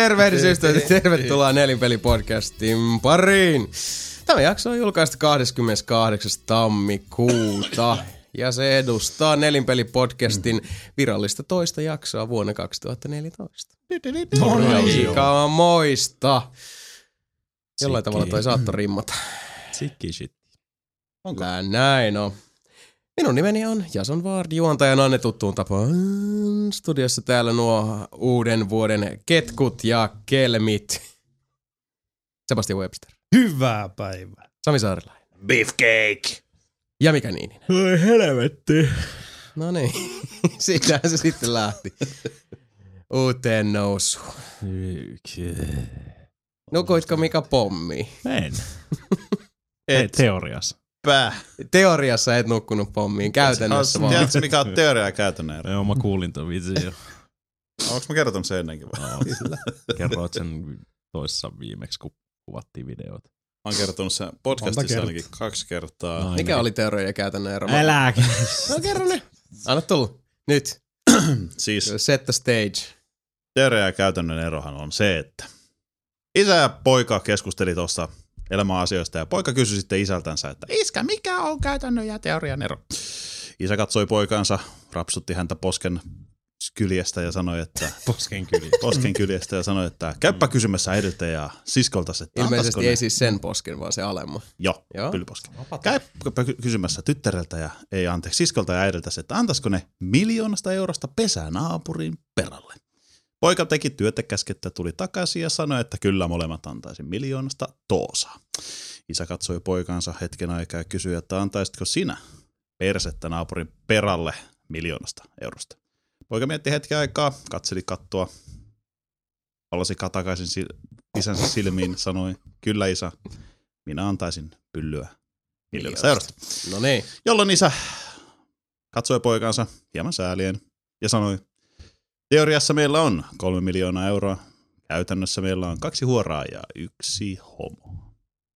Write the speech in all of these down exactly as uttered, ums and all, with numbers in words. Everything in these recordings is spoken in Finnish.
tervehdys ystävät, tervetuloa Nelinpeli-podcastin pariin. Tämä jakso on julkaistu kahdeskymmeneskahdeksas tammikuuta ja se edustaa Nelinpeli-podcastin virallista toista jaksoa vuonna kaksituhattaneljätoista. Kauan moista. Jollain tavalla toi saattoi rimmata. Sikki shit. Onko? Näin on. Minun nimeni on Jason Ward, juontajana Anne tuttuun tapaan. Studiossa täällä nuo uuden vuoden ketkut ja kelmit. Sebastian Webster. Hyvää päivää. Sami Saarilainen. Beefcake. Ja Mika Niininen. Oi helvetti. No niin, siitähän se sitten lähti. Uuteen nousuun. Nukuitko Mika pommia? En. Et. Teoriassa. Pää. Teoriassa et nukkunut pommiin, käytännössä vaan. Tiedätkö mikä on teoria ja käytännön ero? Joo, mä kuulin ton vitsin jo. Onko mä kertonut sen ennenkin vai? No, kerroit sen toissa viimeksi, kun kuvattiin videoita. Mä oon kertonut sen podcastissa ainakin kaksi kertaa. No, mikä oli teoria ja käytännön ero? Äläkä. No kerro ne. Anna tulla. Nyt. Siis Set the stage. teoria ja käytännön erohan on se, että isä ja poika keskusteli tuossa elämäasioista ja poika kysyi sitten isältänsä, että iskä, mikä on käytännön ja teorian ero? Isä katsoi poikaansa, rapsutti häntä posken kyljestä ja sanoi, että Posken kyli. posken kyljestä ja sanoi, että käyppä kysymässä äidiltä ja siskoltas, että Ilmeisesti ne? ei siis sen posken, vaan se alemma. Joo, Joo. pyllyposken. Käypä kysymässä tyttäreltä ja ei anteeksi siskolta ja äidiltä, että antaisiko ne miljoonasta eurosta pesänaapurin peralle. Poika teki työtekäskettä, tuli takaisin ja sanoi, että kyllä molemmat antaisin miljoonasta toosaa. Isä katsoi poikaansa hetken aikaa ja kysyi, että antaisitko sinä persettä naapurin peralle miljoonasta eurosta. Poika mietti hetken aikaa, katseli kattoa, palasi takaisin sil- isänsä silmiin, sanoi, kyllä isä, minä antaisin pyllyä miljoonasta eurosta. No niin. Jolloin isä katsoi poikaansa hieman säälien ja sanoi, teoriassa meillä on kolme miljoonaa euroa, käytännössä meillä on kaksi huoraa ja yksi homo.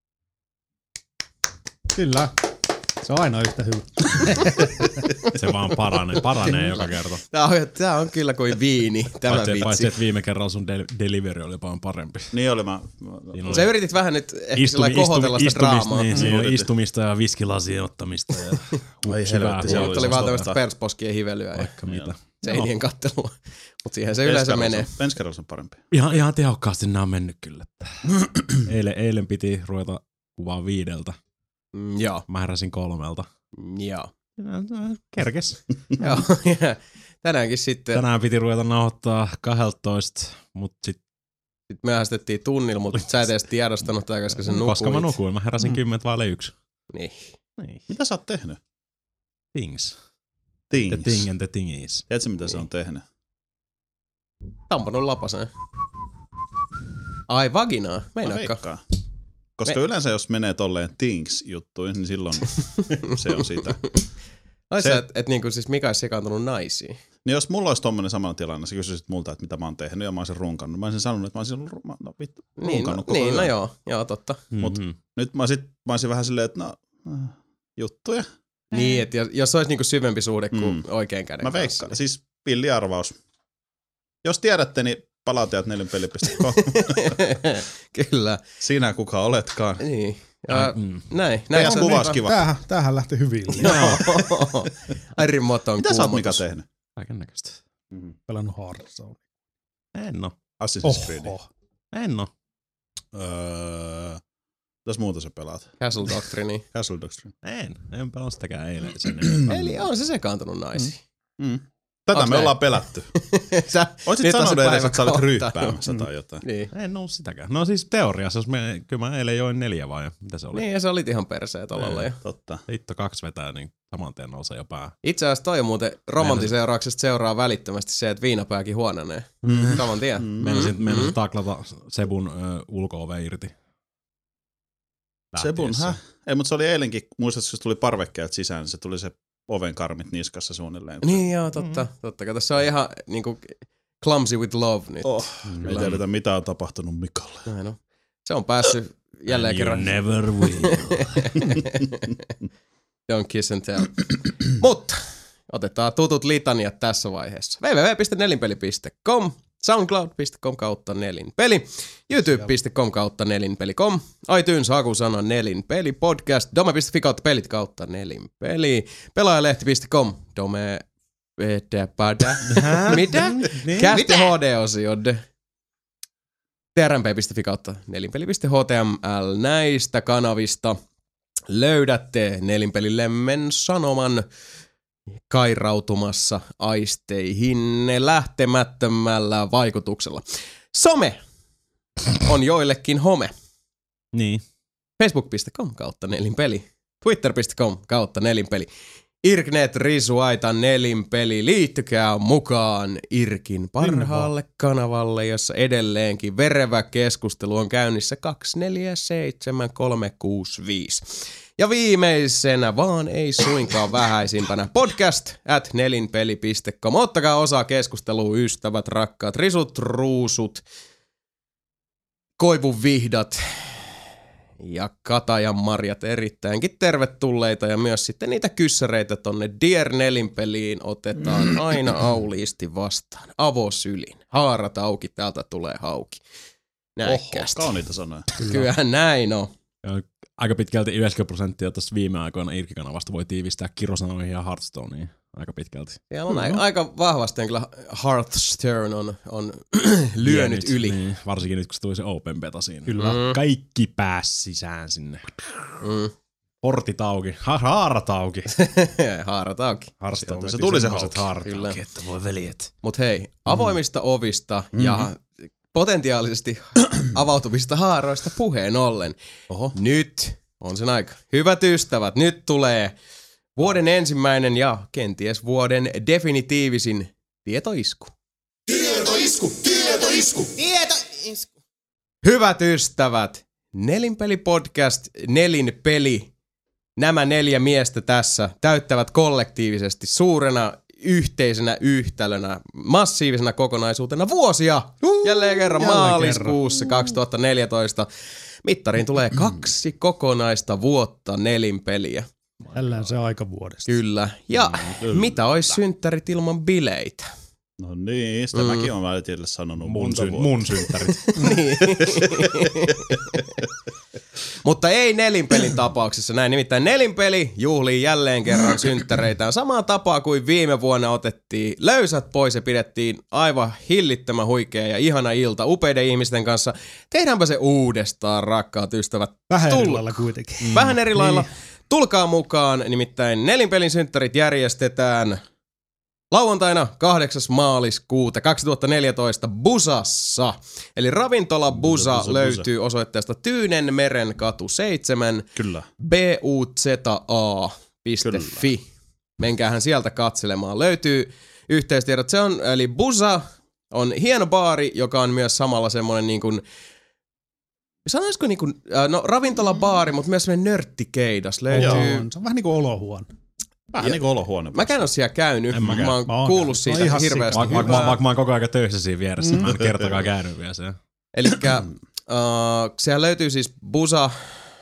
Kyllä. Se on aina yhtä hyvä. Se vaan paranee, paranee joka kerta. Tää on, tää on kyllä kuin viini, tämä Paitsi, vitsi. paitsi että viime kerralla sun del- delivery oli paljon parempi. Niin oli mä. Siinä Sä yritit vähän nyt ehkä sillä kohotella sitä draamaa. Niin, siinä Niin, on yritin. istumista ja viskilasien ottamista ja Ai syvää helvetti, se huolta. Se oli vaan tämmöistä persposkien hivelyä ja Vaikka mitä. seinien kattelua. Mutta siihen se yleensä menee. Ensi kerralla on parempi. Ihan, ihan tehokkaasti nämä on mennyt kyllä. Eilen, eilen piti ruveta kuvaa viideltä. Mm, joo, Mä heräsin kolmelta. joo. Kerkes. joo. ja tänäänkin sitten Tänään piti ruveta nauhoittaa kahdeltoista, mutta sit, sit myöhästettiin tunnilla, mutta sä et edes tiedostanut tätä, koska sä nukuit. koska mä nukuin, mä heräsin kymmentä vaille yksi. Niin. Niin. Mitä sä oot tehnyt? Things. Things. The thing and the thingies. Tiedätkö mitä se on tehnyt? Tamponut lapaseen. Ai, vaginaa. Mä Meinaatko? veikkaan. Koska Me- yleensä jos menee tolleen things-juttuihin, niin silloin se on sitä. Ai Se- sä, et, et niinku siis Mika olisi sekaantunut naisiin. Niin jos mulla olisi tommonen samalla tilanne, sä kysyisit multa, että mitä mä oon tehnyt ja mä olisin runkannut. Mä olisin sanonut, että mä olisin ollut ru- no, vittu, Niin, no, runkannut koko niin no yön. joo, joo totta. Mut- Mhm. Nyt mä olisin, mä olisin vähän silleen, että no, äh, juttuja. Niin, että jos, jos olisi niinku syvempi suhde kuin Mm. oikein käden Mä kanssa. veikkaan. Siis pilliarvaus. Jos tiedätte, niin palauttajat nelinpeli piste com. Kyllä. Sinä kuka oletkaan. Niin. Ja, Mm. näin. näin Teidän se kuva on. olisi kiva. Tämähän, tämähän lähti hyvin. Joo. Airin Moton Mitä sä oot Mika kuumotus. tehnyt? Kaiken näköistä. Pelannut Hearthstone. En oo. Assassin's Creed. Oho. En oo. Öö, mitäs muuta sä pelaat? Castle Doctrine. Castle Doctrine. En. En pelannut sitäkään eilen sen enempää. Eli on se sekaantunut naisiin. Mm. Tätä Onks me näin? ollaan pelätty. Sä, Oisit nyt on se sanonut edes, päivä että sä olet kohta. ryyppäämässä tai jotain. Niin. En oo sitäkään. No siis teoriassa, jos me, kyllä mä eilen join neljä vai mitä se oli? Niin, ja sä olit ihan perseet olalla jo. Totta. Hitto kaksi vetää, niin saman tien nousee jo pää. Itse asiassa toi on muuten romantiseurauksesta seuraa välittömästi se, että viinapääkin huononee. Mm. Saman tien. Mm. Meinasin, Mm. meinasin Mm. taklata Sebun ö, ulko-ove irti. Sebun, Lähtiessä. hä? Ei, mutta se oli eilenkin, muistatko, kun tuli parvekkeelta sisään, niin se tuli se oven karmit niskassa suunnilleen. Niin joo, totta. totta. Kato, se on ihan niinku clumsy with love nyt. Oh, Mm. ei tiedetä, mitä on tapahtunut Mikalle. Näin on. Se on päässyt jälleen And kerran. you never will. Don't kiss and tell. Mutta otetaan tutut litaniat tässä vaiheessa. double-u double-u double-u piste nelinpeli piste com soundcloud piste com kautta nelinpeli, youtube piste com kautta nelinpeli piste com, iTunes hakusana nelinpeli, podcast, dome piste fi kautta pelit kautta nelinpeli, pelaajalehti piste com, dome, edepada, mitä? Käste H D-osiod, trmp piste fi kautta nelinpeli piste h t m l, näistä kanavista löydätte Nelinpelilemmen sanoman kairautumassa aisteihin lähtemättömällä vaikutuksella. Some on joillekin home. Niin. Facebook piste com kautta nelinpeli. Twitter piste com kautta nelinpeli. Irknet Risuaita Nelinpeli. Liittykää mukaan Irkin parhaalle kanavalle, jossa edelleenkin verevä keskustelu on käynnissä kaksi neljä seitsemän kolme kuusi viisi. Ja viimeisenä, vaan ei suinkaan vähäisimpänä, podcast at nelinpeli piste com. Ottakaa osaa keskusteluun, ystävät, rakkaat, risut, ruusut, koivun vihdat ja katajan marjat erittäinkin tervetulleita. Ja myös sitten niitä kyssäreitä tonne Dear Nelinpeliin otetaan aina auliisti vastaan. Avosylin, haarat auki, täältä tulee hauki. Näikkästi. Oho, kauniita sanoja. Kyllä näin on. Aika pitkälti yhdeksänkymmentä prosenttia tuossa viime aikoina Irkki-kanavasta voi tiivistää kirosanoihin ja Hearthstoneen. Aika pitkälti. Siellä on aika, aika vahvasti kyllä Hearthstone on, on lyönyt Vienyt, yli. Niin, varsinkin nyt, kun se tuli se Open Beta siinä. Kyllä. Mm. Kaikki pääsi sisään sinne. Mm. Portit auki. Ha- haarat auki. Haarat auki. Hearthstone Se veti tuli se semmoset hauki. haarat Kyllä. auki, että voi veljet. Mut hei, avoimista ovista ja potentiaalisesti avautuvista haaroista puheen ollen. Oho. Nyt on sen aika. Hyvät ystävät, nyt tulee vuoden ensimmäinen ja kenties vuoden definitiivisin tietoisku. Tietoisku, tietoisku, tietoisku. Hyvät ystävät, Nelinpeli podcast, Nelinpeli. Nämä neljä miestä tässä täyttävät kollektiivisesti suurena yhteisenä yhtälönä, massiivisena kokonaisuutena vuosia. Jälleen kerran jälleen maaliskuussa kaksituhattaneljätoista. Mittariin tulee kaksi kokonaista vuotta Nelinpeliä. Tällään se aika vuodesta. Kyllä. Ja Kyllä. mitä olisi synttärit ilman bileitä? No niin, sitä mm. mäkin olen välillä sanonut Mun, monta syn, vuotta. mun synttärit. Niin. Mutta ei Nelinpelin tapauksessa näin. Nimittäin Nelinpeli juhlii jälleen kerran synttäreitään. Samaan tapaa kuin viime vuonna otettiin löysät pois ja pidettiin aivan hillittömän huikea ja ihana ilta upeiden ihmisten kanssa. Tehdäänpä se uudestaan, rakkaat ystävät. Vähän eri Tull- lailla kuitenkin. Mm. Vähän eri lailla. Tulkaa mukaan, nimittäin Nelinpelin synttärit järjestetään lauantaina kahdeksas maaliskuuta kaksituhattaneljätoista Busassa. Eli ravintola Busa, Busa, Busa. löytyy osoitteesta Tyynenmeren katu seitsemän Kyllä. b u z a piste f i. Menkäähän sieltä katselemaan. Löytyy yhteystiedot. Se on, eli Busa on hieno baari, joka on myös samalla semmoinen niin kuin, sanoisiko niin kuin, no ravintola-baari, mutta myös semmoinen nörttikeidas. Löytyy. Joo, se on vähän niin kuin olohuone. Vähän niin kuin olohuone. Mä en ole siellä käynyt. En mäkään. Mä oon Mä oon kuullut käynyt. siitä Se on ihan hirveästi. Vaikka va- hyvää. va- va- mä oon koko ajan töissä siinä vieressä. Mä en kertakaan käynyt vielä siellä. Elikkä uh, sehän löytyy siis Busa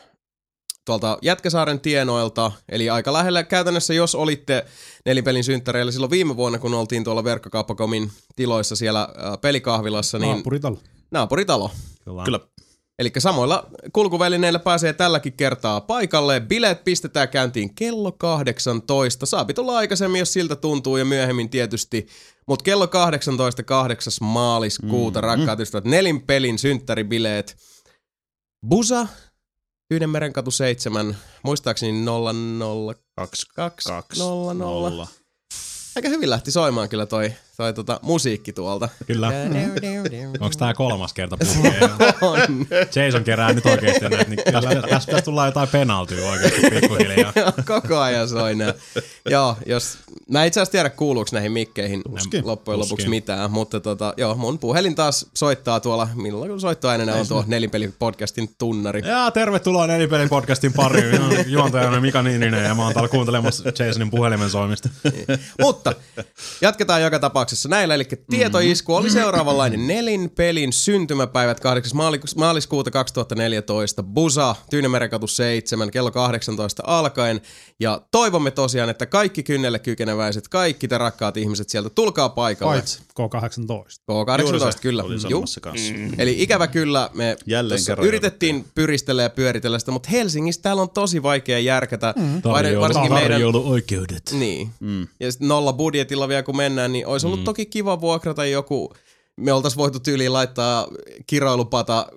tuolta Jätkäsaaren tienoilta, eli aika lähellä käytännössä, jos olitte Nelinpelin synttäreillä silloin viime vuonna, kun oltiin tuolla Verkkokauppakomin tiloissa siellä uh, pelikahvilassa, niin Naapuritalo. naapuritalo. Kyllä. Kyllä. Eli samoilla kulkuvälineillä pääsee tälläkin kertaa paikalle. Bileet pistetään käyntiin kello kahdeksantoista. Saapi tulla aikaisemmin, jos siltä tuntuu, ja myöhemmin tietysti. Mutta kello kahdeksantoista kahdeksas maaliskuuta, mm, rakkaat mm. ystävät, Nelinpelin synttäribileet. Busa, Tyynenmerenkatu seitsemän, muistaakseni nolla nolla Kaksi, kaksi kaksi, nolla nolla. nolla. Aika hyvin lähti soimaan kyllä toi, toi tota, musiikki tuolta. Kyllä. Onko tää kolmas kerta puhkeen? On. Jason kerää nyt oikeesti näitä, niin tässä täs, täs tullaan jotain penaltyä oikeesti pikkuhiljaa. Koko ajan soi nää. Joo, jos, mä itse asiassa tiedä kuuluuko näihin mikkeihin Tuskin. loppujen lopuksi Tuskin. mitään, mutta tota, joo, mun puhelin taas soittaa tuolla, milloin kun soittoäänenä on tuo Nelinpelin podcastin tunnari. Ja tervetuloa Nelinpelin podcastin pariin. Minä olen juontajana Mika Niininen ja mä oon täällä kuuntelemassa Jasonin puhelimen soimista. Mutta jatketaan joka tapauksessa tapauksessa näillä, eli tietoisku oli seuraavanlainen. Nelin pelin syntymäpäivät kahdeksas maaliskuuta kaksituhattaneljätoista. Busa, Tyynemerenkatu seitsemän, kello kahdeksantoista alkaen. Ja toivomme tosiaan, että kaikki kynnelle kykeneväiset, kaikki te rakkaat ihmiset sieltä, tulkaa paikalle. Paitsi K kahdeksantoista. K kahdeksantoista, kyllä. Juu. Mm. Eli ikävä kyllä, me yritettiin pyristellä ja pyöritellä sitä, mutta Helsingissä täällä on tosi vaikea järkätä. Mm. Tarjoulu, varsinkin meidän tarjouluoikeudet. Niin. Mm. Ja sitten nolla budjetilla vielä kun mennään, niin olisi ollut mm. toki kiva vuokrata joku, me oltaisiin voitu tyyliin laittaa kiroilupata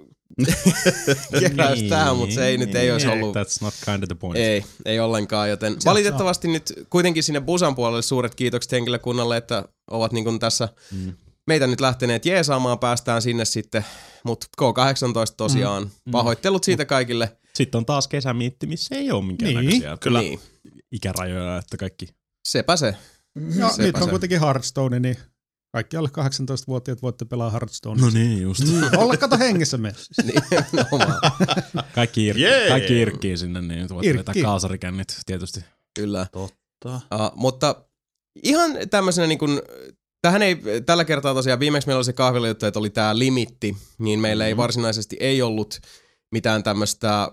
keräys niin, tähän, mutta se ei niin, nyt ei olisi ollut. That's not kind of the point. Ei, ei ollenkaan, joten se valitettavasti on. Nyt kuitenkin sinne Busan puolelle suuret kiitokset henkilökunnalle, että ovat niin kuin tässä mm. meitä nyt lähteneet jeesaamaan, päästään sinne sitten, mutta K kahdeksantoista tosiaan, mm. pahoittelut siitä kaikille. Sitten on taas kesämiitti, missä ei ole minkäännäköisiä niin, kyllä. Niin. ikärajoja, että kaikki. Sepä se. No Sepä nyt on se. Kuitenkin Hearthstone, niin kaikki alle kahdeksantoistavuotiaat voitte pelaa Hearthstonea. No niin, just. Olla kato hengessä messissä. niin, no kaikki, irk- yeah. kaikki irkkii sinne, niin voitte vetää kaasarikännit tietysti. Kyllä. Totta. Uh, mutta ihan tämmöisenä niin kuin, tähän ei, tällä kertaa tosiaan, viimeksi meillä oli se kahvilijuttu, että oli tää limitti, niin meillä mm-hmm. ei varsinaisesti ei ollut mitään tämmöistä.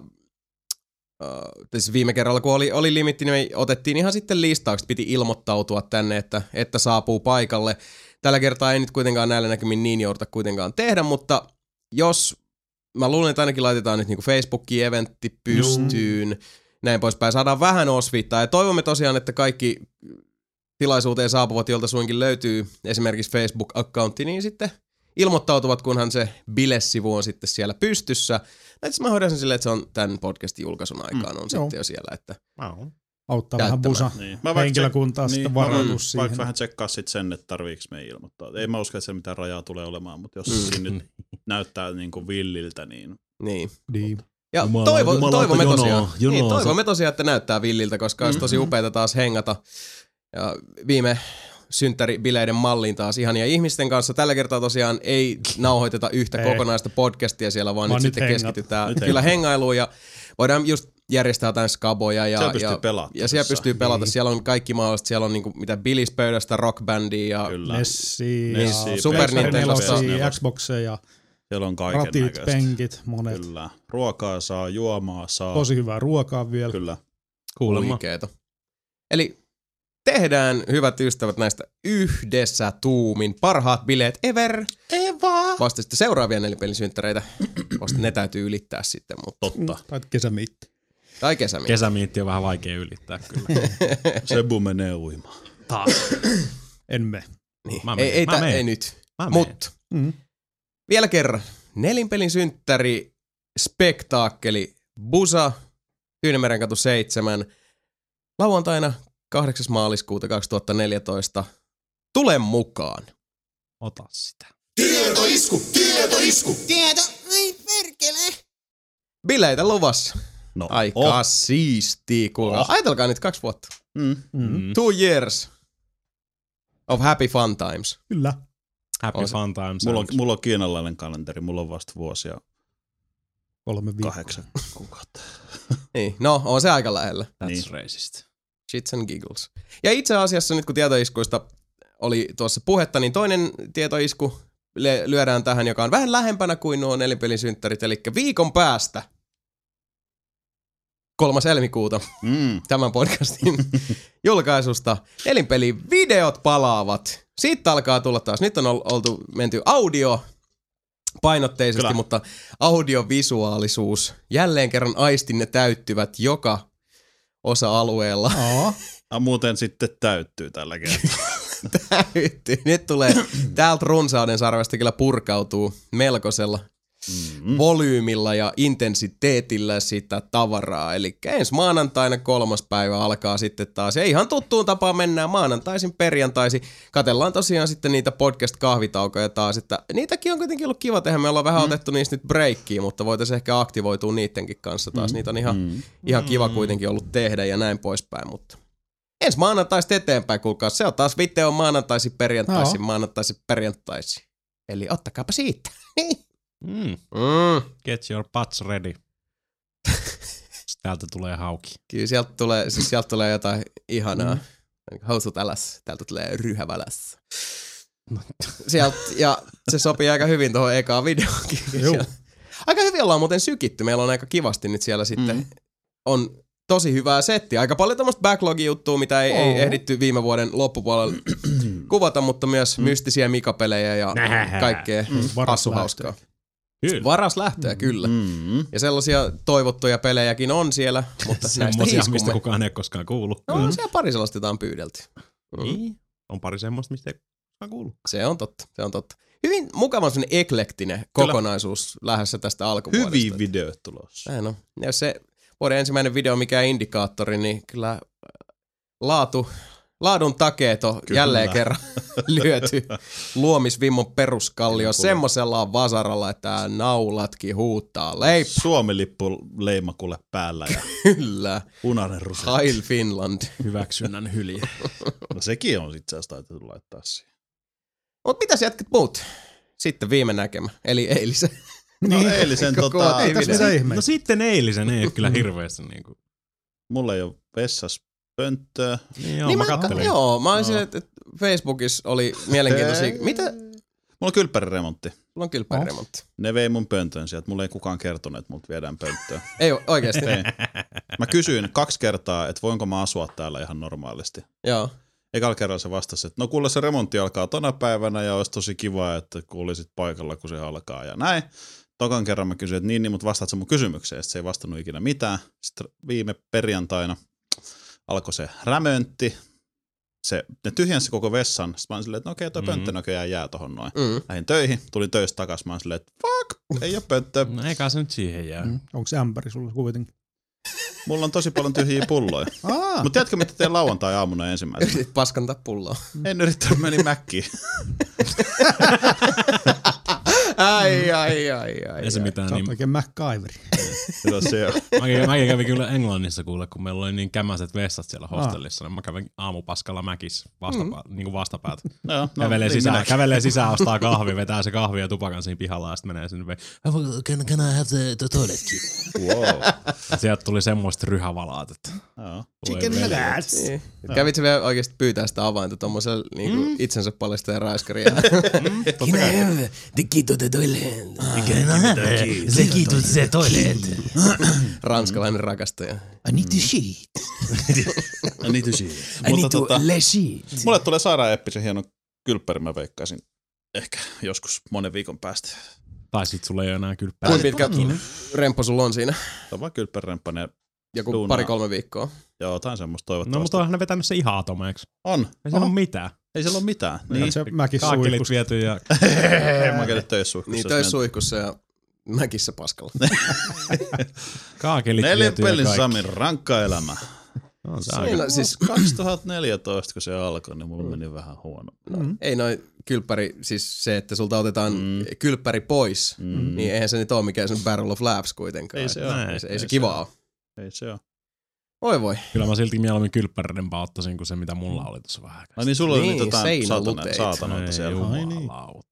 Uh, siis viime kerralla, kun oli, oli limitti, niin me otettiin ihan sitten listaukset, piti ilmoittautua tänne, että, että saapuu paikalle. Tällä kertaa ei nyt kuitenkaan näillä näkymin niin jouduta kuitenkaan tehdä, mutta jos, mä luulen, että ainakin laitetaan nyt niinku Facebookiin eventti pystyyn, mm. näin poispäin, saadaan vähän osviittaa. Ja toivomme tosiaan, että kaikki tilaisuuteen saapuvat, jolta suinkin löytyy esimerkiksi Facebook-accountti, niin sitten ilmoittautuvat, kunhan se bilesivu on sitten siellä pystyssä. Näitä mä hoidan sen silleen, että se on tämän podcastin julkaisun aikaan mm, on joo. sitten jo siellä. Että wow. Auttaa vähän Busa niin. henkilökuntaa sitten niin, varoitus siihen. Vaikka vähän tsekkaa sitten sen, että tarviiko me ilmoittaa. Ei mä usko, että se mitään rajaa tulee olemaan, mutta jos mm. siinä nyt näyttää niin kuin villiltä, niin... Niin. niin. Ja Jumala, toivo, Jumala, toivomme, jono, tosiaan, jono, niin, toivomme tosiaan, että näyttää villiltä, koska mm. olisi tosi upeata taas hengata. Ja viime synttäribileiden malliin taas ihania ihmisten kanssa. Tällä kertaa tosiaan ei nauhoiteta yhtä ei. kokonaista podcastia siellä, vaan, vaan nyt, nyt sitten hengat. keskitytään nyt kyllä hengailuun ja voidaan just järjestää jotain skaboja ja, siellä ja, pelata, ja siellä pystyy pelata. Niin. Siellä on kaikki mahdolliset, siellä on niinku mitä Billispöydästä, rockbändiä ja Nessi, ja Super Nintendosta, Xboxeja. Siellä on kaiken ratit, näköistä. penkit, monet. Kyllä. Ruokaa saa, juomaa saa. Tosi hyvää ruokaa vielä. Kyllä. Kuulemma. Oikeeta. Eli tehdään, hyvät ystävät, näistä yhdessä tuumin parhaat bileet ever. Eva! Vasta sitten seuraavia nelipelisynttäreitä. Vasta ne täytyy ylittää sitten, mutta totta. Tai kesämiitti. Tai kesämiitti. Kesämiitti on vähän vaikea ylittää kyllä. Sebu menee uimaan. Taas. En mene. Niin. Mä ei, ei, mä tä, ei nyt. Mutta mm. vielä kerran. Nelinpelin synttäri, spektaakkeli, Busa, Tyynemerenkatu seitsemän, lauantaina kahdeksas maaliskuuta kaksituhattaneljätoista. Tule mukaan. Ota sitä. Tietoisku, tietoisku. Tieto, ai perkele. Bileitä luvassa. No, aika oh. siistiä, kuulkaa. Oh. Ajatelkaa nyt kaksi vuotta. Mm. Mm. Two years of happy fun times. Kyllä. Happy on fun times. Mulla on, mulla on kiinalainen kalenteri. Mulla on vasta vuosia. Kolme viikkoa. Kahdeksan kuukautta. Niin, no on se aika lähellä. That's niin. racist. Shits and giggles. Ja itse asiassa nyt kun tietoiskuista oli tuossa puhetta, niin toinen tietoisku lyödään tähän, joka on vähän lähempänä kuin nuo nelinpelisynttärit, eli viikon päästä. kolmas helmikuuta mm. tämän podcastin julkaisusta. Nelinpelin videot palaavat. Siitä alkaa tulla taas. Nyt on oltu menty audio painotteisesti, Kyllä. mutta audiovisuaalisuus. Jälleen kerran aistinne täyttyvät joka osa-alueella. Oh. Ja muuten sitten täyttyy tällä kertaa. Täyttyy. Nyt tulee täältä runsauden sarvesta kyllä purkautuu melkoisella mm-hmm. volyymilla ja intensiteetillä sitä tavaraa. Eli ensi maanantaina kolmas päivä alkaa sitten taas. Ja ihan tuttuun tapaan mennään maanantaisin perjantaisin. Katellaan tosiaan sitten niitä podcast-kahvitaukoja taas. Että niitäkin on kuitenkin ollut kiva tehdä. Me ollaan vähän mm. otettu niistä nyt breikkiä, mutta voitaisiin ehkä aktivoitua niidenkin kanssa taas. Mm. Niitä on ihan, mm. ihan kiva kuitenkin ollut tehdä ja näin poispäin, mutta ensi maanantaista eteenpäin, kuulkaa. Se on taas video maanantaisin perjantaisin, no. maanantaisin perjantaisin. Eli ottakaapa siitä. Mm. Mm. Get your butts ready. Täältä tulee hauki. Kyllä sieltä tulee, siis sieltä tulee jotain ihanaa. Mm. Housut alas, täältä tulee ryhäväläs. Sieltä, ja se sopii aika hyvin tuohon ekaan videoonkin. Aika hyvin ollaan muuten sykitty. Meillä on aika kivasti nyt siellä sitten. Mm. On tosi hyvää settiä. Aika paljon tämmöistä backlog-juttua, mitä ei, oh. ei ehditty viime vuoden loppupuolella kuvata, mutta myös mm. mystisiä mikapelejä ja Nähä. kaikkea mm. hassuhauskaa. Varas lähteä, mm. kyllä. Mm. Ja sellaisia toivottuja pelejä on siellä, mutta semmoisia, mistä kukaan ei koskaan kuullut. No, on siellä pari sellaista, jota on pyydelty. Mm. Niin, on pari semmoista, mistä ei koskaan kuullut. Se on totta, se on totta. Hyvin mukava sellainen eklektinen kyllä. kokonaisuus lähdössä tästä alkuvuodesta. Hyviä videoita tulossa. Näin on. Ja jos se vuoden ensimmäinen video on mikään indikaattori, niin kyllä laatu, laadun takeet on kyllä. jälleen kerran lyöty luomisvimmon peruskallio semmoisella vasaralla, että naulatkin huuttaa leipä. Suomi-lippu leimakulle päällä ja kyllä. punainen rusetti. Heil Finland. Hyväksynnän hylje. No sekin on sit säästä taitettu laittaa siihen. Mut mitäs jätkät muut? Sitten viime näkemä, eli eilisen. No niin. eilisen tota... No sitten eilisen ei kyllä hirveästi niinku. Mulla ei ole vessas pönttöä. Niin joo, niin mä mä kattelin. Joo, mä olisin, no. että Facebookissa oli mielenkiintoisia. Mitä? Mulla on kylppäriremontti. Mulla on kylppäriremontti. Ne vei mun pöntön sieltä. Mulla ei kukaan kertonut, että multa viedään pönttöä. Ei oikeesti? Ei. Mä kysyin kaksi kertaa, että voinko mä asua täällä ihan normaalisti. Joo. Ekalla kerralla se vastasi, että no kuule se remontti alkaa tona päivänä ja olisi tosi kiva, että kuulisit paikalla, kun se alkaa ja näin. Tokan kerran mä kysyin, että niin, niin mutta vastaat sä mun kysymykseen, että se ei vastannut ikinä mitään. Sitten viime perjantaina alkoi se rämöntti. Se, ne tyhjensi koko vessan. Sitten mä olin silleen, että no okei, toi mm-hmm. pönttö näköjään jää tohon noin. Mm-hmm. Lähdin töihin, tulin töistä takas. Mä olin silleen, että fuck, ei oo pönttö. No eikä se nyt siihen jää. Mm. Onko se ämpäri sulla kuitenkin? Mulla on tosi paljon tyhjiä pulloja. Mutta tiedätkö, mitä tein lauantai-aamuna ensimmäisenä? Yritit paskantaa pulloa. En yrittänyt, meni mäkkiin. ai, ai, ai, ai. Ei se mitään. Sä oot niin... oikein MacGyveri. No se on. Mäkin, mäkin kävin kyllä Englannissa kuule, kun meillä oli niin kämäiset vessat siellä hostellissa. Niin mä kävin aamupaskalla mäkissä vastapa, mm. niin vastapäätä. No, no, kävelee, niin sisään, kävelee sisään, ostaa kahvi, vetää se kahvi ja tupakan siinä pihalla ja sitten menee sinne. Can, can I have the, the toilet key? Wow. Sieltä tuli semmoista ryhävalaat, että... No. Chicken nuggets. Niin. Kävitsä vielä oikeasti pyytää sitä avainta tommoselle niinku mm. itsensä paljastajan raiskari. Mm, can I have the key to the toilet? Can I have the key to the toilet? Ranskalainen rakastaja. I need to shit. I need to shit. I need to tota, le shit. Mulle tulee sairaan eppisen hieno kylppäri, mä veikkaisin ehkä joskus monen viikon päästä. Tai sit sulla ei ole enää kylppäri. Kuinka pitkä remppo sulla on siinä? Se on vaan kylppäremppainen. Joku pari-kolme viikkoa. Joo, jotain semmoista toivottavasti. No, mutta onhan ne vetänyt se ihan atomeiksi. On. Ei siellä ole mitään. Ei siellä ole mitään. Niin. Se mäkissä suihkussa. viety ja... Mä käyn töissä suihkussa. Niin, töissä suihkussa ja mäkissä paskalla. Kaakelit Neljän viety ja pelin kaikki. Samin rankka elämä. No, se Siinä, siis kaksituhattaneljätoista, kun se alkoi, niin mulla meni vähän huono. No, mm. Ei noin kylppäri, siis se, että sulta otetaan mm. kylppäri pois, mm. niin eihän se nyt ole mikään sen Barrel of Laughs kuitenkaan. Ei se ole. Ei, ei, ei se kiva ole. Ei se ole. Oi voi. Kyllä mä silti mieluummin kylppäriden ottaisin kuin se, mitä mulla oli tuossa vähän aikaa. Ai niin, sulla niin, oli jotain saatana, saatanoita siellä. Jumalauta.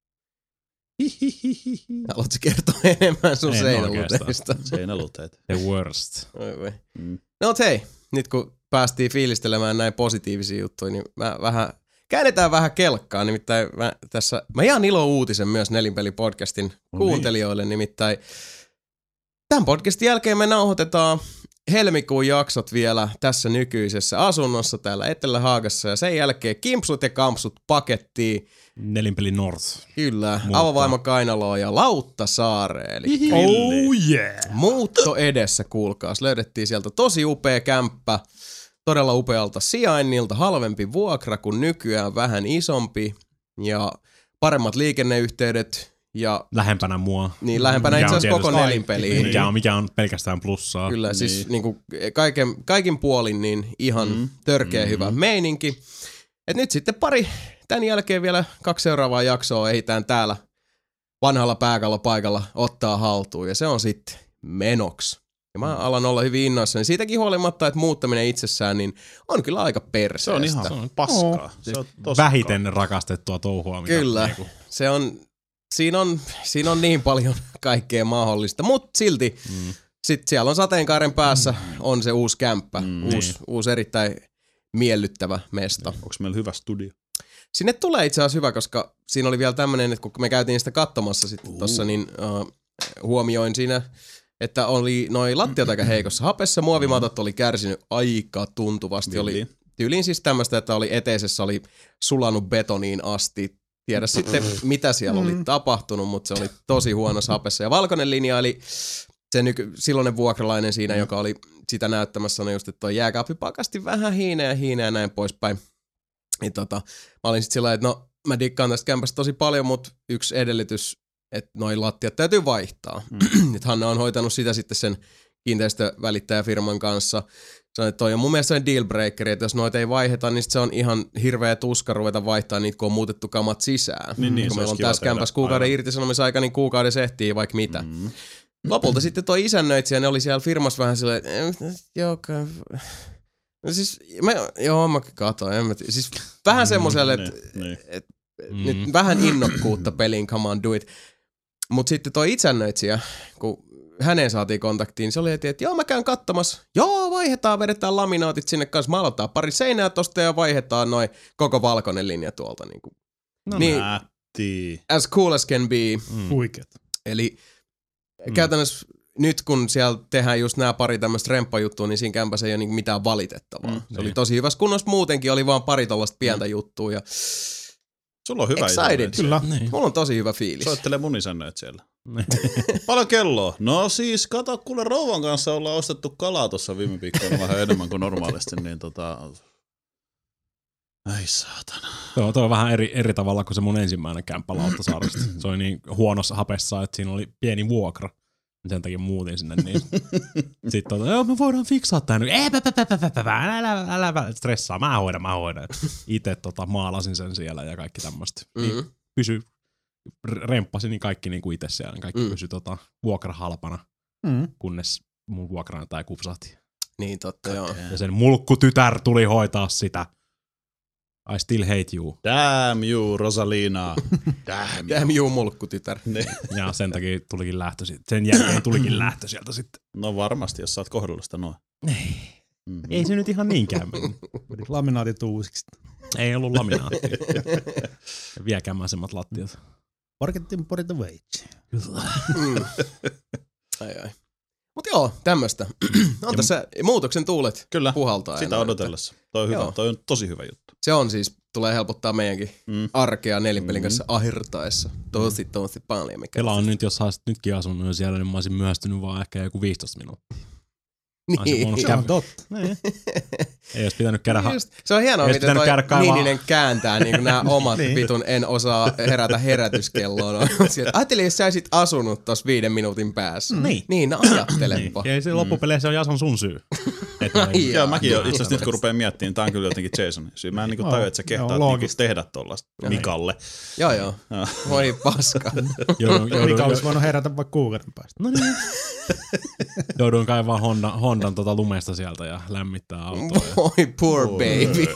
Haluatko kertoa enemmän sun seinäluteista? Seinäluteet. The worst. Oi voi. Mm. No hei, nyt kun päästiin fiilistelemään näin positiivisia juttuja, niin mä vähän, käännetään vähän kelkkaa. Nimittäin mä, tässä, mä jaan ilo uutisen myös Nelinpeli-podcastin no kuuntelijoille. Niin. Nimittäin tämän podcastin jälkeen me nauhoitetaan helmikuun jaksot vielä tässä nykyisessä asunnossa täällä Etelä-Haagassa. Ja sen jälkeen kimpsut ja kampsut pakettiin. Nelinpeli North. Kyllä, avovaimo Kainaloa ja Lauttasaareen. Eli oh yeah! Muutto edessä, kuulkaas. Löydettiin sieltä tosi upea kämppä, todella upealta sijainnilta, halvempi vuokra kuin nykyään, vähän isompi ja paremmat liikenneyhteydet. Ja lähempänä mua. Niin, lähempänä itse asiassa koko Nelinpeliin. Mikä on, mikä on pelkästään plussaa. Kyllä, niin. siis niin kuin kaiken, kaikin puolin niin ihan mm. törkeä mm. hyvä meininki. Et nyt sitten pari, tämän jälkeen vielä kaksi seuraavaa jaksoa ehditään täällä vanhalla pääkallopaikalla ottaa haltuun. Ja se on sitten menoksi. Ja mä alan olla hyvin innoissani. Siitäkin huolimatta, että muuttaminen itsessään niin on kyllä aika perseestä. Se on ihan se on paskaa. Oh. Se on tosi vähiten kaa. rakastettua touhua. Mitä kyllä, niinku. se on, siinä on, siinä on niin paljon kaikkea mahdollista. Mutta silti mm. sit siellä on sateenkaaren päässä mm. on se uusi kämppä. Mm. Uusi, uusi erittäin miellyttävä mesta. Onko meillä hyvä studio? sinne tulee itse asiassa hyvä, koska siinä oli vielä tämmöinen, että kun me käytiin sitä katsomassa sitten uh. tossa, niin uh, huomioin siinä, että oli noi lattiat aika heikossa hapessa, muovimatot oli kärsinyt aika tuntuvasti. Oli tyyliin siis tämmöistä, että oli eteisessä oli sulanut betoniin asti. Tiedä sitten, mitä siellä oli tapahtunut, mutta se oli tosi huonossa hapessa. Ja valkoinen linja, eli se nyky, silloinen vuokralainen siinä, mm. joka oli sitä näyttämässä, on just, että toi jääkaappi pakasti vähän hiineä ja hiineä ja näin poispäin. Ja tota, mä olin sitten sillä että no mä dikkaan tästä kämpästä tosi paljon, mutta yksi edellytys, että noi lattiat täytyy vaihtaa. Mm. Nyt Hanna on hoitanut sitä sitten sen kiinteistövälittäjäfirman kanssa. Sanoin, että toi on mun mielestä sellainen dealbreakeri, että jos noita ei vaiheta, niin se on ihan hirveä tuska ruveta vaihtaa niitä, kun on muutettu kamat sisään. Niin, niin, kun meillä on tässä kämpässä kuukauden irtisanomisaika, niin kuukaudessa ehtii vaikka mitä. Mm. Lopulta sitten toi isännöitsijä, ne oli siellä firmassa vähän silleen, että joo, no siis, mä, joo, mä katoin, en mä tii. Siis vähän semmoselle, että mm, et, mm. nyt vähän innokkuutta peliin, come on, do it. Mut sitten toi isännöitsijä, kun häneen saatiin kontaktiin, se oli heti, että joo, mä käyn katsomassa. Joo, vaihdetaan, vedetään laminaatit sinne kanssa. Mä aloittaa pari seinää tosta ja vaihdetaan noin koko valkoinen linja tuolta. Niin, kuin. No niin nätti. As cool as can be. Mm. Huikeet. Eli mm. käytännössä nyt kun siellä tehdään just nämä pari tämmöistä remppajuttua, niin siinä kämpässä ei ole niin mitään valitettavaa. Mm, se niin. oli tosi hyvässä kunnossa muutenkin, oli vaan pari tollaista pientä mm. juttua. Ja sulla on hyvä excited. Kyllä. Niin. Mulla on tosi hyvä fiilis. Soittele mun isännöit siellä. Paljon kelloa? No siis, kato, kuule rouvan kanssa ollaan ostettu kalaa tuossa viime viikkoina vähän enemmän kuin normaalisti, niin tota... Ai saatana. Joo, toi on vähän eri, eri tavalla kuin se mun ensimmäinen kämppä Lauttasaaresta. Se oli niin huonossa hapessa, että siinä oli pieni vuokra. Sen takia muutin sinne, niin sitten tota, joo, me voidaan fiksaa tää nyt. Ei, pä, pä, pä, pä, pä, pä, älä, älä, älä stressaa, mä hoidan, mä hoidan. Itse tota, maalasin sen siellä ja kaikki tämmöistä. Mm-hmm. Niin pysy, remppasin niin kaikki niin kuin itse siellä, kaikki mm. pysy tota, vuokra halpana, mm. kunnes mun vuokraan tai kupsahti. Niin totta, joo. Ja sen mulkkutytär tuli hoitaa sitä. I still hate you. Damn you, Rosalina. Damn, Damn you, mulkkutytär. Ja sen takia tulikin lähtö, sen jälkeen tulikin lähtö sieltä sitten. No varmasti, jos sä oot kohdella sitä noin. Ei. Mm-hmm. Ei se nyt ihan niinkään mennyt. Laminaatit uusiksi. Ei ollut laminaattia. Vielä kämmäisemmät lattiat. Parkettiin porita wage. Mm. Ai ai. Mut joo, tämmöstä. On tässä muutoksen tuulet kyllä, puhaltaa. Sitä odotellessa. Toi on, hyvä. Toi on tosi hyvä juttu. Se on siis, tulee helpottaa meidänkin mm. arkea nelinpelin kanssa mm. ahirtaessa. Tosi, tosi paljon. Kela on nyt, jos olisit nytkin asunut jo siellä, niin mä olisin myöhästynyt vaan ehkä joku viisitoista minuuttia. Niin, se on totta. Niin. Ei olisi pitänyt käydä... Just, se on hienoa, miten toi Niininen kääntää niin nämä omat niin. vitun en osaa herätä herätyskelloon. Ajattelin, jos sä olisit asunut tossa viiden minuutin päässä. Niin. Niin, no ajattelepa. Niin. Ja se loppupeleissä on Jason sun syy. Ai joo, mäkin jo, itse asiassa nyt kun rupean miettimään, tää on kyllä jotenkin Jasonin syy. Mä en niinku tajua, että sä kehtaat niinku tehdä tollaista Mikalle. Joo joo, voi paska. Mika olisi voinut herätä vaikka kuukauden päästä. No niin. Joudun kaivaa Honda, Hondan tota lumesta sieltä ja lämmittää autoa. Voi poor baby.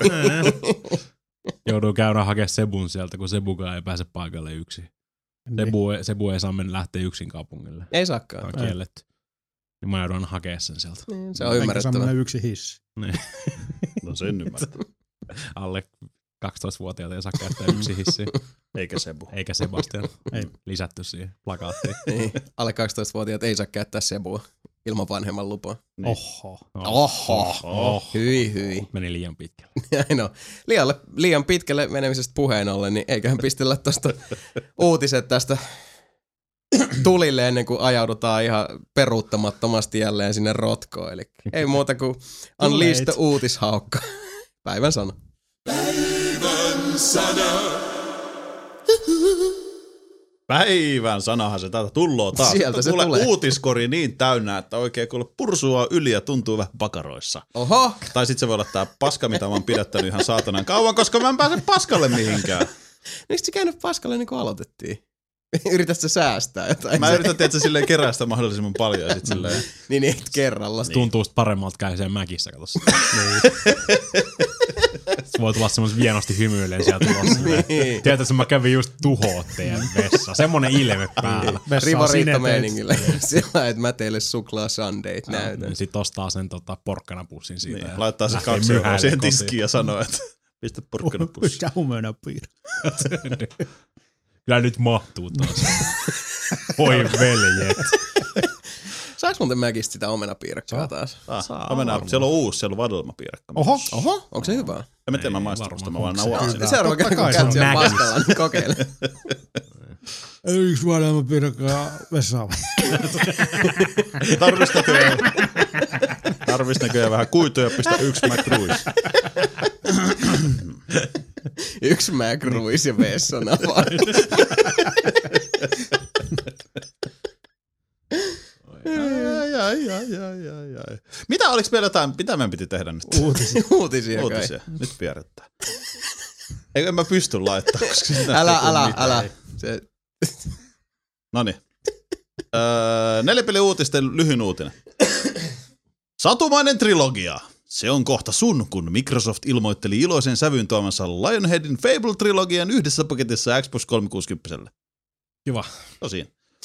Joudun käydä hakemaan Sebun sieltä, kun Sebukaan ei pääse paikalle yksin. Sebu, Sebu ei saa mennä lähteä yksin kaupungille. Ei saakaan. On kielletty. Niin mä joudun hakemaan sen sieltä. Niin, se on ymmärrettävä. Enkä saa mennä yksi hissi. Niin. No sen ymmärrettävä. Alle kaksitoistavuotiaat ei saa käyttää yksi hissiä. Eikä Sebu. Eikä Sebastian. Ei. Lisätty siihen plakaattiin. Niin. Alle kaksitoistavuotiaat ei saa käyttää Sebua ilman vanhemman lupaa. Niin. Oho. Oho. Oho. Hyi hyi. Meni liian pitkälle. No, liian, liian pitkälle menemisestä puheen ollen, niin eiköhän pistellä tuosta uutiset tästä tulille ennen kuin ajaudutaan ihan peruuttamattomasti jälleen sinne rotkoon. Eli ei muuta kuin unleash the uutishaukka. Päivän sana. Päivän sana. Päivän sanahan se täältä tulloo taas. Sieltä se kuule tulee. Uutiskori niin täynnä, että oikein kuule pursua yli ja tuntuu vähän pakaroissa. Oho. Tai sit se voi olla tää paska, mitä mä oon pidättänyt ihan saatanan kauan, koska mä en pääse paskalle mihinkään. Miksi sä käynyt paskalle niin kuin aloitettiin? Yritätkö säästää jotain? Mä yritän tietysti silleen kerää sitä mahdollisimman paljon ja sit silleen. Niin, niin kerralla. Niin. Tuntuu sit paremmalta käyseen mäkissä, katos. Niin. Voi tulla semmos vienosti hymyileen sieltä tulossa. Niin. Tiedätkö, mä kävin just tuhoa teidän vessa. Semmonen ilme päällä. Rivariitto-meiningillä. Sillä, että mä teille suklaa sundayt näytän. Niin sit ostaa sen tota, porkkanapussin siitä. Niin. Laittaa se kaksi euroa siihen tiskiin ja sanoo, että Pistä porkkana pussiin. Mitä omenapiirakka? Kyllä nyt mahtuu taas. Oi veljet. Saaks muuten Mäkistä sitä omenapiirakkaa taas? Ah, omena, siellä on uusi, siellä on vadelmapiirakka. Oho. Oho, onko se hyvä? En mä tiedä, mä maistan sitä, mä vaan nauan sen. Seuraava kerran, kun käyt siellä paskalla, niin kokeile. Yksi vadelmapiirakkaa vessaan. Tarvis näköjään, tarvis näköjään vähän kuituja, pistä yksi McRuis. Yksi McRuis ja vessana vaan. Ai, ai, ai, ai, ai, ai. Mitä oliks vielä jotain, mitä meidän piti tehdä nyt? Uutisia. Uutisia, Uutisia. Kai. Nyt pierrettää. Eikö mä pysty laittaa, koska sitä älä, älä, mitään. älä. Se... Noniin. Öö, Nelipeli-uutisten lyhyin uutinen. Satumainen trilogia. Se on kohta sun, kun Microsoft ilmoitteli iloisen sävyyn tuomansa Lionheadin Fable-trilogian yhdessä paketissa Xbox kolmesataakuusikymmentä. Kiva. Tosin.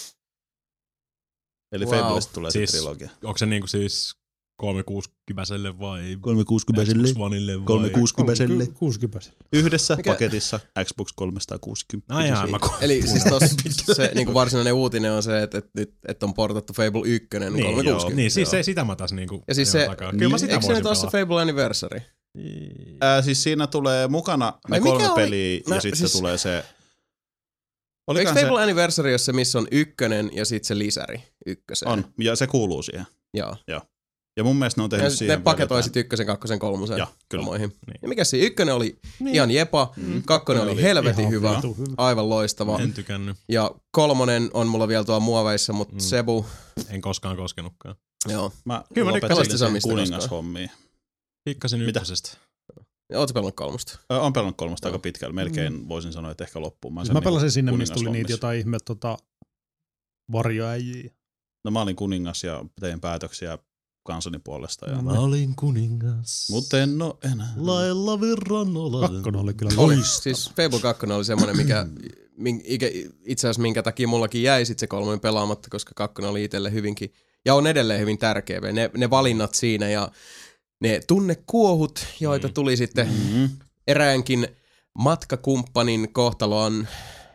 Eli Wow. Fablesta tulee siis, se trilogia. Onko se niinku siis kolmesataakuusikymmentälle vai kolmesataakuusikymmentälle. Xbox Oneille vai? kolmesataakuusikymmentälle. kuusikymmentä. Yhdessä Mikä? paketissa Xbox kolmesataakuusikymmentä. Ai jaa, mä ko- Eli siis tossa se niinku varsinainen uutinen on se, että et nyt et on portattu Fable yksi Niin, kolmesataakuusikymmentä. niin, siis se, sitä mä taas niinku... Ja siis se, takaa. Kyllä mä sitä eikö se voisin nyt ole se pelaa. Fable Anniversary? Ää, siis siinä tulee mukana ne Ai mikä kolme oli? peliä ja Mä- sitten siis- tulee se... Eikö Olikohan se... Fable Anniversary ole se, missä on ykkönen ja sitten se lisäri ykköseen? On, ja se kuuluu siihen. Joo. Ja mun mielestä ne on tehnyt Ja siihen ne paketoi vielä sit ykkösen, kakkosen, kolmosen Joo, kyllä. samoihin. Niin. Ja mikä siinä? Ykkönen oli niin. ihan jepa, mm. kakkonen oli helvetin Ihan hyvä, vitu hyvä. aivan loistava. En tykännyt. Ja kolmonen on mulla vielä tuolla muoveissa, mutta Mm. mm. Sebu, En koskaan koskenutkaan. joo. Mä Kyllä mä lopetin pelasin sen samista kuningashommiin. Pikkasen Mitä? ykkösestä. Ja ootko pelannut kolmosta? Ö, Olen pelannut kolmosta Joo. aika pitkälle. Melkein mm. voisin sanoa, että ehkä loppuun. Mä, Siis sen mä pelasin niinku sinne, mistä tuli niitä kuningashommissa. jotain ihme tota, varjoäjiä. No mä olin kuningas ja tein päätöksiä kansani puolesta. Ja... No, olin kuningas. Mutta en oo enää. Lailla virran olen. Kakkonen oli kyllä Oli. loistava. Siis Fable kaksi oli semmoinen, mikä min, ikä, itse asiassa minkä takia mullakin jäi sit se kolmonen pelaamatta, koska kakkonen oli itselle hyvinkin, ja on edelleen hyvin tärkeä. Ne, ne valinnat siinä ja ne tunnekuohut, joita Mm. tuli sitten Mm-hmm. eräänkin matkakumppanin kohtaloon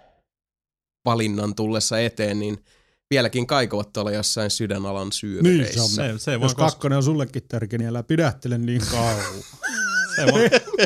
valinnan tullessa eteen, niin vieläkin kaikovat tuolla jossain sydänalan Niin, syövereissä. se on. Se, se Jos vaan kos- kakkonen on sullekin tärkeä, niin älä pidättele niin kauan. se vaan,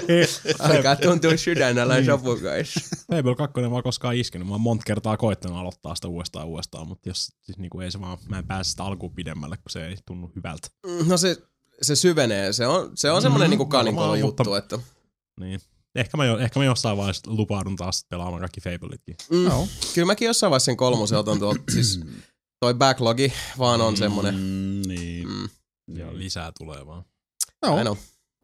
Alkaa tuntua sydänalan Niin. sopukais. Fable kaksi vaan koskaan iskenyt. Mä oon monta kertaa koittanut aloittaa sitä uudestaan uudestaan, mutta jos siis niinku ei se vaan, mä en pääse sitä alkuun pidemmälle, kun se ei tunnu hyvältä. No se, se syvenee. Se on, se on semmoinen Mm, niinku kaninkolo varmaan, juttu, mutta- että Niin. Ehkä mä, jo, ehkä mä jossain vaiheessa lupaudun taas pelaamaan kaikki Fabletkin. mm, Joo. kyllä mäkin jossain vaiheessa sen kolmosen otan tuolta, siis toi backlogi vaan on semmonen. Mm, niin. Mm, Ja lisää tulee vaan. Joo. I know.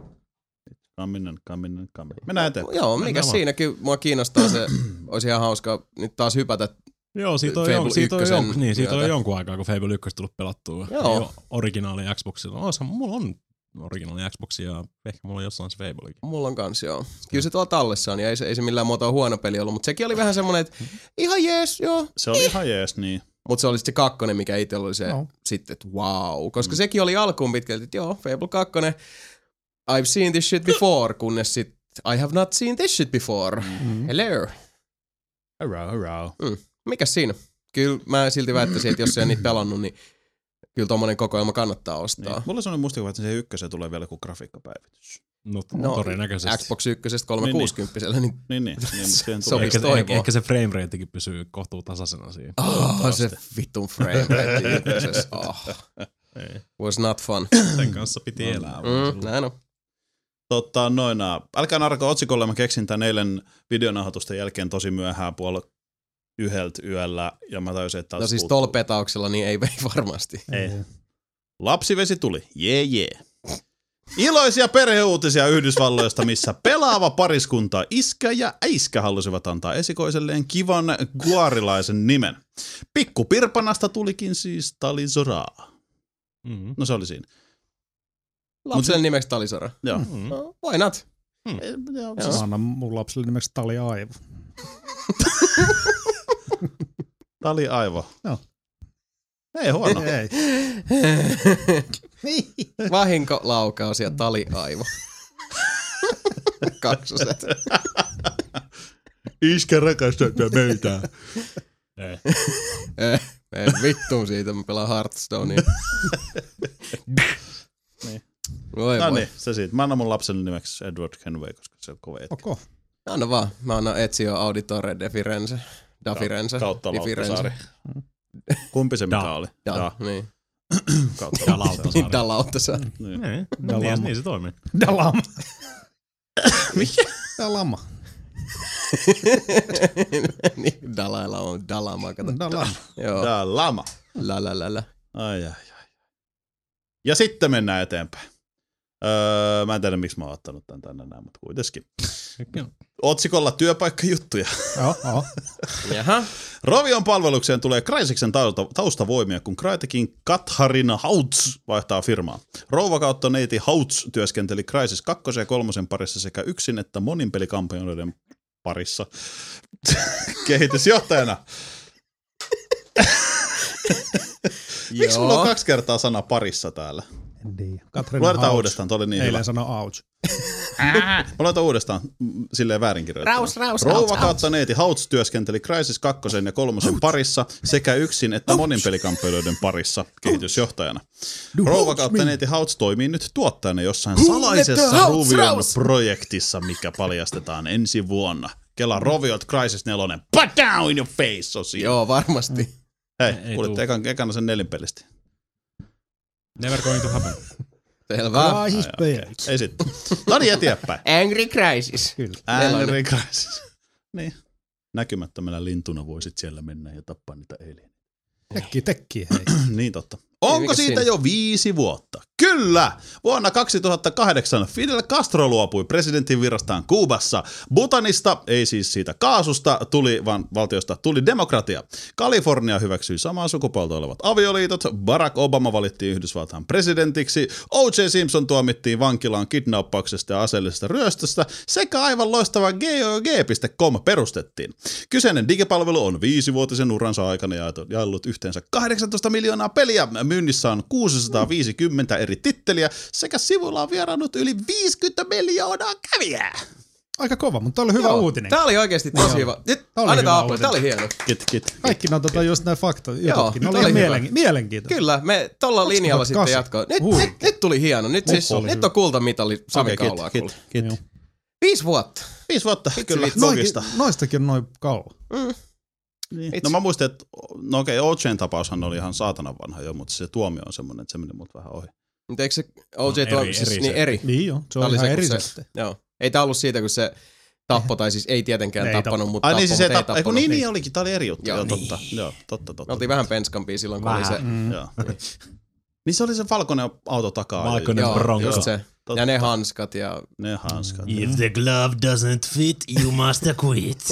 Kaminen, kaminen, kaminen. Mennään eteenpäin. Joo, mikä Mennään vaan. siinä kyllä mua kiinnostaa se, olisi ihan hauska nyt taas hypätä. Joo, siitä on, Fable jon, siitä on, ykkösen jonkun, niin, siitä on myötä. jonkun aikaa, kun Fable yksi tullut pelattua. Joo. Ei oo originaali Xboxilla. Osa, mulla on originaali Xbox ja ehkä mulla on jossain se Fablekin. Mulla on kans, joo. Kyllä se tuolla tallessa on ja ei se, ei se millään muotoa huono peli ollut, mutta sekin oli vähän semmonen, että ihan jees, joo. Se oli ihan jees, niin. Mutta se oli sit se kakkonen, mikä itse oli se Joo. sitten, että wow. Koska mm. sekin oli alkuun pitkälti, että joo, Fable kaksi, I've seen this shit before, kunnes sit I have not seen this shit before. Mm. Hello. Hurrah, hurrah. Mikäs siinä? Kyllä mä silti väittäisin, että jos se on niitä pelannut, niin kyllä tommonen kokoelma kannattaa ostaa. Niin. Mulla on sellainen muistikuva, että se ykköseen tulee vielä kuin grafiikkapäivitys. No, No, todennäköisesti. Xbox ykkösestä kolmesataakuusikymmentä, niin, Niin, niin. niin mutta siihen Sopii. tulee. Ehkä, toivoa. ehkä, ehkä se frame ratekin pysyy kohtuu tasaisena siinä. oh, se vittun frame rate ykkösessä. Oh, Ei. was not fun. Sen kanssa piti elää. Mm, näin on. Totta, noina. Älkää narko otsikolle, mä keksin tän eilen videonauhoitusten jälkeen tosi myöhään puolella yhdeltä yöllä, ja mä tajusin, että No siis puuttuu. tol petauksella niin ei, ei varmasti. Ei. Lapsivesi tuli, jee jee. Iloisia perheuutisia Yhdysvalloista, missä pelaava pariskunta iskä ja äiskä halusivat antaa esikoiselleen kivan guarilaisen nimen. Pikku Pirpanasta tulikin siis Talisoraa. Mm-hmm. No se oli siinä. Lapsen nimeksi Talisora. Joo. Mm-hmm. No, why not? Eh, joo, Joo. Mä annan mun lapselle nimeksi Tali Aivo. Tali aivo. Joo. Ei huono. Ei. Vahinkolaukaus ja taliaivo. Kaksoset. Iskä rakastaa meitä. Ei. Eh, ei vittuun siitä, mä pelaan Hearthstonea. Niin. Voi No voi. niin, se siitä. Mä annan mun lapsen nimeksi Edward Kenway, koska se on kova etkä. Okay. Anna vaan. Mä annan Ezio Auditore de Firenze. Da Firenze. Kautta Di Firenze. Lauttasaari. Kumpi se mikä Da. oli? Da, Da. niin. Kautta Ja Lauttasaari. Da Lauttasaari. Niin. Niin, Dalama. niin, niin se toimii. Dalama. Mikä? Dalama. niin, Dalailla on Dalama, kato. Dalama. Joo. Da lama. La la la la. Ai, ai, ai. Ja sitten mennään eteenpäin. Öö, mä en tiedä, miksi mä oon ottanut tän tänne näin, mutta kuitenkin. Otsikolla työpaikkajuttuja. Joo, joo. Jaha. Rovion palvelukseen tulee Crysiksen tausta, taustavoimia, kun Crytekin Katharina Hauts vaihtaa firmaa. Rouva kautta neiti Hauts työskenteli Crysis kakkosen ja kolmosen parissa sekä yksin että monin pelikampanjoiden parissa kehitysjohtajana. Miksi mulla on kaksi kertaa sana parissa täällä? Katrin Luetaan uudestaan, toi oli niin hyvä. Eilen sano ouch. Mä laitan uudestaan mm, silleen väärinkirjoittuna. Raus, raus, Rouva raus, kautta neiti Hauts työskenteli Crysis kakkosen ja kolmosen parissa sekä yksin että monin pelikamppailuiden parissa kehitysjohtajana. Rouva kautta neiti Hauts toimii nyt tuottajana jossain salaisessa Ruvion projektissa, mikä paljastetaan ensi vuonna. Kela Roviot Crysis nelonen. Put down in your face, osio. Joo, varmasti. Hei, Ei kuulitte ekan, ekana sen nelinpelistä. Never going to happen. Selvä. Crysis Ai, okei. Page. Ei sitten. No niin, eteenpäin. Angry Crisis. Kyllä. Angry Crysis. Niin. Näkymättömällä lintuna voisit siellä mennä ja tappaa niitä alienia. Tekki, tekki, hei. Niin totta. Onko mikä siitä siinä? jo viisi vuotta? Kyllä! Vuonna kaksituhattakahdeksan Fidel Castro luopui presidentin virastaan Kuubassa. Bhutanista, ei siis siitä kaasusta, tuli, vaan valtiosta tuli demokratia. Kalifornia hyväksyi samaa sukupuolta olevat avioliitot. Barack Obama valittiin Yhdysvaltain presidentiksi. O J. Simpson tuomittiin vankilaan kidnappauksesta ja aseellisesta ryöstöstä. Sekä aivan loistava G O G piste com perustettiin. Kyseinen digipalvelu on viisivuotisen uransa aikana jaellut yhteensä kahdeksantoista miljoonaa peliä. Myynnissä on kuusisataaviisikymmentä eri titteliä sekä sivuilla on vieraannut yli viisikymmentä miljoonaa kävijää. Aika kova, mutta oli hyvä Joo, uutinen. Tää oli oikeesti tosi hyvä. Nyt Tää oli annetaan hyvä apua, tää oli hieno. Kit, kit. Kaikki ne on tota just näin fakta jututkin. Ne tää oli oli ihan hyvä. mielenki- mielenkiintoista. Kyllä, me tolla linjalla sitten kaksituhattakahdeksan. jatkoa. Nyt, Hui. nyt, nyt tuli hieno. Nyt, siis, oli nyt hyvä. on kultamitali Sami Okei, kaulaa kit, kuule. kit, Joo. kit. Viisi vuotta. Viisi vuotta, kyllä, vitsi. logista. Noikin, noistakin on noin kauan. Mm. Niin. Itse. No mä muistin, että no okei, O J:n tapaushan oli ihan saatanan vanha jo, mutta se tuomio on semmoinen, että se meni mut vähän ohi. Mutta eikö se O J No, tuo, eri- siis eri niin se. eri? Niin joo, se Tää on oli ihan se, eri kun se- sitten. Joo. Ei tää ollut siitä, kun se tappoi, tai siis ei tietenkään Ei tappanut, tappanut. mutta Ai tappoi, niin, siis se mutta ei tappa, tappanut. niin, niin olikin, tää oli eri juttu. Joo, Joo, niin. totta. Joo, totta, totta. Me oltiin vähän penskampia silloin, kun oli se. Mm. Joo. Niin se oli se valkoinen auto takaa. Valkoinen Joo, Bronco. just se. Totta. Ja ne hanskat ja... Ne hanskat. If the glove doesn't fit, you must quit.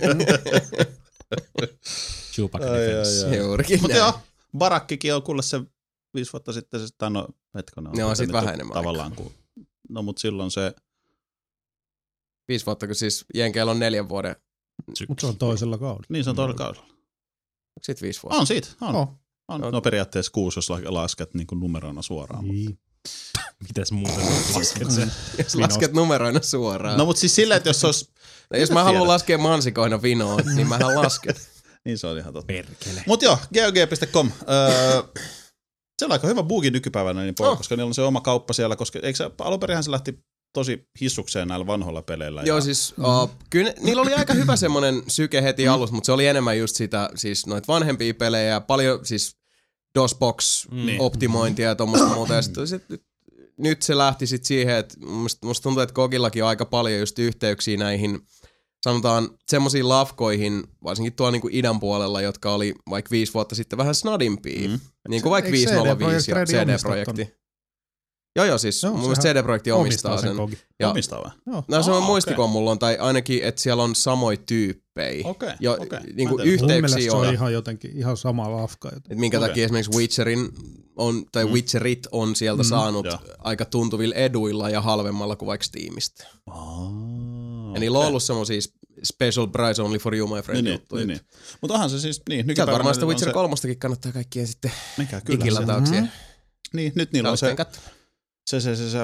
Chewbacca Ai, ai, defense. ai. Juurikin Mutta näin. joo, Barakkikin on kuule se viisi vuotta sitten, se, tai no hetkonen. Joo, on sit nyt vähän jo enemmän tavallaan kuin, no mut silloin se, Viisi vuotta, kun siis Jenkeillä on neljän vuoden. Mutta se on toisella kaudella. niin se on toisella kaudella. Onko sit viisi vuotta? On siitä, on. Oh. on. No. No periaatteessa kuusi, jos la- lasket niin kuin numeroina suoraan. Niin. Mites muuten lasket sen? Jos lasket numeroina suoraan. No mut siis silleen, että jos se olisi, No, jos mä haluan laskea mansikoina vinoon, niin mähän lasken. niin se on ihan totta. Perkele. Mut joo, G O G piste com. Öö, se on aika hyvä bugi nykypäivänä, niin pojat, Oh. koska niillä on se oma kauppa siellä, koska eikö se, alunperinhän se lähti tosi hissukseen näillä vanhoilla peleillä. Joo, ja, siis uh, kyllä ne- niillä oli aika hyvä semmonen syke heti Mm. alussa, mutta se oli enemmän just sitä, siis noita vanhempia pelejä ja paljon siis DOSBox-optimointia ja tommoista muuta. Ja sit, sit, nyt se lähti sit siihen, että musta, musta tuntuu, että Kogillakin on aika paljon just yhteyksiä näihin, sanotaan semmoisiin lafkoihin, varsinkin tuolla niinku idän puolella, jotka oli vaikka viisi vuotta sitten vähän snadimpia. Mm. Niin kuin vaikka Eikö viisi nolla viisi C D Projekt ja Red C omistaa D-projekti. Joo, joo, siis Joo, mun mielestä sehän C D-projekti omistaa sen. Kogi. Ja- Omistaa vai? Joo. No se on Aa, muistiko okei. mulla on, tai ainakin, että siellä on samoja tyyppejä. Okei, Jo, okei. niin kuin Mä en tiedä. Mun yhteyksiä mielestä se on. on ihan jotenkin, ihan sama lafka. Joten. Et minkä Okei. takia esimerkiksi Witcherin on, tai Mm. Witcherit on sieltä Mm. saanut Joo. aika tuntuvilla eduilla ja halvemmalla kuin vaikka Steamista. Aa, Ja niillä on ollut semmosia special price only for you, my friend Niin, niin, juttuja. niin, niin. Mutta onhan se siis, niin, Sieltä nykypäivänä varmaan sitä on Witcher se, kolmostakin kannattaa kaikkien sitten mikä kyllä se, digilatauksia. Mm. niin, nyt niillä on se, Katsoin. se, se, se, se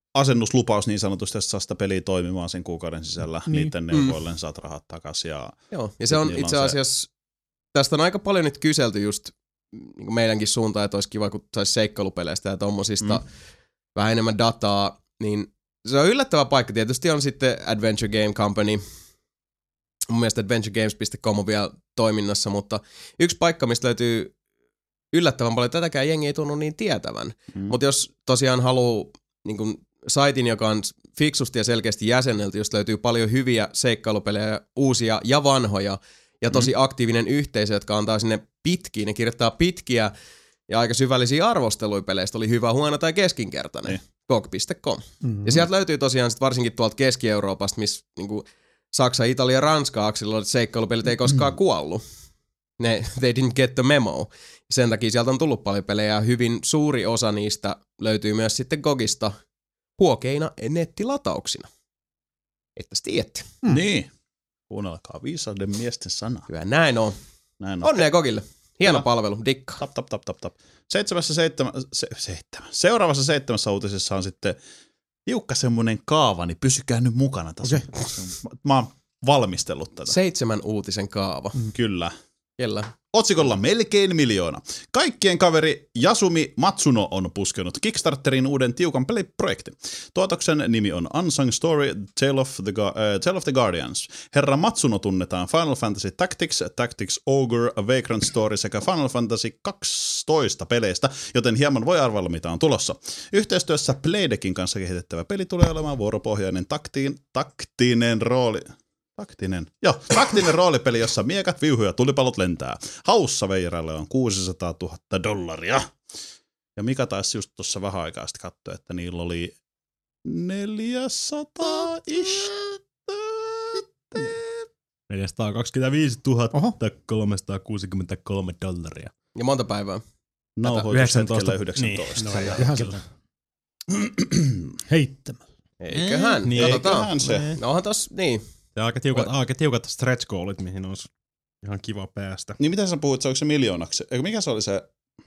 asennuslupaus niin sanotusti, että saa sitä peliä toimimaan sen kuukauden sisällä. Niin. Niiden neuvoilleen saat rahat takaisin. Ja Joo, ja se on itse asiassa, se... tästä on aika paljon nyt kyselty just niin meidänkin suuntaan, että olisi kiva, kun saisi seikkailupeleistä ja tommosista mm. vähän enemmän dataa, niin se on yllättävä paikka. Tietysti on sitten Adventure Game Company. Mun mielestä adventuregames piste com on vielä toiminnassa, mutta yksi paikka, mistä löytyy yllättävän paljon, tätäkään jengi ei tunnu niin tietävän. Mm. Mutta jos tosiaan haluaa niin kun saitin, joka on fiksusti ja selkeästi jäsennelty, josta löytyy paljon hyviä seikkailupelejä, uusia ja vanhoja, ja tosi mm. aktiivinen yhteisö, jotka antaa sinne pitkiä, ne kirjoittaa pitkiä ja aika syvällisiä arvosteluja peleistä, oli hyvä, huono tai keskinkertainen, niin. G O G piste com. Mm-hmm. Ja sieltä löytyy tosiaan sit varsinkin tuolta Keski-Euroopasta, missä niinku Saksa, Italia ja Ranska aksilla seikkailupelit ei koskaan kuollut. Ne, they didn't get the memo. Sen takia sieltä on tullut paljon pelejä ja hyvin suuri osa niistä löytyy myös sitten G O Gista huokeina nettilatauksina. Että tiedätte. Mm. Niin. Kuunnelkaa viisauden miesten sanaa. Kyllä näin on. Näin on. Onnea G O Gille. Hieno Kyllä. palvelu. Dikka. Tap, tap, tap, tap, tap. Seitsemässä seitsemä, se, seitsemän. Seuraavassa seitsemässä uutisessa on sitten tiukka semmoinen kaava, niin pysykää nyt mukana tässä. Okay. Mä oon valmistellut tätä. Seitsemän uutisen kaava. Mm. Kyllä. Kyllä. Otsikolla melkein miljoona. Kaikkien kaveri Yasumi Matsuno on puskenut Kickstarterin uuden tiukan peliprojektin. Tuotoksen nimi on Unsung Story, Tale of the, uh, Tale of the Guardians. Herra Matsuno tunnetaan Final Fantasy Tactics, Tactics Ogre, A Vagrant Story sekä Final Fantasy kaksitoista peleistä, joten hieman voi arvalla mitä on tulossa. Yhteistyössä Playdeckin kanssa kehitettävä peli tulee olemaan vuoropohjainen taktiin, taktinen rooli... Taktinen. Joo, taktinen roolipeli, jossa miekat, viuhu ja tulipalot lentää. Haussa veiralle on kuusisataatuhatta dollaria. Ja Mika taisi just tuossa vähän aikaa sitten katsoa, että niillä oli neljäsataa ish. neljäsataakaksikymmentäviisituhatta kolmesataakuusikymmentäkolme dollaria. Ja monta päivää? Nauhoitushetkellä yhdeksäntoista. Niin, no, ihan heittämällä. Eiköhän, niin, katsotaan. Eiköhän se. No onhan tossa, niin. Ja aika tiukat, aika tiukat stretch goalit, mihin olisi ihan kiva päästä. Niin mitä sä puhuit, se onko se miljoonaksi? Eikö mikä se oli se?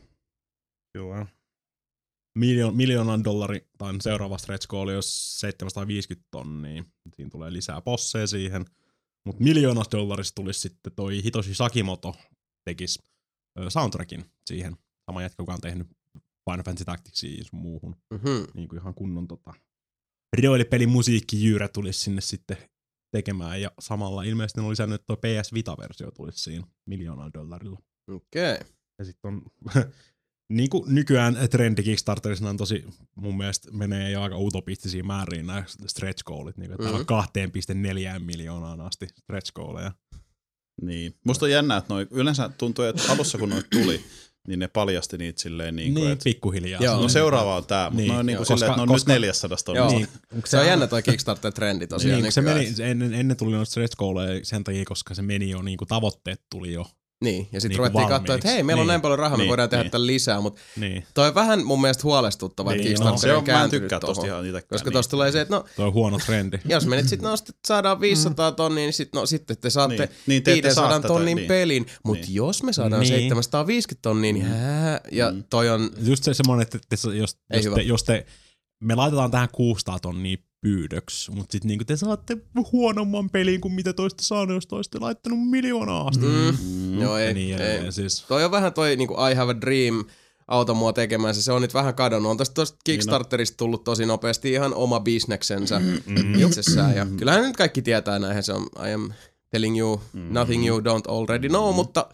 Joo. Miljoon, miljoonan dollari, tai seuraava stretch goal olisi seitsemänsataaviisikymmentä tonnia. Siinä tulee lisää bosseja siihen. Mutta miljoonasta dollarista tulisi sitten toi Hitoshi Sakimoto tekisi soundtrackin siihen. Sama jätkä, joka on tehnyt Final Fantasy Tacticsia ja sun muuhun. Mm-hmm. Niin kuin ihan kunnon tota, roolipelin musiikkijyyrä tulisi sinne sitten tekemään, ja samalla ilmeisesti ne on lisännyt, että tuo P S Vita-versio tulisi siinä miljoonalla dollarilla. Okei. Okay. Ja sitten on, niin kuin nykyään trendi Kickstarterissa on tosi, mun mielestä menee jo aika utopistisiin määriin nämä stretch goalit, niin kuin mm-hmm. täällä on kaksi pilkku neljä miljoonaan asti stretch goaleja. Niin. Musta on jännä, että noi, yleensä tuntuu, että alussa kun noit tuli, niin ne paljasti niitä silleen niin kuin, niin, että pikkuhiljaa. No seuraava on tää, mutta niin, noin niin kuin silleen, että ne on koska, nyt neljäsataa tonnista. Niin, se on jännä toi Kickstarter-trendi tosiaan. Niin, se meni, ennen, ennen tuli noita stretch goaleja sen takia, koska se meni jo, niin kuin tavoitteet tuli jo. Niin, ja sitten niin ruvettiin katsoa, että hei, meillä on niin, näin paljon rahaa, niin, me voidaan tehdä niin. tämän lisää, mutta niin. toi on vähän mun mielestä huolestuttava, niin, että Kickstarter no, on kääntynyt tohon. Koska niin. tosta tulee se, että no... Toi on huono trendi. Jos me nyt sit no, sit saadaan viisisataa tonnia, niin sit, no, sitten te saatte niin. Niin, te viisisataa tonnin niin. pelin, mutta niin. jos me saadaan niin. seitsemänsataaviisikymmentä tonnia, niin hää, ja mm. toi on... Just se semmoinen, että te, jos, jos, te, jos te... Me laitetaan tähän kuusisataa tonnia pyydöksi, mutta sitten niinku te saatte huonomman pelin kuin mitä toista saanut, jos toista laittanut miljoonaa asti. Mm. Mm. Joo, ei, niin, ei. ei. Siis. Toi on vähän toi niinku I have a dream, auta mua tekemään se, se on nyt vähän kadonnut. On tästä tosta Kickstarterista tullut tosi nopeasti ihan oma bisneksensä mm. itsessään. Ja kyllähän nyt kaikki tietää näinhän se on, I am telling you nothing you don't already know, mm. mutta...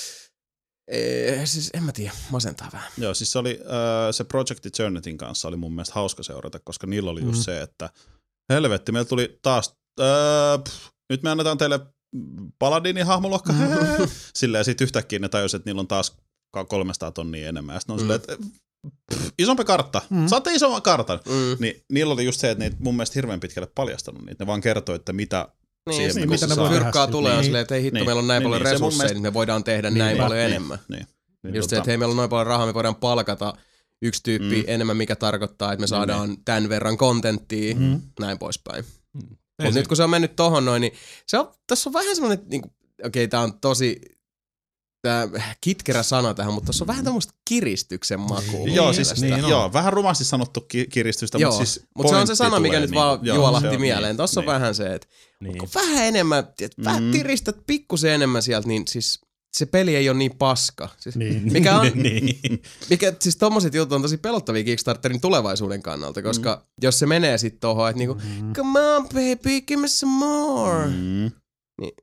Ee, siis en mä tiedä, masentaa vähän. Joo, siis se oli äh, se Project Eternitin kanssa oli mun mielestä hauska seurata, koska niillä oli just mm. se, että helvetti, meillä tuli taas, äh, pff, nyt me annetaan teille Paladinin hahmoluokka, mm. silleen sit yhtäkkiä ne tajusivat, että niillä on taas kolmesataa tonnia enemmän, ja sitten on mm. silleen, että pff, isompi kartta, mm. saatte isomman kartan, mm. niin niillä oli just se, että ne mun mielestä hirveän pitkälle paljastanut niitä, ne vaan kertoi, että mitä niin, siihen, mitä ne voi fyrkkaa tulee, on silleen, että hei hitto, niin, meillä on näin niin, paljon niin, resursseja, mielestä... niin me voidaan tehdä niin, näin niin, paljon niin, enemmän. Niin, niin, just tota... se, että hei, meillä on noin paljon rahaa, me voidaan palkata yksi tyyppi mm. enemmän, mikä tarkoittaa, että me saadaan niin, tämän verran kontenttia, mm. näin poispäin. Mm. Mutta nyt kun se on mennyt tohon noin, niin se on, tässä on vähän semmoinen, niin okei, okay, tää on tosi tää kitkerä sana tähän, mutta tuossa on vähän tämmöistä kiristyksen makua. Joo, siis, niin niin, on. joo, vähän rumasti sanottu ki- kiristystä, Joo, mutta siis mutta se on se sana, mikä tulee nyt niin, vaan joo, juolahti se on mieleen. niin, Tuossa on niin. vähän se, että Niin. kun vähän enemmän, et vähän Mm. tiristät pikkusen enemmän sieltä, niin siis se peli ei ole niin paska. Siis, Niin. mikä on, niin. mikä, siis tommoset jutut on tosi pelottavia Kickstarterin tulevaisuuden kannalta, koska mm. jos se menee sit tohon, että niinku, Mm. come on baby, give me some more. Mm. Mm. Niin.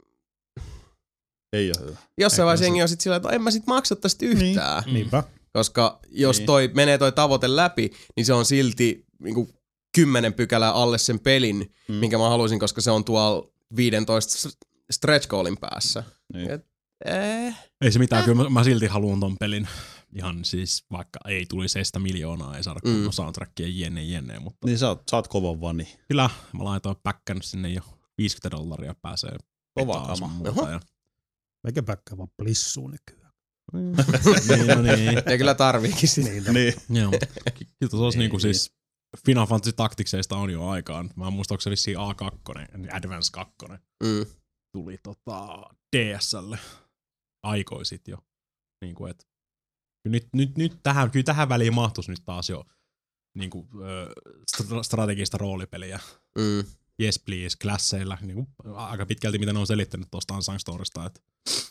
Ei ole hyvä. Jossain Eikä vaiheessa se- jengi on sit sillä, että en mä sit maksa tästä yhtään. Mm. Niinpä. Koska jos Niin. toi menee toi tavoite läpi, niin se on silti niinku kymmenen pykälää alle sen pelin, Mm. minkä mä haluaisin, koska se on tuolla viisitoista stretch goalin päässä. Niin. Et, eh. Ei se mitään, kyllä mä, mä silti haluan ton pelin. Ihan siis, vaikka ei tulisi sitä miljoonaa, ei saada kunnon Mm. soundtrackia jenne jenne, mutta Niin sä oot, sä oot kovan vani. kyllä mä laitoin päkkän sinne jo viisikymmentä dollaria pääsee. Kova petaan sun kama. muuta Oho. ja- Meikä päkkää vaan plissuun nykyään. niin, no niin. Ja kyllä tarviikin sitä. Niin, Niin. Joo, kyllä se olisi Ei. niinku siis Final Fantasy Tacticseista on jo aikaan. Mä en muista, onko se vissiin A kaksi, Advance kaksi Mm. tuli tota D S:lle aikoisit jo. Niinku et, nyt, nyt, nyt tähän, kyllä tähän väliin mahtuisi nyt taas jo niinku, ö, stra- strategista roolipeliä. Mm. Yes please, klasseilla. Niinku, aika pitkälti mitä ne on selittänyt tuosta Unsung Storista. Et,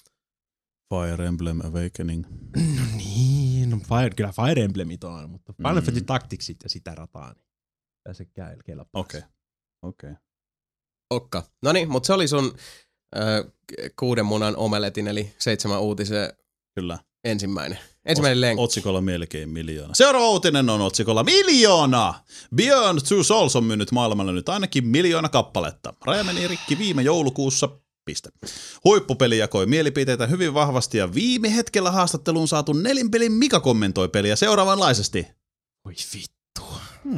Fire Emblem Awakening. no niin, no Fire, kyllä Fire Emblemit on, mutta Final Mm. Fantasy Tacticsit ja sitä rataa, niin tässä käy kelpaa. Okei. Okei. Okka. No niin, mutta se oli sun ö, kuuden munan omeletin, eli seitsemän uutisen Kyllä. ensimmäinen. Ensimmäinen lenkki. Otsikolla melkein miljoona. Seuraava uutinen on otsikolla miljoona! Beyond Two Souls on myynyt maailmalle nyt ainakin miljoona kappaletta. Raja meni rikki viime joulukuussa. Piste. Huippupeli jakoi mielipiteitä hyvin vahvasti ja viime hetkellä haastatteluun saatu Nelinpelin Mika kommentoi peliä seuraavanlaisesti. Oi vittu.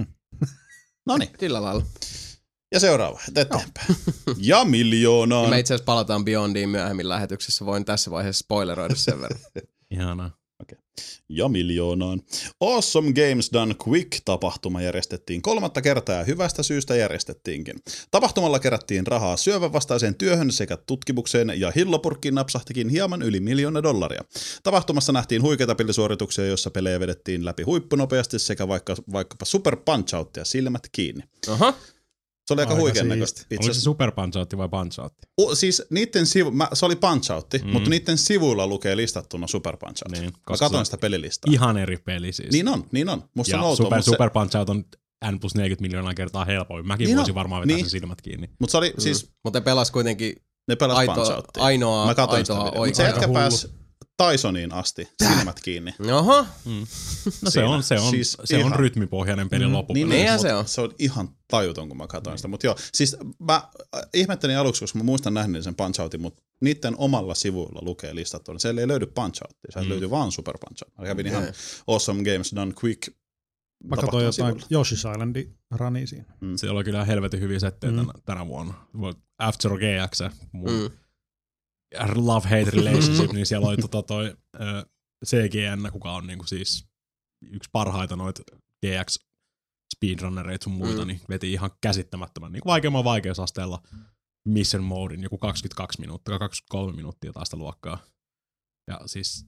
Noniin. Sillä lailla. Ja seuraava. Eteenpäin. Ja miljoonaan. Me itse asiassa palataan Beyondiin myöhemmin lähetyksessä. Voin tässä vaiheessa spoileroida sen verran. Ihanaa. Ja miljoonaan. Awesome Games Done Quick-tapahtuma järjestettiin kolmatta kertaa ja hyvästä syystä järjestettiinkin. Tapahtumalla kerättiin rahaa syövän vastaiseen työhön sekä tutkimukseen ja hillopurkkiin napsahtikin hieman yli miljoona dollaria. Tapahtumassa nähtiin huikeita pelisuorituksia, joissa pelejä vedettiin läpi huippunopeasti sekä vaikka, vaikkapa Super Punch-Out ja silmät kiinni. Aha. Se oli aika, Aika huikean siisti. näköistä. Itse Oliko se asiassa- Super Punch-Outti vai Punch-Outti? O, siis niiden sivu, mä, se oli Punch-Outti, Mm. mm. mutta niiden sivuilla lukee listattuna Super Punch-Out. Niin, Mä koska katsoin se- sitä pelilistaa. Ihan eri peli siis. Niin on, niin on. Musta ja on outoa, Super, mutta se, Super Punch-Out on N plus neljäkymmentä miljoonaa kertaa helpommin. Mäkin Niin voisin on. varmaan vetää Niin. sen silmät kiinni. mut se oli siis, Mm. Mutta pelas kuitenkin ne pelas aito, Punch-Outia. ainoa, Mä katsoin sitä aitoa videota. Mut se oikeaa. jätkä Hullu. pääsi Tysoniin asti, silmät kiinni. Oho. No se Siinä. on, se on, Siis se on ihan- rytmipohjainen peli mm, loppupeli. niin. Niinhän mut se on. Se on ihan tajuton, kun mä katsoin sitä. Mutta joo, siis mä äh, ihmettelin aluksi, koska mä muistan nähneeni sen Punch-Outin, mutta niiden omalla sivuilla lukee listattuna. Siellä ei löydy Punch-Outia, sieltä Mm. löytyy vaan Super Punch-Out. Mä kävin ihan Okei. Awesome Games Done Quick. Mä katsoin jotain Yoshi's Islandin rani siinä. Siellä oli kyllä helvetin hyviä settejä Mm. tänä, tänä vuonna. After G X, mun Mm. love-hate relationship, niin siellä oli tota toi ö, C G N, kuka on niinku siis yksi parhaita noita G X speedrunnereita sun muita, Mm. niin veti ihan käsittämättömän niin vaikeamman vaikeusasteella mission modin, joku kaksikymmentäkaksi minuuttia, kaksikymmentäkolme minuuttia taas sitä luokkaa. Ja siis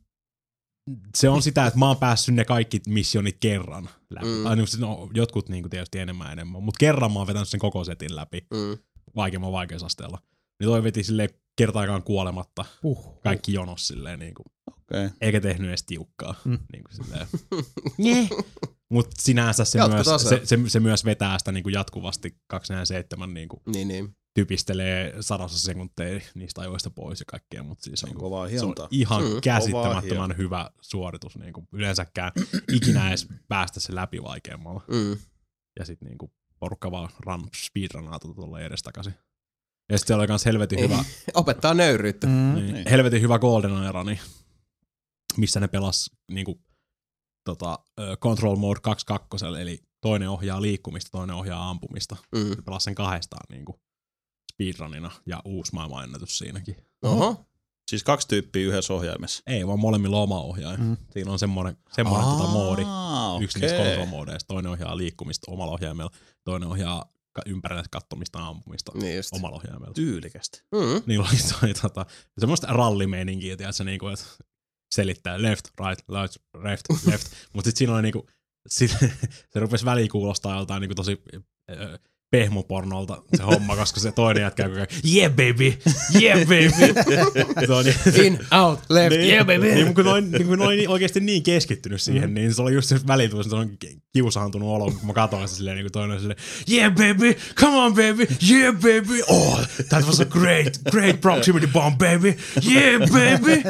se on sitä, että mä oon päässyt ne kaikki missionit kerran läpi. Mm. Tai niin, no, jotkut niin tietysti enemmän enemmän, mutta kerran mä oon vetänyt sen koko setin läpi Mm. vaikeamman vaikeusasteella. Niin toi veti silleen kertaakaan kuolematta Uh, kaikki jonos silleen niinku, Okay. eikä tehnyt edes tiukkaa. Mm. Niinku silleen. Nye. Mut sinänsä se Jatko myös, tasa. se, se, se, myös vetää sitä niinku jatkuvasti kaksisataaneljäkymmentäseitsemän niinku Niin, niin. typistelee sadassa sekunteja niistä ajoista pois ja kaikkea, mutta siis Se on niinku, kovaa se on hiontaa. ihan Mm. mm. Kovaa käsittämättömän hiontaa. hyvä suoritus. Niinku, yleensäkään ikinä edes päästä se läpi vaikeammalla. Mm. Ja sit niinku porukka vaan run, speedrunaa tuolla edestakaisin. Ja sit siellä oli kans helvetin Ei. hyvä, Opettaa nöyryyttä. mm. niin, Niin. helvetin hyvä Golden Era, niin, missä ne pelas niinku, tota, ö, Control Mode kaksi kaksi, eli toinen ohjaa liikkumista, toinen ohjaa ampumista. Mm. Ne pelas sen kahdestaan niinku, speedrunina ja uusi maailmanennätys siinäkin. Oho. Siis kaksi tyyppiä yhdessä ohjaimessa. Ei, vaan molemmilla on oma ohjaaja. Mm. Siinä on semmoinen, semmoinen tota, moodi. Aa, Yksi niistä control-moodeista. Toinen ohjaa liikkumista omalla ohjaimella. Toinen ohjaa ka- ympärille kattomista ja ampumista Niin just. omalla ohjaimella. Tyylikästi. Mm. Niillä oli toi, tota, semmoista rallimeininkiä, tiedätkö, niinku, että selittää left, right, left, left, left. Mutta sitten siinä oli niinku, sit, se rupesi väliin kuulostaa joltain niinku tosi äh, pehmopornolta se homma, koska se toinen jätkä koko ajan, yeah baby, yeah baby. In, out, left, niin, yeah baby. Niin, kun noin, niin, kun noin oikeasti niin keskittynyt siihen, mm. niin se oli just se väliin se on kiusaantunut olo, kun mä katsoin sitä silleen, niin kuin toinen silleen, yeah baby, come on baby, yeah baby, oh, that was a great, great proximity bomb baby, yeah baby.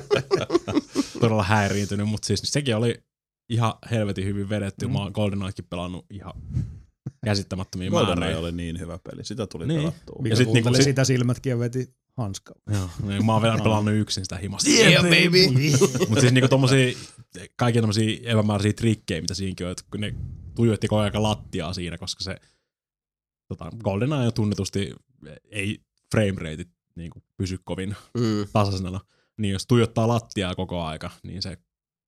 Todella häiriintynyt, mutta siis sekin oli ihan helvetin hyvin vedetty. Mm. Mä oon GoldenEyekin pelannut ihan käsittämättömiä määriä. GoldenEye oli niin hyvä peli, sitä tuli niin. pelattua. Ja sitten niinku sitä silmätkin ja veti hanskaa. Joo, niin, mä oon vielä pelannut yksin sitä himasta. Yeah baby! Mutta siis niinku tommosia, kaikkia tommosia epämääräisiä trikkejä, mitä siinäkin on, että kun ne tuijotti koko ajan lattiaa siinä, koska se tota, GoldenEye on tunnetusti, ei frame rateit niinku pysy kovin mm. tasaisena. Niin jos tuijottaa lattiaa koko aika, niin se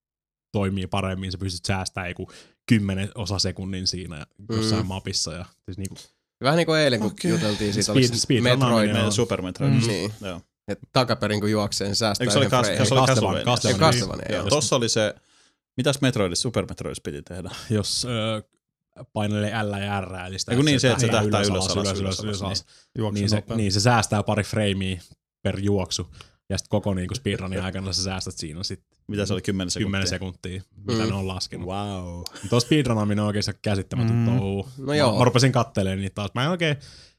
toimii paremmin, sä pystyt säästämään joku kymmenen osa sekunnin siinä jossain mm. mapissa. Ja, siis niinku, vähän niin kuin eilen, kun okay. juteltiin siitä, oliko speed Metroid. No. Super Metroid. Mm. Niin. Joo. Että takaperin kun juoksee, niin säästää yhden frame. Eikö se oli Castlevania? Castlevania, joo. Tossa oli se, mitäs Metroidissa, Super Metroidissa piti tehdä? Jos äh, painelee L ja R, eli sitä, Eiku niin se, että se tähtää ylös, ylös, alas, ylös, ylös, ylös, alas. Niin. Niin, se, niin se säästää pari freimiä per juoksu. Ja sitten koko niinku speedrunin aikana sä säästät siinä sit mitä se oli, kymmenen sekuntia? kymmenen sekuntia, mitä mm. ne on laskenut. Wow. Tuo speedrunaaminen on oikein käsittämätön mm. touhu. No joo. Mä, mä rupesin kattelemaan niitä taas. Mä en oikein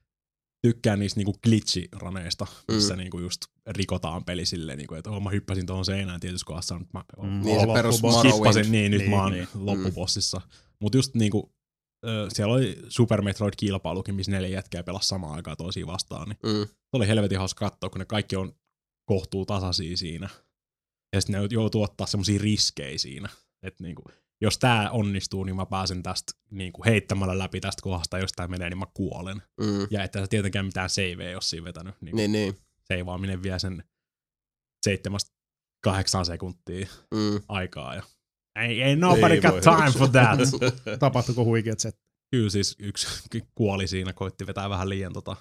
tykkään niistä niinku glitchi-raneista, missä mm. niinku just rikotaan peli silleen, niinku, että oh, mä hyppäsin tuohon seinään tietysti kohdassa. Nyt mä mm. niin se perus Morrowind. Niin, nyt niin, mä oon niin. loppubossissa. Mut just niinku, äh, siellä oli Super Metroid-kilpailukin, missä neljä jätkää pelasi samaan aikaan toisiin vastaan. Niin mm. se oli helvetin hauska katsoa, kun ne kaikki on kohtuu tasaisia siinä. Ja sitten ne joutuu ottaa semmosia riskejä siinä. Että niinku, jos tää onnistuu, niin mä pääsen tästä niinku heittämällä läpi tästä kohdasta. Jos tää menee, niin mä kuolen. Mm. Ja että tietenkään mitään saveja ei ole siinä vetänyt. Niinku, niin, niin. Seivaaminen vie sen seitsemästä kahdeksaan sekuntia mm. aikaa. Ja ei, ei nobody got time for that. Tapahtuiko huikeat set? Kyllä siis yksi kuoli siinä, koitti vetää vähän liian tota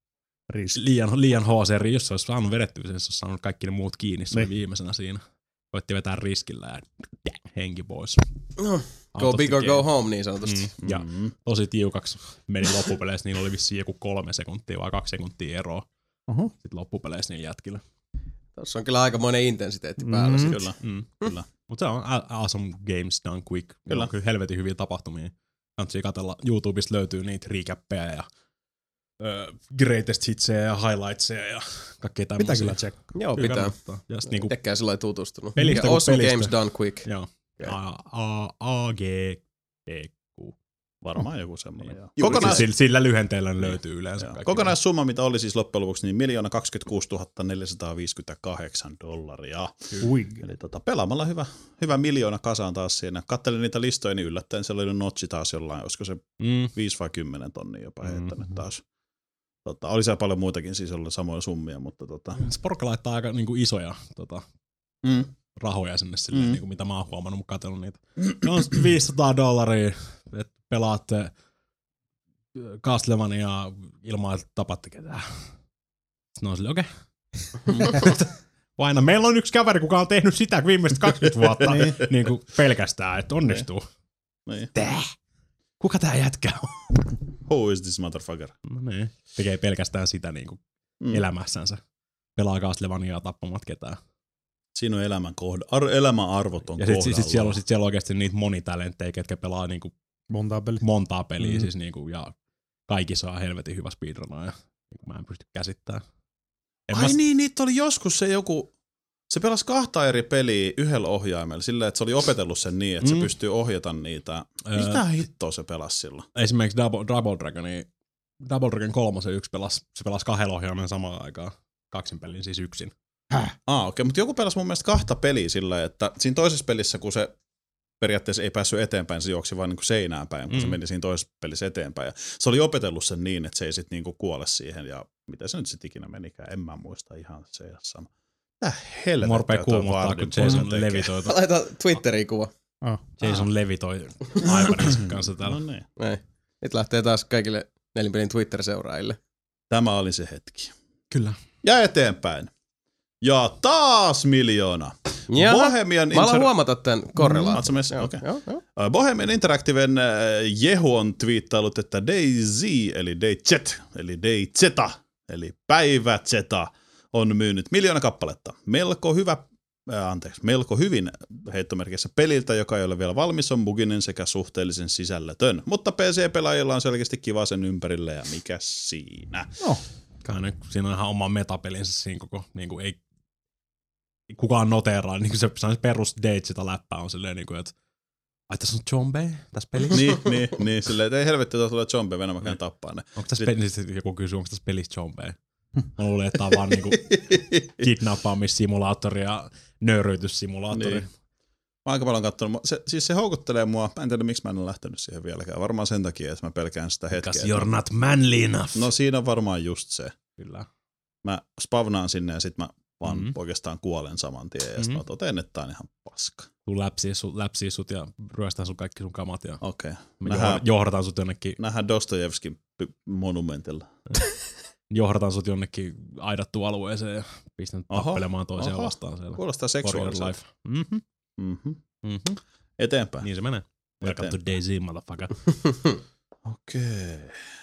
Riski. Liian, liian H C R, jos se olisi saanut vedettyä, se olisi saanut kaikki ne muut kiinni, se oli viimeisenä siinä. Koitti vetää riskillä ja henki pois. No, go big or go home niin sanotusti. Mm. Ja mm-hmm. tosi tiukaksi meni loppupeleissä, niillä oli vissiin joku kolme sekuntia vai kaksi sekuntia eroa. Uh-huh. Sitten loppupeleissä niillä jätkillä. Tuossa on kyllä aikamoinen intensiteetti päällä. Mm-hmm. Kyllä, mm. kyllä. Mutta se on awesome games done quick. Kyllä. On kyllä helvetin hyviä tapahtumia. Kansi katsella, YouTubesta löytyy niitä recappeja ja Uh, greatest hitsejä ja highlightseja ja kaikkea tämmöisiä. Pitää kyllä tsekkaa. Joo, kyllä pitää. Just niinku Tekään sillä tutustunut. Pelistä awesome pelistä. games done quick. Joo. Okay. A G P Q. Varmaan joku semmoinen. Niin. Kokonais... Sillä, sillä lyhenteellä löytyy yleensä. Kokonaissumma, mitä oli siis loppujen lopuksi, niin miljoona kaksikymmentäkuusituhatta neljäsataaviisikymmentäkahdeksan dollaria. Ui. Eli tota, pelaamalla hyvä, hyvä miljoona kasaan taas siinä. Kattelin niitä listoja, niin yllättäen siellä oli notchi taas jollain, olisiko se mm. viisi vai kymmenen tonnia jopa heittänyt mm-hmm. taas. Tota, oli siellä paljon muitakin siis olla samoja summia, mutta tota... Sporkka laittaa aika niinku isoja tota, mm. rahoja sinne silleen, mm. niinku, mitä mä oon huomannut, mutta katsellut niitä. Ne on viisisataa dollaria, että pelaatte Castlevania ilman, että tapatte ketään. Sitten on silleen, okei. Okay. Aina meillä on yksi kaveri, kuka on tehnyt sitä viimeiset kaksikymmentä vuotta niin. Niin kuin pelkästään, että onnistuu. Niin. Tää? Kuka tää jätkä on? Who is this motherfucker? No niin. Tekee pelkästään sitä niin kuin mm. elämässänsä. Pelaa Castlevaniaa tappamat ketään. Siinä on elämän, kohda, ar, elämän arvot on ja kohdalla. Ja sitten sit siellä on, sit siellä oikeasti niitä monitalenttejä, ketkä pelaa niinku montaa peliä, montaa peliä mm. siis niinku, ja kaikki saa helvetin hyvä speedrunaa. Ja niinku mä en pysty käsittämään. En Ai mä... niin, niitä oli joskus se joku... Se pelasi kahta eri peliä yhdellä ohjaimella silleen, että se oli opetellut sen niin, että mm. se pystyy ohjata niitä. Mitä äh, hittoa se pelasi silloin? Esimerkiksi Double, Double Dragon, niin Double Dragon kolmosen yksi pelasi, se pelasi kahdella ohjaimen samaan aikaan. Kaksin pelin siis yksin. Häh? Ah, okei, okay. Mutta joku pelasi mun mielestä kahta peliä sillä, että siinä toisessa pelissä, kun se periaatteessa ei päässyt eteenpäin, se juoksi vain niin kuin seinään päin, kun mm. se meni siinä toisessa pelissä eteenpäin. Ja se oli opetellut sen niin, että se ei sitten niin kuole siihen, ja mitä se nyt sitten ikinä menikään, en mä muista ihan se ja sama. Tää helvettiä. Morpea kuumottaa, kun Jason levitoi. Laita Twitteriin kuva. Oh. Jason ah. levitoi Ivaninsa kanssa täällä. No niin. Ei. Nyt lähtee taas kaikille Nelinpelin Twitter-seuraajille. Tämä oli se hetki. Kyllä. Ja eteenpäin. Ja taas miljoona. Jaha, Bohemian mä alan Inter- huomata tämän korrelaation. Oletko Joo, okay. joo, joo. Bohemian Interactiven äh, Jehu on twiittailut, että DayZ, eli Dayjet, eli Dayzeta, eli Päivä Zeta, on myynyt miljoona kappaletta. Melko hyvä, äh, anteeksi, melko hyvin heittomerkissä peliltä, joka ei ole vielä valmis, on buginen sekä suhteellisen sisällötön. Mutta P C-pelaajilla on selkeästi kiva sen ympärillä, ja mikä siinä? No. Kai siinä on ihan oma metapelinsä siinä koko, niin kuin ei kukaan noteraa, niin kuin se, se perus Dayzeta läppä on silleen, niin kuin, että ai tässä on zombeja tässä pelissä. niin, niin, niin, silleen, että ei helvetti, että tulee zombeja, Venä mä käyn tappaa ne. Onko tässä pelissä, joku kysyy, onko tässä pelissä zombeja? Mä luulen, että tää on vaan niinku kidnappaamissimulaattori ja nöyryytyssimulaattori. Niin. Mä aika paljon katsonut. Se, siis se houkuttelee mua. Mä en tiedä, miksi mä en ole lähtenyt siihen vieläkään. Varmaan sen takia, että mä pelkään sitä hetkeä. Because you're not manly enough. No siinä on varmaan just se. Kyllä. Mä spavnaan sinne ja sit mä vaan Mm-hmm. oikeastaan kuolen saman tien. Ja Mm-hmm. sit mä totean, että tää on ihan paska. Tuu läpsii sut, läpsii sut ja ryöstää sun kaikki sun kamat ja Okei. Okay. me Nähdään, johdataan sut jonnekin, nähdään Dostojevskin monumentilla. johdataan sut jonnekin aidattuun alueeseen ja pistän Oho, tappelemaan toisiaan oho. vastaan siellä. Kuulostaa For your seksuaaliselta. life. Mhm. Mm-hmm. Mhm. Eteenpäin. Niin se menee. Welcome to DayZ, motherfucker. Okei.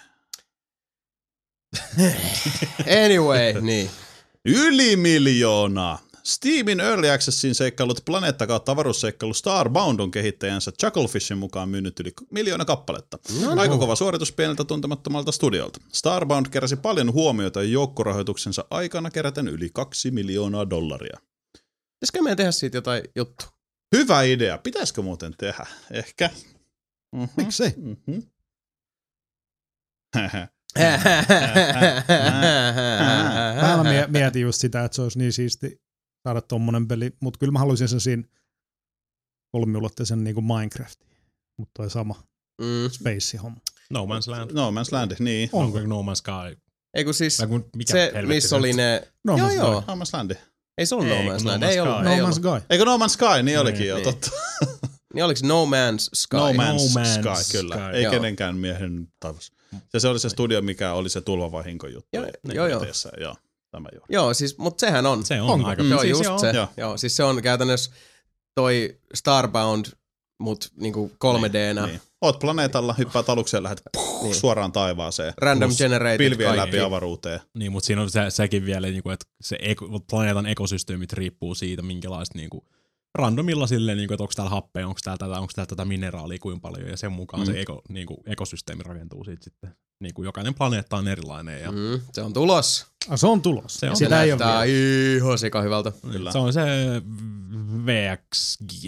Anyway, niin. Yli miljoonaa! Steamin Early Accessin seikkailut Planeetta kautta avaruusseikkailu Starbound on kehittäjänsä Chucklefishin mukaan myynyt yli miljoona kappaletta. No, Aika kova suoritus pieneltä tuntemattomalta studiolta. Starbound keräsi paljon huomiota joukkorahoituksensa aikana keräten yli kaksi miljoonaa dollaria. Pitäisikö meidän tehdä siitä jotain juttu? Hyvä idea. Pitäisikö muuten tehdä? Ehkä. Mm-hmm. Miksei? Mm-hmm. Mä mie- mietin just sitä, että se olisi niin siisti saada tommonen peli, mutta kyllä mä haluaisin sen siinä kolmiulotteisen niin kuin Minecraftin, mutta toi sama mm. space-homma. No Man's Land. No Man's Land, niin. On. Onko No Man's Sky? Ei kun siis Tai kun, mikä se, helvetti missä se oli nyt? ne... No joo, Man's joo. No Man's Land. Ei se ollut No Ei, Man's kun Land. No Ei Man's ollut. Sky. Ei No ollut. Man's Sky. Eikö No Man's Sky? Niin olikin Niin, jo, niin. totta. Niin oliko No Man's Sky? No Man's, No Man's Sky, kyllä. Sky. Ei Joo. kenenkään miehen taivas. Ja se oli se studio, mikä oli se tulvavahinko juttu. Joo, joo, joo. Joo, tämä joo. Joo, siis, mutta sehän on. Se on Onko? aika Mm, joo, siis just joo. se. Joo. Joo, siis se on käytännössä toi Starbound, mut niinku kolme D-nä. Niin. Oot planeetalla, hyppäät alukseen ja lähdet puh, Niin. suoraan taivaaseen. Random Plus generated pilvien kaikki. läpi avaruuteen. Niin, mutta siinä on se, sekin vielä, niin kuin, että se eko, planeetan ekosysteemit riippuu siitä, minkälaista niin kuin, randomilla silleen, niin kuin, että onko täällä happea, onko täällä tätä, onko täällä tätä mineraalia kuinka paljon, ja sen mukaan Mm. se eko, niin kuin, ekosysteemi rakentuu siitä sitten. Niin kuin, jokainen planeetta on erilainen, ja Mm, se on tulos. Ah, se on tulos. Se on. Se Sitä ei ole näyttää vielä. ihan sika hyvältä. Kyllä. se on se V X G.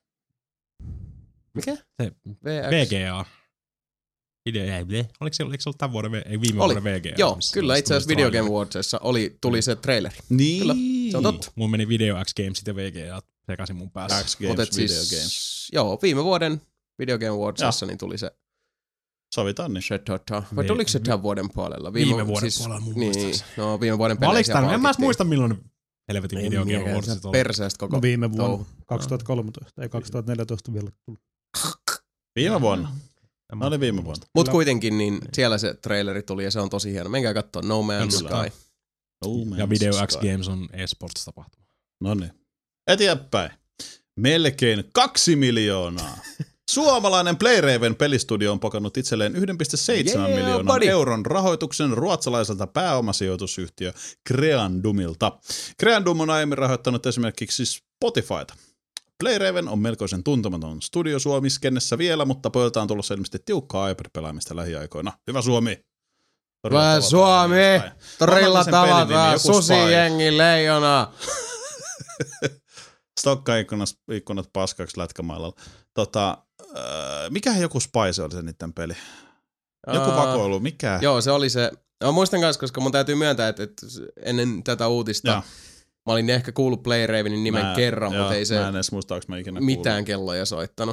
Mikä? Se V X. V G A. Idea, ei, oliko se, oliko se ollut tämän vuoden, ei viime Oli. vuoden V G A? Joo, missä kyllä oli itse asiassa tuli Video Game traileri. Awardsissa oli, tuli se traileri. Niin. Kyllä, se on totta. Mun meni Video X Gamesit ja V G A sekaisin mun päässä. X Games, Mut et Video siis, Games. joo, viime vuoden Video Game Awardsissa niin tuli se Sovitaan niin. Shetota. Vai Vi- tuliko se tämän vuoden puolella? Viime vuoden puolella mun niin, muistaakseni. no viime vuoden Mä oliks peleissä tän? En mä edes palkittiin. muista milloin helvetin Ei Video Game miekään, Awardsit se oli. perseestä koko. No viime vuonna, touhu. kaksituhattakolmetoista, ei kaksituhattaneljätoista vielä tullut. Viime vuonna. Mä olin viime vuonna. Mut Kyllä. kuitenkin niin siellä se traileri tuli ja se on tosi hieno. Menkää katsoa No Man's Kyllä. Sky. Oh, Ja man, Video Sky. X Games on eSports-tapahtuma. No niin. Eteenpäin. Melkein kaksi miljoonaa. Suomalainen Playraven pelistudio on pokannut itselleen yksi pilkku seitsemän Yeah, miljoonan buddy. euron rahoituksen ruotsalaiselta pääomasijoitusyhtiö Creandumilta. Creandum on aiemmin rahoittanut esimerkiksi Spotifyta. Playraven on melkoisen tuntematon studio Suomi-skennessä vielä, mutta pojilta on tulossa ilmeisesti tiukkaa iPad-pelaamista lähiaikoina. Hyvä Suomi! Torilla Hyvä tavataan Suomi! eteenpäin. Torilla Mä annan sen pelin nimi, tavataan joku susi, Spy. jengi, leijona. Stokka-ikkunat ikkunat paskaksi lätkämailalla. Tota, äh, mikähän joku Spice oli se niiden peli? Joku Aa, vakoilu, mikä? Joo, se oli se. Mä muistan kanssa, koska mun täytyy myöntää, että, että ennen tätä uutista Joo. mä olin ehkä kuullut Playravenin nimen Mä- kerran, joo, mutta ei se Mä en edes muista, onko mä ikinä mitään kelloja soittanut.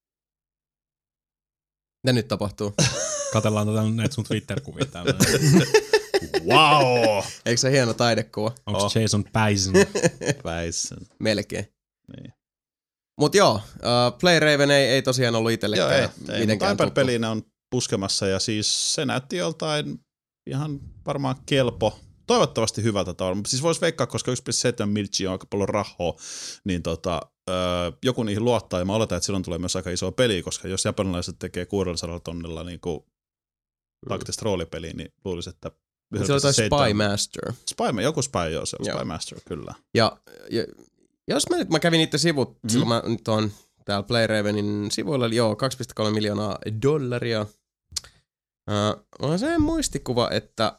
Mitä nyt tapahtuu? Katellaan tätä näitä sun Twitter-kuvia täällä. kuullut. Wow! Eikö se hieno taidekuva? Onko Oh. Jason Päisen? Väissä. Melkein. Niin. Mut joo, uh, Playraven ei, ei tosiaan ollut Joo, itsellekään ei, ei mutta mitenkään tuttu. iPad-peliin ne on puskemassa ja siis se näytti joltain ihan varmaan kelpo toivottavasti hyvältä tavalla. Siis voisi veikkaa, koska yksi pilkku seitsemän miltsiä on aika paljon rahaa, niin tota, öö, joku niihin luottaa, ja mä oletan, että silloin tulee myös aika isoa peliä, koska jos japanilaiset tekee kuusisataa tonnilla niin kuin taktista roolipeliä, niin luulisi, että se oli toi Spy Master. Spy, joku Spy, joo, se on Spy Master, kyllä. Ja, ja jos mä nyt, mä kävin niitä sivut, mm-hmm. silloin mä nyt on täällä PlayRavenin sivuilla, eli joo, kaksi pilkku kolme miljoonaa dollaria. Uh, on se muistikuva, että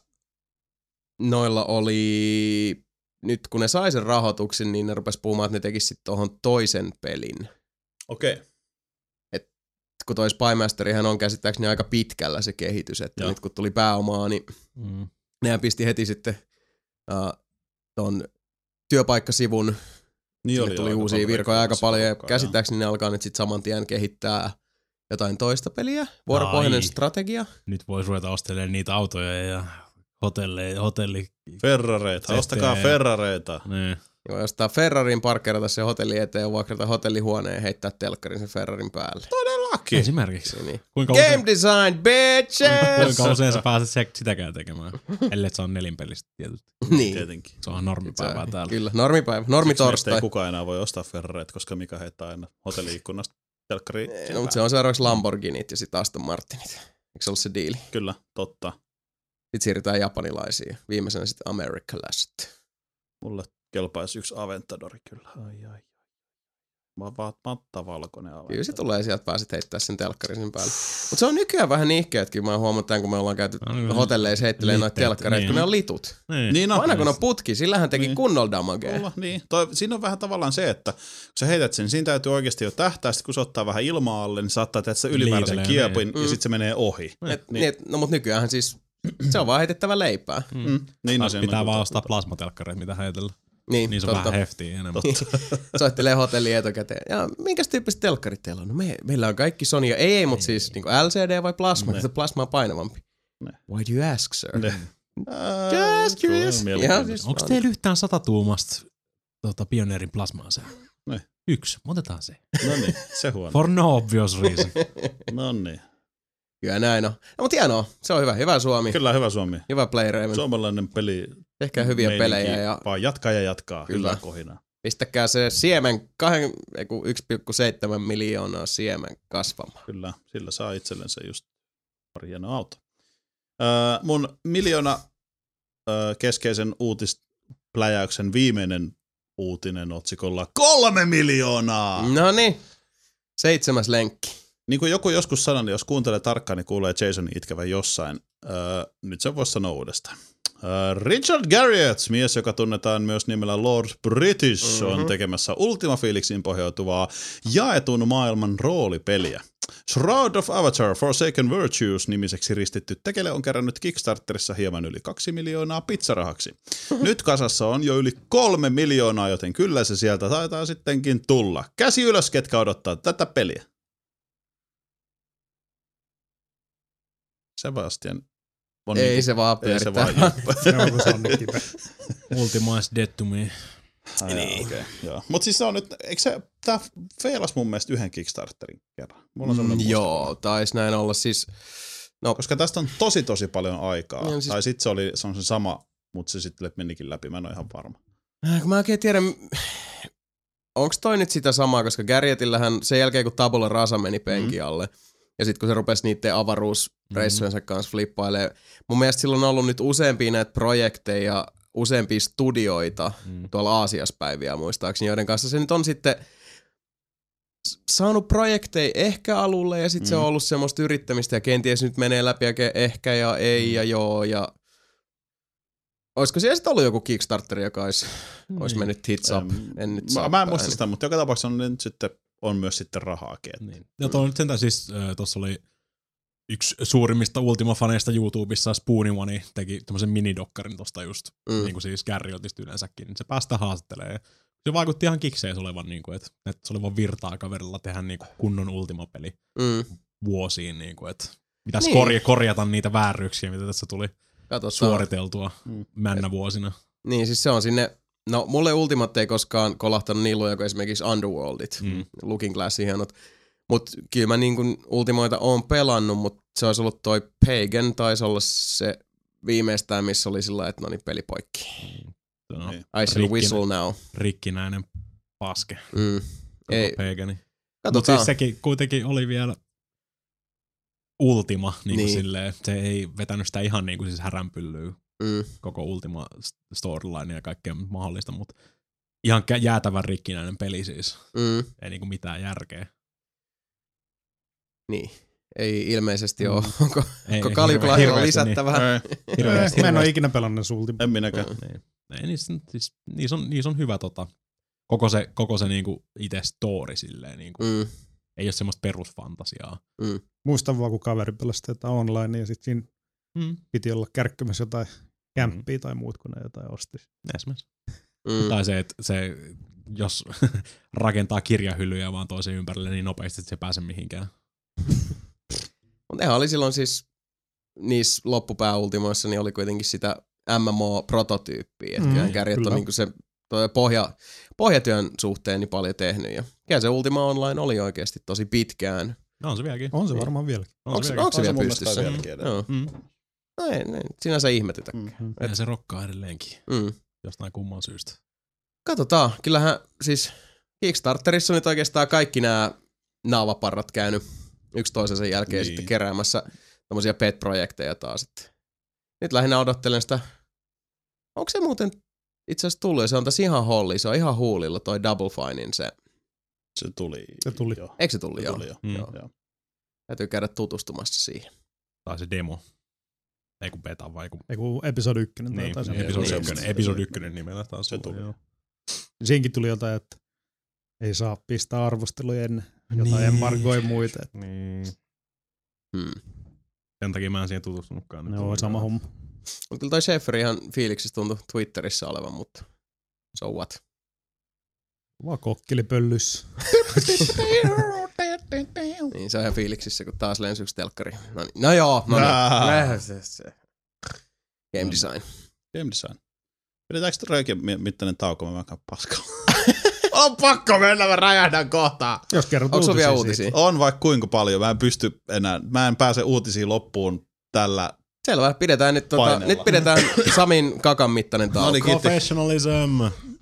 noilla oli, nyt kun ne sai sen rahoituksen, niin ne rupes puhumaan, että ne tekis sit tohon toisen pelin. Okei. Okay. Et kun toi Spy Masterihän on käsittääkseni aika pitkällä se kehitys, että joo. Nyt kun tuli pääomaa, niin mm. nehän pisti heti sitten uh, ton työpaikkasivun. Niin oli, tuli uusia virkoja aika paljon, ja käsittääkseni ne alkaa nyt sit saman tien kehittää jotain toista peliä, vuoropohjainen strategia. Nyt vois ruveta ostelemaan niitä autoja ja hotelleja, hotelli... Ferrareita, Setteen. Ostakaa Ferrareita. Niin. Joo, ostaa Ferrarin, parkkeerata se hotelli eteen ja vuokrata hotellihuoneen ja heittää telkkarin sen Ferrarin päälle. Todellakin. Esimerkiksi. Niin. Kuinka Game usein, design, bitches! Kuinka usein sä pääset sitäkään tekemään? Ellei se on nelinpelistä tietysti. Niin. Tietenkin. Se on normipäivää täällä. Kyllä, normipäivä, normitorstai. Ei kukaan enää voi ostaa Ferrareita, koska Mika heittää aina hotelli-ikkunasta telkkariin. No, mutta se on seuraavaksi Lamborghinit ja sitten Aston Martinit. Eikö se ollut se diili? Kyllä, totta. Sitten siirrytään japanilaisiin. Viimeisenä sitten amerikkalaiset. Mulle kelpaisi yksi Aventadori kyllä. Ai ai. Mä oon vaan mattavalkoinen Aventadori. Kyllä se tulee sieltä, pääset heittää sen telkkarin sen päälle. Mutta se on nykyään vähän nihkeätkin. Mä huomaan tämän, kun me ollaan käyty no, hotelleissa heittelee noita telkkareita, niin. Kun ne on litut. Niin. Niin on. Aina kun on putki, sillähän teki niin. Kunnolla damagea. Mulla, niin. Toi, siinä on vähän tavallaan se, että kun sä heität sen, siinä täytyy oikeasti jo tähtää, sit kun se ottaa vähän ilmaa alle, niin saattaa tehdä se ylimääräisen kiepin niin. ja sit se menee ohi. Et, niin. Niin, no mut nykyäänhän siis, se on vaan heitettävä leipää. Mm. Mm. Niin, no, pitää vaan ostaa plasmatelkkareita, mitä heitellä. Niin, niin se on totta. Vähän heftiä enemmän. Soittelee hotelliin etukäteen. Ja minkäs tyyppiset telkkarit teillä on? No me, meillä on kaikki Sony. Ei, ei mutta siis niin L C D vai plasma? Ne. Plasma on painavampi. Ne. Why do you ask, sir? Ne. Just curious. Siis, onko teillä yhtään satatuumasta tota, Pioneerin plasmaa se? Ne. Yksi. Otetaan se. No niin, se huono. For no obvious reason. No niin. Kyllä näin on. No, mutta hienoa. Se on hyvä. Hyvä Suomi. Kyllä, hyvä Suomi. Hyvä PlayRaven. Suomalainen peli. Ehkä hyviä pelejä. Ja... Vaan jatkaa ja jatkaa. Kyllä. Hyvä kohina. Pistäkää se siemen, yksi pilkku seitsemän miljoonaa siemen kasvamaan. Kyllä, sillä saa itsellensä just pari hienoa auto. Öö, mun miljoona öö, keskeisen uutispläjäyksen viimeinen uutinen otsikolla kolme miljoonaa! No niin, seitsemäs lenkki. Niin kuin joku joskus sanoi, niin jos kuuntelee tarkkaan, niin kuulee Jasonin itkevän jossain. Öö, nyt se voisi sanoa uudestaan. Öö, Richard Garriott, mies, joka tunnetaan myös nimellä Lord British, mm-hmm. on tekemässä Ultima Felixin pohjautuvaa jaetun maailman roolipeliä. Shroud of Avatar Forsaken Virtues nimiseksi ristitty tekele on kerännyt Kickstarterissa hieman yli kaksi miljoonaa pizzarahaksi. Nyt kasassa on jo yli kolme miljoonaa, joten kyllä se sieltä taitaa sittenkin tulla. Käsi ylös, ketkä odottaa tätä peliä. Sebastian. On ei niin, se vaan pyörittää. Ultima is dead to me. Ai niin. Okay, joo. Mut siis se on nyt, eikö se, tää feilas mun mielestä yhden Kickstarterin kerran? Mulla on semmoinen mm, joo, taisi näin olla siis. No, koska tästä on tosi tosi paljon aikaa. No, siis... Tai sit se oli, se on se sama, mutta se sitten menikin läpi, mä en ole ihan varma. Kun mä oikein tiedän, onko toi nyt sitä samaa, koska Garriottillähän sen jälkeen kun Tabula Rasa meni penkin mm. alle, ja sitten kun se rupesi niiden avaruusreissujensa mm-hmm. kanssa flippailemaan. Mun mielestä sillä on ollut nyt useampia näitä projekteja, useampia studioita mm. tuolla Aasiaspäiviä muistaakseni, joiden kanssa se nyt on sitten saanut projekteja ehkä alulle ja sitten mm. se on ollut semmoista yrittämistä ja kenties nyt menee läpi ja ehkä ja ei mm. ja joo ja olisiko siellä sitten ollut joku Kickstarter, joka olisi, mm. olisi mennyt hits up? Ähm, en nyt mä, mä en muista sitä, mutta joka tapauksessa on nyt sitten on myös sitten rahaakin. Niin. Ja tuolla nyt sentään siis, tuossa oli yksi suurimmista Ultima-faneista YouTubessa, Spoony One, teki tämmöisen minidokkarin tosta just, mm. niin kuin siis Garriottista yleensäkin, niin se päästä haastattelee. Se vaikutti ihan kikseis olevan, niin kuin, että, että se oli vaan virtaa kaverilla tehdä niin kuin kunnon Ultima-peli mm. vuosiin, niin kuin, että pitäisi niin. korja, korjata niitä vääryyksiä, mitä tässä tuli Katsotaan. suoriteltua mm. männä vuosina. Niin, siis se on sinne. No, mulle Ultimate ei koskaan kolahtanut niin luja kuin esimerkiksi Underworldit, mm. Looking Glassin hienot. Mut kyllä mä niin kuin Ultimoita oon pelannut, mutta se olisi ollut toi Pagan, taisi olla se viimeistään, missä oli sillä että no niin, peli poikki. No, Niin. I shall whistle now. Rikkinäinen paske. Mm. Ei, Pegani. Mutta katsotaan. siis sekin kuitenkin oli vielä Ultima, niin kuin Niin. silleen. Se ei vetänyt sitä ihan niin kuin siis häränpyllyä, Mm. koko Ultima storyline ja kaikkea mahdollista, mutta ihan kä- jäätävän rikkinäinen peli siis. Mm. Ei niinku mitään järkeä. Niin. Ei ilmeisesti Mm. ole. Onko, Ei, onko ei, Kaljukilla hirve- on hirveästi lisättävää? Ei, Hirveästi, Mä en ole hirveästi. ikinä pelannut sulti. en minäkään. Niin. Ei, niissä, siis, niissä, on, niissä on hyvä tota, koko se, koko se niinku ite story silleen. Niinku, Mm. ei ole semmoista perusfantasiaa. Mm. Muistan vaan, kun kaveri pelasi tätä online ja sitten siinä Mm. piti olla kärkkymässä jotain kämppiä tai muut, kun ne jotain osti. Esimerkiksi. Mm. Tai se, että se, jos rakentaa kirjahyllyjä vaan toisen ympärille niin nopeasti, että se ei pääse mihinkään. Mutta nehän oli silloin siis niissä loppupääultimoissa, niin oli kuitenkin sitä M M O-prototyyppiä, että Mm, mm, kärjet on kyllä. niinku se toi pohja, pohjatyön suhteen niin paljon tehnyt. Ja kyllä se Ultima Online oli oikeasti tosi pitkään. No on se vieläkin. On se Niin. varmaan vieläkin. On Onko se, vieläkin. onko se On se vielä mun mielestä pystyssä? vieläkin edelleen. Joo. Mm. No ei, ei, sinänsä ihmetytä. Mm. Ja se rokkaa edelleenkin. Mm. Jostain kumman syystä. Katsotaan. Kyllähän siis Kickstarterissa on nyt oikeastaan kaikki nämä naavaparrat käynyt yksi toisensa jälkeen Niin. sitten keräämässä tommosia pet-projekteja taas. Että nyt lähinnä odottelen sitä. Onko se muuten itse asiassa tullut? Se on tässä ihan holli. Se on ihan huulilla toi Double Finein se. Se tuli. Se tuli. Jo. Eikö se tullut? Se Joo. tuli jo. Mm. Joo. Joo. Täytyy käydä tutustumassa siihen. Tai se demo. Ei kun beta vai kun... Ei kun episodi ykkönen. tai Niin, jotain niin, semmoista. episodi Niin. ykkönen. Episodi ykkönen nimellä taas. Se tuli. Joo. Siinkin tuli jotain, että ei saa pistää arvosteluja ennen jotain Niin. embargoi muita. Että Niin. Hmm. Sen takia mä en siihen tutustunutkaan. ne on sama homma. Mutta kyllä toi Schaefer ihan fiiliksissä tuntui Twitterissä olevan, mutta so what? Vaan kokkilipöllys. Niin se on ihan fiiliksissä, kun taas lensi yksi telkkari. No, niin. No joo, no niin. Ah. Äh, se, se. Game design. Game design. Pidetäänkö röökin mi- mittainen tauko? Mä vähän paskaa. On pakko mennä, mä räjähdän kohtaan. Jos kerrot Onko sulla vielä uutisia. uutisia? On vaikka kuinka paljon. Mä en pysty enää. Mä en pääse uutisiin loppuun tällä. Selvä, pidetään nyt, tota, Painella. nyt pidetään Samin kakan mittainen tauko. No niin, kiitos. Professionalism.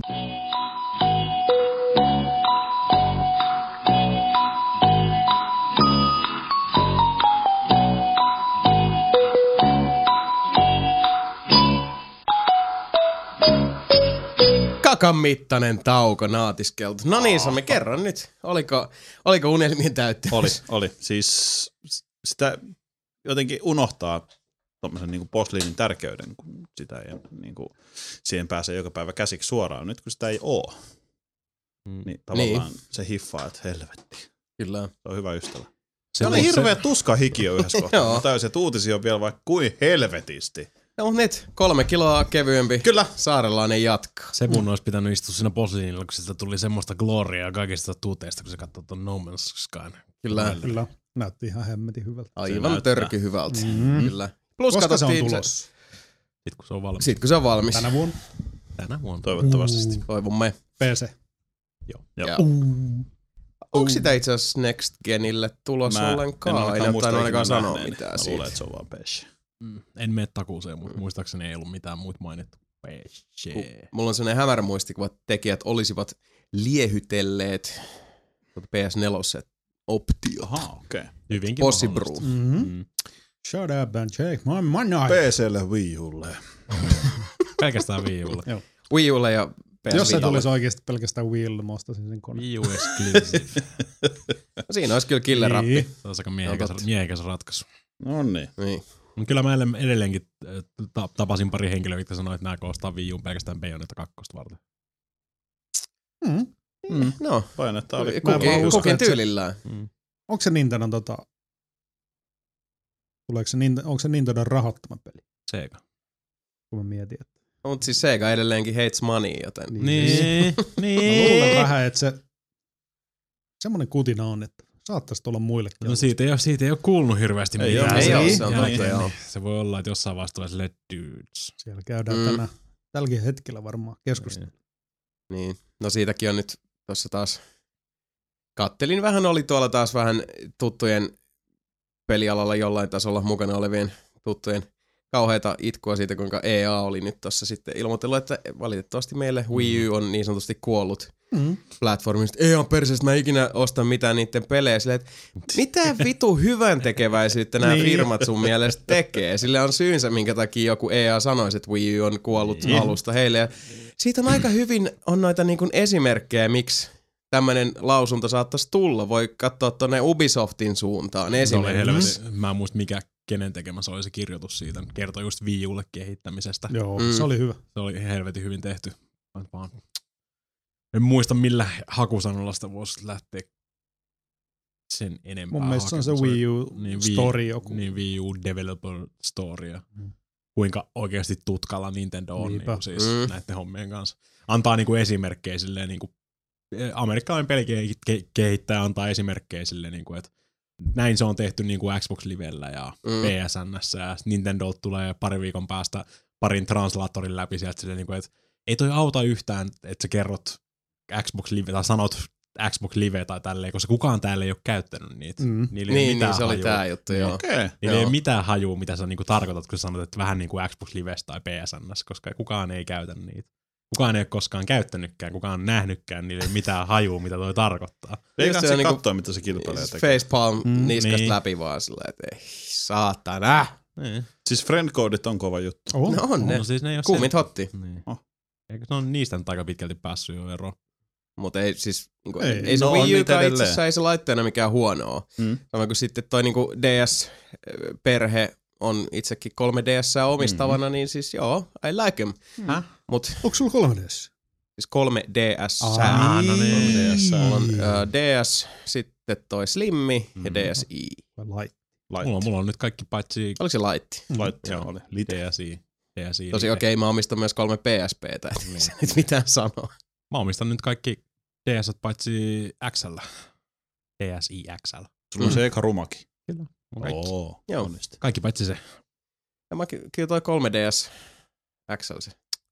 Kakan mittainen tauko naatiskeltu. No niin, Sami, kerran nyt. Oliko, oliko unelmien täyttymys? Oli, oli. Siis sitä jotenkin unohtaa tommosen niinku posliinin tärkeyden, kun sitä ei niinku, siihen pääsee joka päivä käsiksi suoraan. Nyt kun sitä ei oo, Mm. niin tavallaan niin. se hiffaa, että helvetti. Kyllä. Se on hyvä ystävä. Se Se oli on- hirveä tuska hiki jo yhdessä kohtaa. Joo. Mä täysin, että uutisia on vielä vaikka kuin helvetisti. No, mutta nyt kolme kiloa kevyempi. Kyllä. Saarelainen jatkaa. Se mun olisi pitänyt istua siinä posliinilla, kun sitä tuli semmoista gloriaa kaikista tuuteista, kun se katsoi tuon No Man's Skyn. Kyllä. Kyllä. Näytti ihan hemmetin hyvältä. Aivan näyttää. törky hyvältä. Mm. Kyllä. Plus Koska se on katsottiin tulossa? Sitten kun se on valmis. Sitten kun se on valmis. Tänä vuonna Tänä vuonna. Toivottavasti. Toivomme. P C. Joo. Joo. Ja onko sitä itse asiassa Next Genille tulossa Mä en ollenkaan? Ei ainakaan ne muista tainnut ainakaan ikinä sanoa nähneeni. mitään Mä siitä. luulen, että se on vaan peshe. Mm. En mene takuuseen, mutta muistaakseni ei ollut mitään muut mainittu. Peshe. Kun mulla on sellainen hämärä muistikuva, että tekijät olisivat liehytelleet tuota P S neljä optio. Aha, okei. Okay. Hyvinkin Possible. mahdollista. Mm-hmm. Mm. Shut up and take my money. P C:lle Wii Ulle. Pelkästään Wii Ulle. Wii Ulle ja P S Jos se Vitalle. tulisi oikeasti pelkästään Wii, mä ostaisin sen koneen. Wii U exclusive. No siinä olisi kyllä killer-rappi. Niin. Se on aika miehekäs, totta. miehekäs ratkaisu. No niin. Niin. Mut kyllä mä edelleenkin äh, ta- tapasin pari henkilöä, jotka sanoi, että nää koostaa Wii U:n pelkästään Bayonetta kakkosta varten. Mm. Mm. No, Painetta oli. Mä en vaan kukin, usko, kukin että se- tyylillään. Mm. Onko se Nintendo tota... Tuleeko se, Nint- onko se Nintendo rahoittama peli? Sega. Kun mä mietin, että... Mutta siis Sega edelleenkin hates money, joten... Niin, Mä niin. luulen vähän, että se... Semmoinen kutina on, että saattaisi tulla muillekin. No siitä ei ole, siitä ei ole kuullut hirveästi Ei mitään. ole, ei Se- ole, se on jälkeen, totta, joo. niin Se voi olla, että jossain vaiheessa tulee silleen, dudes. Siellä käydään Mm. mm. tänään. Tälläkin hetkellä varmaan keskustelua. Niin. No siitäkin on nyt tuossa taas... Kattelin vähän, oli tuolla taas vähän tuttujen pelialalla jollain tasolla mukana olevien tuttujen kauheita itkua siitä, kuinka E A oli nyt tossa sitten ilmoitellut, että valitettavasti meille Wii U on niin sanotusti kuollut mm. platformista. E A perseestä mä ikinä ostan mitään niiden pelejä. Silleen, että mitä vitu hyvän tekeväisyyttä nämä niin. firmat sun mielestä tekee? Sille on syynsä, minkä takia joku E A sanoisi, että Wii U on kuollut mm. alusta heille. Ja siitä on aika hyvin on noita niin kuin esimerkkejä, miksi tämmöinen lausunto saattaisi tulla. Voi katsoa tuonne Ubisoftin suuntaan esimerkiksi. Mä en muista mikä kenen tekemä se oli se kirjoitus siitä. Kertoi just Wii Ulle kehittämisestä. Joo, mm. se oli hyvä. Se oli helvetin hyvin tehty. Vaan en muista millä hakusanalla sitä voisi lähteä sen enempää. Mun mielestä on se Wii U niin, Story joku. Niin Wii U Developer Story. Mm. Kuinka oikeasti tutkalla Nintendo on niin siis mm. näiden hommien kanssa. Antaa niinku esimerkkejä silleen niinku amerikkalainen pelikehittäjä antaa esimerkkejä silleen niinku, että näin se on tehty niinku Xbox Livellä ja mm. P S N:ssä ja Nintendo tulee pari viikon päästä parin translaattorin läpi sieltä silleen niinku, että ei toi auta yhtään, että sä kerrot Xbox Live tai sanot Xbox Live tai tälleen, koska kukaan täällä ei ole käyttänyt niitä. Mm. Niin, niin se hajua. Oli tää juttu, joo. Okay. Niillä joo. ei ole mitään hajua, mitä sä niinku tarkoitat, kun sä sanot, että vähän niinku Xbox Livessä tai P S N:ssä, koska kukaan ei käytä niitä. Kukaan ei ole koskaan käyttänytkään, kukaan on nähnytkään, niillä ei ole mitään hajua, mitä toi tarkoittaa. Ei katsoa niinku katsoa, mitä se kilpailee tekee. Facepalm mm, niskasta niin. läpi vaan sillä, että ei saatana. Niin. Siis friendcodit on kova juttu. Oh. No on ne. No, siis ne kuumit hotti. Niin. Oh. Eikö ne on niistä nyt aika pitkälti päässyt jo eroon? Mutta ei siis, niinku, ei, ei se no Wii Ukaan itse asiassa ei se laitteena mikään huonoa. Mm. Samoin kuin sitten toi niinku D S-perhe on itsekin kolme D S omistavana, mm-hmm. niin siis joo, I like them. Mm. Mut, onko sulla kolme D S? Siis kolme D S. Ah, no niin. Mulla on uh, D S, sitten toi Slimmi mm. ja D S i. Light. Mulla, mulla on nyt kaikki paitsi... Oliko se Light? Light, joo. Oli. D S i. D S i. Tosi okei, okay, mä omistan myös kolme P S P:tä, et niin. se nyt mitään sanoa. Mä omistan nyt kaikki D S paitsi X L. D S i X L. Sulla on mm. se eka rumaki. Kyllä. Kaikki. Oo, joo. Onnisti. Kaikki paitsi se. Ja mä kyllä toi kolme D S X L se.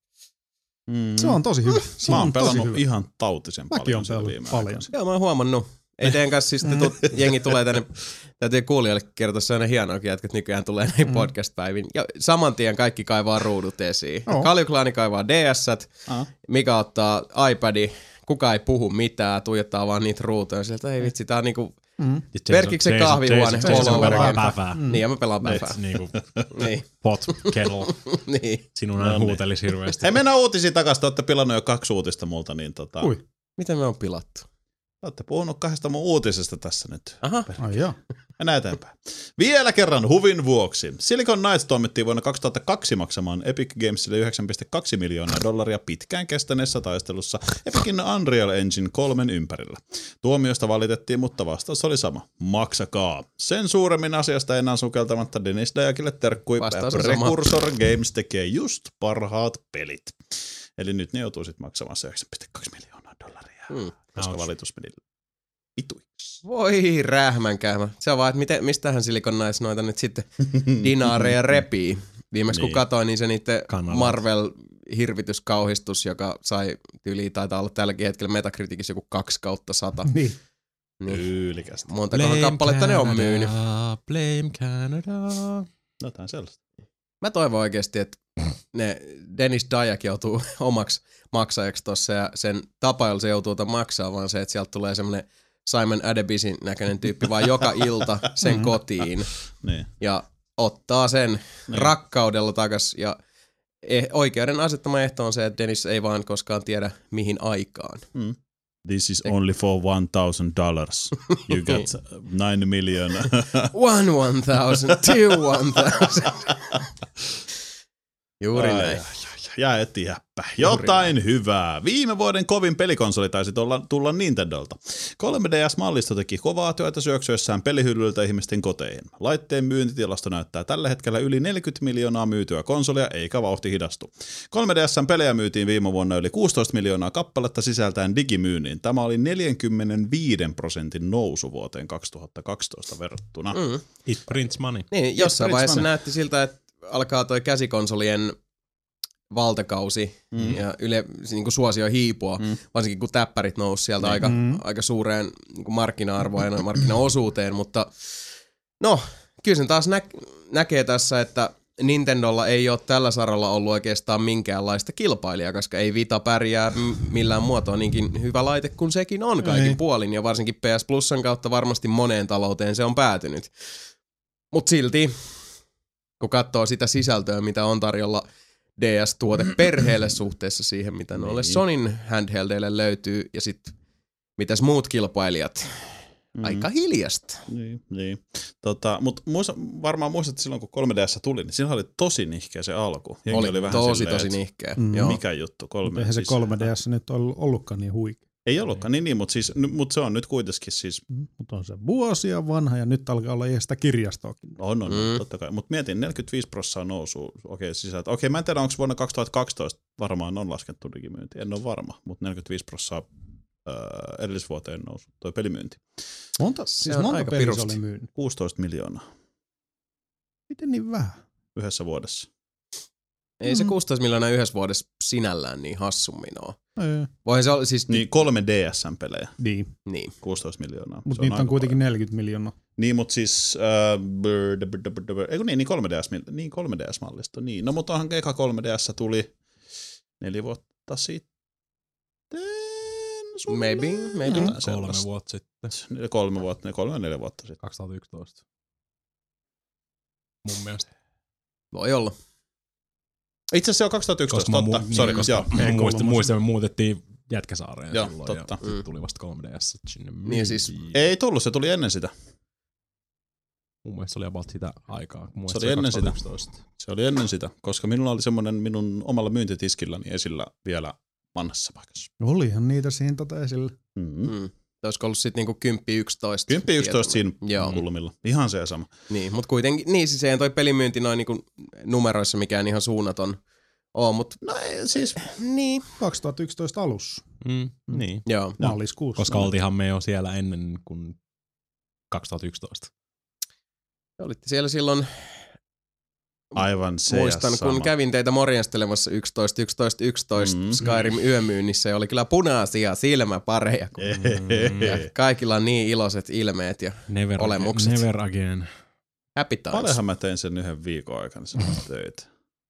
Mm. Se on tosi hyvä. Se mä oon pelannut hyvä. Ihan tautisen Mäkin paljon. Mäkin on pelannut paljon. Joo, mä oon huomannut. Ei teidän kanssa siis tut, jengi tulee tänne, täytyy kuulijoille kertoa sellainen hienoakin, että nykyään tulee näin mm. podcast-päivin. Ja saman tien kaikki kaivaa ruudut esiin. Oh. Kaljuklaani kaivaa D S-t, uh-huh. Mika ottaa iPadi, kuka ei puhu mitään, tuijottaa vaan niitä ruutuja. Sieltä ei vitsi, tää on niinku mm. Verkiksen kahvihuone. Mm. Niin, ja mä pelaan päfää. Niinku pot, kettle. Niin. Sinun no, huutelis hirveästi. Hei, mennään uutisiin takas. Te olette pilannut jo kaksi uutista multa. Niin tota... Ui. Miten me on pilattu? Olette puhunut kahdesta mun uutisesta tässä nyt. Aha. Ai joo. Mennään eteenpäin. Vielä kerran huvin vuoksi. Silicon Knights toimittiin vuonna kaksituhattakaksi maksamaan Epic Gamesille yhdeksän pilkku kaksi miljoonaa dollaria pitkään kestäneessä taistelussa Epicin Unreal Engine kolmen ympärillä. Tuomiosta valitettiin, mutta vastaus oli sama. Maksakaa. Sen suuremmin asiasta enää sukeltamatta Dennis Dajakille terkkui. Precursor Games tekee just parhaat pelit. Eli nyt ne joutuu sitten maksamaan yhdeksän pilkku kaksi miljoonaa dollaria. Hmm. Koska valitus meni vituiksi. Voi rähmänkähmä. Se on vaan, että miten, mistähän Silicon Knights noita nyt sitten dinaareja repii. Viimeksi niin. kun katsoin, niin se niiden Marvel-hirvityskauhistus, joka sai tyyliin, taitaa olla tälläkin hetkellä Metacriticissa joku kaksi kautta sata. Niin. Niin. Tyylikästä. Montakohan kappaletta ne on myynyt. Blame Canada. Jotain sellaista. Mä toivon oikeasti, että ne Dennis Dyack joutuu omaksi maksajaksi tossa ja sen tapa, jolla se joutuu tämän maksaa, vaan se, että sieltä tulee semmoinen Simon Adebisin näköinen tyyppi vaan joka ilta sen kotiin niin. ja ottaa sen niin. rakkaudella takas ja oikeuden asettama ehto on se, että Dennis ei vaan koskaan tiedä mihin aikaan. Mm. This is only for one thousand dollars. You got nine million. one one thousand, two one thousand. Juuri ai, näin. Ja etihäppä. Jotain näin. Hyvää. Viime vuoden kovin pelikonsoli taisi tulla, tulla Nintendolta. kolme D S-mallisto teki kovaa työtä syöksyessään pelihyllyltä ihmisten koteihin. Laitteen myyntitilasto näyttää tällä hetkellä yli neljäkymmentä miljoonaa myytyä konsolia, eikä vauhti hidastu. kolme D S:n pelejä myytiin viime vuonna yli kuusitoista miljoonaa kappaletta sisältäen digimyynnin. Tämä oli neljäkymmentäviisi prosentin nousu vuoteen kaksituhattakaksitoista verrattuna. Mm. It prints money. Niin, jossain vaiheessa money. Näytti siltä, että alkaa toi käsikonsolien valtakausi mm. ja yle, niin kuin suosio hiipua, mm. varsinkin kun täppärit nousi sieltä mm. aika, aika suureen niin kuin markkina-arvoon ja markkinaosuuteen, mutta no, kyllä sen taas nä- näkee tässä, että Nintendolla ei ole tällä saralla ollut oikeastaan minkäänlaista kilpailijaa, koska ei Vita pärjää m- millään muotoa niinkin hyvä laite kuin sekin on kaikin ei. puolin. Ja varsinkin P S Plusan kautta varmasti moneen talouteen se on päätynyt. Mut silti, kun katsoo sitä sisältöä, mitä on tarjolla D S-tuote perheelle suhteessa siihen, mitä noille Sonyn handheldeille löytyy, ja sitten mitäs muut kilpailijat, mm. aika hiljasta. Niin, niin. Tota, mutta muista, varmaan muistat silloin, kun kolme D S tuli, niin siinä oli tosi nihkeä se alku. Jengi oli, oli vähän tosi, silleen, tosi nihkeä. Mm. Joo. Mikä juttu? Kolme Eihän se sisään. kolme D S nyt ollutkaan niin huikea. Ei ollutkaan, niin, niin mutta siis, mut se on nyt kuitenkin siis... Mm, mutta on se vuosia vanha ja nyt alkaa olla ihan sitä kirjastoakin. On, on, Mm. totta kai. Mutta mietin, neljäkymmentäviisi prosenttia nousua okei sisältä. Okei, mä en tiedä, onko vuonna kaksituhattakaksitoista varmaan on laskettu digimyynti. En ole varma, mutta neljäkymmentäviisi prosenttia öö, edellisvuoteen nousu, toi pelimyynti. Monta, Se siis on monta aika peliä se pirusti. oli myynyt. kuusitoista miljoonaa Miten niin vähän? yhdessä vuodessa. Ei se Mm. kuusitoista miljoonaa yhdessä vuodessa sinällään niin hassummin ole. Ei. Voihan se olla siis... Niin kolme D S-pelejä, Niin, niin. kuusitoista miljoonaa. mutta Se niitä on aika kuitenkin paljon. neljäkymmentä miljoonaa. Niin, mutta siis... Äh, brr, brr, brr, brr, eikö niin, niin kolme D S, niin kolme D S-mallista. Niin. No, mutta onhan eka kolme D S tuli neljä vuotta sitten. Maybe, maybe. Jotain Kolme sellaista. vuotta sitten. Kolme vuotta, kolme neljä vuotta sitten. kaksituhattayksitoista. Mun mielestä. Voi olla. Itse asiassa se on kaksituhattayksitoista, Koska mä totta. mu- Sori, niin, koska joo. mä Ei, muistan, kolmas. muistan, me muutettiin Jätkäsaareen Joo, silloin totta. ja sit Mm. tuli vasta kolme D S sinne. Niin siis- myyntiin. Ei tullut, se tuli ennen sitä. Mun mielestä se oli about sitä aikaa. Mun mielestä Se oli ennen sitä. kaksituhattayksitoista. Se oli ennen sitä, koska minulla oli semmoinen minun omalla myyntitiskilläni esillä vielä vanhassa paikassa. Olihan niitä siinä tota esillä. Mm-hmm. Mm. Olisiko ollut sitten niinku kymmenen yksitoista? kymmenen yksitoista siinä Joo. kulmilla. Ihan se sama. Niin, mutta kuitenkin, niin siis ei toi pelimyynti noin niinku numeroissa mikään ihan suunnaton oo, mut No ei, siis... niin. kaksituhattayksitoista alussa, Mm, niin. Joo. maaliskuussa. Koska oltiinhan me jo siellä ennen kuin kaksituhattayksitoista. Olitte siellä silloin, Aivan se muistan ja kun sama. kävin teitä morjastelemassa yksitoista yksitoista yksitoista Mm. Skyrim yömyynnissä ja oli kyllä punaisia silmäpareja, kun ja kaikilla on niin iloiset ilmeet ja Never, Olemukset. never again. happy times. Paljonhan mä tein sen yhden viikon aikana semmoista töitä.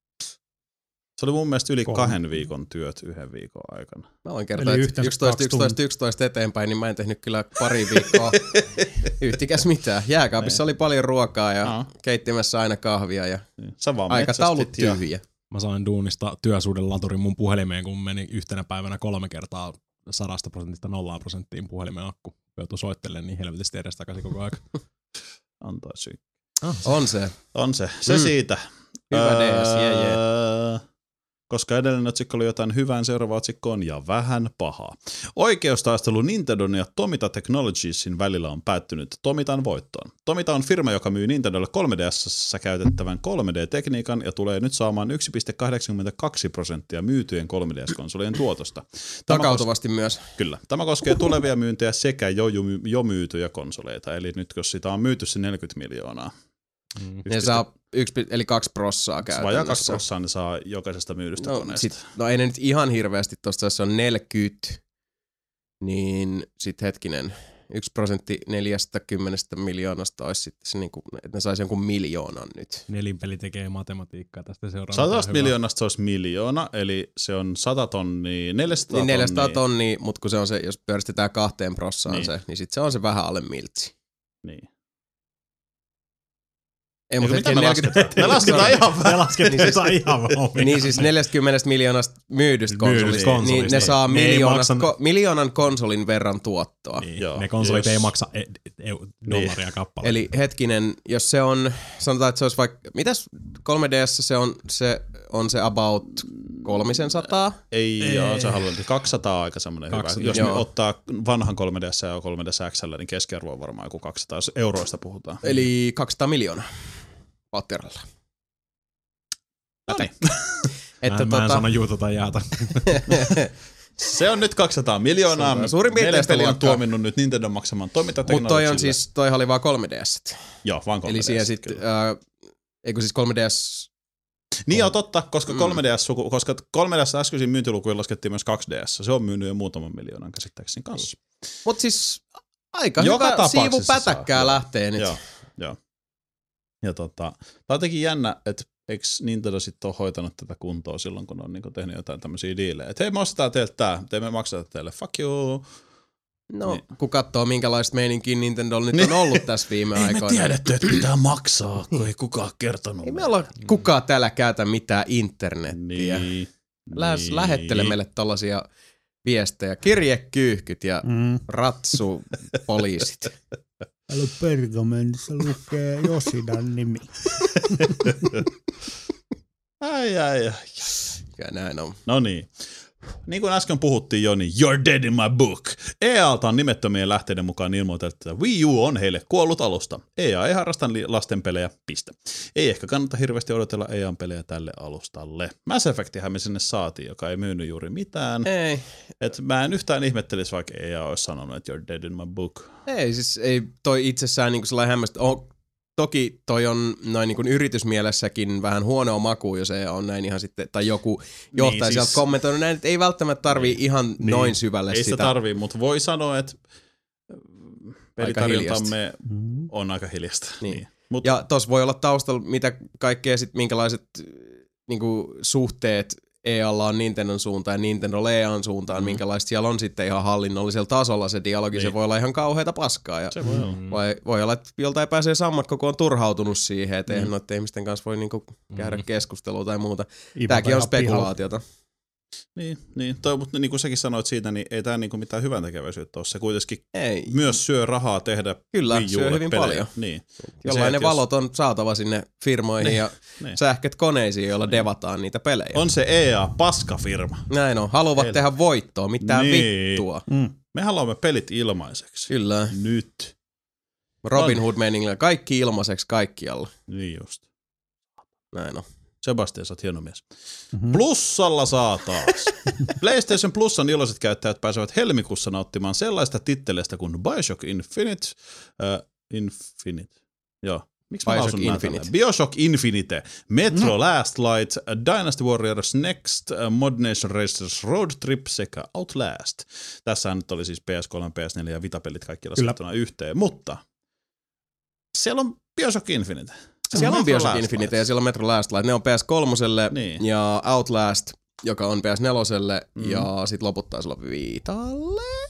Se oli mun mielestä yli Kolme. kahden viikon työt yhden viikon aikana. Mä voin kertoa, että yhteensä yksitoista kaksi yksitoista yksitoista eteenpäin, niin mä en tehnyt kyllä pari viikkoa yhtikäs mitään. Jääkaapissa oli paljon ruokaa ja Aa. keittimässä aina kahvia ja Sä vaan aikataulut metsästit ja- tyhjä. Mä sain duunista työsuhdelaturin mun puhelimeen, kun meni yhtenä päivänä kolme kertaa sadasta prosentista nollaan prosenttiin puhelimen akku. Joutui soittelemaan niin helvetisti edestakaisin koko aika. Antaa syy. On se. On se. Se Mm. siitä. Hyvä D S, jee, jee. Öö, Koska edellinen otsikko oli jotain hyvää, seuraava otsikko on ja vähän pahaa. Oikeustaistelu Nintendon ja Tomita Technologiesin välillä on päättynyt Tomitan voittoon. Tomita on firma, joka myy Nintendolle kolme D S:ssä käytettävän kolme D-tekniikan ja tulee nyt saamaan yksi pilkku kahdeksankymmentäkaksi prosenttia myytyjen kolme D S-konsolien tuotosta. Tämä Takautuvasti myös. kos- Kyllä. Tämä koskee tulevia myyntejä sekä jo, jo myytyjä konsoleita. Eli nyt jos sitä on myyty se neljäkymmentä miljoonaa. Mm. Ne saa yksi, eli kaksi prossaa Vajaa kaksi käytännössä. prossaa ne saa jokaisesta myydystä No, koneesta. sit, no ei ne nyt ihan hirveästi tosta, jos se on neljäkymmentä, niin sit hetkinen, yksi prosentti neljäkymmentä miljoonasta olisi sitten se, niinku, että ne saisi jonkun miljoonan nyt. Nelinpeli tekee matematiikkaa tästä seuraavasta. Sadasta miljoonasta se olisi miljoona, eli se on sata tonnia, neljäsataa Niin neljäsataa tonnia. tonnia, mutta kun se on se, jos pyöristetään kahteen prossaan Niin. se, niin sit se on se vähän alle miltsi. Niin. Ei, Eikö mutta mitä hetken me lasketaan? Me lasketaan ihan Me vähän. laskettiin Niin siis- jotain ihan omia. Niin siis neljäkymmentä miljoonasta myydystä konsolista, Myydystä konsolista, niin ne niin. saa Ne ei miljoonan, maksa- ko, miljoonan konsolin verran tuottoa. Niin. Joo. Ne konsolit Jos- ei maksa e- e- dollaria kappale. Eli hetkinen, jos se on, sanotaan, että se olisi vaikka, mitäs kolme D S se on, se on se about kolmisen sataa? Ei, Ei. joo, se haluan. kaksisataa aika semmoinen hyvä. kaksisataa. Jos Joo. me ottaa vanhan kolme D S ja kolme D S X L, niin keskiarvo on varmaan joku kaksisataa, jos euroista puhutaan. Eli kaksisataa miljoonaa patteralla. No niin. Että mä, en, mä en tota, sano juuta tai jaata. Se on nyt kaksisataa miljoonaa. Se on suurin piirtein Neljä sitä peliä on luokkaa. tuominut nyt Nintendo maksamaan toiminta mutta toi on siis, toihan oli vaan kolme D S. Joo, vaan kolme Eli D S. siihen sitten, äh, eikö siis kolme D S, Niin joo, totta, koska Mm. kolme D S, suku, koska kolme D S äskeisiin myyntilukuihin laskettiin myös kaksi D S. Se on myynyt jo muutaman miljoonan käsittääkseni kanssa. mutta siis aika Joka hyvä tapauksessa siivu saa, pätäkkää joo. lähtee nyt. Joo, joo. Ja tota, tää on jotenkin jännä, että eikö Nintendo sitten ole hoitanut tätä kuntoa silloin, kun on niinku tehnyt jotain tämmöisiä diilejä? Että hei, me ostetaan teiltä tää, te me maksetaan teille, fuck you. No, niin. kun katsoo minkälaista meininkiä Nintendo nyt on ollut tässä viime ei aikoina. Ei me tiedetty, että pitää maksaa, kun ei kukaan kertonut. Ei me olla kukaan täällä käytä mitään internettiä. Niin. Lähes niin. lähettele meille tollasia viestejä. Kirjekyyhkyt ja Mm. ratsupoliisit. Täällä pergamentissa lukee Josidan nimi. ai, ai, ai. Ja näin on. No niin. Niin kuin äsken puhuttiin jo, niin you're dead in my book. E A:lta on nimettömien lähteiden mukaan ilmoitettu, että Wii U on heille kuollut alusta. E A ei harrasta lastenpelejä, piste. Ei ehkä kannata hirveästi odotella E A:n pelejä tälle alustalle. Mass Effectihän me sinne saatiin, joka ei myynyt juuri mitään. Ei. Et mä en yhtään ihmettelisi, vaikka E A olisi sanonut, että you're dead in my book. Ei, siis ei toi itsessään niinku sellainen hämmästä. Oh, toki toi on noin niinku yritysmielessäkin vähän huonoa makua, jos ei on näin ihan sitten, tai joku johtaja niin, sieltä siis, kommentoinut näin, että ei välttämättä tarvii niin, ihan niin, noin syvälle ei sitä. Ei sitä tarvii, mutta voi sanoa, että pelitarjontamme on aika hiljasta. Niin. Niin. Mut, ja tossa voi olla taustalla mitä kaikkea sit, minkälaiset niinku, suhteet E A:lla on Nintendon suuntaan ja Nintendo E A:n suuntaan, mm. minkälaista siellä on sitten ihan hallinnollisella tasolla se dialogi, niin. Se voi olla ihan kauheata paskaa. Ja se voi olla. Vai, voi olla, että joltain pääsee sammakko, kun on turhautunut siihen, että mm. eihän noiden ihmisten kanssa voi niinku käydä mm. keskustelua tai muuta. Iva Tääkin on spekulaatiota. Pihalla. Niin, niin. Toi, mutta niin kuin säkin sanoit siitä, niin ei tää niinku mitään hyväntekeväisyyttä ole. Se kuitenkin ei. Myös syö rahaa tehdä Kyllä, syö hyvin pelejä. Paljon. Niin. Jollain ne jos... valot on saatava sinne firmoihin niin, ja niin. sähköt koneisiin, joilla niin. devataan niitä pelejä. On se E A paskafirma. Näin on. Haluavat Heille. tehdä voittoa, mitään niin. vittua. Mm. Me haluamme pelit ilmaiseksi. Kyllä. Nyt. Robin Hood-meiningillä. Kaikki ilmaiseksi kaikkialla. Niin just. Näin on. Sebastian, sä oot hieno mies. Mm-hmm. Plussalla saa taas. PlayStation Plusan iloiset käyttäjät pääsevät helmikuussa nauttimaan sellaista titteleistä kuin Bioshock Infinite. Uh, Infinite. Joo. Miksi mä lausun Infinite? Bioshock Infinite, Metro no. Last Light, Dynasty Warriors Next, Mod Nation Racers Road Trip sekä Outlast. Tässähän nyt oli siis P S kolme, P S neljä ja Vita-pelit kaikki laskettuna yhteen, mutta siellä on Bioshock Infinite. Siellä on Bioshock Infinite ja siellä on Metro Last Light. Ne on P S kolme niin. ja Outlast, joka on P S neljä mm. ja sit loput taisi olla Vitalle.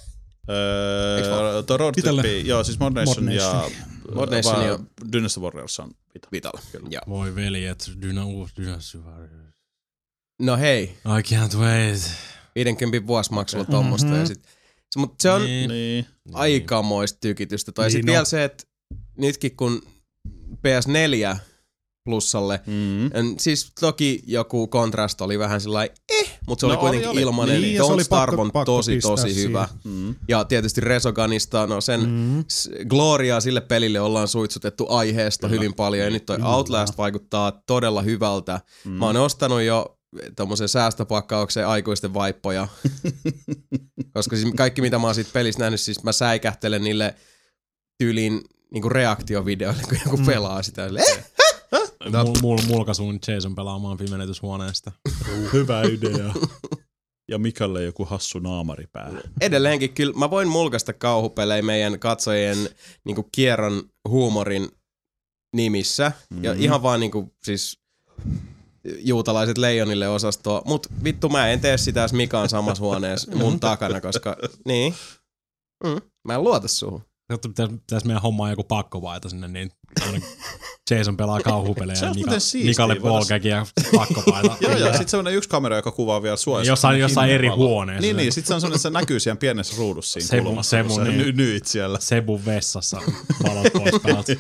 Öö, tuo Road Trip, joo siis Mod Nation ja, Mod Nation ja Dynasty Warriors on Vita. Vitalle. Voi veljet, Dynasty Warriors. No hei. I can't wait. viidenkymmenen vuosimaksulla tommosta mm-hmm. ja sit, mut se on niin. aikamoista tykitystä. Tai niin sit no. vielä se, että nytkin kun P S neljä plussalle. Mm. Siis toki joku kontrast oli vähän sellainen eh, mutta se no, oli kuitenkin oli, oli. Ilmanen. Niin, Don't Starve on tosi tosi hyvä. Mm. Ja tietysti Resogunista, no sen mm. gloriaa sille pelille ollaan suitsutettu aiheesta Kyllä. hyvin paljon. Ja nyt toi Kyllä. Outlast vaikuttaa todella hyvältä. Mm. Mä oon ostanut jo tommosen säästöpakkauksen aikuisten vaippoja. Koska siis kaikki mitä mä oon siitä pelissä nähnyt, siis mä säikähtelen niille tyyliin niinku reaktiovideoille, kun joku mm. pelaa sitä. Eh? Mul, mul, mulkaisuun Jason pelaamaan pimenetyshuoneesta. Hyvä idea. Ja Mikalle joku hassu naamari päällä. Edelleenkin kyllä mä voin mulkaista kauhupelejä meidän katsojien niinku kierron huumorin nimissä. Mm-hmm. Ja ihan vaan niinku siis juutalaiset leijonille osastoa. Mut vittu mä en tee sitä, jos Mika on samassa huoneessa mun takana, koska niin. Mm, mä en luota suhun. Pitäis, pitäis meidän hommaa joku pakkopaita sinne, niin Jason pelaa kauhupelejä ja Mika, Mikalle polkäki ja pakkopaita. Joo, ja sit semmonen yksi kamera, joka kuvaa vielä sua. Jossain, jossain eri huoneessa. Niin, niin, sit se on semmonen, että se näkyy siellä pienessä ruudussa siinä Sebu, kulmassa, Sebu, kun niin. sä nyt siellä. Sebun vessassa valot pois päältä.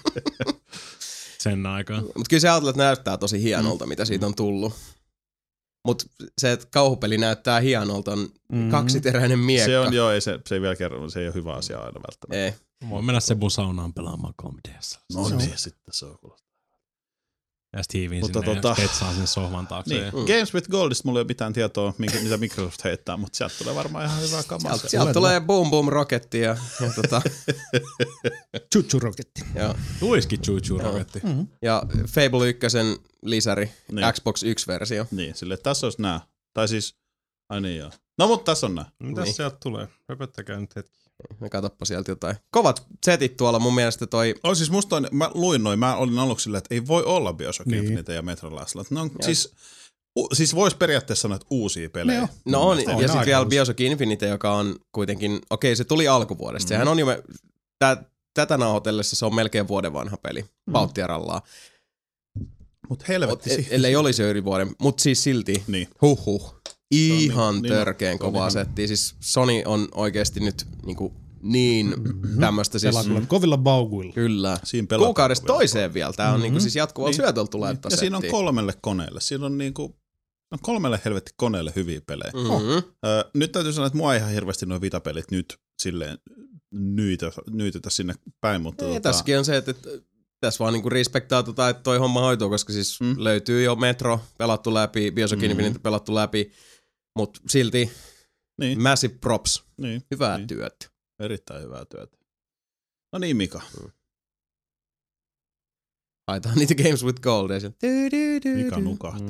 Sen aikaan. Mut kyllä se Outlast näyttää tosi hienolta, mm. mitä siitä on tullut. Mut se, että kauhupeli näyttää hienolta, on mm. kaksiteräinen miekka. Se on, joo, ei se, se ei vielä kerran, se ei ole hyvä asia aina välttämättä. Ei. Voin mennä Sebun saunaan pelaamaan komediassa. No niin, sitten se on kuulostaa. Ja Steven sinne tota, ja petsaa sinne sohvan taakse. Niin. Mm. Games with Goldista mulla ei ole mitään tietoa, mitä Microsoft heittää, mutta sieltä tulee varmaan ihan hyvää kamaa. Sieltä, sieltä tulee Boom Boom Roketti ja, ja tota... Chuchu Roketti. Tuiskin Chuchu Roketti. Mm-hmm. Ja Fable ykkösen lisäri, niin. Xbox One-versio. Niin, silleen tässä olisi nää. Tai siis, ai niin joo. No mutta tässä on nää. Mitäs niin. sieltä tulee? Höpöttäkää nyt hetki. Katsoppa sieltä jotain. Kovat setit tuolla mun mielestä toi... Oh, siis musta on, mä luin noin, mä olin aluksi silleen, että ei voi olla Bioshock Niin. Infinite ja Metro Last Light. No, siis, u, siis vois periaatteessa sanoa, että uusia pelejä. No, No on, on ja aika sitten vielä uusi. Bioshock Infinite, joka on kuitenkin... Okei, se tuli alkuvuodesta. Mm. Sehän on jo... Me, tä, tätä nauhoitellessa se on melkein vuoden vanha peli. Mm. Pauttia rallaa. Mut helvetti. Mut, ellei olisi jo yli vuoden. Mutta siis silti. Niin. Huhhuh. Ihan niin- niin törkeen on. Se on kovaa ihan- settiä. Siis Sony on oikeasti nyt niinku niin Mm-hmm. tämmöstä siis... Pelaa kyllä kovilla bauguilla. Kyllä. Siinä pelataan Kuukaudesta kovilla toiseen vielä. Tää on Mhm. niinku siis jatkuvalla Niin. syötöllä tulee Niin. tätä Ja siinä on settiä. kolmelle koneelle. Siinä on niinku, no kolmelle helvetti koneelle hyviä pelejä. Mhm. Öö, nyt täytyy sanoa, että mua ei ihan hirveästi nuo Vita-pelit nyt silleen nyytä, nyytytä sinne päin, mutta Ei, tota, tässäkin on se, että, että tässä vaan niinku respektaa tota, että toi homma hoituu, koska siis Mm. mm. löytyy jo Metro pelattu läpi, Bioshock Mm. Infinite pelattu läpi, mutta silti niin, massive props, niin, hyvää niin. työtä. Erittäin hyvää työtä. No niin, Mika. Haetaan niitä Games with Gold. Ja sieltä, Mika nukahti.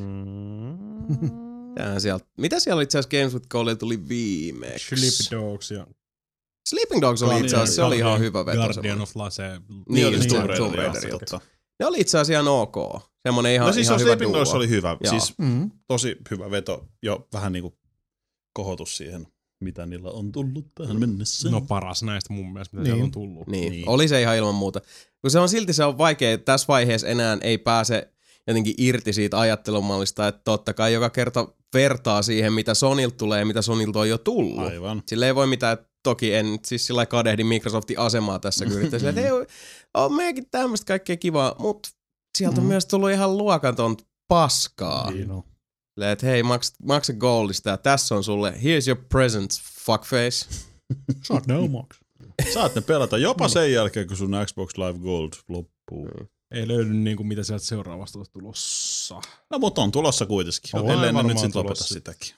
Tämähän sieltä, mitä siellä itse asiassa Games with Goldilla tuli viimeksi? Sleep Dogs ja Sleeping Dogs oli itse asiassa, se oli ihan hyvä veto. Guardian semmoinen. of Light, se... Niin, oli just Tomb se, Raider, Tomb joo, Raider, totta. joo. Ne oli itse asiassa ihan ok. Semmoinen ihan, No siis ihan on hyvä Sleeping duo. Dogs oli hyvä. Joo. Siis Mm. tosi hyvä veto. Jo vähän niinku kohotus siihen, mitä niillä on tullut tähän mennessä. No paras näistä mun mielestä, mitä Niin. sieltä on tullut. Niin, Niin. niin, oli se ihan ilman muuta. Kun se on silti se on vaikea, tässä vaiheessa enää ei pääse jotenkin irti siitä ajattelumallista, että totta kai joka kerta vertaa siihen, mitä Sonylta tulee ja mitä Sonylta on jo tullut. Aivan. Sillä ei voi mitään, että toki en nyt siis sillä lailla kadehdi Microsoftin asemaa tässä, kun yrittää sillä, että ei, on meidänkin tämmöistä kaikkea kivaa, mutta sieltä on Mm. myös tullut ihan luokaton paskaa. Niin on. Silleen, että hei, maksa, maksa goldista ja tässä on sulle, here's your presents, fuckface. Saat ne omaksi. Saat ne pelata jopa sen jälkeen, kun sun Xbox Live Gold loppuu. Ei löydy niinku mitä sieltä seuraavasta olisi tulossa. No mutta on tulossa kuitenkin. On Ellei ne varmaan nyt sit lopeta tulossa. sitäkin.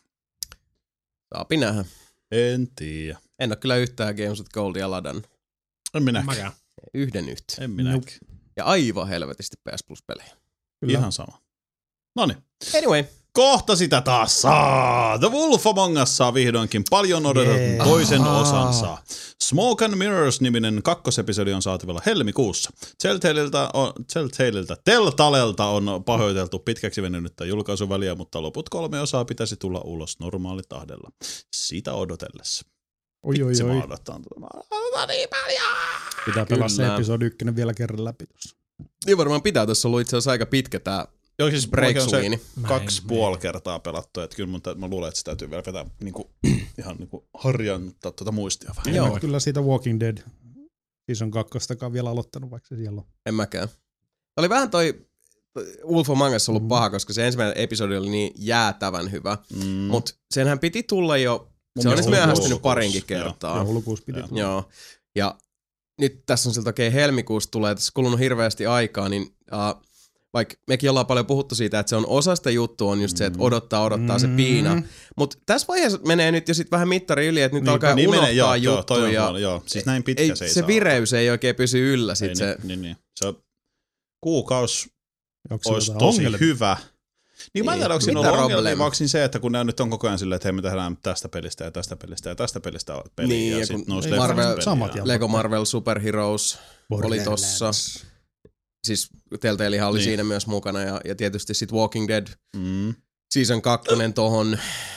Saapi nähdä. En tiedä. En ole kyllä yhtään Games with Goldia ladannut. En minäkään. Mäkään. Yhden yhtä. En minäkään. Ja aivan helvetisti P S Plus-pelejä. Kyllä. Ihan sama. Noniin. Anyway. Kohta sitä taas saa. The Wolf Among Us saa vihdoinkin paljon odotetun Yeah. toisen osansa. Smoke and Mirrors-niminen kakkosepisodi on saatavilla helmikuussa. Telltaleilta on, Telltaleilta, Telltalelta on pahoiteltu pitkäksi venynyttä julkaisuväliä, mutta loput kolme osaa pitäisi tulla ulos normaalitahdella. Sitä odotellessa. Oi, oi, Vitsi, mä oi. odotan tuota. Mä odotan niin paljon. Pitää pelaa se Kyllä. episodi ykkönen vielä kerran läpi tuossa. Niin varmaan pitää. Tässä on ollut itse asiassa aika pitkä tää Joo, siis mullakin on se breaksuini. kaksi puoli kertaa pelattu, että kyllä mun, tä- mä luulen, että se täytyy vielä vetää niinku, ihan niinku harjannuttaa tuota muistia vähän. Joo. En ole kyllä siitä Walking Dead season kakkostakaan vielä aloittanut, vaikka se siellä on. En mäkään. Oli vähän toi Wolf Among Us ollut Mm. paha, koska se ensimmäinen episodi oli niin jäätävän hyvä. Mm. Mut senhän piti tulla jo, Mun se on nyt mielestä myöhästynyt joulukuussa, parinkin joo. kertaa. Joulukuussa piti Joo. tulla. Joo. Ja nyt tässä on siltä okei, helmikuussa tulee, tässä kulunut hirveästi aikaa, niin uh, vaikka mekin ollaan paljon puhuttu siitä, että se on osa sitä juttua on just se, että odottaa, odottaa se piina. Mutta tässä vaiheessa menee nyt jo sit vähän mittari yli, että nyt Niin, alkaa Niin unohtaa menee, joo, joo, toi on juttuja. huono, joo. Siis näin pitkä Ei, se ei se saa vireys ei oikein pysy yllä olla. sit Ei, se. niin, niin, niin. Se on, kuukaus Onko se olisi jotain tosi ongelmia? hyvä. Niin mä en Niin. tiedä, onko siinä Mitä ollut ongelmia, problem? vai onko siinä se, että kun ne nyt on koko ajan silleen, että hei me tehdään tästä pelistä ja tästä pelistä ja tästä pelistä peliä Niin, ja, ja sitten kun nousi Marvel- Marvel samat ja- Lego Marvel Super Heroes oli tossa. Siis Telltalehan oli Niin. siinä myös mukana ja, ja tietysti sit Walking Dead Mm. season kakkonen tohon.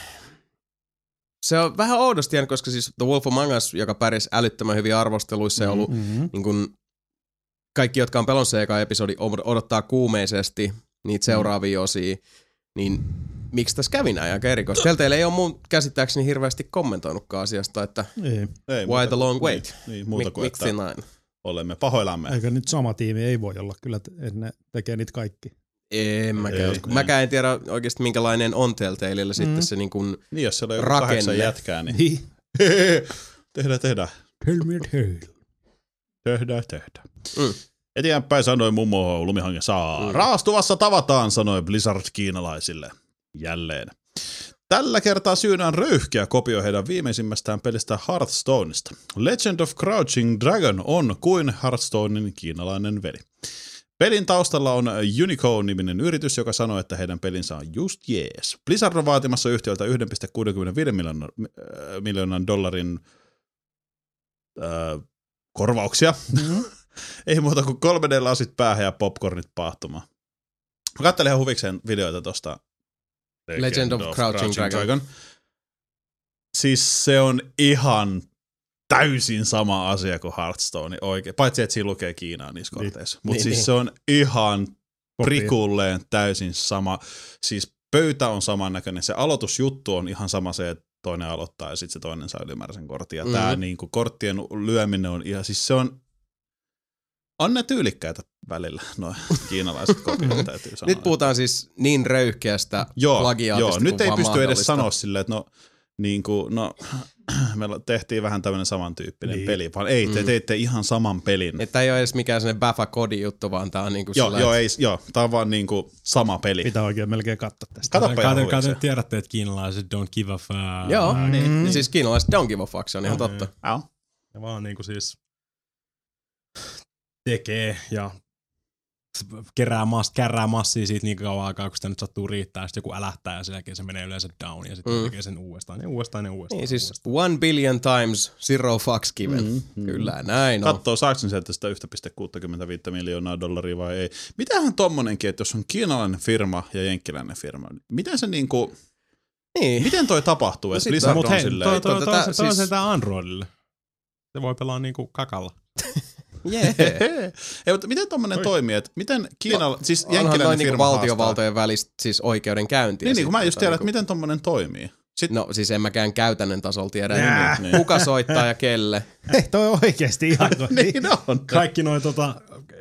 Se on vähän oudosti jäänyt, koska siis The Wolf Among Us, joka pärjäsi älyttömän hyvin arvosteluissa ja ollut Mm-hmm. niin kun, kaikki, jotka on pelannut se eka episodi, odottaa kuumeisesti niitä seuraavia osia, niin miksi tässä kävi näin aika erikoista? Telltale ei ole mun käsittääkseni hirveästi kommentoinutkaan asiasta, että Ei. Ei, why muuta- the long wait? Niin, niin muuta Mik, kuin, miksi että näin? olemme pahoillamme. Eikä nyt sama tiimi ei voi olla, kyllä että ne tekee niitä kaikki. En mäkään Ei, usko. ei. Mäkään en tiedä oikeasti minkälainen on Telltaleilla mm. sitten se niin kuin Niin, jos siellä on joku rakenne. kahdeksan jätkää, niin Niin. tehdään, tehdään. Tell me tale. Tehdään, tehdään. Mm. Eteenpäin sanoi mummo lumihange saa. Mm. Raastuvassa tavataan, sanoi Blizzard kiinalaisille. Jälleen. Tällä kertaa syynä on röyhkeä kopio heidän viimeisimmästään pelistä Hearthstoneista. Legend of Crouching Dragon on kuin Hearthstonein kiinalainen veli. Pelin taustalla on Unico-niminen yritys, joka sanoo, että heidän pelinsä on just jees. Blizzard on vaatimassa yhtiöltä yksi pilkku kuusikymmentäviisi miljoonan, äh, miljoonan dollarin öö, korvauksia. Mm-hmm. Ei muuta kuin kolme D-lasit päähän ja popcornit paahtumaan. Mä kattelin ihan huvikseen videoita tosta Legend, Legend of, of Crouching, Crouching Dragon. Dragon. Siis se on ihan täysin sama asia kuin Hearthstone oikein. Paitsi, että siinä lukee Kiinaa niissä korteissa. Mutta niin, siis niin. Se on ihan prikulleen täysin sama. Siis pöytä on samannäköinen. Se aloitusjuttu on ihan sama se, että toinen aloittaa ja sitten se toinen saa ylimääräisen kortin. Ja mm-hmm. tää niinku korttien lyöminen on ihan, siis se on, on ne tyylikkäitä välillä, noin kiinalaiset kopit täytyy sanoa. Nyt puhutaan siis niin röyhkeästä plagiaatista. Joo, nyt ei pysty edes sanoa silleen, että no, niin kuin, no me tehtiin vähän tämmöinen samantyyppinen niin. peli, vaan ei, te mm. teitte ihan saman pelin. Että ei ole edes mikään sellainen Baffa-kodi-juttu, vaan tää on niinku joo, sillä... Joo, ei, joo, tää on vaan niinku sama peli. Pitää oikein melkein katsoa tästä. Katoppa ihan huvikseen. Katen tiedätte, että kiinalaiset don't give a fuck. Joo, mm. niin. Siis kiinalaiset don't give a fuck, se on ihan totta. Joo. Ja vaan niinku siis tekee ja kerää, mass, kerää massia siitä niin kauan aikaa, kun sitä nyt sattuu riittää, sitten joku älähtää ja sen jälkeen se menee yleensä down ja sitten mm. tekee sen uudestaan ja uudestaan ja uudestaan. Niin siis uudestaan. one billion times zero fucks given. Mm, mm. Kyllä, näin on. Katsoo, saako sieltä sitä yksi pilkku kuusikymmentäviisi miljoonaa dollaria vai ei. Mitähän tommonenkin, että jos on kiinalainen firma ja jenkkiläinen firma, miten se niinku... Niin. Miten toi tapahtuu? No Blizzard on silleen... Toi, toi, toi, toi, toi on sieltä Androidille. Se voi pelaa niinku kakalla. Jee. Ei, mutta miten tommonen Oi. toimii, että miten Kiinalla, no, siis jenkkiläinen firma niinku valtiovaltojen välistä siis oikeudenkäyntiä. Niin, niin kun mä just tiedän, niinku... että miten tommonen toimii. Sitten... No siis en mäkään käytännön tasolla tiedä, yeah. niin. kuka soittaa ja kelle. Ei toi oikeesti ihan niin on. Kaikki noin tota...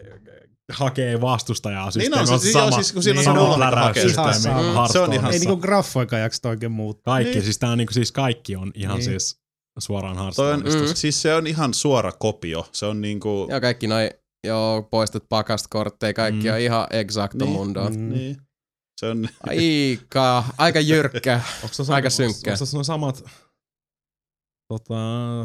hakee vastustajaa niin on, siis, sama, siis kun siinä on sama läräyssysteemi. Se on ihan ei niinku graffoikaan jaksa oikein muuttaa. Kaikki, niin. siis tää on niinku siis kaikki on ihan niin. siis suoraan Hearthstoneista. Mm. Siis se on ihan suora kopio. Se on niinku... Joo, kaikki noi, joo, poistet pakast-kortteja, kaikki mm. on ihan exacto niin. mundoa. Mm. Niin. Se on... Aika, aika jyrkkä, aika synkkä. Onko se samat... Tota...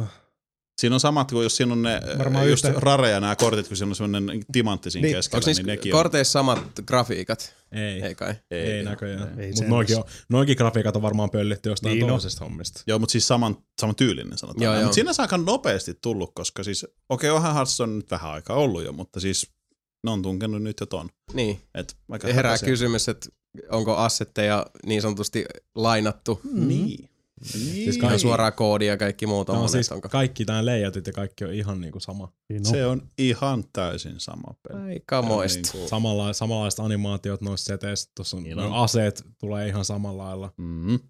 Siinä on samat kuin jos siinä on ne varmaan just yhtä... rareja nämä kortit, kun siinä on semmoinen timantti siinä niin. keskellä. Onko niin nekin korteissa on... samat grafiikat? Ei. Ei kai. Ei, ei näköjään. Mutta noikin, noikin grafiikat on varmaan pöllitty jostain niin toisesta no. hommista. Joo, mutta siis saman, saman tyylinen sanotaan. Mutta siinä on aika nopeasti tullut, koska siis, okei, okay, onhan Hearthstone nyt vähän aikaa ollut jo, mutta siis ne on tunkenut nyt jo ton. Niin. Et herää kysymys, että onko assetteja niin sanotusti lainattu? Mm. Niin. Niin. Siis kaikki suoraa koodia ja kaikki muut on no, monet, siis onko? kaikki tää layoutit ja kaikki on ihan niinku sama. No. Se on ihan täysin sama peli. Aika moista. Niinku Samalla, samanlaiset animaatiot noissa seteissä, tuossa on no. aseet tulee ihan samalla lailla. Mm-hmm.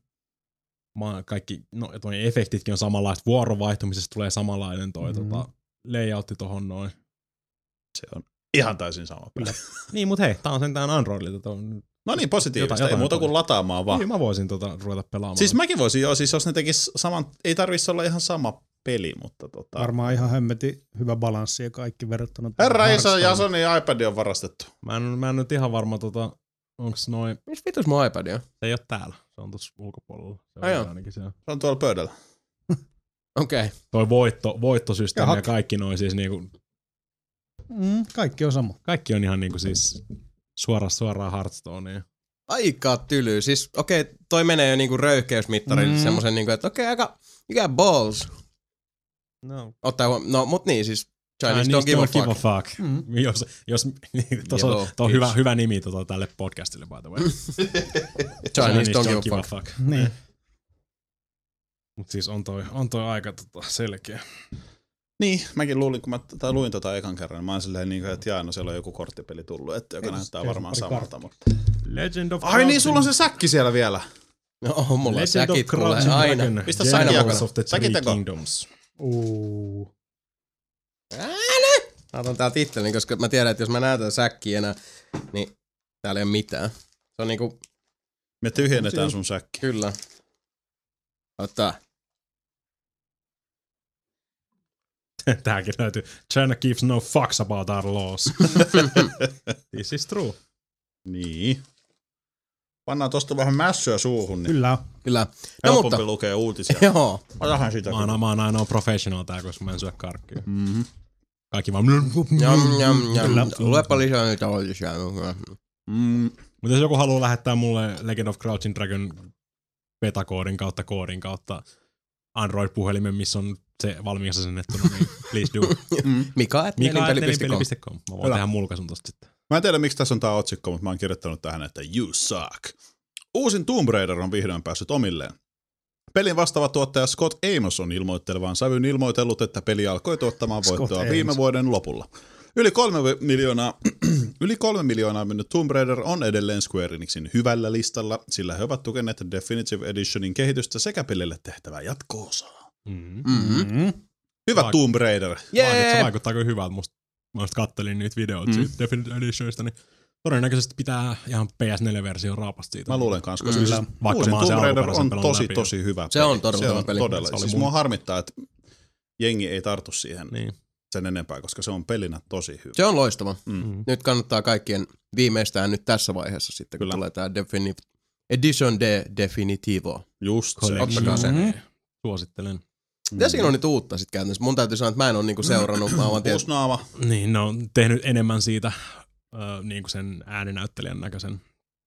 Kaikki, no toi efektitkin on samanlaiset, vuorovaihtumisesta tulee samanlainen toi mm-hmm. tota, layoutti tohon noin. Se on ihan täysin sama peli. Niin, mut hei, tää on sentään Androidilta. Ton... No niin, positiivista. Jotain, ei muuta kuin lataamaan vaan. Niin, mä voisin tota ruveta pelaamaan. Siis mäkin voisin, joo. Siis jos ne tekis saman, ei tarvitsisi olla ihan sama peli, mutta tota... Varmaan ihan hemmetin hyvä balanssi ja kaikki verrattuna... Herra isä, Jasonin iPad on varastettu. Mä en, mä en nyt ihan varma, tota, onks noin... Missä vitus mun iPad on? Se ei oo täällä. Se on tuossa ulkopuolella. Se on, Ai ainakin siellä. Se on tuolla pöydällä. Okei. Okay. Toi voitto, voittosysteemi ja, ja kaikki noin siis niinku... Mm, kaikki on sama. Kaikki on ihan niinku siis suoraan suoraan Hearthstoneen. Aika tyly. Siis okei, okay, toi menee jo niinku röyhkeysmittarille mm. semmosen niinku, että okei, okay, aika, you got balls. No. Ottaa huom- no, mut niin siis, Chinese, Chinese don't, give, don't a give a fuck. Mm. Jos, jos, niin, tos on, Joo, on hyvä, hyvä nimi tota, tälle podcastille, by the way. Chinese, Chinese don't, don't give a fuck. fuck. Niin. Mut siis on toi, on toi aika tota, selkeä. Niin, mäkin luulin, kun mä tai luin tota ekan kerran, mä oon silleen niin, että jaa, no siellä on joku korttipeli tullut, että joka näyttää varmaan samalta. Mutta... Legend of Ai niin, sulla on se säkki siellä vielä. No, mulla Legend säkit tulee aina. Pistä säkkiä Säkit Kingdoms. Uuu. Ääne! Mä otan täältä itselleni, koska mä tiedän, että jos mä näytän säkkiä enää, niin täällä ei ole mitään. Se on niinku... Me tyhjennetään sun säkki. Kyllä. Ota. Tääkin löytyy. China gives no fucks about our laws. This is true. Niin. Pannaan tosta vähän mässyä suuhun. Niin Kyllä. Kyllä. No, helpompi mutta... lukee uutisia. Joo. Otahan sitä. Mä oon, mä oon ainoa professional tää, koska mä en syö karkkia. Mm-hmm. Kaikki vaan... Jam, jam, jam. Luepa lisää niitä uutisia. Mm. Mutta jos joku haluaa lähettää mulle Legend of Crouching Dragon betakoodin kautta koodin kautta Android-puhelimen, missä on se valmiiksi asennettuna, niin please do. Mika at Mika at nelinpeli piste com. nelinpeli piste com. Mä voin tehdä mulkaisun tosta sitten. Mä en tiedä, miksi tässä on tää otsikko, mutta mä oon kirjoittanut tähän, että you suck. Uusin Tomb Raider on vihdoin päässyt omilleen. Pelin vastaava tuottaja Scott Amos on ilmoittelevaan sävyyn ilmoitellut, että peli alkoi tuottamaan voittoa viime vuoden lopulla. Yli kolme miljoonaa, yli kolme miljoonaa mennyt Tomb Raider on edelleen Square Enixin hyvällä listalla, sillä he ovat tukeneet Definitive Editionin kehitystä sekä pelille tehtävää jatko-osaa. Mm-hmm. Hyvä Vaik- Tomb Raider. Yeah. Se vaikuttaa kyllä hyvältä. Musta, mä just kattelin niitä videoita mm. siitä Definitive Editionista, niin todennäköisesti pitää ihan P S neljä-versio raapasta siitä. Mä luulen kanssa, koska mm. siis uusin Tomb Raider on tosi, läpi. tosi hyvä Se peli. on todella se hyvä on peli. Todella. Se Siis mun... mua harmittaa, että jengi ei tartu siihen niin. sen enempää, koska se on pelinä tosi hyvä. Se on loistava. Mm. Nyt kannattaa kaikkien viimeistään nyt tässä vaiheessa sitten, kun Kyllä. tulee tää Defini- Edition de Definitivo. Just se. Ottakaa se. Mm-hmm. Suosittelen. Mitä siinä on nyt uutta sit käytännössä? Mun täytyy sanoa, että mä en ole niinku seurannut. Mä vaan tiedän. Uusi naama. Niin, ne on tehnyt enemmän siitä äh, niinku sen ääninäyttelijän näköisen.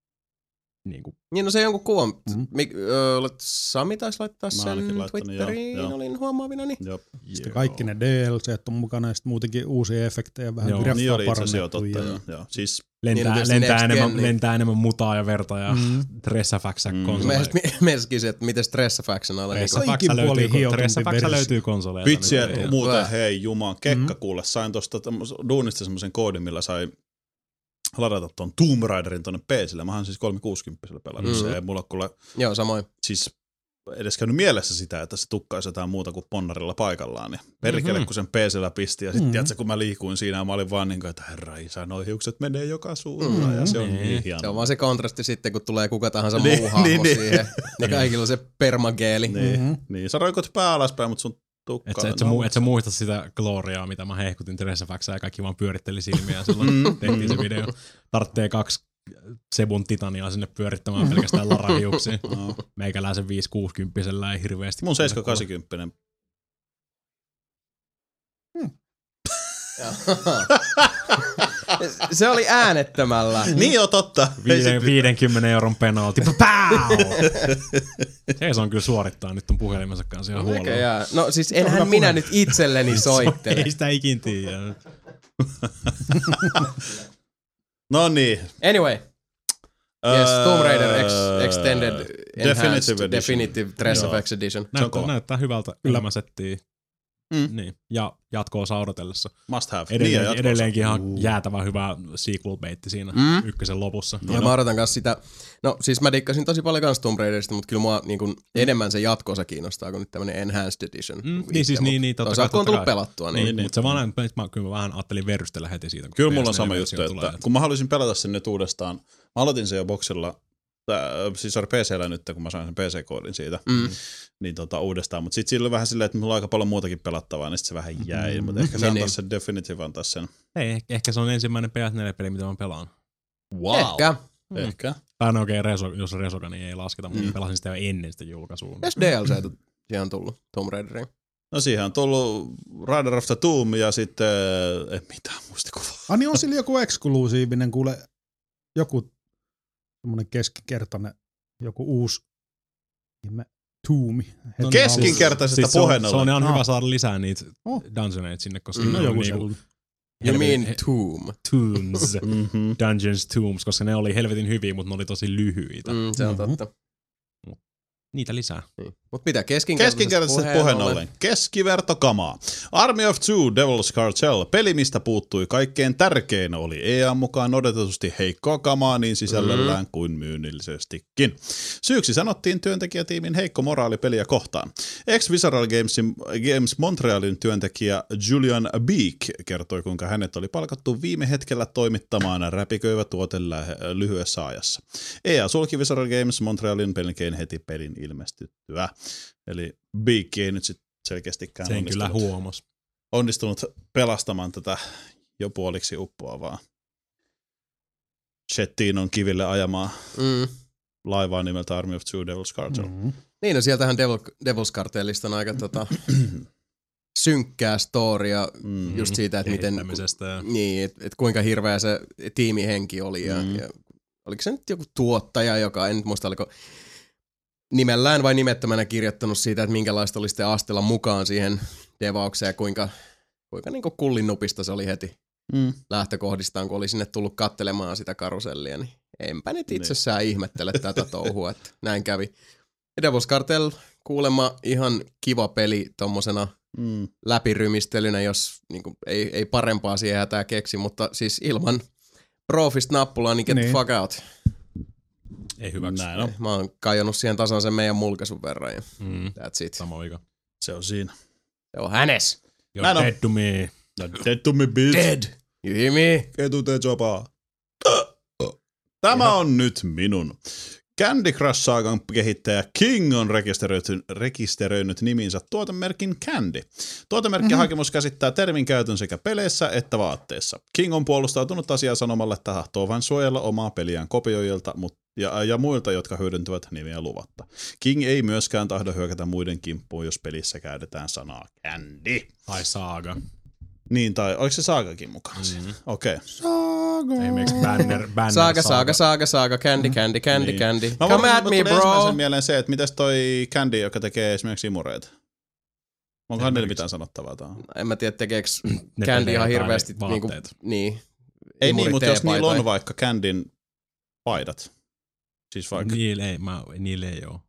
Niinku. Niin no se jonkun kuvan. Mhm. Mik, ö, Sami taisi laittaa Mä sen ainakin laittanut, Twitteriin, joo, joo. olin huomaavinani. Joo. Sitten kaikki ne D L C:t on mukana ja sitten muutenkin uusia efektejä, vähän Joo, graffaa Niin oli itse asiassa jo parannettu. totta. Ja... Joo. Siis Lentää, Niin, tietysti lentää, Next enemmän, Gen, niin- lentää enemmän mutaa ja verta ja Mm. Tressafaxa Mm. konsoleja. Mielestäni, että miten Stressafaction alla. Niin Tressafaxa Kaikin puolin löytyy, hiotumpi Tressafaxa versio. löytyy konsoleilta. vitsi, nyt. että Joo. muuten Hyvä. hei juman kekka Mm. kuule. Sain tosta tämmös- duunista semmoisen koodin, millä sai ladata ton Tomb Raiderin tonne P C:lle. Mä oon siis kolmesataakuusikymmentä pelannut Mm. se. Ei mulla kuule Joo, samoin. siis edes käynyt mielessä sitä, että se tukkaisi jotain muuta kuin ponnarilla paikallaan. Niin perkele, Mhm. kun sen P C:llä pisti. Ja sitten Mhm. tiedätkö, kun mä liikuin siinä, ja mä olin vaan niin kuin, että herra isä, noi hiukset menee joka suuntaan. Mhm. Ja se on Niin. niin Se hienoa. on vaan se kontrasti sitten, kun tulee kuka tahansa Niin, muu hahmo niin, niin. siihen. Ja kaikilla on se permageeli. Niin, Mhm. niin, sä roikot pää alaspäin, mutta sun tukka... Et sä, et, sä, mu- et sä muista sitä gloriaa, mitä mä hehkutin Tressafaxaa ja kaikki vaan pyöritteli silmiä ja silloin Mm. tehtiin se video. Tarttee kaksi Sebun titania sinne pyörittämään pelkästään larahiuksia. No. Meikäläisen viisi kuusikymmentä ei hirveästi. Mun seitsemän kahdeksankymmentä. Se oli äänettömällä. Niin joo, totta. Viiden, viidenkymmenen euron penalti. Pau! Se on kyllä suorittaa nyt ton puhelimensa kanssa ihan Mikä huolella. jää? No siis enhän minä nyt itselleni soittele. Ei sitä ikin tiedä. No niin. Anyway. Yes, Tomb Raider Ex- Öö, Extended Enhanced Definitive Edition. Definitive Dress Joo. Effects Edition. Näyttää, kova. näyttää hyvältä Kyllä. elämäsettiä. Mm. Niin. Ja jatkoa odotellessa. Must have. Edelleen, Niin, ja edelleenkin ihan Uh. jäätävän hyvä sequel-baitti siinä Mm. ykkösen lopussa. Ja mä odotan kanssa sitä, no siis mä dikkasin tosi paljon kans Tomb Raiderista, mutta kyllä mua niin kuin enemmän se jatko-osa kiinnostaa kuin nyt tämmönen Enhanced Edition. Mm, niin siis niin, niin, totta kai, toisaalta kun on totta tullut kai. pelattua, Niin, niin, niin. Mutta se vaan, että mä, kyllä mä vähän ajattelin verrystellä heti siitä. kun Kyllä P S mulla on sama neljä-versio juttu, tulee, että kun mä haluaisin pelata sen nyt uudestaan, mä aloitin sen jo boksilla, tää, siis oli P C:llä nyt, kun mä sain sen P C-koodin siitä, Mm. niin tota, uudestaan. Mutta sitten sillä oli vähän silleen, että mulla on aika paljon muutakin pelattavaa, niin sit se vähän jäi. Mm. Mutta ehkä se Niin, antaa niin. sen Definitive antaa sen. Ei, ehkä se on ensimmäinen P S neljä-peli, mitä mä pelaan. Wow. Ehkä. Ehkä. Tai no okei, okay, Reso, jos Resoga, niin ei lasketa, mutta Mm. pelasin sitä jo ennen sitä julkaisua. Mitäs D L C:tä siihen on tullut Tomb Raideriin? No siihen on tullut Rider of the Tomb ja sitten, ei mitään muistikuvaa. Ah niin on sillä joku eksklusiivinen, kuule joku semmonen keskikertainen, joku uusi ihme tuumi. No niin, Keskinkertaisesta Siis se, on, puheen se on ihan Ah. hyvä saada lisää niitä Oh. dungeoneita sinne, koska Mm. ne No on joku niinku sellainen. You helvetin- mean Tomb. tombs, Mm-hmm. Dungeons Tombs, koska ne oli helvetin hyviä, mutta ne oli tosi lyhyitä. Mm, se on Mhm. totta. Niitä lisää. Niin. Mut mitä, keskinkertaisesti Keskinkertaisesti puheen ollen. Keskivertokamaa. Army of Two, Devil's Cartel. Peli, mistä puuttui kaikkein tärkein, oli E A mukaan odotetusti heikkoa kamaa niin sisällöllään kuin myynnillisestikin. Syyksi sanottiin työntekijätiimin heikko moraali peliä kohtaan. Ex-Visceral Gamesin, Games Montrealin työntekijä Julian Beek kertoi, kuinka hänet oli palkattu viime hetkellä toimittamaan räpiköivä tuote lähe- lyhyessä ajassa. E A sulki Visceral Games Montrealin melkein heti pelin ilmestyttyä. Eli Beak ei nyt sit selkeästikään Sen kyllä onnistunut, huomasi. onnistunut pelastamaan tätä jo puoliksi uppoavaa Chettinon kiville ajamaa Mm. laivaa nimeltä Army of Two Devil's Cartel. Mm. Mm-hmm. Niin, no sieltähän Devil, Devil's Cartelista on aika tota, synkkää storia Mm. just siitä, että miten, Kehittämisestä ja niin, et, et kuinka hirveä se tiimihenki oli ja, Mm. ja oliko se nyt joku tuottaja, joka en nyt muista, oliko nimellään vai nimettömänä kirjoittanut siitä, että minkälaista oli sitten astella mukaan siihen devaukseen ja kuinka, kuinka niin kuin kullinnupista se oli heti mm. lähtökohdistaan, kun oli sinne tullut kattelemaan sitä karusellia, niin enpä nyt itsessään niin. ihmettele tätä touhua, että näin kävi. Devil's Cartel kuulemma ihan kiva peli tommosena mm. läpirymistelynä, jos niin kuin, ei, ei parempaa siihen hätää keksi, mutta siis ilman profista nappulaa, niin get niin. the fuck out. Ei hyväksy. Näin on. Mä oon kajonnut siihen tasan sen meidän mulkaisun verran ja mm. that's it. Sama vika. Se on siinä. Se on hänes. You're Näin dead on. to me. You're dead to me, bitch. Dead. You hear me? Ketu te jopa. Tämä Ihan. on nyt minun. Candy Crush-saagan kehittäjä King on rekisteröinyt, rekisteröinyt niminsä tuotemerkin Candy. Tuotemerkkihakemus mm-hmm. käsittää termin käytön sekä peleissä että vaatteissa. King on puolustautunut asiaa sanomalla, että tahtoo vain suojella omaa peliään kopioijilta ja, ja muilta, jotka hyödyntävät nimiä luvatta. King ei myöskään tahdo hyökätä muiden kimppuun, jos pelissä käytetään sanaa Candy. Tai saaga. Niin, tai oliko se saagakin mukana mm-hmm. Okei. Okay. Saaga. Ei miksi banner, banner saaga, saaga, saaga, saaga, candy, candy, candy, niin. candy. Mä Come at me, bro. Ensimmäisen mieleen se, että mitäs toi Candy, joka tekee esimerkiksi imureita? Onkohan niillä mitään sanottavaa tähän? En mä tiedä, tekeekö Candy ihan hirveästi niinku, niin. Ei niin, mutta jos niillä on vaikka Candyn paidat. Siis vaikka. Niillä ei, mä, niillä ei oo.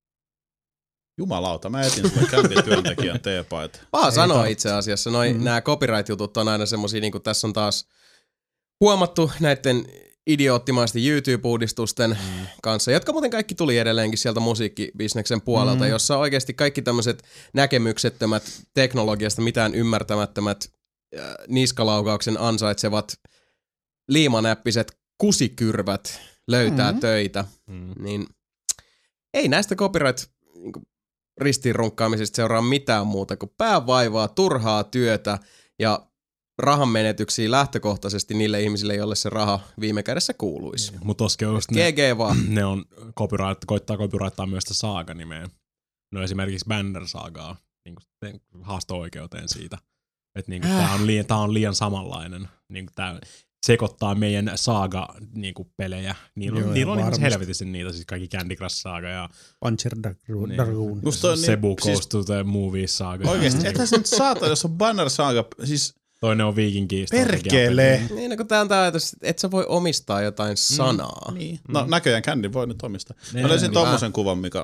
Jumalauta, mä etin sitä Candy-työntekijän teepaita. Paha sanoa itse asiassa. Noi, mm-hmm. Nämä copyright-jutut on aina semmosia, niin kuin tässä on taas huomattu näiden idioottimaisten YouTube-uudistusten mm. kanssa, jotka muuten kaikki tuli edelleenkin sieltä musiikkibisneksen puolelta, mm. jossa oikeasti kaikki tämmöiset näkemyksettömät teknologiasta mitään ymmärtämättömät äh, niskalaukauksen ansaitsevat liimanäppiset kusikyrvät löytää mm. töitä, mm. niin ei näistä copyright niin ristiinrunkkaamisesta seuraa mitään muuta kuin päävaivaa, turhaa työtä ja rahan menetyksiä lähtökohtaisesti niille ihmisille, joille se raha viime kädessä kuuluisi. Niin, mutta toski just ne, G G vaan. ne on copyright, koittaa copyrighttaa myös sitä saaga-nimeä. No esimerkiksi Banner-saagaa niin haasto-oikeuteen siitä. Että niin äh. tämä on, liian, on liian samanlainen. Niin tämä sekoittaa meidän saaga-pelejä. Niillä on, niillä on niin helvetisti niitä, siis kaikki Candy Crush-saaga ja Puncher Dragoon. Niin, Sebu Goes siis, to the Movies-saaga. Oikeesti, ethän se nyt saata, jos on Banner-saaga, siis toinen on Viikinkiista. Perkele! Niin, no kun tää on tää ajatus, että et sä voi omistaa jotain sanaa. Mm, niin. No näköjään Candy voi nyt omistaa. Mä löysin niin, tommosen niin, kuvan, mikä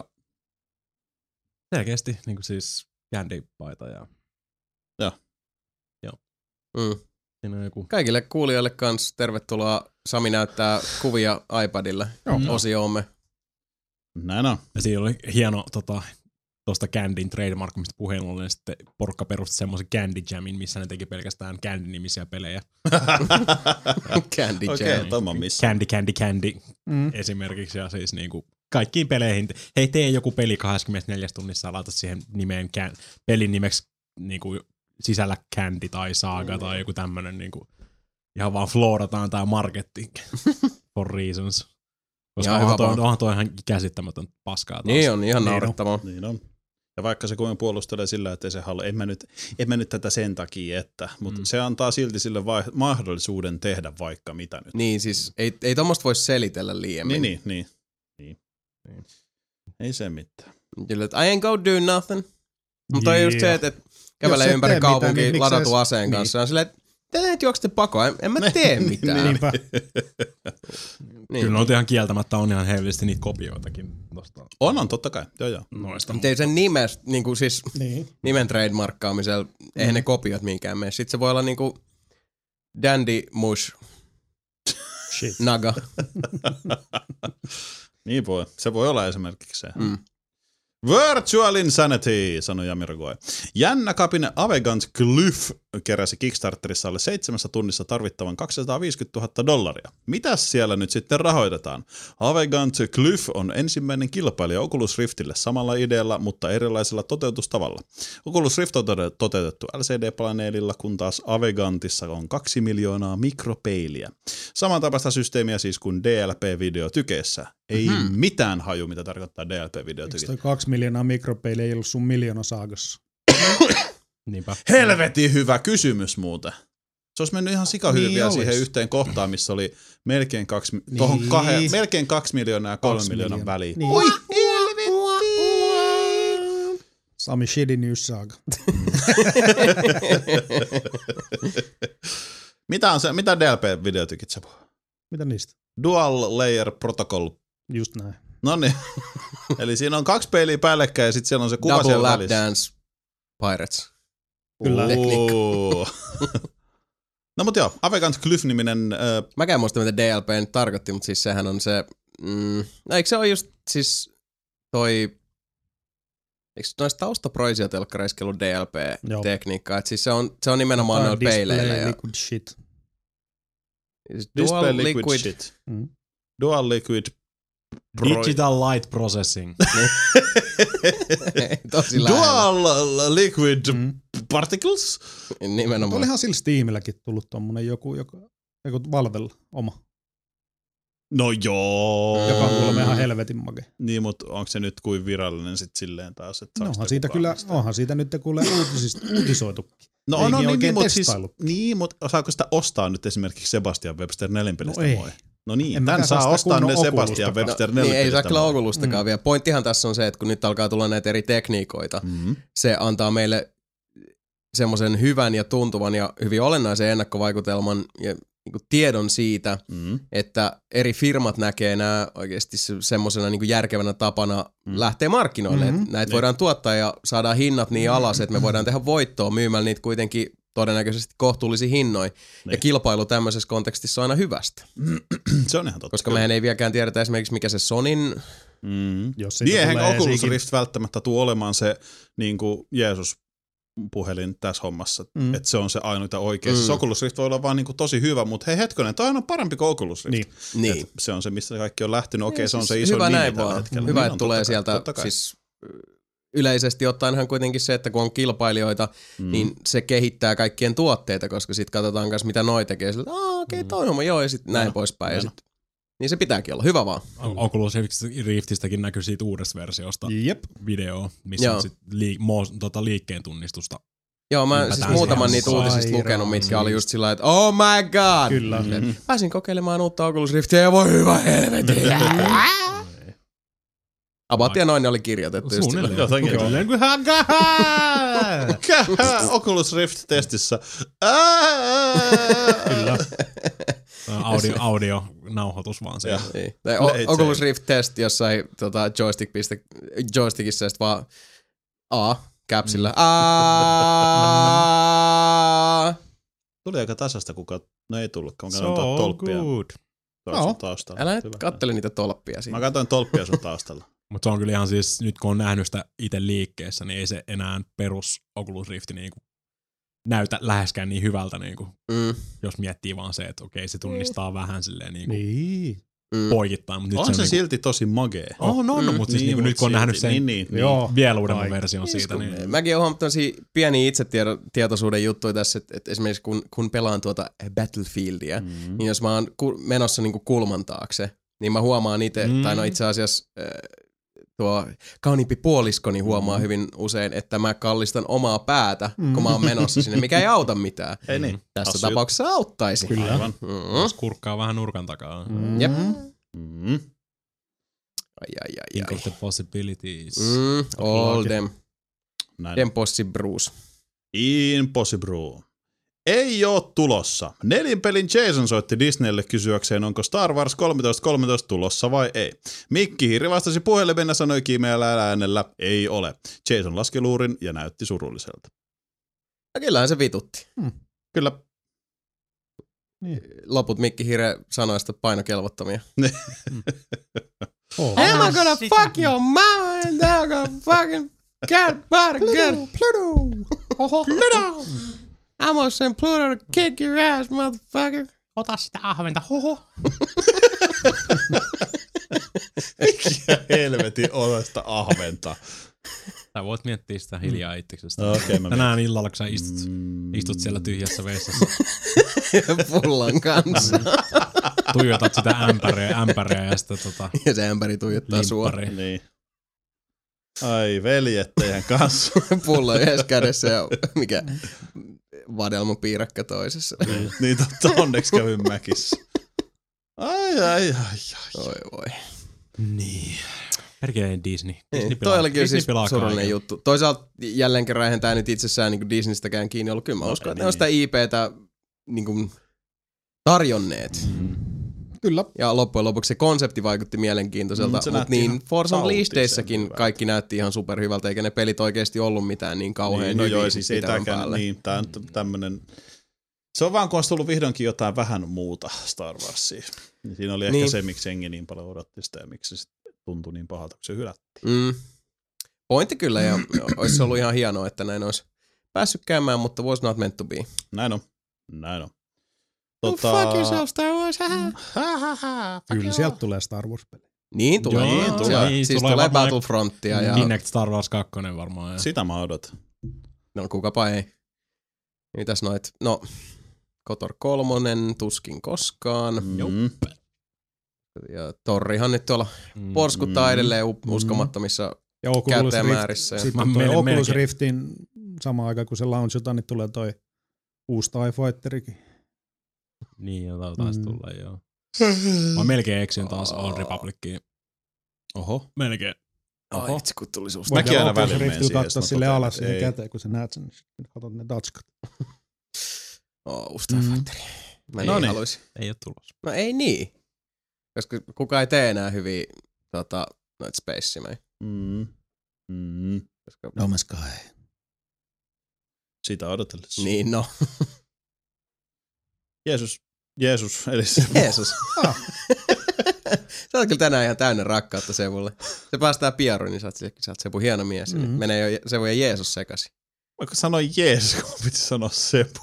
selkeästi, niin kuin siis Candy-paita ja Joo. Joo. Mm. Siinä on joku. Kaikille kuulijoille kans tervetuloa. Sami näyttää kuvia iPadille osioomme. Näin on. Ja siinä oli hieno tota, tuosta Candyn trademarkista puheen ollen, niin sitten porukka perusti semmoisen Candy Jamin, missä ne teki pelkästään Candy-nimisiä pelejä. Candy Jam. Okei, okay, missä. Candy, Candy, Candy mm. esimerkiksi. Ja siis niinku kaikkiin peleihin. Hei, tee joku peli kaksikymmentäneljä tunnissa ja laita siihen nimeen can- pelin nimeksi niinku sisällä Candy tai Saga mm. tai joku tämmönen niinku ihan vaan floorataan tää marketing for reasons. Koska onhan toi, onhan toi ihan käsittämätön paskaa taas. Niin on, ihan naurettavaa. Niin on. Ja vaikka se kuin puolustelee sillä, että ei se halua, en mä nyt, en mä nyt tätä sen takia, että, mutta mm. se antaa silti sille vai, mahdollisuuden tehdä vaikka mitä nyt. Niin, siis ei, ei tommoista voi selitellä liiemmin. Niin, niin, niin. niin. Ei se mitään. Kyllä, että I ain't go do nothing. Mutta yeah. on just se, että kävelee ympäri kaupunkiin niin ladatun aseen kanssa. Niin. On silleen, että te nyt juoksette pakoon, en, en mä tee mitään. Niinpä. Niin. Kyllä on ihan kieltämättä on ihan helvellisesti niitä kopioitakin tosta. On, on, totta kai. Joo, joo. Noista. Mutta ei sen nimes, niinku siis niin. nimen trademarkkaamisella, mm. eihän ne kopiot minkään mene. Sitten se voi olla niinku Dandy Mush Shit. Naga. Niin voi. Se voi olla esimerkiksi se. Mm. Virtual Insanity, sanoi Jamiroquai. Jännä kapine Avegant Glyph keräsi Kickstarterissa alle seitsemässä tunnissa tarvittavan kaksisataaviisikymmentätuhatta dollaria. Mitäs siellä nyt sitten rahoitetaan? Avegant Glyph on ensimmäinen kilpailija Oculus Riftille samalla idealla, mutta erilaisella toteutustavalla. Oculus Rift on toteutettu L C D-paneelilla, kun taas Avegantissa on kaksi miljoonaa mikropeiliä. Samantapaista systeemiä siis kuin D L P-videotykeessä. Ei hmm. mitään haju, mitä tarkoittaa D L P-videotykeessä. Eikö toi kaksi miljoonaa mikropeiliä ei ollut sun miljoona saagassa? Niinpä. Helvetin hyvä kysymys muuten. Se olisi mennyt ihan sikahyviä niin siihen yhteen kohtaan, missä oli melkein kaksi, niin. tohon kahden, melkein kaksi miljoonaa ja kolme miljoonan väliin. Niin. Oi helvetti! Sami Shidi News Saga. mitä on se, mitä D L P-videotykit sä puhuu? Mitä niistä? Dual Layer Protocol. Just näin. Noniin. Eli siinä on kaksi peiliä päällekkäin ja sitten siellä on se kuva Double siellä Lap välissä. Dance Pirates. Kyllä. Ooh. No mut joo, Avegant Glyph-niminen... Äh, Mäkään en muista, mitä D L P nyt tarkoitti, mutta siis sehän on se... Mm, eikö se ole just siis toi... Eikö noista taustaproisiotelkkareissa ollut D L P-tekniikkaa? Että siis se on, se on nimenomaan noilla peileillä. Ja... Liquid shit. Display Liquid, liquid shit. Mm. Dual Liquid... Digital Light Processing. Tosi lähellä. Dual Liquid Mm. Particles? Nimenomaan. Olihan sillä Steamilläkin tullut tommonen joku, joka, joku Valvella oma. No joo. Joka on kuulemma ihan helvetin make. Niin, mutta onko se nyt kuin virallinen sit silleen taas? Että No, onhan siitä kyllä, onhan siitä nyt kuulee uutisista, uutisoitukin. No Eikin on, on niin, oikein mutta siis, testailu. niin, mutta saako sitä ostaa nyt esimerkiksi Sebastian Webster nelinpelistä No ei. moi? No niin, En tän mäkään saa saa sitä ostaa ne kunnon Sebastian Oculustakaan. Webster No, niin, ei nelinpelistä saa kyllä moi. Oculustakaan mm. vielä. Pointtihan tässä on se, että kun nyt alkaa tulla näitä eri tekniikoita, Mm. se antaa meille semmoisen hyvän ja tuntuvan ja hyvin olennaisen ennakkovaikutelman ja niin kuin tiedon siitä, Mm. että eri firmat näkee nämä oikeasti se- semmoisena niin kuin järkevänä tapana Mm. lähteä markkinoille. Mhm. Mm-hmm. Näitä Niin. voidaan tuottaa ja saadaan hinnat niin alas, että me voidaan tehdä voittoa myymällä niitä kuitenkin todennäköisesti kohtuullisia hinnoin. Ja Niin. kilpailu tämmöisessä kontekstissa on aina hyvästä. Se on ihan totta. Koska mehän ei vieläkään tiedetä esimerkiksi, mikä se Sonin... Mm. Jos siitä Niin eihän tulee Oculus esikin- Rift välttämättä tule olemaan se niin kuin Jeesus-puhelin tässä hommassa. Mm. Että se on se ainut ja oikea. Mm. Mm. Oculus Rift voi olla vaan niin kuin tosi hyvä, mutta hei hetkonen, toi on parempi kuin Oculus Rift. Niin. Niin. Et se on se, mistä kaikki on lähtenyt. Okei, Niin, se on siis se iso hyvä nimi näin tällä vaan. hetkellä. Hyvä, Niin että on, tulee totta kai, sieltä totta kai. siis yleisesti ottaenhan kuitenkin se, että kun on kilpailijoita, Mm. mm. niin se kehittää kaikkien tuotteita, koska sitten katsotaan myös, mitä noi tekee. Sillä, aah, okei, okay, toi homma, joo, ja sitten näin Hieno, poispäin. Ja hieno. sit, niin se pitääkin olla. Hyvä vaan. Oculus Riftistäkin näkyy siitä uudesta versiosta Jep. video, missä Joo. on sit lii- mo- tota liikkeen tunnistusta. Joo, mä Ylipäätään siis se muutaman ihan niitä uutisista sairaan lukenut, mitkä siistiä. oli just sillä että oh my god! Kyllä. Mm. Pääsin kokeilemaan uutta Oculus Riftiä ja voi hyvä helvetti. About ja noin ne oli kirjoitettu. just Suunnilleen. sillä. Jotenkin. Suunnilleen kuin hänkää. Kähä Oculus Rift-testissä. Ää! Kyllä. Audio, audio nauhoitus vaan se. Joo. Niin. Tai o- Ei, se Oculus ei. Rift Test jossain tota, joystick piste, joystickissa ja sit vaan A, capsilla. A. Tuli aika tasasta, kuka... No ei tullutkaan. Mä So katsoin tuota tolppia good. tuossa Joo. taustalla. Älä nyt Hyvä. kattele niitä tolppia Mä siinä. katsoin tolppia sun taustalla. Mutta se on kyllä ihan siis, nyt kun on nähnyt sitä itse liikkeessä, niin ei se enää perus Oculus Rift niinku näytä läheskään niin hyvältä, niinku, Mm, jos miettii vaan se, että okei, se tunnistaa vähän silleen niinku Niin. mm. poikittain. Mut nyt On se se on niinku, silti tosi magee. on, on, Mm. mutta siis niinku, mut nyt kun on nähnyt silti. sen Niin, niin, niin. Joo. vielä uudemman Ai. version siitä, niin Mäkin olen huomannut tämmöisiä pieniä itsetietoisuuden juttuja tässä, että, että esimerkiksi kun, kun pelaan tuota Battlefieldia, Mm. niin jos mä oon ku, menossa niinku kulman taakse, niin mä huomaan itse, Mm. mm. tai no itse asiassa äh, tuo kauniimpi puoliskoni huomaa Mm. hyvin usein, että mä kallistan omaa päätä, Mm. kun mä oon menossa sinne, mikä ei auta mitään. Ei niin. Tässä Hassu tapauksessa auttaisi. Kyllä. Aivan. Mm. jos kurkkaa vähän nurkan takaa. Mm. Jep. Mm. Ai, ai, ai, Think ai. of the possibilities. Mm, all them. Näin. Them possibles. Impossible. Ei oo tulossa. Nelinpelin Jason soitti Disneylle kysyäkseen, onko Star Wars kolmetoista kolmetoista tulossa vai ei. Mikki Hiiri vastasi puhelimeen ja sanoi kiimeällä äänellä, ei ole. Jason laski luurin ja näytti surulliselta. Ja kyllähän se vitutti. Kyllä. Loput Mikki Hire sanoi sitä painokelvottomia. Oh. Am I gonna fuck your mom and I'm gonna fucking get better get Pluto. Pluto. I'm gonna send Pluto to kick your ass, motherfucker. Ota sitä ahventa, hoho. Mikä helvetin olesta ahventa. Sä voit miettiä sitä hiljaa itseksestä. Okei, okay, mä Tänään illalla, kun sä istut, Mm. istut siellä tyhjässä vessassa, Pullan kanssa. tuijotat sitä ämpäriä, ämpäriä ja sitten tota, Ja se ämpäri tuijottaa sua. limppari. Niin. Ai veljet teidän kanssa. Pullo yhdessä kädessä ja mikä vadelmapiirakka toisessa. niin totta, onneksi kävin mäkissä. Ai, ai, ai, ai. Oi voi. Niin. Perkeleen Disney. Disney Niin, pilaa, toi olikin Disney siis pilaa surullinen kaiken. juttu. Toisaalta jälleen kerran eihän tää nyt itsessään niin Disneystäkään kiinni ollut. Kyllä mä No, uskon, että niin. ne on sitä I P:tä niin kuin tarjonneet. Mm. Kyllä. Ja loppujen lopuksi se konsepti vaikutti mielenkiintoiselta, Mm, se mutta näytti niin ihan Force Unleashdissakin tautisen hyvältä. kaikki näytti ihan superhyvältä, eikä ne pelit oikeasti ollut mitään niin kauhean Niin, no hyviä joo, siis ei pitävän tääkään, päälle. niin, tää on tämmönen, se on vaan kun olisi tullut vihdoinkin jotain vähän muuta Star Warsia. Niin siinä oli ehkä Niin. se, miksi jengi niin paljon odotti sitä ja miksi se tuntui niin pahalta, kun se hylättiin. Mm. Pointti kyllä, ja olisi ollut ihan hienoa, että näin olisi päässyt käymään, mutta was not meant to be. Näin on, näin on. Tota... Fuck yourself, Star Wars, haha. Kyllä sieltä tulee Star Wars-peli. Niin tulee, Joo, niin, tulee. tulee. Niin, Siis tulee tulee varmaan Battlefrontia ja Kinect Star Wars kaksi varmaan. Ja. Sitä mä odotan. no kukapa ei. Mitäs noit? No, Kotor kolmonen, tuskin koskaan. Mm. Ja Torrihan nyt tuolla Mm. porskuttaa Mm. edelleen u- uskomattomissa. Ja Oculus Käyttäjämäärissä. Rift, Mä sitten toi menen Oculus melkein. Riftin samaan aikaan, kun se launchataan, niin tulee toi uusi TIE Fighterikin. Niin, ja taisi Mm. tulla, joo. Mä melkein eksyin taas Old Republiciin. Oho. Melkein. Ai itse kun tuli susta. Mäkin Voit aina Oculus välillä menen Riftillä siihen, katsoa jos mä sille totean, alas että siihen ei. käteen, kun sä näet sen, niin sitten katsot ne tatskat. Oh, uusi TIE Mm. Fighteri. Mä No niin niin. haluaisin. Ei oo tulossa. No ei niin. Koska kukaan ei tee enää hyviä tota, noita space-simejä. Mm. Mm. Koska... No Man's Sky. Sitä odotellessa. Niin no. Jeesus. Jeesus, eli se. Jeesus. Ah. Sä oot kyllä tänään ihan täynnä rakkautta Sevulle. Se päästää pieruun, niin sä oot, sä oot Sebu hieno mies. Mhm. Mm-hmm. Menee jo Sevu ja Jeesus sekaisin. Vaikka sanoin Jeesus, kun mun piti sanoa Sepu.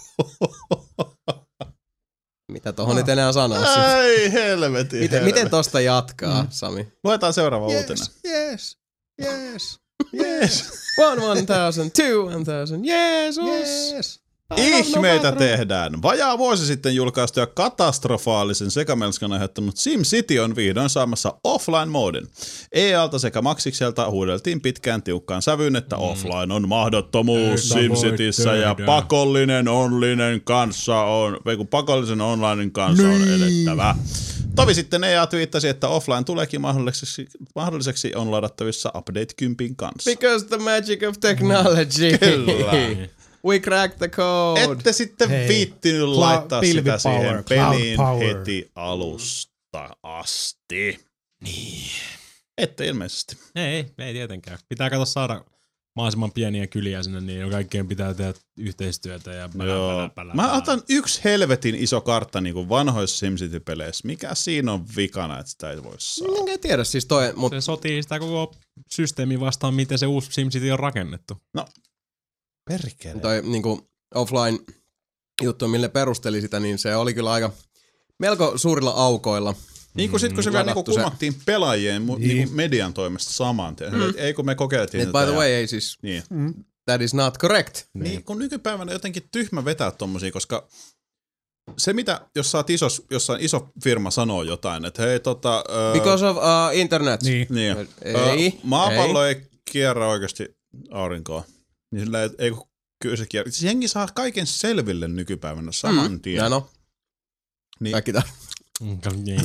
Mitä tohon Ah. nyt enää sanoa sitten? Ei helvetin. Miten, helvetin. miten tosta jatkaa, Mm. Sami? Luetaan seuraava uutinen. yes, yes. Yes. One one thousand, two one thousand, Jeesus. Yes. Ihmeitä tehdään. Vajaa vuosi sitten julkaistu ja katastrofaalisen sekamelskan aiheuttanut SimCity on vihdoin saamassa offline-moodin. E A:lta sekä Maxikselta huudeltiin pitkään tiukkaan sävyyn, että mm. offline on mahdottomuus Ei voi SimCityssä ja tehdä. pakollinen online kanssa on, vai kun pakollisen online kanssa on elettävä. Tovi sitten E A twiittasi, että offline tuleekin mahdolliseksi, mahdolliseksi on ladattavissa Update kymmenen kanssa. Because the magic of technology. Kyllä. We cracked the code. Ette sitten Hei. viittinyt Cloud- laittaa sitä pilvipower, siihen cloud peliin power. heti alusta asti. Niin. Ette ilmeisesti. Ei, ei tietenkään. Pitää kato saada mahdollisimman pieniä kyliä sinne, niin kaikkeen pitää tehdä yhteistyötä ja pälä, Joo. pälä, pälä, Mä pälä. otan yksi helvetin iso kartta niin kuin vanhoissa SimCity-peleissä. Mikä siinä on vikana, että sitä ei voi saada? Enkä tiedä siis toi, mut Se sotii sitä koko systeemi vastaan, miten se uusi SimCity on rakennettu. Perkele. toi niinku offline juttu, mille perusteli sitä, niin se oli kyllä aika melko suurilla aukoilla. Niin kuin sit, kun se vielä niin ladattu kuin se. kumattiin pelaajien mu- Niin. niin kuin median toimesta saman tien. Mm. Ei kun me kokeiltiin Et by tätä the ja- way, ei siis, Niin. Mm. that is not correct. Niin, kun nykypäivänä jotenkin tyhmä vetää tommosia, koska se mitä, jos sä oot iso, jossain iso firma sanoo jotain, että hei tota... Öö, Because of uh, internet. Niin. niin, Ei, öö, ei. maapallo ei. ei kierrä oikeasti aurinkoa. Niin sillä ei, ei kun kyllä se kierrä. Siis jengi saa kaiken selville nykypäivänä saman Mm. tien. Ja no, Niin. kaikki tää. Mm, niin.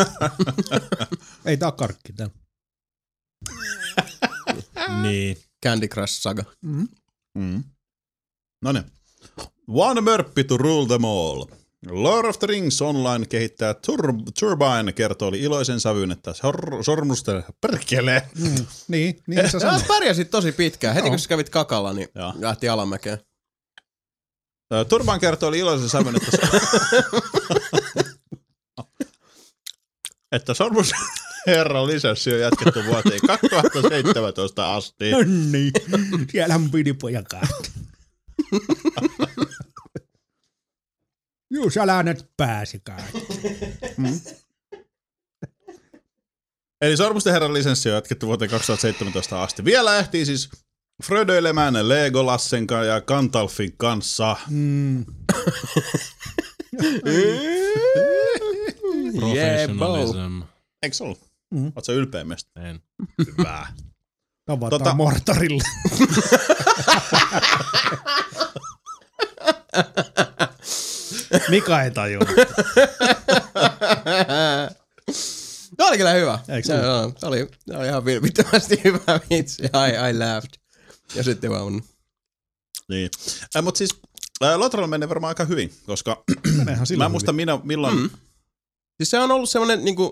Ei tää oo karkki täällä. niin. Candy Crush Saga. Mm. Mm. No niin. One mörppi to rule them all. Lord of the Rings Online kehittää Tur- Turbine kertoi iloisen sävyyn, että sor- sormusten perkele. Mm. Niin, niin sä Sä sanoit. pärjäsit tosi pitkään. Heti Joo. kun sä kävit kakalla, niin Joo. lähti alamäkeen. Ö, Turbine kertoi iloisen sävyyn, että, että sormus herran lisäksi on jatkettu vuoteen kaksituhattaseitsemäntoista asti. No niin, siellähän pidi pojakaan. Juu, sä läänet pääsikään. Eli Sormusten herran lisenssi on jatkettu vuoteen kaksituhattaseitsemäntoista asti. Vielä ehtii siis frödöilemään Legolassen ka- ja Gandalfin kanssa. Mm. Professionalism. Eikö se ollut? Mm. Oletko sä ylpeä meistä? En. Hyvä. Tavataan Tota- tota... Mortarille. Mika ei tajua. Se oli kyllä hyvä. Eikö se, se? no, se, oli, se oli ihan vilpittömästi hyvä vitsi. I, I laughed. Ja sitten vaan. Niin. Äh, mutta siis äh, Lotrolla menee varmaan aika hyvin, koska Meneehän sillä mä en muista minä, milloin... Mm. Siis se on ollut semmoinen niinku,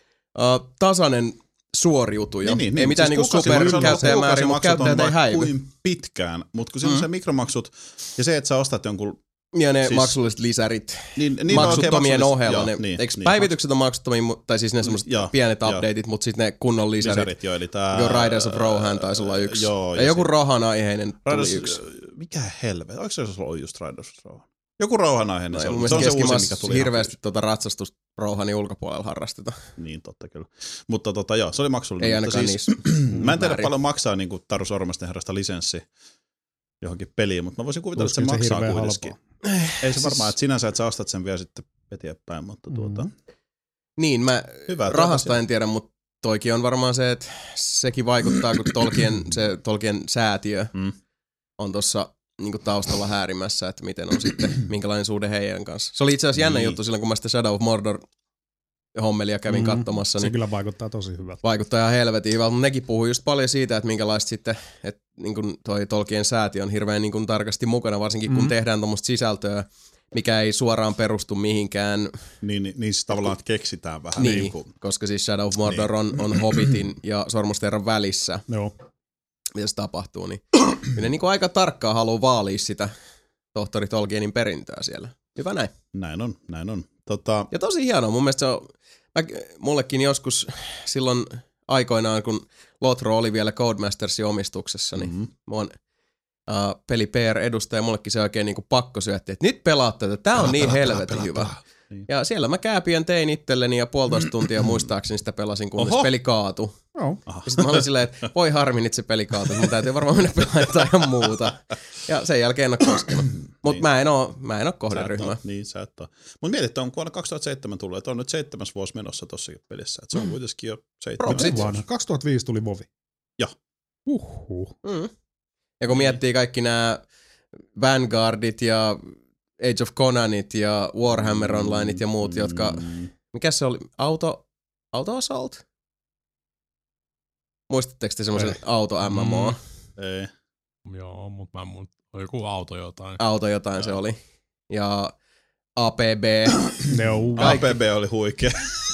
uh, tasainen suoriutuja. Niin, niin, ei mitään siis niinku kuukausi- superkäyttäjämääriä, mutta käyttäjät ei häivy. kuin pitkään, mutta kun siinä on se mikromaksut ja se, että sä ostat jonkun... Ja ne siis- maksulliset lisärit. Niin, niin Maksuttomien no, ohella. joo, Ne, niin, eikö niin, päivitykset on maksuttomia, mu- tai siis ne semmoiset Joo, pienet joo. updateit, mutta sitten ne kunnon lisärit. lisärit jo, eli tää... Jo Riders of Rohan taisi olla yksi. Joo, ja joku sit- Rohan aiheinen tuli Riders, yksi. mikä helvet, oliko se ollut just Riders of Rohan? Joku Rohan aiheinen, No, se, mun on, se on se mielestä uusi, mikä keskimaassa tuli. hirveästi tuota ratsastusta Rohanin ulkopuolella harrastetaan. Niin, totta kyllä. Mutta tota, joo, se oli maksullinen. Ei mutta ainakaan siis, niissä. mä en tiedä määrin. paljon maksaa niin Taru Sormasten herrasta lisenssi johonkin peliin, mutta mä voisin kuvitella, että se Tuskin se maksaa hirveän kuitenkin. halpaa. Ei se varmaan, että sinänsä, että sä ostat sen vielä sitten eteenpäin, mutta tuota... Mm. Niin, mä Hyvä, rahasta tuota en tiedä, mutta toikin on varmaan se, että sekin vaikuttaa, kun Tolkien, se Tolkien säätiö Mm. on tuossa niinku taustalla häärimässä, että miten on sitten, minkälainen suhde heidän kanssa. Se oli itse asiassa jännä Niin. juttu silloin, kun mä sitten Shadow of Mordor hommelia kävin Mm, katsomassa, Se niin kyllä vaikuttaa tosi hyvältä. vaikuttaa ihan helvetin hyvältä, mutta nekin puhuu just paljon siitä, että minkälaista sitten, että niin kuin toi Tolkien säätiö on hirveän niin kuin tarkasti mukana, varsinkin kun Mm. tehdään tuommoista sisältöä, mikä ei suoraan perustu mihinkään, Niin, niin, niin siis tavallaan, että keksitään vähän niin, niin kuin... koska siis Shadow of Mordor on, on Hobbitin ja Sormusten herran välissä, Joo. mitä se tapahtuu, niin kyllä ne niin kuin aika tarkkaan haluaa vaalia sitä tohtori Tolkienin perintöä siellä. Hyvä näin. Näin on, näin on. Tota, Ja tosi hienoa, mun mielestä se on, mä, mullekin joskus silloin aikoinaan, kun Lotro oli vielä Codemastersin omistuksessa, niin mm-hmm. mä oon uh, peli P R-edustaja, mullekin se oikein niinku pakko syötti, että nyt pelaat tätä, tää on niin helvetin hyvä. Niin. Ja siellä mä kääpien tein itselleni ja puolitoista tuntia muistaakseni sitä pelasin, kunnes Oho. peli kaatui. Joo. Ja sit mä olin silleen, että voi harmi nyt se peli kaatui, mun täytyy varmaan mennä pelaamaan jotain ihan muuta. Ja sen jälkeen en oo koskenut. Mut Niin. mä en oo, mä en oo Sä et kohderyhmää. oo- Niin, sä et oo. Mut mietit, että on vuonna kaksituhattaseitsemän tullut, että on nyt seitsemäs vuosi menossa tossakin pelissä. Että se on kuitenkin jo seitsemän Propsit. vuosi. Vanha. kaksituhattaviisi tuli Vovi. Joo. Uhuh. Mm. Ja kun miettii kaikki nämä Vanguardit ja Age of Conanit ja Warhammer Onlineit ja muut, jotka... Mm. Mikä se oli? Auto... Auto Assault? Muistatteko te semmoisen Ei. auto M M O? Mm. Ei. Joo, mutta mä en mun, joku auto jotain. Auto jotain se oli. Ja A P B. Joo. A P B oli huikea.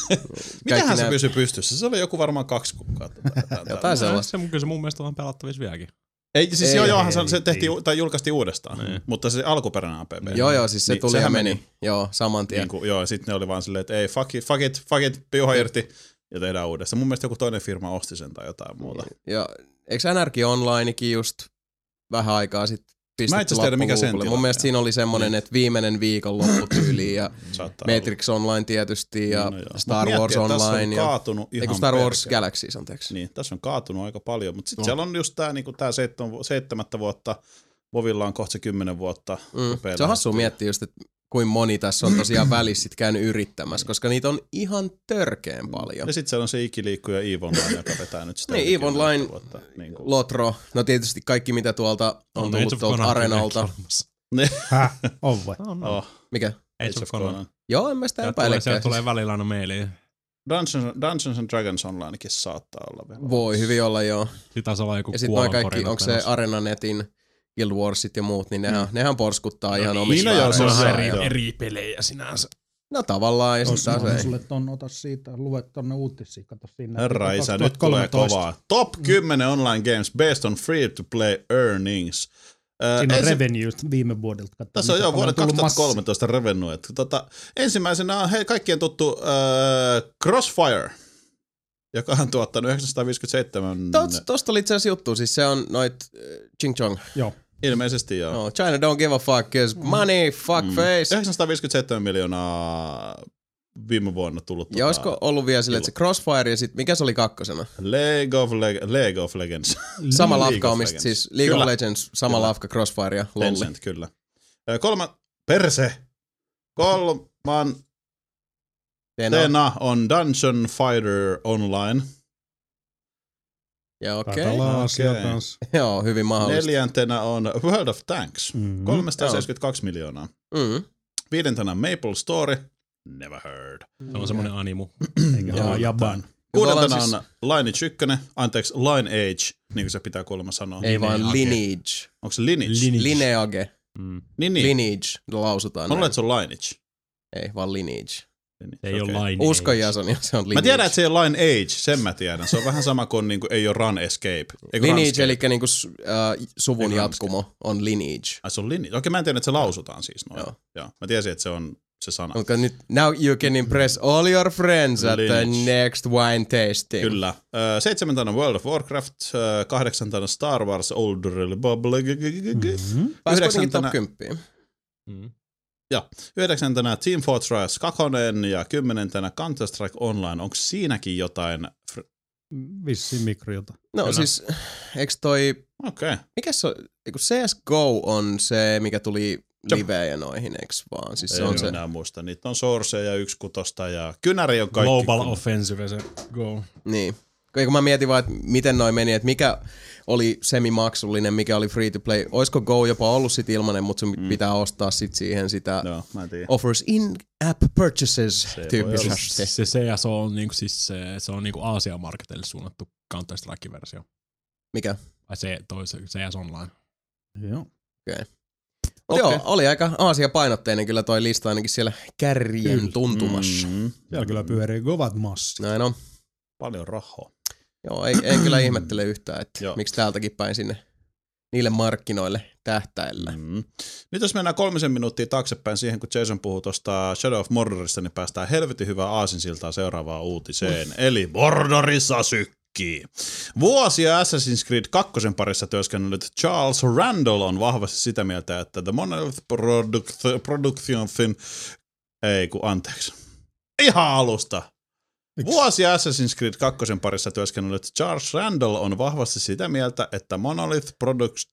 Mitähän se nää- pysyi pystyssä? Se oli joku varmaan kaksi kuukautta. tai jotain Jotain tällaista. sellaista. Se, kyllä se mun mielestä on pelattavissa vieläkin. Ei, siis Ei, joo, ei, johan ei, se, se ei. tehtiin tai julkaistiin uudestaan, Niin. mutta se alkuperäinen A P B. Joo, joo, siis se Niin, tuli ja sehän meni. meni. Joo, saman tien. Niin kuin, joo, ja sitten ne oli vaan silleen, että ei, fuck it, fuck it, fuck it, piuha irti, ja tehdään uudestaan. Mun mielestä joku toinen firma osti sen tai jotain muuta. Ja eikö N R G Onlinekin just vähän aikaa sitten Mä pistetty itse asiassa tiedän, mikä sen loppuun? tilanne Mun mielestä on. siinä oli semmonen, että viimeinen viikon lopputyyli ja Saattaa Matrix Online tietysti ja No joo. Star Mut Wars miettii, että tässä Online. on Ja, kaatunut ihan eikö Star Wars perkele. Galaxies, anteeksi. Niin, tässä on kaatunut aika paljon, mutta sitten No. siellä on just tää, niinku tää seitsemän, seitsemättä vuotta, Vovilla on kohta se kymmenen vuotta. Mm. rupeaa Se on hassua lähestyä. miettiä just, että kuinka moni tässä on tosiaan välissä sit käynyt yrittämässä, koska niitä on ihan törkeen paljon. Ja sitten siellä on se ikiliikkuja Eve Online, joka vetää nyt sitä. Niin, yli Eve kymmentä Online, vuotta. Niin kuin. Lotro, no tietysti kaikki mitä tuolta on Age tullut of tuolta Conan Arenalta. vieläkin olemassa. Häh? On vai? No, no. Oh, Mikä? Age of Conan. Joo, en mä sitä Sieltä tulee, epäilekään. sieltä tulee välillä aina mailiin. Dungeons, Dungeons and Dragons Onlinekin saattaa olla vielä. Voi hyvin olla, joo. Sitten taisi olla joku Ja sitten noin kaikki, kuolonkorinat onko se menossa. Arenanetin Guild Warsit ja muut, niin nehän, nehän porskuttaa ihan niin, omissa no joo, se on sfääreissä. se, eri, joo. eri pelejä sinänsä. No tavallaan, ja sitten Jos taas mä ei. sulle ton, ota siitä, lue tonne uutisiin, kato siinä. Herra isä, nyt tulee kaksituhattakolmetoista. kovaa. Top kymmenen online games based on free to play earnings. Äh, Siinä on ensi- revenue viime vuodelta. Katso, Tässä on mitä jo paljon vuoden tullut kaksituhattakolmetoista revenue. Et Tota, ensimmäisenä on he, kaikkien tuttu äh, Crossfire, joka on tuottanut yhdeksänsataaviisikymmentäseitsemän. Tosta, tosta oli itse asiassa juttu, siis se on noit äh, Ching Chong. massia. Joo. Ilmeisesti joo. No, China don't give a fuck, cause money, fuck Mm. face. yhdeksänsataaviisikymmentäseitsemän miljoonaa viime vuonna tullut. Ja olisiko ollut vielä silleen, että se Crossfire ja sit, mikä se oli kakkosena? League of, Leg- League of Legends. Sama League lafka of omista, Legends. siis League Kyllä. of Legends, sama Kyllä. lafka, Crossfire ja Lolli. Tencent, kyllä. Ö, Kolma, perse. Kolman Tena. tena on Dungeon Fighter Online. Ja okei. Taitaa olla asia Okei. kanssa. Joo, hyvin mahdollista. Neljäntenä on World of Tanks. Mhm. kolmesataaseitsemänkymmentäkaksi miljoonaa. Mm. Viidentenä Maple Story. Never heard. Se on semmonen animu. Ja Japan. Kuudentena siis- on Lineage yksi, anteeksi, Lineage, niin kuin se pitää kuulemma sanoa. Ei vaan Lineage. lineage. Onko se Lineage? Lineage. Lineage. Mm. Niin, niin. Lineage lausutaan Mä luulen, näin. että se on Lineage. Ei, vaan lineage. Se ei Okei. ole line. Usko Jason, jos se on lineage. Mä tiedän, että se ei ole Lineage, sen mä tiedän. Se on vähän sama kuin niinku ei ole Run Escape. Eikö Lineage, Runscape? eli niinku s- äh, suvun Ei jatkumo, on lineage. Ai se on Lineage. Okei, mä en tiedä, että se lausutaan siis noin. Joo. Joo. Mä tiesin, että se on se sana. Mutta nyt, now you can impress all your friends at the Lineage. next wine tasting. Kyllä. Ö, Seitsemäntänä World of Warcraft, ö, kahdeksantana Star Wars Old Republic, Pääsi kuitenkin top yhdeksäntenä, kymppiin. Mm. yhdeksäntenä Team Fortress kaksi ja kymmenentenä Counter-Strike Online. Onko siinäkin jotain? Fr- Vissiin mikrojota. No Kyllä. siis, eikö toi, Okei. mikä se on, eiku C S G O on se, mikä tuli Joo. liveen noihin, eikö vaan? Siis se Ei on se, enää muista. Niitä on Source ja yksi kutosta ja Kynäri on kaikki. Global Offensive se go. niin. Kun mä mietin vaan, että miten noi meni, että mikä oli semi-maksullinen, mikä oli free to play. Oisko Go jopa ollut sit ilmanen, mutta sun mm. pitää ostaa sit siihen sitä Joo, mä en tiedä. offers in-app purchases voi tyyppisesti. Se C S on niinku siis se, se on niinku Aasian marketille suunnattu Counter-Strike-versio. Mikä? Ai se, toi, se C S Online. Joo. Okay. Okei. Joo, oli aika Aasia-painotteinen kyllä toi lista ainakin siellä kärjen Kyllä. tuntumassa. Mm. Mm, Siellä kyllä pyörii kovat massit. Näin on. paljon rahaa. Joo, ei, en kyllä ihmettele yhtään, että Joo. miksi täältäkin päin sinne niille markkinoille tähtäillä. Mm. Nyt jos mennään kolmisen minuuttia taaksepäin siihen, kun Jason puhuu tuosta Shadow of Mordorista, niin päästään helvetin hyvää aasinsiltaa seuraavaan uutiseen. Mm. Eli Mordorissa sykkii. Vuosia Assassin's Creed kaksi parissa työskennellyt Charles Randall on vahvasti sitä mieltä, että The Monolith Product- Productionsin... Ei kun anteeksi. Ihan alusta. Vuosia Assassin's Creed kaksi parissa työskennellyt Charles Randall on vahvasti sitä mieltä, että Monolith Products...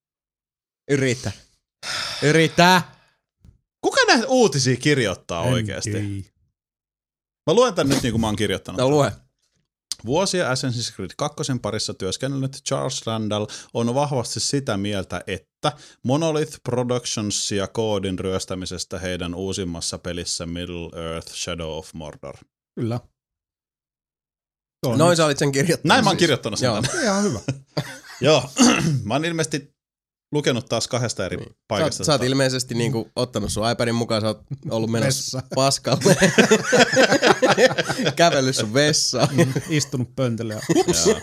Yritä. Yritä! Kuka näitä uutisia kirjoittaa oikeasti? Ei. Mä luen tän nyt niin kuin mä oon kirjoittanut. No lue. Vuosia Assassin's Creed kaksi parissa työskennellyt Charles Randall on vahvasti sitä mieltä, että Monolith Productions ja koodin ryöstämisestä heidän uusimmassa pelissä Middle Earth Shadow of Mordor. Kyllä. Tuo on Noin nyt sä olit sen kirjoittanut. Näin mä oon siis. kirjoittanut sen Joo. tänne. ihan hyvä. Joo, mä oon ilmeisesti lukenut taas kahdesta eri Niin. Sä, paikasta. oot- sä oot tota- ilmeisesti niinku ottanut sun iPadin mukaan, sä oot ollut menossa Vessa. paskalle. Kävellyt sun vessaan. Istunut pöntelle ja Joo.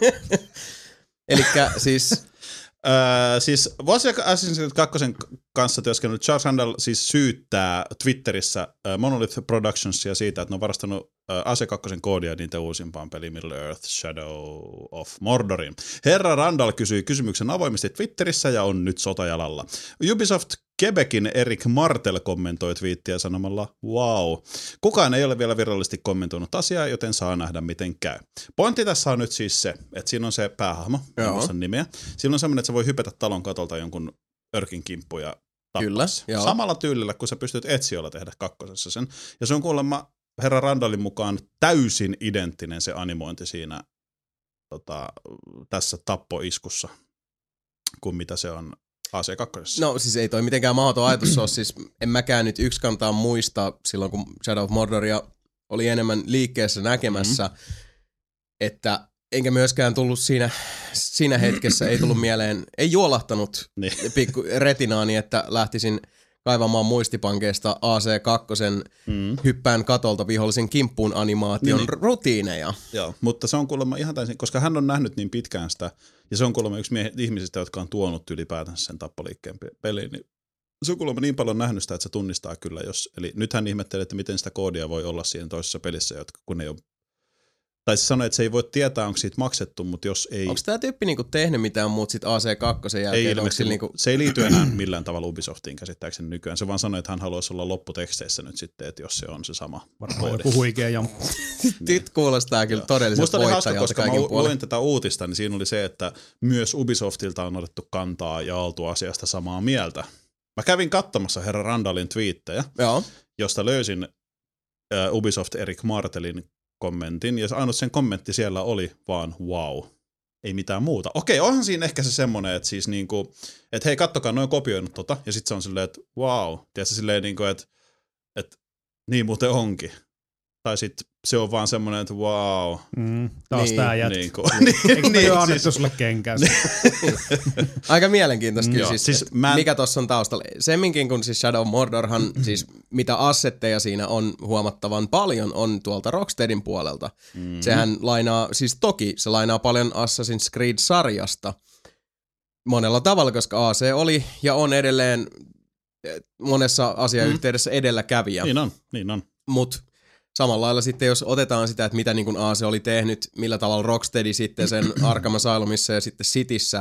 Elikkä siis, Öö, siis vuosia Assassin's Creed kaksi kanssa työskennellyt Charles Randall siis syyttää Twitterissä äh, Monolith Productionsia siitä, että ne on varastanut äh, Asia kaksi koodia niitä uusimpaan peliin Middle Earth Shadow of Mordorin. Herra Randall kysyi kysymyksen avoimesti Twitterissä ja on nyt sotajalalla. Ubisoft Quebecin Eric Martel kommentoi twiittiä sanomalla, wow. Kukaan ei ole vielä virallisesti kommentoinut asiaa, joten saa nähdä miten käy. Pointti tässä on nyt siis se, että siinä on se päähahmo, en Joo. muista nimeä. Siinä on semmoinen, että sä voi hypätä talon katolta jonkun örkin kimppuun ja tappaa Kyllä, se. joo. Samalla tyylillä, kun sä pystyt Eziolla tehdä kakkosessa sen. Ja se on kuulemma herra Randallin mukaan täysin identtinen se animointi siinä tota, tässä tappoiskussa, kuin mitä se on A C kaksi. no siis ei toi mitenkään mahdoton ajatus ole. Siis en mäkään nyt yksi kantaa muistaa silloin, kun Shadow of Mordoria oli enemmän liikkeessä näkemässä, mm-hmm. että enkä myöskään tullut siinä, siinä hetkessä, ei tullut mieleen, ei juolahtanut Niin. pikku retinaani, että lähtisin kaivamaan muistipankeista A C kaksi Mm. hyppään katolta vihollisen kimppuun animaation Niin. rutiineja. Joo, mutta se on kuulemma ihan täysin, koska hän on nähnyt niin pitkään sitä, ja se on kuulemma yksi miehe, ihmisistä, jotka on tuonut ylipäätänsä sen tappoliikkeen pe- peliin, niin se on kuulemma niin paljon nähnyt sitä, että se tunnistaa kyllä, jos, eli nyt hän ihmettelee, että miten sitä koodia voi olla siinä toisessa pelissä, jotka, kun ei ole, tai se sanoi, että se ei voi tietää, onko siitä maksettu, mutta jos ei, Onko tämä tyyppi niinku tehnyt mitään muuta sit A C kaksi ei jälkeen? Onko ilmeisesti, sillä niinku, se ei liity enää millään tavalla Ubisoftiin käsittääkseni nykyään, se vaan sanoi, että hän haluaisi olla lopputeksteissä nyt sitten, että jos se on se sama varmaan koodi. joku huikea jamppu. nyt kuulostaa kyllä todelliselta Musta oli hauska, voittajalta koska mä kaikin lu- puolin. luin tätä uutista, niin siinä oli se, että myös Ubisoftilta on otettu kantaa ja oltu asiasta samaa mieltä. Mä kävin katsomassa herra Randallin twiittejä, Joo. josta löysin äh, Ubisoft Eric Martelin kommentin, ja ainut sen kommentti siellä oli vaan wow. Ei mitään muuta. Okei, onhan siinä ehkä se semmonen, että siis niinku, että hei kattokaa, noin kopioinut tota, ja sit se on silleen, että wow. Tiedätkö silleen niinku, että, että Niin muuten onkin. Tai sitten se on vaan semmoinen, että wow. Mm, taas Niin, tää jätkä. Niin, Eikö me niin, jo annettu siis- sulle kenkää? Aika mielenkiintoista kyllä Joo, siis, siis siis mä en- mikä tossa on taustalla. Semminkin kun siis Shadow of Mordorhan, siis mitä assetteja siinä on huomattavan paljon, on tuolta Rocksteadin puolelta. Mm. Sehän lainaa, siis toki se lainaa paljon Assassin's Creed-sarjasta monella tavalla, koska A C oli ja on edelleen eh, monessa asiayhteydessä edelläkävijä. Niin on, niin on. Mut samalla lailla sitten, jos otetaan sitä, että mitä niin kuin A C oli tehnyt, millä tavalla Rocksteadi sitten sen Arkham Asylumissa ja sitten Cityssä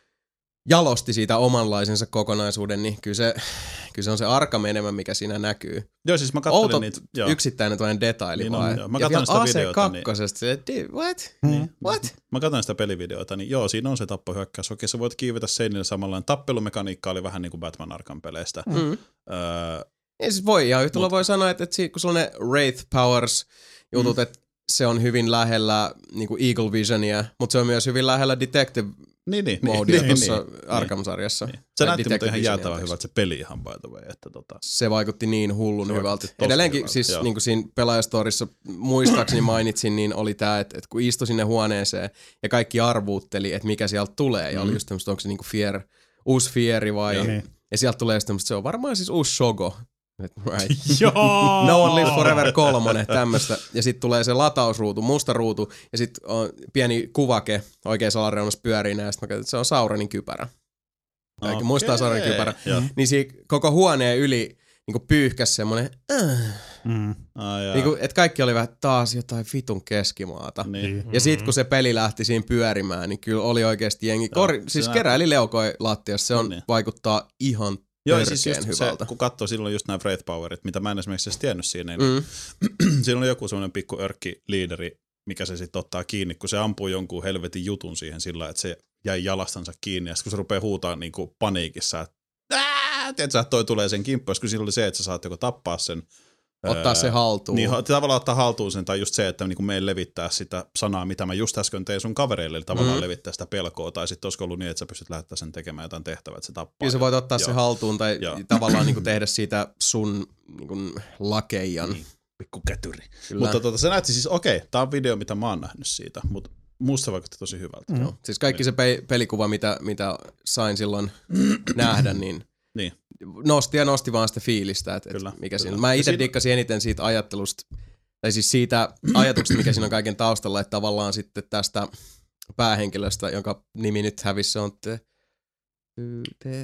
jalosti siitä omanlaisensa kokonaisuuden, niin kyllä se, kyllä se on se Arkham enemmän, mikä siinä näkyy. Joo, siis mä kattelin Outo niitä. Joo. yksittäinen toinen detaili Niin on, vaan. joo. Mä ja katsoin vielä sitä videota, A C kaksi, niin... se, what? Mm. What? Mä katsoin sitä pelivideota, niin joo, siinä on se tappohyökkäys. Okei, sä voit kiivetä seinille samanlainen. Tappelumekaniikka oli vähän niin kuin Batman Arkham peleistä. Mm. Öö, Ei siis voi ihan yhtä Mut- Mut... voi sanoa, että, että si- kun sulla on ne Wraith Powers jutut, mm. että se on hyvin lähellä niin kuin Eagle Visionia, mutta se on myös hyvin lähellä Detective niin, niin, Moodia niin, tuossa niin, Arkham-sarjassa. niin. Se Tai näytti mutta Detective ihan Visionia, jäätävän anteeksi. hyvältä se peli ihan by the way. Että tota. Se vaikutti niin hullun Se hyvältä. vaikutti tosi Edelleenkin hyvältä, siis joo. niin kuin siinä pelaajastorissa muistaakseni mainitsin, niin oli tämä, että, että kun istui sinne huoneeseen ja kaikki arvuutteli, että mikä sieltä tulee. Ja oli just tämmöistä, onko se niin kuin Fier, uusi Fieri vai... Joo. Ja, ja sieltä tulee just tämmöistä, se on varmaan siis uusi Shogo. Et Right. Joo! No One Lives Forever kolmonen, tämmöistä. Ja sitten tulee se latausruutu, musta ruutu, ja sitten on pieni kuvake oikeassa alareunassa pyörii näin, ja sit mä katsoin, että se on Sauronin kypärä. Tai Okei. muistaa Sauronin kypärä. Joo. Niin siinä koko huoneen yli niin pyyhkäs semmonen, äh, Mm. Ai, jaa. niin että kaikki oli vähän taas jotain vitun keskimaata. Niin. Ja sit kun se peli lähti siinä pyörimään, niin kyllä oli oikeasti jengi, Joo, kor- se siis näytti- keräili leukoja lattiassa, se on, Niin. vaikuttaa ihan Joo, ja törkeen siis just se, hyvältä. kun katsoo silloin just nämä Wraith Powerit, mitä mä en esimerkiksi edes tiennyt siinä, niin Mm. siinä oli joku semmoinen pikku örkki-liideri, mikä se sitten ottaa kiinni, kun se ampuu jonkun helvetin jutun siihen sillä, että se jäi jalastansa kiinni, ja sitten kun se rupeaa huutaa niin kuin paniikissa, että ää, tiedätkö, että toi tulee sen kimppuun, kun siinä oli se, että sä saat joko tappaa sen, Ottaa se haltuun. Niin, ha- tavallaan ottaa haltuun sen, tai just se, että niin meidän levittää sitä sanaa, mitä mä just äsken tein sun kavereille, eli tavallaan Mm. levittää sitä pelkoa, tai sitten olisiko ollut niin, että sä pystyt lähettämään sen tekemään jotain tehtävää, että se tappaa. Kyllä sä voit ottaa se Joo. haltuun tai Joo. tavallaan niinku tehdä siitä sun niinku lakeijan. Niin, pikku kätyri. Kyllä. Mutta tota, se näytti siis, okei, tää on video, mitä mä oon nähnyt siitä, mutta musta se vaikutti tosi hyvältä. Joo. Siis kaikki se pe- pelikuva, mitä, mitä sain silloin nähdä, niin, Niin. nosti ja nosti vaan sitä fiilistä, että Kyllä, et mikä kyllä. siinä. Mä Ja itse siinä- dikkasin eniten siitä ajattelusta, tai siis siitä ajatuksesta, mikä siinä on kaiken taustalla, että tavallaan sitten tästä päähenkilöstä, jonka nimi nyt hävisi, se on te, te,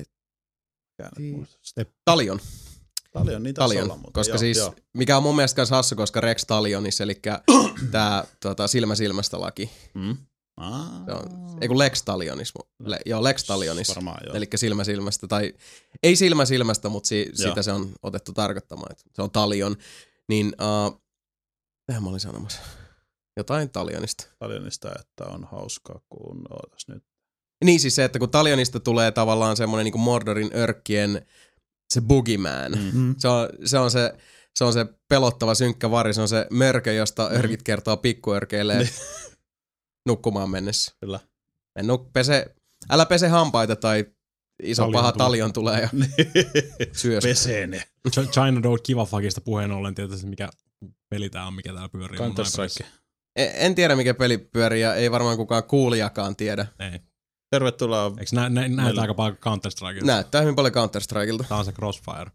Step. Talion. Talion, niin taisi olla Talion, muuten. koska Joo, siis, joo. mikä on mun mielestä kans hassu, koska Rex Talionis, eli tää tota, silmä silmästä laki. Mm. Aa. Se on, ei kun Lex Talionis, mu- le, joo Lex Talionis, Varmaan joo. eli silmä silmästä, tai ei silmä silmästä, mutta si, Joo. sitä se on otettu tarkoittamaan, että se on Talion. Niin, uh, tähän mä olin sanomassa. Jotain Talionista. Talionista, että on hauskaa, kun ootas nyt. Niin siis se, että kun Talionista tulee tavallaan semmoinen niin kuin Mordorin örkkien se boogeyman. Mm. Mm. Se on se, on se Se on se pelottava synkkä vari, se on se mörkö, josta örkit kertoo pikkuörkeille nukkumaan mennessä. Kyllä. En nuk- pese, älä pese hampaita tai iso Talion paha tulee. talion tulee ja syö. Pesee ne. Ch- China Dog Kiva Fuckista puheen ollen tietysti mikä peli tää on, mikä täällä pyörii. mun Counter-Strike. iPadissa. En, en tiedä mikä peli pyörii ja ei varmaan kukaan kuulijakaan tiedä. Ei. Tervetuloa. Eikö nä, nä, näytä Meillä- aika paljon Counter-Strikeilta? Näyttää hyvin paljon Counter-Strikeilta. Tää on se Crossfire.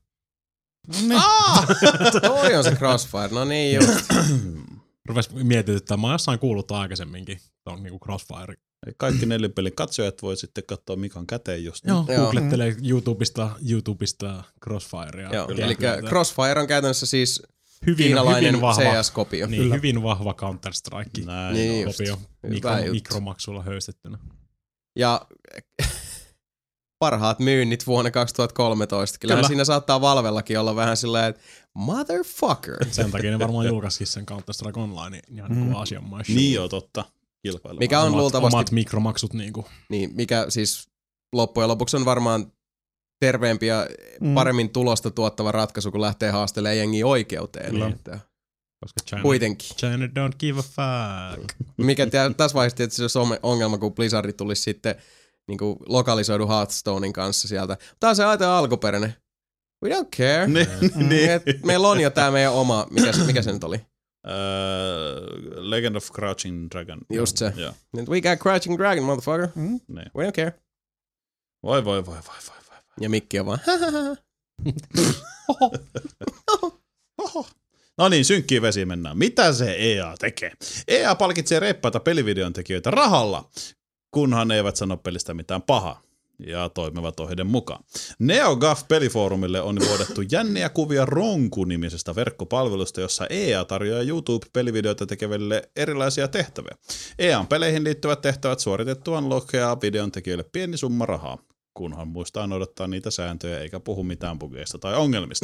Ah! Toi on se Crossfire, no niin just. Rupes mietityttää. Mä oon jossain kuullut ton aikaisemminkin, ton niinku Crossfire. Kaikki nelipelin katsojat voi sitten katsoa Mikan käteen just Joo, Joo. googlettelee YouTubesta, YouTubesta Crossfirea. Joo, Kyllä, eli kyllä. Crossfire on käytännössä siis hyvin, kiinalainen hyvin vahva, C S-kopio. niin, Kyllä. hyvin vahva Counter-Strike. Näin Niin on. just. Kopio Hyvä mikro, juttu. mikromaksulla höystettynä. Ja parhaat myynnit vuonna kaksituhattakolmetoista. Kyllähän Kyllä. siinä saattaa Valvellakin olla vähän silleen, että motherfucker. Sen takia ne varmaan julkaisikin sen Counter-Strike Online ihan niin kuin asianmaissa. Niin joo, totta. Kilpailemaan. Mikä on omat, luultavasti, Omat mikromaksut niinku. niin, mikä siis loppujen lopuksi on varmaan terveempi ja Mm. paremmin tulosta tuottava ratkaisu, kun lähtee haastelemaan jengiä oikeuteen. Kyllä. Että Koska China, kuitenkin. China don't give a fuck. Mikä tä- tässä vaiheessa tietysti se on ongelma, kun Blizzard tulisi sitten niin kuin lokalisoidu Hearthstonein kanssa sieltä. Tämä on se aito alkuperäinen. We don't care. Niin, Mm. niin. Et meillä on jo tää meidän oma, mikä, se- mikä se nyt oli? Uh, Legend of Crouching Dragon. Just se. Joo. We got Crouching Dragon, motherfucker. Niin. We don't care. Voi voi voi voi voi voi. Ja Mikki on vaan, Oho. No niin, synkkiin vesi mennään. Mitä se E A tekee? E A palkitsee reippaita pelivideon tekijöitä rahalla, kunhan ne eivät sano pelistä mitään pahaa ja toimivat ohjeiden mukaan. NeoGAF-pelifoorumille on vuodettu jänniä kuvia Ronku-nimisestä verkkopalvelusta, jossa E A tarjoaa YouTube-pelivideoita tekeville erilaisia tehtäviä. E A:n peleihin liittyvät tehtävät suoritettuaan lokeaa videon tekijöille pieni summa rahaa, kunhan muistaa noudattaa niitä sääntöjä eikä puhu mitään bugeista tai ongelmista.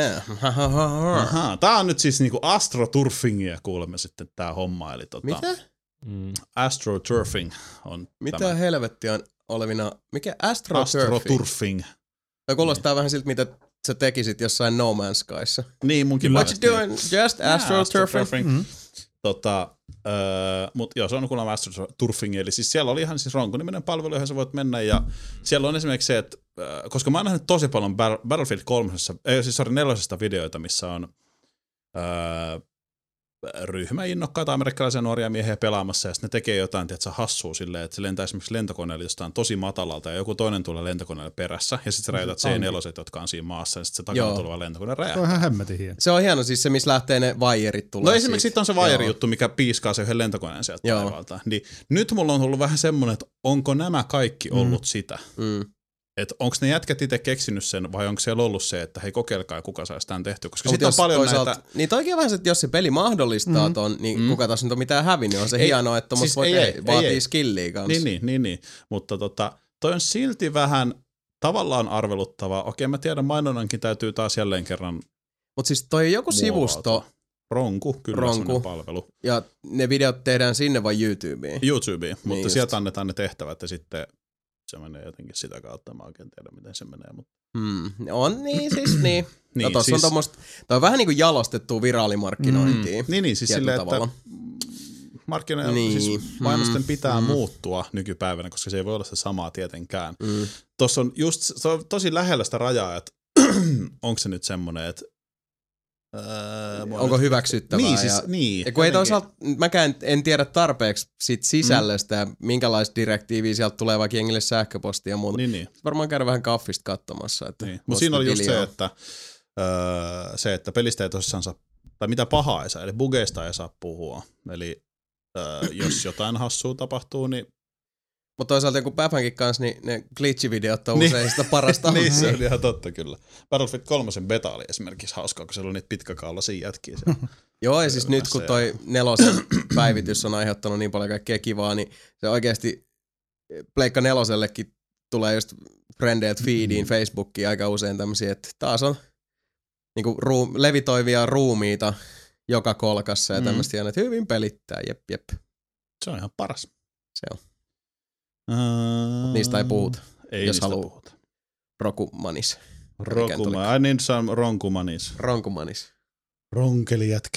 Ahaa, tää on nyt siis niinku astroturfingia kuulemme sitten tää homma. Eli tota, mitä? Mm. astroturfing on Mitä tämä. helvettiä on olevina? Mikä astroturfing? Astroturfing. Toi kuulostaa mm. vähän siltä, mitä sä tekisit jossain No Man's Skyssa. Niin, munkin What mielestä you doing? Just astroturfing? Mm-hmm. Tota, öö, mut joo, se on kuulemma astroturfing, eli siis siellä oli ihan siis Ronku-niminen palvelu, johon sä voit mennä, ja siellä on esimerkiksi se, että öö, koska mä oon nähnyt tosi paljon Battlefield kolmosessa, ei siis sorry, nelosesta videoita, missä on öö, ryhmä innokkaita amerikkalaisia nuoria miehiä pelaamassa, ja sitten ne tekee jotain, tiedätkö, hassua silleen, että se lentää esimerkiksi lentokoneelle jostain tosi matalalta, ja joku toinen tulee lentokoneelle perässä, ja sitten sä räjätät C neljä, jotka on siinä maassa, ja sitten se takana Joo. tuleva lentokone Se on räjähtää. ihan hemmetin hieno. Se on hieno, siis se, missä lähtee ne vaijerit tulee. No esimerkiksi siitä. sitten on se vaijerijuttu, mikä piiskaa se yhden lentokoneen sieltä Joo. taivaalta. Niin nyt mulla on tullut vähän semmoinen, että onko nämä kaikki ollut mm. sitä? Mm. Että onko ne jätkät itse keksinyt sen, vai onko siellä ollut se, että hei kokeilkaa, kuka saisi tämän tehtyä? Koska Mut sitten on jos paljon toisaalta- näitä... Niin toikin on vähän se, että jos se peli mahdollistaa Mm. ton, niin Mm. kuka taas nyt on mitään hävinnyt. On se Ei, hienoa, että tommoista siis voi ei, tehdä. ei, ei, Vaatii ei. skilliä kanssa. Niin, niin, niin, niin. Mutta tota, toi on silti vähän tavallaan arveluttavaa. Okei, mä tiedän, mainonnankin täytyy taas jälleen kerran Mutta siis toi on joku sivusto, muovautua. Ronku, kyllä Ronku. sellainen palvelu. ja ne videot tehdään sinne vai YouTubeen? YouTubeen, mutta just. sieltä annetaan ne tehtävät ja sitten se menee jotenkin sitä kautta. Mä oikein tiedä, miten se menee. Mutta... Hmm. On niin, siis niin. Niin, no tossa siis- on tommoista, toi on vähän niinku jalostettua viraalimarkkinointia. Mm. Niin, niin, siis tietyllä silleen, että tavalla. markkinoilla, Niin. siis mainosten Mm. pitää Mm. muuttua nykypäivänä, koska se ei voi olla se samaa tietenkään. Mm. Tuossa on just, se on tosi lähellä sitä rajaa, että onko se nyt semmoinen, että... Öö, mua Onko nyt- hyväksyttävää? Niin, siis ja, niin. ja kun ei jotenkin- toisaalta, mäkään en tiedä tarpeeksi siitä sisällöstä ja minkälaista direktiiviä sieltä tulee vaikka jengille sähköpostia ja muuta. Niin, niin. Varmaan käydä vähän kaffista katsomassa. Että niin. Mutta siinä oli just tili se on. että, öö, se, että pelistä ei tosissaan saa, tai mitä pahaa ei saa, eli bugeista ei saa puhua. Eli öö, jos jotain hassua tapahtuu, niin Mutta toisaalta joku Päfänkin kanssa, niin ne glitch-videot on Niin. usein sitä parasta. niin se on ihan totta kyllä. Battlefield kolme beta oli esimerkiksi hauskaa, kun siellä oli niitä pitkäkaulaisia jätkiä siellä. Joo, ja siis nyt kun se- toi nelosen päivitys on aiheuttanut niin paljon kaikkea kivaa, niin se oikeasti Pleikka nelosellekin tulee just frendeiltä feediin Facebookiin aika usein tämmöisiä, että taas on niinku ruu, levitoivia ruumiita joka kolkassa ja Mm. tämmöistä, että hyvin pelittää, jep jep. Se on ihan paras. Se on. Uh, Niistä ei puhuta, ei jos niistä haluu. puhuta. Rokumanis. Rokuma, ai niin, se on ronkumanis. Ronkumanis. Ronkeli jätkä.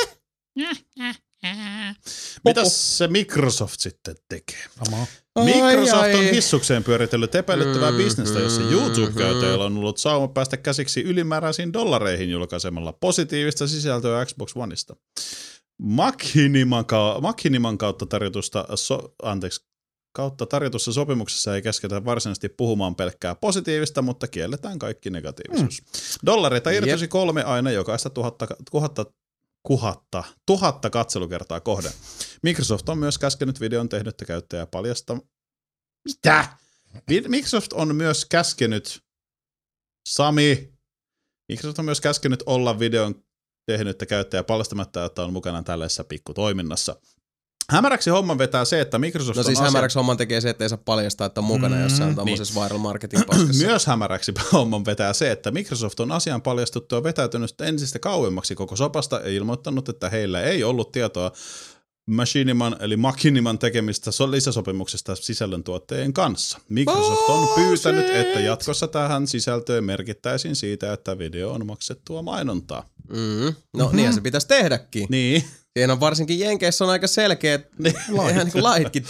Mitäs se Microsoft sitten tekee? Sama. Microsoft ai, on ai. hissukseen pyöritellyt epäilyttävää Mm, bisnestä, jossa mm, YouTube-käyttäjillä on ollut sauma päästä käsiksi ylimääräisiin dollareihin julkaisemalla positiivista sisältöä Xbox Oneista. Makhiniman, ka- Makhiniman kautta tarjotusta, so- anteeksi, kautta tarjotussa sopimuksessa ei käsketä varsinaisesti puhumaan pelkkää positiivista, mutta kielletään kaikki negatiivisuus. Mm. Dollareita irtosi kolme aina jokaista tuhatta, tuhatta, tuhatta, tuhatta katselukertaa kohden. Microsoft on myös käskenyt videon tehnyttä käyttäjää paljasta... Mitä? Vi- Microsoft on myös käskenyt... Sami! Microsoft on myös käskenyt olla videon tehnyttä käyttäjää paljastamatta, että on mukana tällaisessa pikkutoiminnassa. Hämäräksi homman vetää se, että Microsoft No on siis asia- hämäräksi homman tekee se, että ei saa paljastaa, että on mukana Mm, jossain niin. tommosessa viral marketing paskassa. Myös hämäräksi homman vetää se, että Microsoft on asian paljastuttua vetäytynyt ensistä kauemmaksi koko sopasta ja ilmoittanut, että heillä ei ollut tietoa Machiniman eli Makhiniman tekemistä so- lisäsopimuksesta sisällöntuottajien kanssa. Microsoft on pyytänyt, että jatkossa tähän sisältöön merkittäisiin siitä, että video on maksettua mainontaa. Mm. No Mhm. niinhän se pitäisi tehdäkin. Niin. Siinä on varsinkin Jenkeissä on aika selkeät Niin. ihan niin kuin laitkin tää.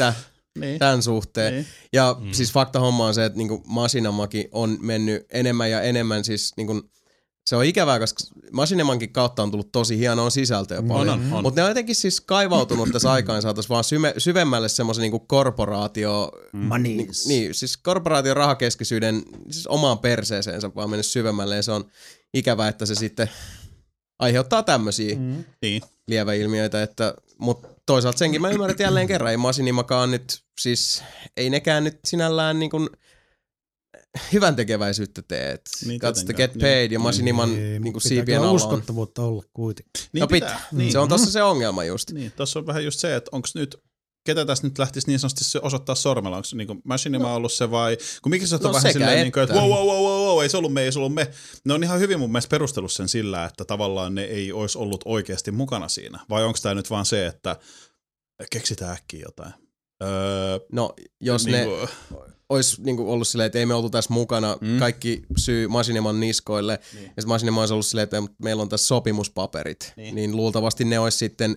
Niin. tämän suhteen. Niin. Ja Mm. siis fakta homma on se, että niinku Machinamaki on mennyt enemmän ja enemmän siis niinku, se on ikävää, koska Machinamankin kautta on tullut tosi hienoa sisältöä paljon. On, on. Mutta ne on jotenkin siis kaivautunut tässä aikaan saataisiin vaan syve, syvemmälle semmoisen niinku korporaatio... Manis. Niin, niin, siis korporaation rahakeskisyyden siis omaan perseeseensä vaan mennyt syvemmälle ja se on ikävää, että se sitten aiheuttaa tämmöisiä Mm. Niin. lieveilmiöitä, että, mutta toisaalta senkin mä ymmärrän, että jälleen kerran ei Machinimakaan nyt, siis ei nekään nyt sinällään niin kuin hyvän tekeväisyyttä tee. Niin, Katsotte tietenkään. Get Paid ja Niin. Machiniman Ei, niin mut kuin pitää siipien kyllä alla on. uskottavuutta olla kuitenkin. Niin No pitää. pitää. Niin. Se on tossa se ongelma just. Niin, tuossa on vähän just se, että onko nyt, ketä tässä nyt lähtisi niin sanotusti se osoittaa sormella, onko niin Machinima no. ollut se vai, kun Microsoft on No vähän sekä silleen, niin kuin, että että. wow, wow, wow, wow, wow, ei se ollut me, ei se ollut me. Ne on ihan hyvin mun mielestä perustellut sen sillä, että tavallaan ne ei olisi ollut oikeasti mukana siinä. Vai onko tämä nyt vaan se, että keksitään äkkiä jotain? Öö, No jos niin ne kuin, olisi niin kuin ollut silleen, että ei me oltu tässä mukana, Mm. kaikki syy Machiniman niskoille, Niin. ja sitten Machinima olisi ollut silleen, että meillä on tässä sopimuspaperit, Niin. niin, luultavasti ne olisi sitten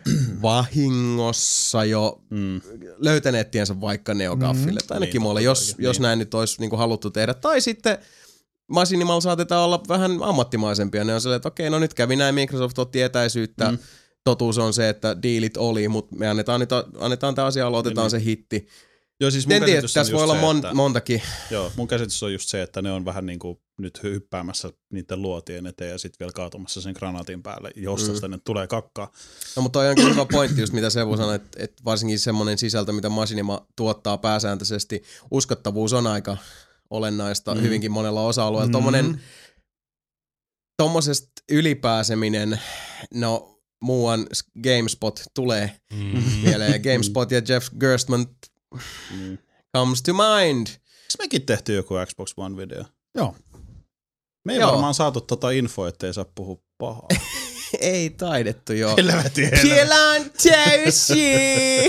vahingossa jo mm, löytäneet tiensä vaikka Neogaffille, tai ainakin Niin, mulle, totta jos, toki, jos niin. näin nyt olisi niin kuin haluttu tehdä. Tai sitten Machinimalla saatetaan olla vähän ammattimaisempia, ne on silleen, että okei, no nyt kävi näin, Microsoft otti etäisyyttä, Mm. totuus on se, että diilit oli, mutta me annetaan, nyt, annetaan tämä asia, aloitetaan Niin. se hitti. joo, siis mun En tiedä, käsitys on tässä just voi olla se, mon, että- montakin. Joo, mun käsitys on just se, että ne on vähän niin kuin nyt hyppäämässä niiden luotien eteen ja sitten vielä kaatumassa sen granaatin päälle, josta Mm. mm. tänne tulee kakkaa. No mutta toi on kyllä hyvä pointti just mitä Sevu sanoi, että, että varsinkin semmoinen sisältö, mitä Machinima tuottaa pääsääntöisesti, uskottavuus on aika olennaista Mm. hyvinkin monella osa-alueella. Mm. Tommonen, tommosesta ylipääseminen, no muuan GameSpot tulee Mm. mieleen. GameSpot ja Jeff Gerstmann Mm. comes to mind. Eikö mekin tehty joku Xbox One-video? Joo. Me ei Joo. varmaan saatu tota infoa, ettei saa puhua pahaa. Ei taidettu joo. Helvetin Siellä on täysi!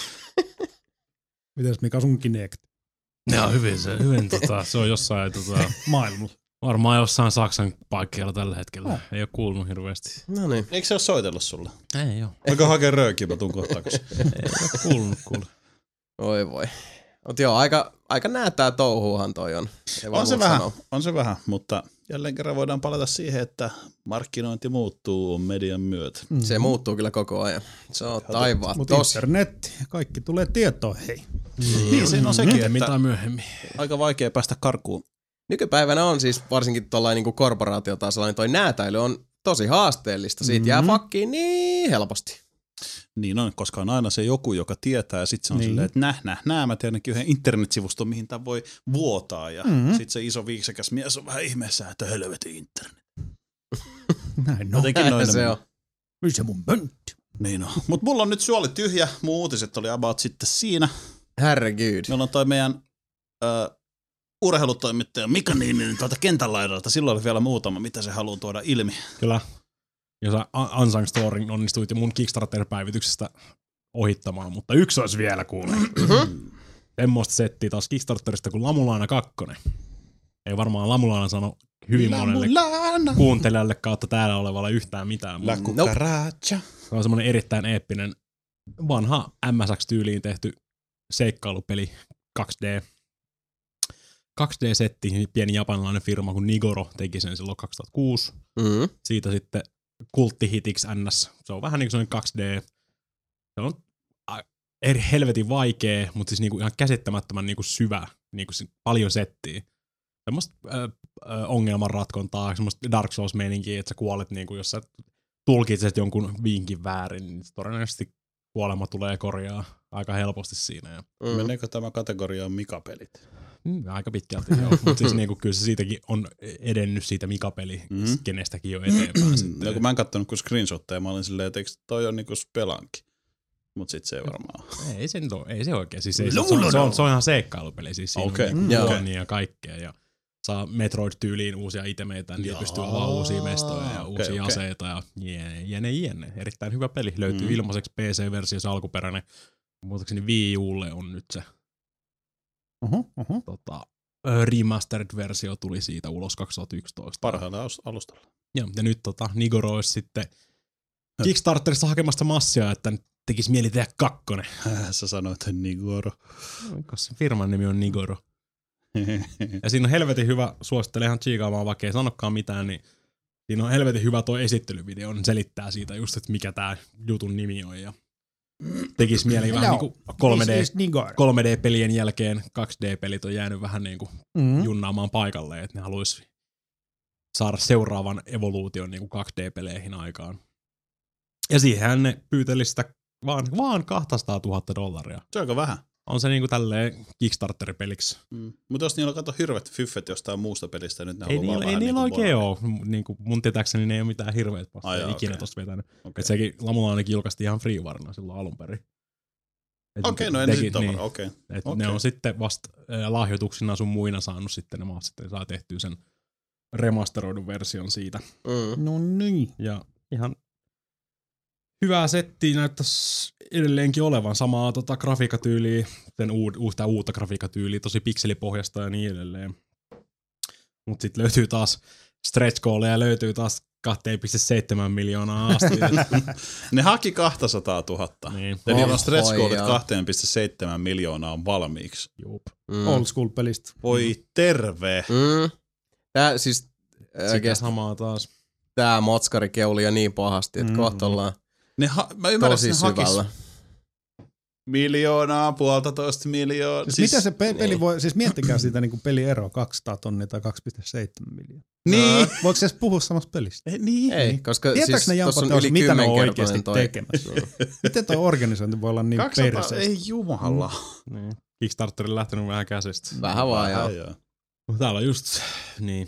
Mitäs Mika sun Kinect Ne on hyvin, se, hyvin tota, se on jossain tota, maailmalla? varmaan jossain Saksan paikkeilla tällä hetkellä. Oh. Ei ole kuulunut hirveästi. No niin. Eikö se ole soitellut sulle? Ei oo. Voiko hakea röökiä, mä tuun kohta takaisin. Ei ole kuulunut kuule. Oi voi. Mut joo, aika, aika näätää touhuuhan toi on. Ei voi On se muuta vähän, sanoa. on se vähän, mutta jälleen kerran voidaan palata siihen, että markkinointi muuttuu median myötä. Se muuttuu kyllä koko ajan. Se on taivaan Mutta tosi. internet, kaikki tulee tietoon, hei. Niin, siinä on sekin, Ennemmin että tai myöhemmin. aika vaikea päästä karkuun. Nykypäivänä on siis varsinkin tuollainen niinku korporaatiotasolla, niin toi näätäily on tosi haasteellista. Siitä jää Mhm. fakkiin niin helposti. Niin on, koska on aina se joku, joka tietää, ja sitten se on Niin. niin. silleen, että näh, näh, näh, mä tiedänkin yhden internetsivuston, mihin tämä voi vuotaa, ja Mhm. mm-hmm. sitten se iso viiksekäs mies on vähän ihmeessä, että helvetin internet. Näin no. Jotenkin noin se ne- on. Missä se mun möntti? Niin on. Mutta mulla on nyt suoli tyhjä, mun uutiset oli about sitten siinä. Herregud. Meillä on toi meidän ö, urheilutoimittaja Mika Niininen tuolta kentän laidalta. Silloin oli vielä muutama, mitä se haluaa tuoda ilmi. Kyllä. Jos Unsung Story onnistuit jo mun Kickstarter-päivityksestä ohittamaan, mutta yksi olisi vielä kuule. Semmoista settiä taas Kickstarterista kuin Lamulaana kakkonen. Ei varmaan Lamulaana sano hyvin monelle Lamulana. kuuntelijalle kautta täällä olevalle yhtään mitään. La Mutta cucaracha. se on semmoinen erittäin eeppinen vanha M S X-tyyliin tehty seikkailupeli kaksi D. kaksi D-setti, pieni japanilainen firma kuin Nigoro teki sen silloin kaksituhattakuusi. Mm. Siitä sitten kulttihitiksi N S. Se on vähän niin kuin sellainen kaksi D. Se on a- eri helvetin vaikea, mutta siis niinku ihan käsittämättömän niinku syvä, niinku se- paljon settiä. Semmoista ö, ö, ongelmanratkontaa, semmoista Dark Souls-meininkiä, että sä kuolet niinku, jos sä tulkitset jonkun vinkin väärin, niin todennäköisesti kuolema tulee korjaa aika helposti siinä. Ja, Mm. Meneekö tämä kategoriaan Mika-pelit? mm, aika pitkälti joo, mutta siis niinku, kyllä se siitäkin on edennyt siitä Mika-peli, Mhm. kenestäkin jo eteenpäin sitten. No kun mä en kattonut kuin screenshotteja, mä olin silleen, että eikö toi on niinku Spelanki? Mut sit se ei varmaan ole. Ei se, nyt ole, ei se oikein. Siis ei, No, se, on, no, se, on, no. se on ihan seikkailupeli. Siis siinä Okei. on niinku Joo. juonia ja kaikkea. Ja saa Metroid-tyyliin uusia itemeitä, niin pystyy avaamaan uusia mestoja ja okei, uusia okei. aseita ja jene, jene, jene. Erittäin hyvä peli. Löytyy Mm. ilmaiseksi P C-versiossa alkuperäinen. Muistaakseni Wii Ulle on nyt se Oho, oho. tota, ö, remastered-versio tuli siitä ulos kaksituhattayksitoista. Parhailla aus- alustalla. Joo, ja nyt tota, Nigoro olisi sitten Kickstarterista hakemasta massia, että tekis mieli tehdä kakkonen. Sä sanoit Nigoro. Koska firman nimi on Nigoro. Ja siinä on helvetin hyvä, suosittelen ihan tsiikaamaan, vaikka ei sanokaan mitään, niin siinä on helvetin hyvä tuo esittelyvideo, niin selittää siitä just, että mikä tää jutun nimi on. Ja tekis mieli vähän niinku kolme D, kolme D-pelien jälkeen kaksi D-pelit on jäänyt vähän niinku mm. junnaamaan paikalle, että ne haluaisi saada seuraavan evoluution niinku kaksi D-peleihin aikaan. Ja siihen ne pyyteli sitä vaan, vaan kaksisataatuhatta dollaria. Se on aika vähän. On se niinku tälleen Kickstarter-peliksi. Mm. Mutta jos niillä on kato hirveät fyffet jostain muusta pelistä, nyt ne ei haluaa niillä, vähän ei niillä niinku oikein ole. Niinku mun tietääkseni ne ei ole mitään hirveät pastaa ikinä okay. tosta vetänyt. Okay. Et sekin Lamulaanikin julkaistiin ihan freevarna silloin alun perin. Okei, okay, no en sitten niin, okei. Okay. Okay. Ne on sitten vasta äh, lahjoituksina sun muina saanut sitten ne maat sitten saa tehtyä sen remasteroidun version siitä. Mm. No niin. Ja ihan hyvää settiä näyttäisi edelleenkin olevan. Samaa tota, grafiikatyyliä, sen uud, uutta, uutta grafiikatyyliä, tosi pikselipohjasta ja niin edelleen. Mut sit löytyy taas stretch goaleja, löytyy taas kaksi pilkku seitsemän miljoonaa asti. Ne haki kaksisataatuhatta. Niin. Ja niillä on stretch goalit kaksi pilkku seitsemän miljoonaa on valmiiksi. Jup. Mm. Old school pelistä. Voi terve. Mm. Tää siis Sitä samaa taas. Tää motskari keuli jo niin pahasti, että mm. kohta ollaan ne ha- mä ymmärrän, tosi että ne hakis syvällä. Miljoonaa, puolta toista miljoonaa. Siis, siis mitä se pe- peli niin. voi, siis miettikää sitä niinku pelieroa, kaksisataa tonnia tai kaksi pilkku seitsemän miljoonaa. Niin. Voiko se edes puhua samasta pelistä? Eh, niin. Ei, koska tietääkö siis ne jampat, on yli mitä ne on oikeasti toi. tekemässä? Miten toi organisointi voi olla niin perseestä? Ei jumala. Mm. Niin. Kickstarterin lähtenyt vähän käsistä. Vähän vaan joo. joo. Täällä on just niin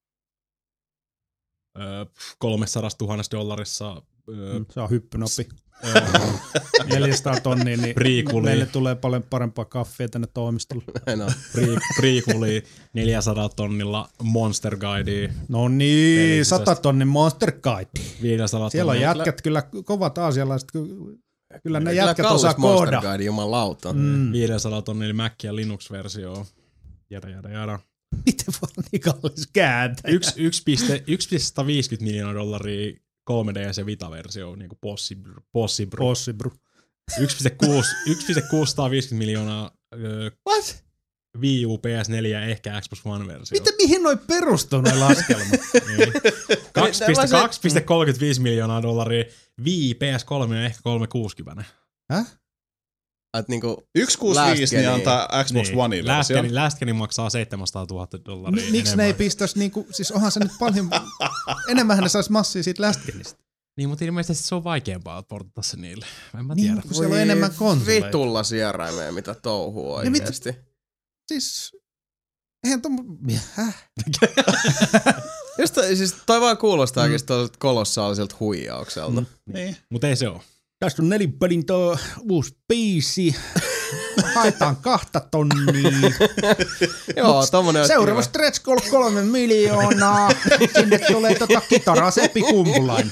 öö, kolmesataatuhatta dollarissa. Öö, se on hyppynoppi. neljäsataa tonnia, niin Priikuli. Meille tulee paljon parempaa kaffea tänne toimistolle. No. Priikuli neljäsataa tonnilla Monster Guidea. No niin, sata tonnin Monster Guide. viisisataa siellä on jätkät kyllä kovat aasialaiset. Kyllä ne jätkät osaa kooda. Monster Guide, jumalauta. Mm. viisisataa tonnia Mac ja Linux-versio. Jada, jada, jada. Miten voi niin kallis kääntää? yksi pilkku sata viisikymmentä miljoonaa dollaria kolme D ja Vita-versio, niinku Possibru. Possibru. Possibru. yksi pilkku kuusisataaviisikymmentä miljoonaa öö, What? Wii U, P S neljä ja ehkä Xbox One-versio. Miten, mihin noi perustuu noi laskelmat? niin. kaksi pilkku kolmekymmentäviisi miljoonaa dollaria Wii, P S kolme ja ehkä kolmesataakuusikymmentä. Häh? Niinku yksi pilkku kuusikymmentäviisi niin antaa Xbox niin. Onein versio. Last maksaa seitsemänsataatuhatta dollaria. M- miksi ne ei pistäisi niinku, siis onhan se nyt paljon, enemmänhän ne sais massia siitä Last Genistä. Niin, mutta ilmeisesti se on vaikeampaa portata se niille. En mä niin, tiedä. Kun siellä on enemmän konsoleita. Vitulla sieraimeen, mitä touhuu oikeesti. Mit, siis, eihän tommo, häh? Just, siis toi vaan kuulostaa mm. oikeesti kolossaaliselta huijaukselta. Mm. Niin. Mut ei se oo. Tästä on nelipelin tuo uusi biisi. Haetaan kahta tonnia. Joo, tommonen seuraava stretch goal kolme miljoonaa. Sinne tulee tota kitaraa Seppi Kumpulainen.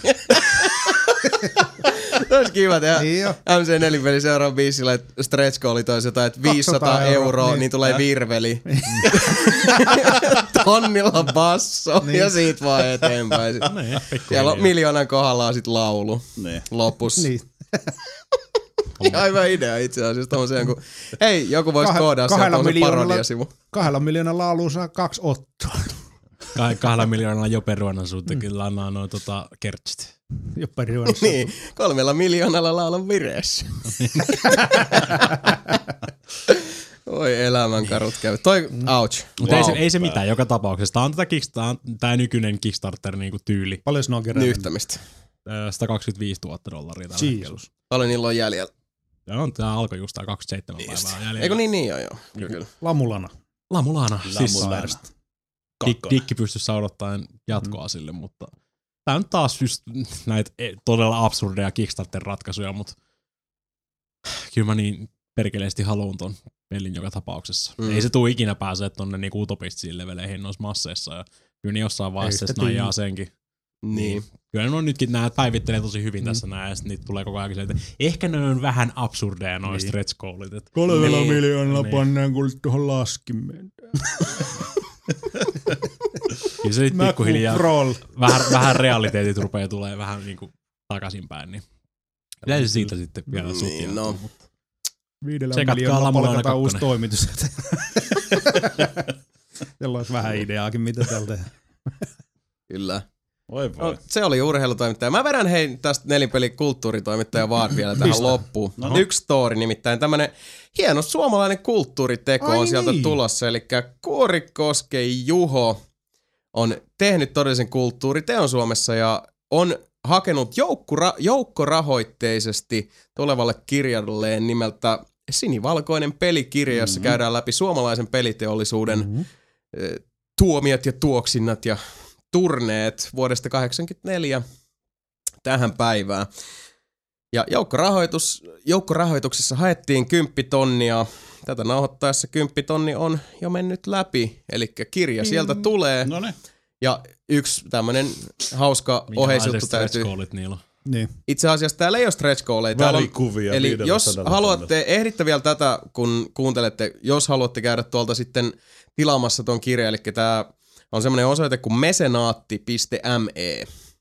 Olisi kiva tehdä niin M C neljä peli seuraava biisillä, että stretch goali toisi jotain, että viisisataa euroa, niin, niin tulee ja. Virveli. Tonnilla basso niin. Ja siitä vaan eteenpäin. Ne, ja lo- miljoonan kohdalla on sit laulu ne. Lopussa. Niin. Ihan hyvä idea itse asiassa tommoseen, kun hei, joku voisi Kah- koodaa sieltä tommosen parodiasivu. Kahdella miljoonalla lauluun saa kaksi ottoa. Kahdella miljoonalla Jope Ruonan suhteen kyllä annaa noin tota kertsit. Jope Ruonan niin, kolmella miljoonalla laulan vireessä. Oi elämänkarut käy. Toi, ouch. Mutta wow. ei, se, ei se mitään joka tapauksessa. Tää on tätä kickstarter, tää nykyinen Kickstarter niinku tyyli. Paljon se on kerännyt? Nyhtämistä. sata kaksikymmentäviisituhatta dollaria tällä hetkellä. Paljon niillä on jäljellä? Joo, tää alkoi just tää kaksikymmentäseitsemän päivää jäljellä. Eikö niin, niin joo, joo. Kyllä, kyllä. Lamulana. Lamulana. Lamulana. Siis Dik- Dikki pystyisi odottaen jatkoa mm. sille, mutta tää on taas just näitä todella absurdeja Kickstarter-ratkaisuja, mutta kyllä mä niin perkeleesti haluun ton pelin joka tapauksessa. Mm. Ei se tuu ikinä pääse tonne niinku utopistisiin leveleihin noissa masseissa ja kyllä ne jossain vaiheessa snajaa senkin. Niin. Kyllä ne on nytkin, nää päivittelee tosi hyvin mm. tässä nää, ja sit niitä tulee koko ajan että ehkä ne on vähän absurdeja noi niin. stretch goalit. Kolmella niin. miljoonalla niin. Pannaan kuule tuohon laskimeen. Kyllä se nyt pikkuhiljaa vähän, vähän realiteetit rupeaa tulee vähän niinku takaisinpäin. Niin. Pitäisi siitä sitten vielä Niin, sutia. no. Viidellä Tsekatkaa miljoonalla Lamulainen palkataan uusi kakkonen. toimitus. Teillä olisi vähän ideaakin, mitä täällä tehdään. Kyllä. Voi voi. No, se oli urheilutoimittaja. Mä vedän hei tästä nelipeli kulttuuritoimittaja vaan vielä tähän loppuun. No. Yksi story nimittäin. Tämmönen hieno suomalainen kulttuuriteko Ai on sieltä niin. tulossa. Eli Kuorikosken Juho on tehnyt todellisen kulttuuriteon Suomessa ja on hakenut joukkura- joukkorahoitteisesti tulevalle kirjalleen nimeltä Sinivalkoinen pelikirja, jossa Mm-hmm. käydään läpi suomalaisen peliteollisuuden Mm-hmm. eh, tuomiot ja tuoksinnat ja turneet vuodesta kahdeksankymmentäneljä tähän päivään. Ja joukkorahoitus, joukkorahoituksessa haettiin kymppitonnia. Tätä nauhoittaessa kymppitonni on jo mennyt läpi, eli kirja sieltä tulee. No niin. Ja yksi tämmönen hauska oheisjuttu täytyy. niillä on? Niin. Itse asiassa täällä ei ole stretch goaleja. Täällä on, Välikuvia. eli viidellä jos sadalla haluatte, ehditte vielä tätä, kun kuuntelette, jos haluatte käydä tuolta sitten tilaamassa ton kirjan, eli tää on semmoinen osoite kuin mesenaatti piste me.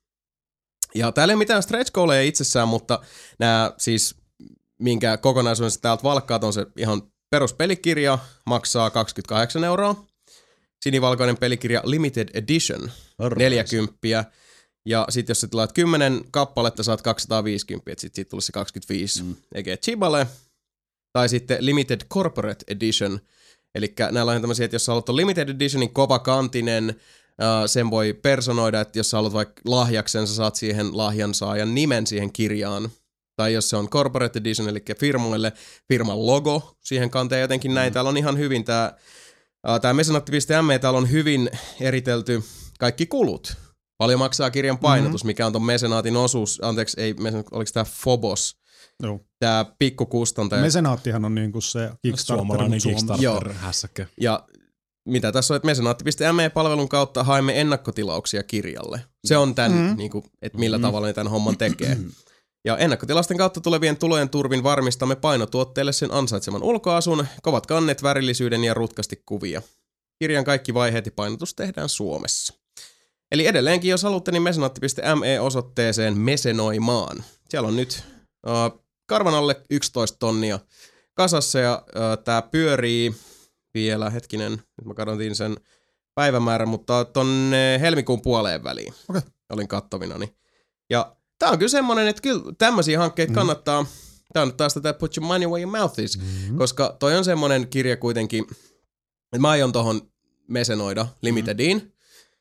Ja täällä ei ole mitään stretch goaleja itsessään, mutta nämä siis, minkä kokonaisuudessa täältä valkkaat, on se ihan peruspelikirja, maksaa kaksikymmentäkahdeksan euroa. Sinivalkoinen pelikirja Limited Edition, Arvoisa. neljäkymppiä. Ja sit jos sä tilaat kymmenen kappaletta, saat kaksisataaviisikymmentä, et sit siitä tulisi se kaksikymmentäviisi. Mm. Eikä chibale. Tai sitten Limited Corporate Edition. Eli näillä on tämmöisiä, että jos sä haluat on Limited Editionin kovakantinen, uh, sen voi personoida, että jos sä haluat vaikka lahjaksen, sä saat siihen lahjan saajan nimen siihen kirjaan. Tai jos se on Corporate Edition, eli firmoille, firman logo siihen kanteen jotenkin näin. Mm. Täällä on ihan hyvin tää, uh, tää mesenaatti piste me, täällä on hyvin eritelty kaikki kulut. Paljon maksaa kirjan painotus, mm-hmm. mikä on ton mesenaatin osuus. Anteeksi, ei, oliko tää Phobos? Joo. Tää pikkukustantaja. Mesenaattihan on niinku se Kickstarter, Suomalainen mut Suomessa. Kickstarter-hässäkkä. Ja mitä tässä on, että mesenaatti piste me-palvelun kautta haemme ennakkotilauksia kirjalle. Se on tämän, mm-hmm. niin kuin, että millä mm-hmm. tavalla ne tämän homman tekee. Ja ennakkotilausten kautta tulevien tulojen turvin varmistamme painotuotteelle sen ansaitseman ulkoasun, kovat kannet, värillisyyden ja rutkasti kuvia. Kirjan kaikki vaiheet ja painotus tehdään Suomessa. Eli edelleenkin, jos haluatte, niin mesenaatti piste me-osoitteeseen mesenoimaan. Siellä on nyt uh, karvan alle yksitoista tonnia kasassa ja uh, tää pyörii vielä, hetkinen, nyt mä katsoin sen päivämäärän, mutta tonne helmikuun puoleen väliin Okay. olin kattovinani. Ja tää on kyllä semmonen, että kyllä tämmöisiä hankkeita mm. kannattaa, tää on nyt taas tätä Put Your Money Where Your Mouth Is, mm-hmm. koska toi on semmonen kirja kuitenkin, että mä aion tohon mesenoida Limitediin, mm-hmm.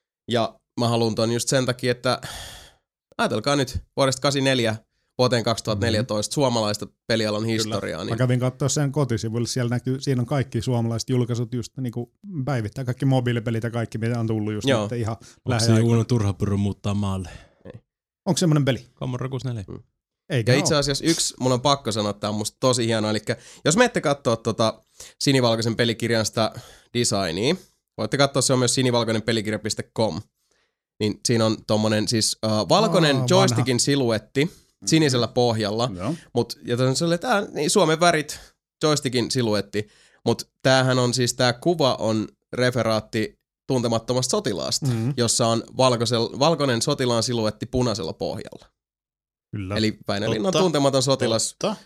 ja mä haluun ton just sen takia, että ajatelkaa nyt vuodesta kahdeksankymmentäneljä vuoteen kaksituhattaneljätoista mm-hmm. suomalaista pelialan historiaa. Niin... Mä kävin katsoa sen kotisivuille, siellä näkyy, siinä on kaikki suomalaiset julkaisut just niinku päivittää, kaikki mobiilipelit ja kaikki, mitä on tullut just nyt ihan Onko se Uno Turhapuro muuttaa maalle? Ei. Onko semmoinen peli? Commodore kuusikymmentäneljä. Mm. Eikä Ja ole. itse asiassa yksi, mun on pakko sanoa, että tämä on musta tosi hienoa. Eli jos menette katsoa tota sinivalkoisen pelikirjan sitä designia, voitte katsoa, se on myös sinivalkoinen pelikirja piste com. Niin siinä on tommonen siis uh, valkoinen Aa, joystickin vanha. siluetti sinisellä pohjalla. Joo. Mut, ja tässä oli tää, niin Suomen värit, joystickin siluetti. Mutta tämähän on siis, tää kuva on referaatti tuntemattomasta sotilaasta, Mm-hmm. jossa on valkoisel, valkoinen sotilaan siluetti punaisella pohjalla. Kyllä. Eli Väinölinnan Totta. tuntematon sotilas, Totta.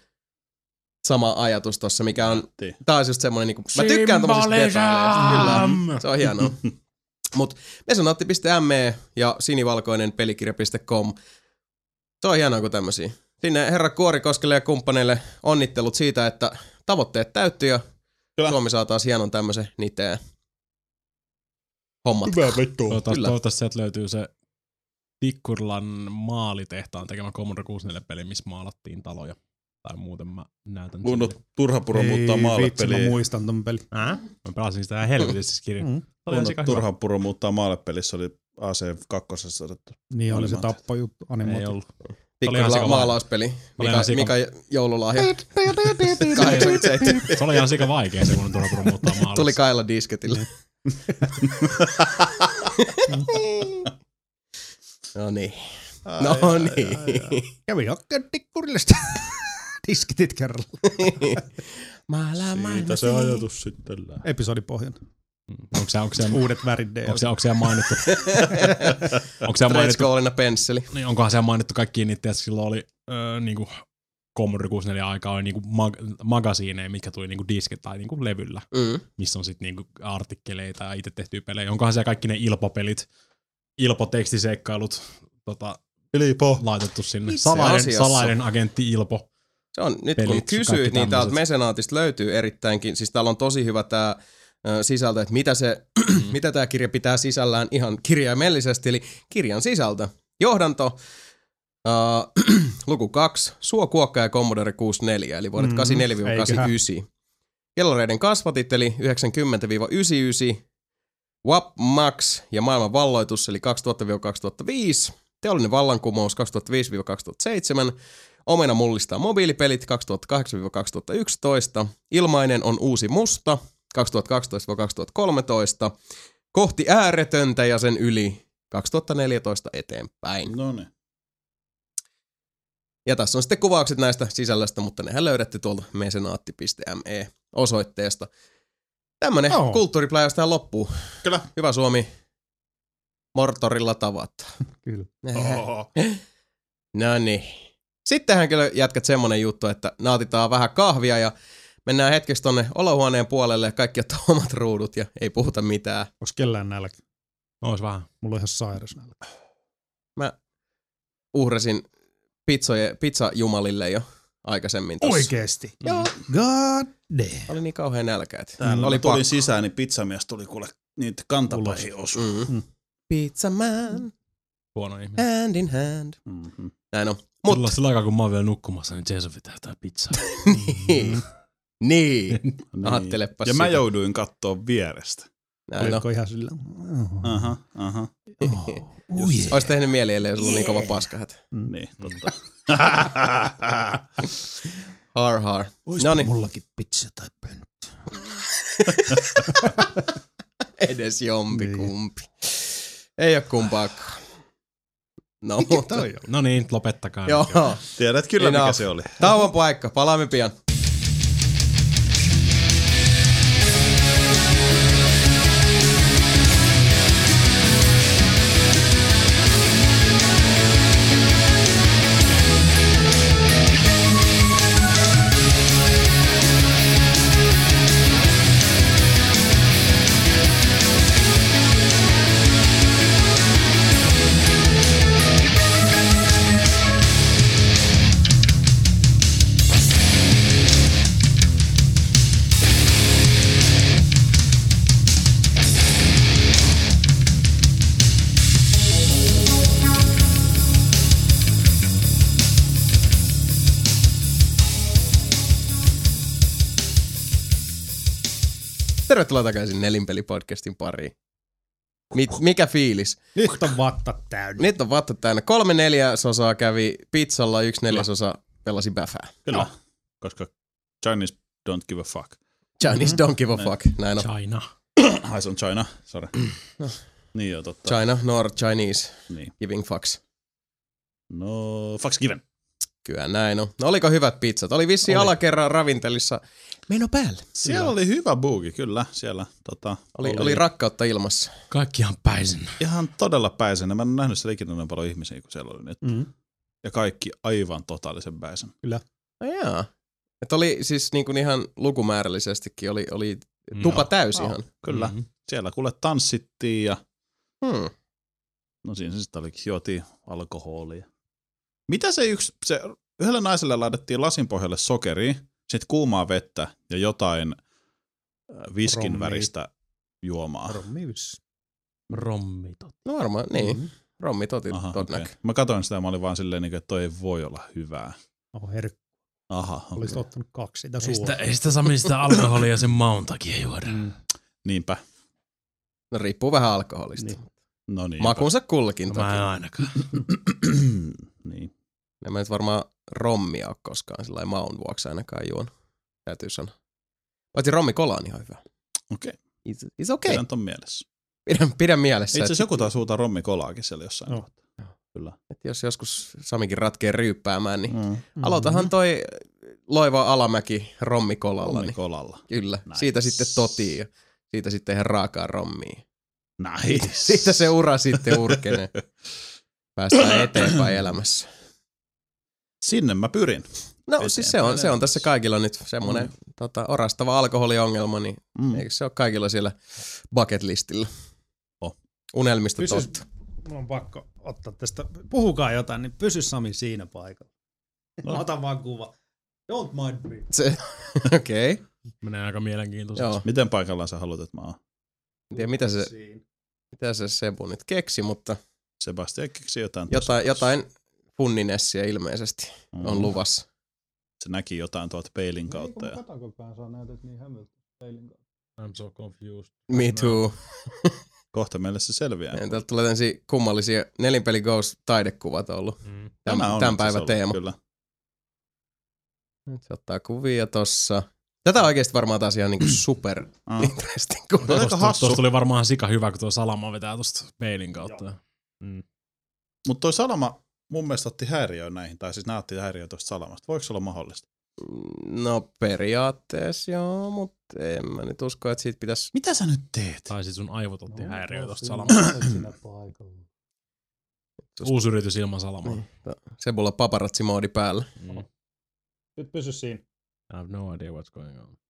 sama ajatus tossa, mikä on, Tii. tää on just semmonen niinku, mä tykkään tommosista detaileista, kyllä, se on hienoa. Mut mesenaatti piste me ja sinivalkoinen pelikirja piste com, se on hienoa kuin tämmösiä. Sinne herra Kuorikoskelle ja kumppaneille onnittelut siitä, että tavoitteet täytty ja Kyllä. Suomi saa taas hienon tämmösen niteen hommat. Hyvä vittu. Toivottavasti, Kyllä. toivottavasti sieltä löytyy se Tikkurlan maalitehtaan tekemä Commodore kuusikymmentäneljä-peli, missä maalattiin taloja. Tai muuten mä näytän Uno sille. Turhapuro muuttaa maalle vitsi, mä peliä. muistan ton pelin. Ää? Mä pelasin sitä ihan helvetissä kirjaa. Mm. Oli ihan Uno sika hyvä. Turhapuro muuttaa maalle pelissä oli A C kaksi otettu. Niin oli se Animaatio. tappojuttu, Ei animoitu. ollut. Pikkurilla sika- maalauspeli. Oli Mika, ihan sika- Mika joululahja. kahdeksankymmentäseitsemän. Se oli ihan sika vaikea se, kun Turhapuro muuttaa maalle. Tuli kailla disketille. No niin. No niin. Kävi hakkeen tikkurille sitä diskitit kerralla. Siitä se ajatus sitten lähtee. Episodipohjan. Onko se, onko se, Uudet värit D L C. onko se, onko se mainittu? onko se mainittu? Stretch-goalina pensseli. Niin onkohan se mainittu kaikkiin niitä, että silloin oli öö, niinku Commodore kuusikymmentäneljä aikaa oli niinku mag- magasiineja, mitkä tuli niinku diskit tai niinku levyllä, Mm. missä on sitten niinku artikkeleita ja itse tehtyjä pelejä. Onkohan siellä kaikki ne ilpopelit, ilpotekstiseikkailut tota, Ilpo. laitettu sinne. Itse Salainen, asiassa. salainen agentti Ilpo. Se on, nyt Pelit, kun kaikki kysyit, niin täältä tämmöiset. Mesenaatista löytyy erittäinkin, siis täällä on tosi hyvä tää ö, sisältö, että mitä, se, mitä tää kirja pitää sisällään ihan kirjaimellisesti, eli kirjan sisältö. Johdanto, uh, luku kaksi, Suo, Kuokka ja Commodore kuusikymmentäneljä, eli vuodet Mm, kahdeksankymmentäneljä eiköhän. kahdeksankymmentäyhdeksän. Kelloreiden kasvatit, eli yhdeksänkymmentä yhdeksänkymmentäyhdeksän. W A P Max ja maailman valloitus, eli kaksituhatta kaksituhattaviisi. Teollinen vallankumous kaksituhattaviisi kaksituhattaseitsemän. Omena mullistaa mobiilipelit kaksituhattakahdeksan kaksituhattayksitoista. Ilmainen on uusi musta kaksituhattakaksitoista kaksituhattakolmetoista. Kohti ääretöntä ja sen yli kaksituhattaneljätoista eteenpäin. No niin. Ja tässä on sitten kuvaukset näistä sisällöstä, mutta nehän löydätte tuolta mesenaatti piste me osoitteesta. Tämmönen Joo. kulttuuripläjäys tähän loppuu. Kyllä. Hyvä Suomi. Mortorilla tavataan. Kyllä. Oho. No niin. Sittenhän kyllä jätkät semmonen juttu, että nautitaan vähän kahvia ja mennään hetkeksi tonne olohuoneen puolelle ja kaikki ottaa omat ruudut ja ei puhuta mitään. Onks kellään nälkä? Ois vähän. Mulla on ihan sairas nälkä. Mä uhrasin pizzoje, pizzajumalille jo aikaisemmin tossa. Oikeesti? Joo. God damn. Oli niin kauhean nälkä, että Täällä oli oli tulin pakko. sisään, niin pizzamies tuli kuule niitä kantapäihin osu. Mm. Mm. Pizza man, Huono ihminen. hand in hand. Mm-hmm. Näin on. Mut. Mutta Sillä aikaa, kun mä oon vielä nukkumassa, niin Jason pitää jotain pizzaa. niin. niin. Niin. Ajattelepas Ja mä sitä. jouduin kattoo vierestä. Näin on. Oliko ihan sillä? Aha, aha. Oh, yeah. Ois tehnyt mieli, ellei sulla yeah. niin kova paskahätä. Niin, totta. Har har. Oispa Noniin. mullakin pizza tai pönttö? Edes jompi Niin. kumpi. Ei oo kumpaakaan. No mutta. No niin, lopettakaa. nyt. Joo. Tiedät kyllä, Enough. mikä se oli. Tauon paikka. Palaamme pian. Tervetuloa takaisin Nelinpeli-podcastin pariin. Mit, mikä fiilis? Nyt on vatta täynnä. Nyt on vattat täynnä. Kolme neljäsosaa kävi pizzalla, yksi neljäsosa pelasi bäfää. Kyllä. Koska Chinese don't give a fuck. Chinese don't give a Näin. fuck. Näin on. China. Ai se on China, sorry. Niin joo, totta. China, nor Chinese, Niin. giving fucks. No, fucks given. Kyllä näin on. No oliko hyvät pizzat? Oli vissiin Oli. alakerran ravintelissa meno päälle. Siellä oli hyvä buugi, kyllä. Siellä tota, Oli, oli rakkautta ilmassa. Kaikki ihan päisin. ihan todella päisenä. Mä en ole nähnyt siellä ikinä niin paljon ihmisiä kuin siellä oli nyt. Mm. Ja kaikki aivan totaalisen päisen. Kyllä. No jaa. Et oli siis niin kuin ihan lukumäärällisestikin, oli, oli tupa täysi ihan. Kyllä. Mhm. Siellä kuule tanssittiin ja Hmm. no siinä se sitten olikin, juotiin alkoholia. Mitä se yksi, se yhdelle naiselle laitettiin lasin pohjalle sokeria, sitten kuumaa vettä ja jotain äh, viskin Rommia. väristä juomaa. Rommius. Rommitot. No varmaan, niin. Mm. Rommi toti, Aha, tot okay. näkö. Mä katsoin sitä ja mä olin vaan silleen, että toi ei voi olla hyvää. Oh, herkku. Aha, Olisit okay. ottanut kaksi sitä Ei sitä, suoraan. ei sitä Sami sitä alkoholia sen maun takia juoda. Mm. Niinpä. No riippuu vähän alkoholista. Niin. No niin. Makunsa kullakin toki. Mä en ainakaan. niin. En mä nyt varmaan rommia ole koskaan sillä lailla maun vuoksi ainakaan juonut. Täytyy sanoa. Paitsi rommikola on ihan hyvä. Okei. Okay. It's, it's okay. Pidän ton mielessä. Pidä, pidä mielessä, Itse että asiassa joku taas huutaa rommikolaakin siellä jossain. Joo. kohtaa. Kyllä. et jos joskus Samikin ratkee ryyppäämään, niin Mm. aloitahan toi Loiva Alamäki rommikolalla. Niin Rommikolalla. kyllä. Nice. Siitä sitten totiin ja siitä sitten ihan raakaa rommia. Nice. Siitä se ura sitten urkenee. Päästään eteenpäin elämässä. Sinne mä pyrin. No Eteenpäin siis se on, se on tässä kaikilla nyt semmoinen mm. tota, orastava alkoholiongelma, niin mm. eikö se ole kaikilla siellä bucket listillä? Oh. Unelmista Pysy, totta. Mulla on pakko ottaa tästä, puhukaa jotain, niin pysy Sami siinä paikalla. No. Mä otan vaan kuva. Don't mind me. Se, okei. Okay. Menee aika mielenkiintoisesti. Miten paikallaan sä haluat, että mä oon? En tiedä, mitä se, mitä se Sebu nyt keksi, mutta Sebastian keksi jotain. Jotain, jotain funninessia ilmeisesti mm. on luvassa. Se näki jotain tuolta peilin kautta. Ei kun katakokaan saa näytät niin hämyltä peilin kautta. I'm so confused. Me too. Kohta meille se selviää. Täältä tulee tämmöisiä kummallisia Nelinpeli Ghost taidekuvat ollut. Mm. Tämän, tämän päivän teema. Kyllä. Nyt se ottaa kuvia tossa. Tätä on oikeesti varmaan taas ihan niinku super ah. interesting kuva. Tuosta tuli varmaan sika hyvä, kun tuo Salama vetää tuosta peilin kautta. Mm. Mutta toi Salama mun mielestä otti häiriöön näihin, tai siis nää otti häiriöön tuosta Salamasta. Voiko se olla mahdollista? No periaatteessa joo, mutta en mä nyt usko, että siitä pitäisi... Mitä sä nyt teet? Tai sit sun aivot otti no, häiriöön tuosta Salamasta. Uusi yritys ilman Salamaa. Niin. Sebulla paparazzi-moodi päällä. Mm. Nyt pysy siinä. I have no idea what's going on.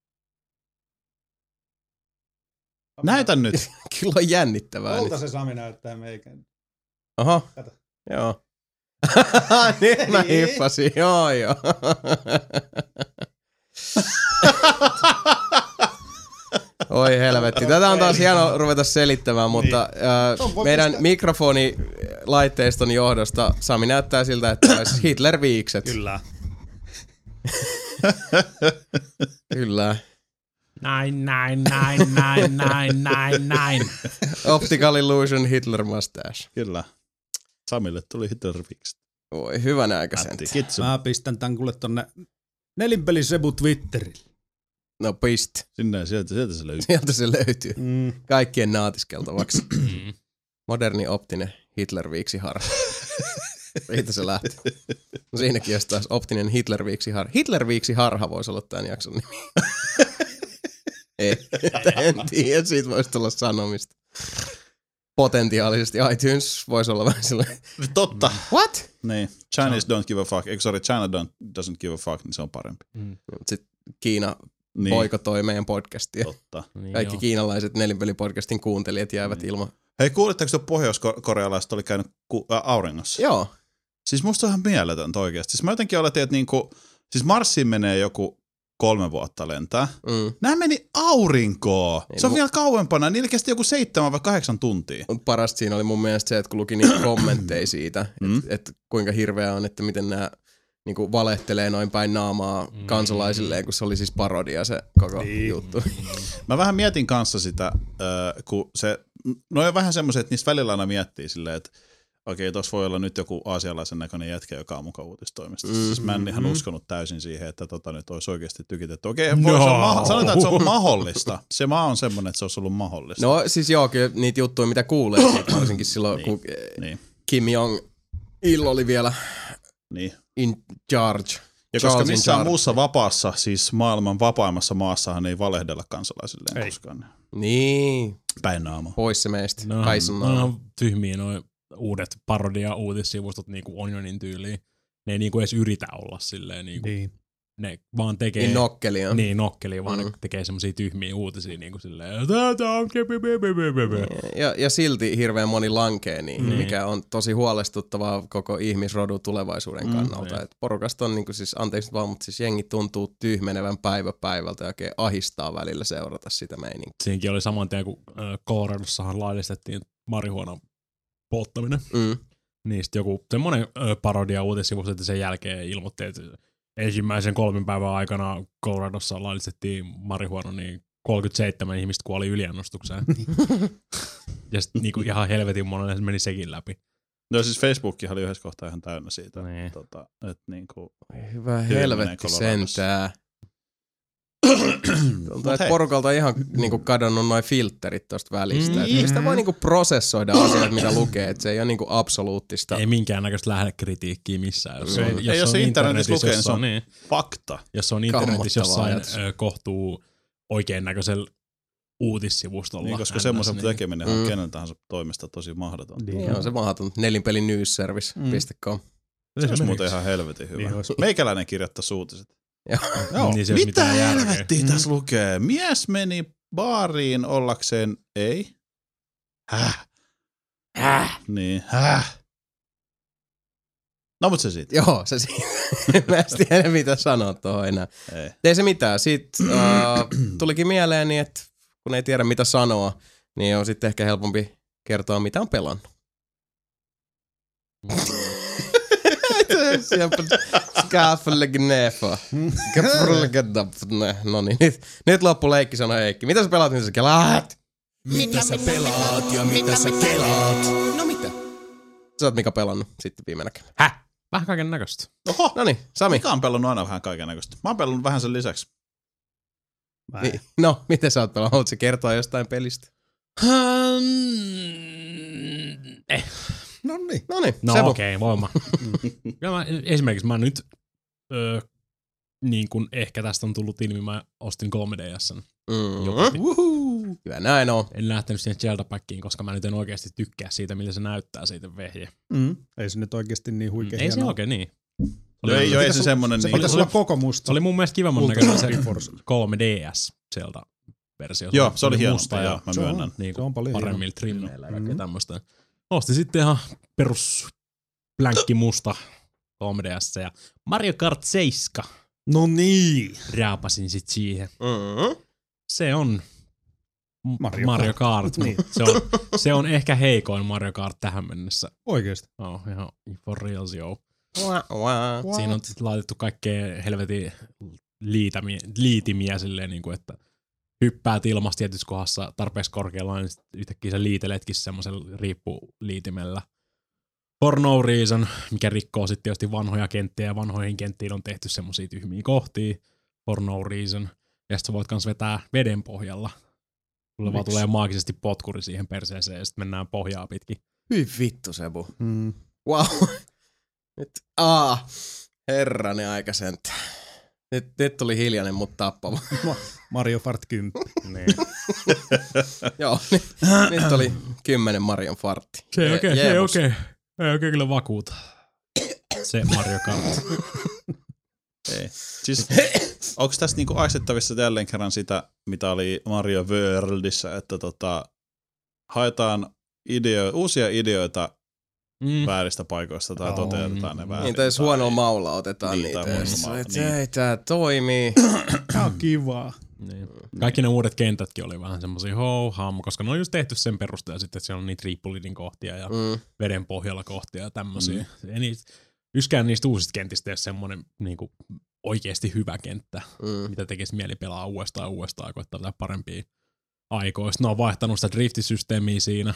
Näytä nyt. Kyllä on jännittävää. Olta se Sami näyttää meikään. Oho. Kato. Joo. Nyt mä hiffasin. Joo, joo. Oi helvetti. Tätä on taas hieno ruveta selittämään, mutta niin. äh, meidän mikrofonilaitteiston johdosta Sami näyttää siltä, että olisi Hitler-viikset. Kyllä. Kyllä. Näin, näin, näin, näin, näin, näin, näin. Optical Illusion Hitler Mustache. Kyllä. Samille tuli Hitler-viikset. Oi, hyvän aikaisen. Mä pistän tän kuule tonne Nelinpeli Sebu Twitterille. No pist. Sinne, sieltä, sieltä se löytyy. Sieltä se löytyy. Mm. Kaikkien naatiskeltavaksi. Moderni optinen Hitler-viiksiharha. Siitä se lähti. No siinäkin jos taas optinen Hitler-viiksiharha. Hitler-viiksiharha voisi olla tämän jakson nimi. Ei, en tiedä, siitä voisi tulla sanomista. Potentiaalisesti iTunes voisi olla vähän sellainen. Totta. What? Niin. Chinese don't give a fuck. Eikö sorry, China don't, doesn't give a fuck, niin se on parempi. Mm. Sitten Kiina niin. boikotoi meidän podcastia. Totta. Kaikki niin kiinalaiset Nelinpeli-podcastin kuuntelijat jäävät mm. ilman. Hei, kuulitteko tuo pohjois-korealaiset oli käynyt ku- äh, auringossa? Joo. Siis musta on ihan mieletöntä oikeasti. Siis mä jotenkin oletin, että niinku, siis Marsiin menee joku kolme vuotta lentää. Mm. Nämä meni aurinkoon. Ei, se on mu- vielä kauempana. Niillä kesti joku seitsemän vai kahdeksan tuntia. Parasta siinä oli mun mielestä se, että kun luki niitä kommentteja siitä, mm. että et kuinka hirveä on, että miten nämä niinku valehtelee noin päin naamaa mm. kansalaisilleen, kun se oli siis parodia se koko niin. juttu. Mä vähän mietin kanssa sitä, äh, kun se, no on vähän semmoiset, että niistä välillä aina miettii silleen, että okei, tossa voi olla nyt joku aasialaisen näköinen jätkä, joka on mukaan uutistoimistossa. Mm-hmm. Siis mä en ihan uskonut täysin siihen, että tota nyt olisi oikeasti tykitetty. Okei, no. ma- sanotaan, että se on mahdollista. Se maa on semmoinen, että se olisi ollut mahdollista. No siis joo, kyllä niitä juttuja, mitä kuulee, siitä, varsinkin silloin, niin. kun niin. Kim Jong-il oli vielä niin. in charge. Ja koska missään muussa vapaassa, siis maailman vapaimmassa maassahan ei valehdella kansalaisilleen ei. Koskaan. Niin. Päin naama. Pois se meistä. No, no on tyhmiä noin uudet parodia-uutissivustot niinku Onionin tyyliin. Ne ei niinku edes yritä olla silleen niinku. Niin. Ne vaan tekee... Niin nokkelia. Niin nokkelia, vaan mm. ne tekee semmosia tyhmiä uutisia niinku silleen. Ja, ja silti hirveän moni lankee niin, mm. mikä on tosi huolestuttavaa koko ihmisrodun tulevaisuuden mm. kannalta. Mm. Et porukasta on niinku siis, anteeksi vaan, mutta siis jengi tuntuu tyhmenevän päivä päivältä ja oikein ahistaa välillä seurata sitä meininkiä. Siinäkin oli saman tien, kun äh, Coloradossahan laillistettiin marihuonan polttaminen. Mm. Niin sitten joku semmoinen ö, parodia uutissivusto, että sen jälkeen ilmoitti, että ensimmäisen kolmen päivän aikana Coloradossa laillistettiin marihuona, niin kolmekymmentäseitsemän ihmistä kuoli yliannostukseen. Ja sitten niinku ihan helvetin monelle se meni sekin läpi. No siis Facebookihan oli yhdessä kohtaa ihan täynnä siitä. Niin. Tota, että niinku, hyvä helvetti sentää. Tuntuu, että porukalta on ihan niinku kadonnut noin filterit tosta välistä. Mm, ei sitä voi niinku prosessoida asioita, mitä lukee. Että se ei ole niinku absoluuttista. Ei minkäännäköistä lähdekritiikkiä missään. Jos mm. on, jos ei, jos on internetissä lukee, niin se on niin, fakta. Jos on internetissä jossain ö, kohtuu oikein näköisellä uutissivustolla. Niin, koska semmoisen niin. tekeminen on mm. kenen tahansa toimesta tosi mahdoton. Niin on se mahdoton. Nelinpeli news service piste com. Se olisi muuten ihan helvetin hyvä. Niin olisi. Meikäläinen kirjoittaisi uutiset. Joo. Niin se olisi Mitä mitään järkeä. helvettiä tässä lukee? Mies meni baariin ollakseen... Ei? Häh? Häh? Niin, häh? No mut se siitä. Joo, se siinä. Mä en tiedä mitä sanoa tuohon enää. Ei. Ei se mitään. Sitten uh, tulikin mieleeni, että kun ei tiedä mitä sanoa, niin on sitten ehkä helpompi kertoa mitä on pelannut. No niin, nyt, nyt loppu leikki, sanoi Heikki. Mitä sä pelaat, mitä sä kelaat? Mitä sä pelaat ja mitä sä kelaat? No mitä? Sä oot Mika pelannut sitten viime kerralla. Häh? Vähän kaiken näköistä. Oho, No niin, Sami. Mika on pelannut aina vähän kaikennäköistä. Mä oon pelannut vähän sen lisäksi. Mä Niin. No, miten sä oot pelannut? Haluatko kertoa jostain pelistä? eh. No niin. No niin, No Sebu. okei, okay, voima. Ja mä, esimerkiksi mä nyt, öö, niin kuin ehkä tästä on tullut ilmi, mä ostin kolme D S:n. Mm-hmm. Uhuhu. Hyvä näin on. En lähtenyt siihen Zelda-packiin, koska mä nyt en oikeasti tykkää siitä, miltä se näyttää siitä vehje. Mm. Ei se nyt oikeasti niin huikea Ei se hienoa. oikein niin. No ei, jo, ei se semmonen Se niin. pitäisi olla koko musta. Se oli mun mielestä kivemman Ultra näköinen se Triforce. kolme D S Zelda-versio. Joo, se oli hieno, musta ja joo, mä Se on. myönnän. niin Se on paljon paremmilla trimmeillä ja kaikkea Mhm. tämmöistä. Ostin sitten ihan perus blänkki musta kolme D S ja Mario Kart seitsemän No niin. raapasin sit siihen. Mm-hmm. Se on M- Mario Mario Kart. Kart. Niin. Se, on, se on ehkä heikoin Mario Kart tähän mennessä. Oikeesti. Oh, ihan for reals, joo. Wah, wah. Siinä on sit laitettu kaikkea helvetin liitämiä, liitimiä silleen, niin kuin, että hyppäät ilmassa tietyssä kohdassa tarpeeksi korkealla, niin sit yhtäkkiä sä liiteletkin semmoisella riippuliitimellä. For no reason, mikä rikkoo sitten tietysti vanhoja kenttiä, ja vanhoihin kenttiin on tehty semmosia tyhmiä kohtia. For no reason. Ja sit sä voit kans vetää veden pohjalla. Sulle vaan Miks? tulee maagisesti potkuri siihen perseeseen, ja sit mennään pohjaa pitkin. Hyi vittu, Sebu. Mm. Wow. Nyt, aa, herranen aika sentään. Nyt, nyt tuli hiljainen, mutta tappava. Mario Kart kymmenen. Niin. Joo, nyt, nyt oli kymmenen Marion fartti. Se ei Je- oikein, se ei jeebus. oikein, ei oikein kyllä vakuuta. Se Mario Kart. Ei. Siis, onko tässä niinku aistettavissa jälleen kerran sitä, mitä oli Mario Worldissa, että tota, haetaan ideo, uusia ideoita Mm. vääristä paikoista tai On. toteutetaan ne väärin. Niin, tai jos huonolla maulla otetaan Niin, niitä. tai huonolla Niin, maulla, että niin. ei tää toimii. Tää on kivaa. Niin. Kaikki ne uudet kentätkin oli vähän semmosia ho-ham, koska ne on just tehty sen perusteella sitten, että siellä on niitä riippulidin kohtia ja Mm. veden pohjalla kohtia ja tämmösiä. Mm. Ei niistä, yksikään niistä uusista kentistä ei ole semmonen niinku oikeesti hyvä kenttä, Mm. mitä tekisi mieli pelaa uudestaan ja uudestaan ja koittaa tehdä parempia aikoja. Sitten ne on vaihtanut sitä driftisysteemiä siinä.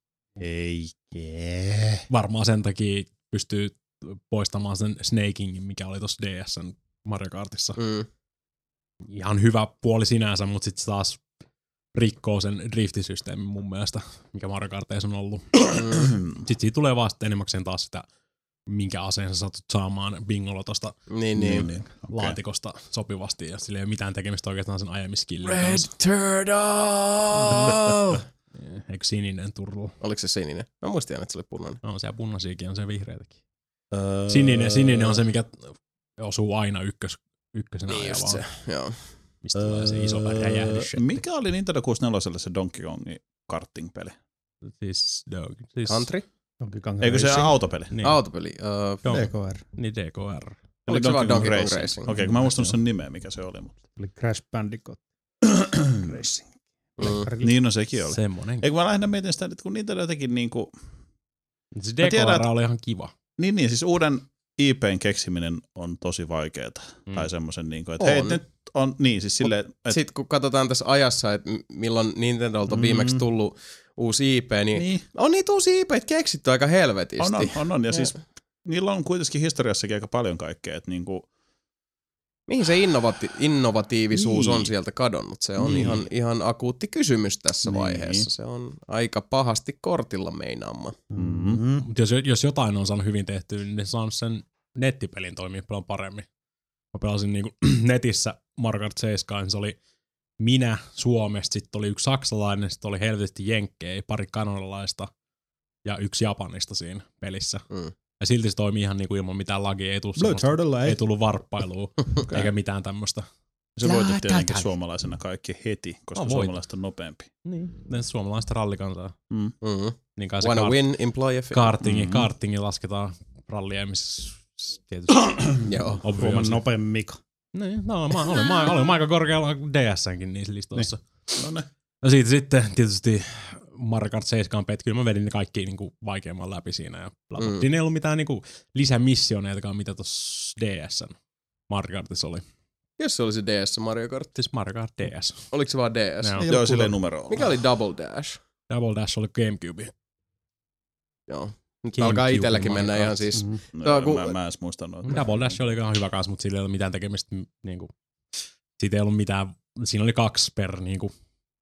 Eikä. Varmaan sen takia pystyy poistamaan sen snakingin, mikä oli tossa D S:n Mario Kartissa. Mm. Ihan hyvä puoli sinänsä, mutta sitten taas rikkoo sen driftisysteemin mun mielestä, mikä Mario Karteissa on ollut. Mm. Sitten siitä tulee vaan sitten enemmäkseen taas sitä, minkä aseen sä satut saamaan bingolla tosta Niin, niin. niin. laatikosta sopivasti, ja sillä ei ole mitään tekemistä oikeastaan sen ajamiskillin Red kanssa. Turtle! Eikö sininen turru? Oliko se sininen? Mä muistin aina, että se oli punainen. On siellä punaisiakin, on se vihreitäkin. Öö, Sininen, sininen on se, mikä osuu aina ykkös, ykkösenä Niin just ajavaan, se, joo. mistä tulee se iso räjähdys. Mikä oli Nintendo kuusikymmentäneljä se Donkey Kongin karting-peli? Siis, no, siis Country? Donkey Kong Eikö se Racing. autopeli? Niin, Autopeli. Uh, Joo, D K R. niin D K R. Oliko se vaan Donkey Kong Racing? Okei, kun mä en muistanut sen nimeä, mikä se oli. Mutta. Oli Crash Bandicoot Racing. Mm. Niin, no sekin oli. Semmonen. Eikö mä lähinnä mietin sitä, että kun Nintendo jotenkin niinku... Se Mä D K tiedän, R että- oli ihan kiva. Niin, niin, siis uuden I P:n keksiminen on tosi vaikeeta. Mm. Tai semmoisen niinku, että On. hei, nyt on, niin siis silleen, että... Sitten kun katsotaan tässä ajassa, että m- milloin Nintendolta on Mm. viimeksi tullut uusi I P, niin, Niin, on niitä uusia I P:itä keksitty aika helvetisti. on, on, on, on. Ja Ja- siis niillä on kuitenkin historiassakin aika paljon kaikkea, että niinku... Mihin se innovati- innovatiivisuus Niin. on sieltä kadonnut? Se on Niin. ihan, ihan akuutti kysymys tässä Niin. vaiheessa. Se on aika pahasti kortilla meinaamma. Mm-hmm. Mutta jos, jos jotain on saanut hyvin tehtyä, niin ne saanut sen nettipelin toimia paljon paremmin. Mä pelasin niinku netissä Mario Kart seitsemän, niin se oli minä Suomesta, sitten oli yksi saksalainen, sitten oli helvetisti jenkkejä, pari kanadalaista ja yksi japanista siinä pelissä. Mm. Ja silti se toimii ihan niinku ilman mitään lagia, ei tullut, Blue Turtle, ei. ei tullut varppailua, eikä mitään tämmöistä. Se voitit tietenkin suomalaisena kaikki heti, koska No, suomalaiset on nopeampi. Niin. Ne suomalaista rallikansaa. Mm. Mm-hmm. Niin kai se Wanna kart- win, employ a fit. kartingi, Mm-hmm. kartingi lasketaan ralliemissa tietysti. Joo. Suomen nopein Mika. Niin, no, mä olin, mä olin aika korkealla D S:nkin niissä listoissa. Niin. No ne. No siitä sitten tietysti Mario Kart seitsemän pet, kyllä mä vedin ne kaikki niinku vaikeamman läpi siinä. Ja mm. ei ollut mitään niinku lisämissioneitakaan, mitä tossa D S:n Mario Kartissa oli. Jos se oli se D S Mario Kart. Siis Mario Kart D S. Oliko se vaan D S? Joo. Joo, sillä ei numero Mikä oli Double Dash? Double Dash oli Gamecube. Joo. Nyt alkaa itselläkin mennä ihan siis. Mm. No, kun- mä, mä en edes muistanut. että- Double Dash oli ihan hyvä kanssa, mutta sillä ei ollut mitään tekemistä. Niinku, siitä ei ollut mitään, siinä oli kaksi per niinku,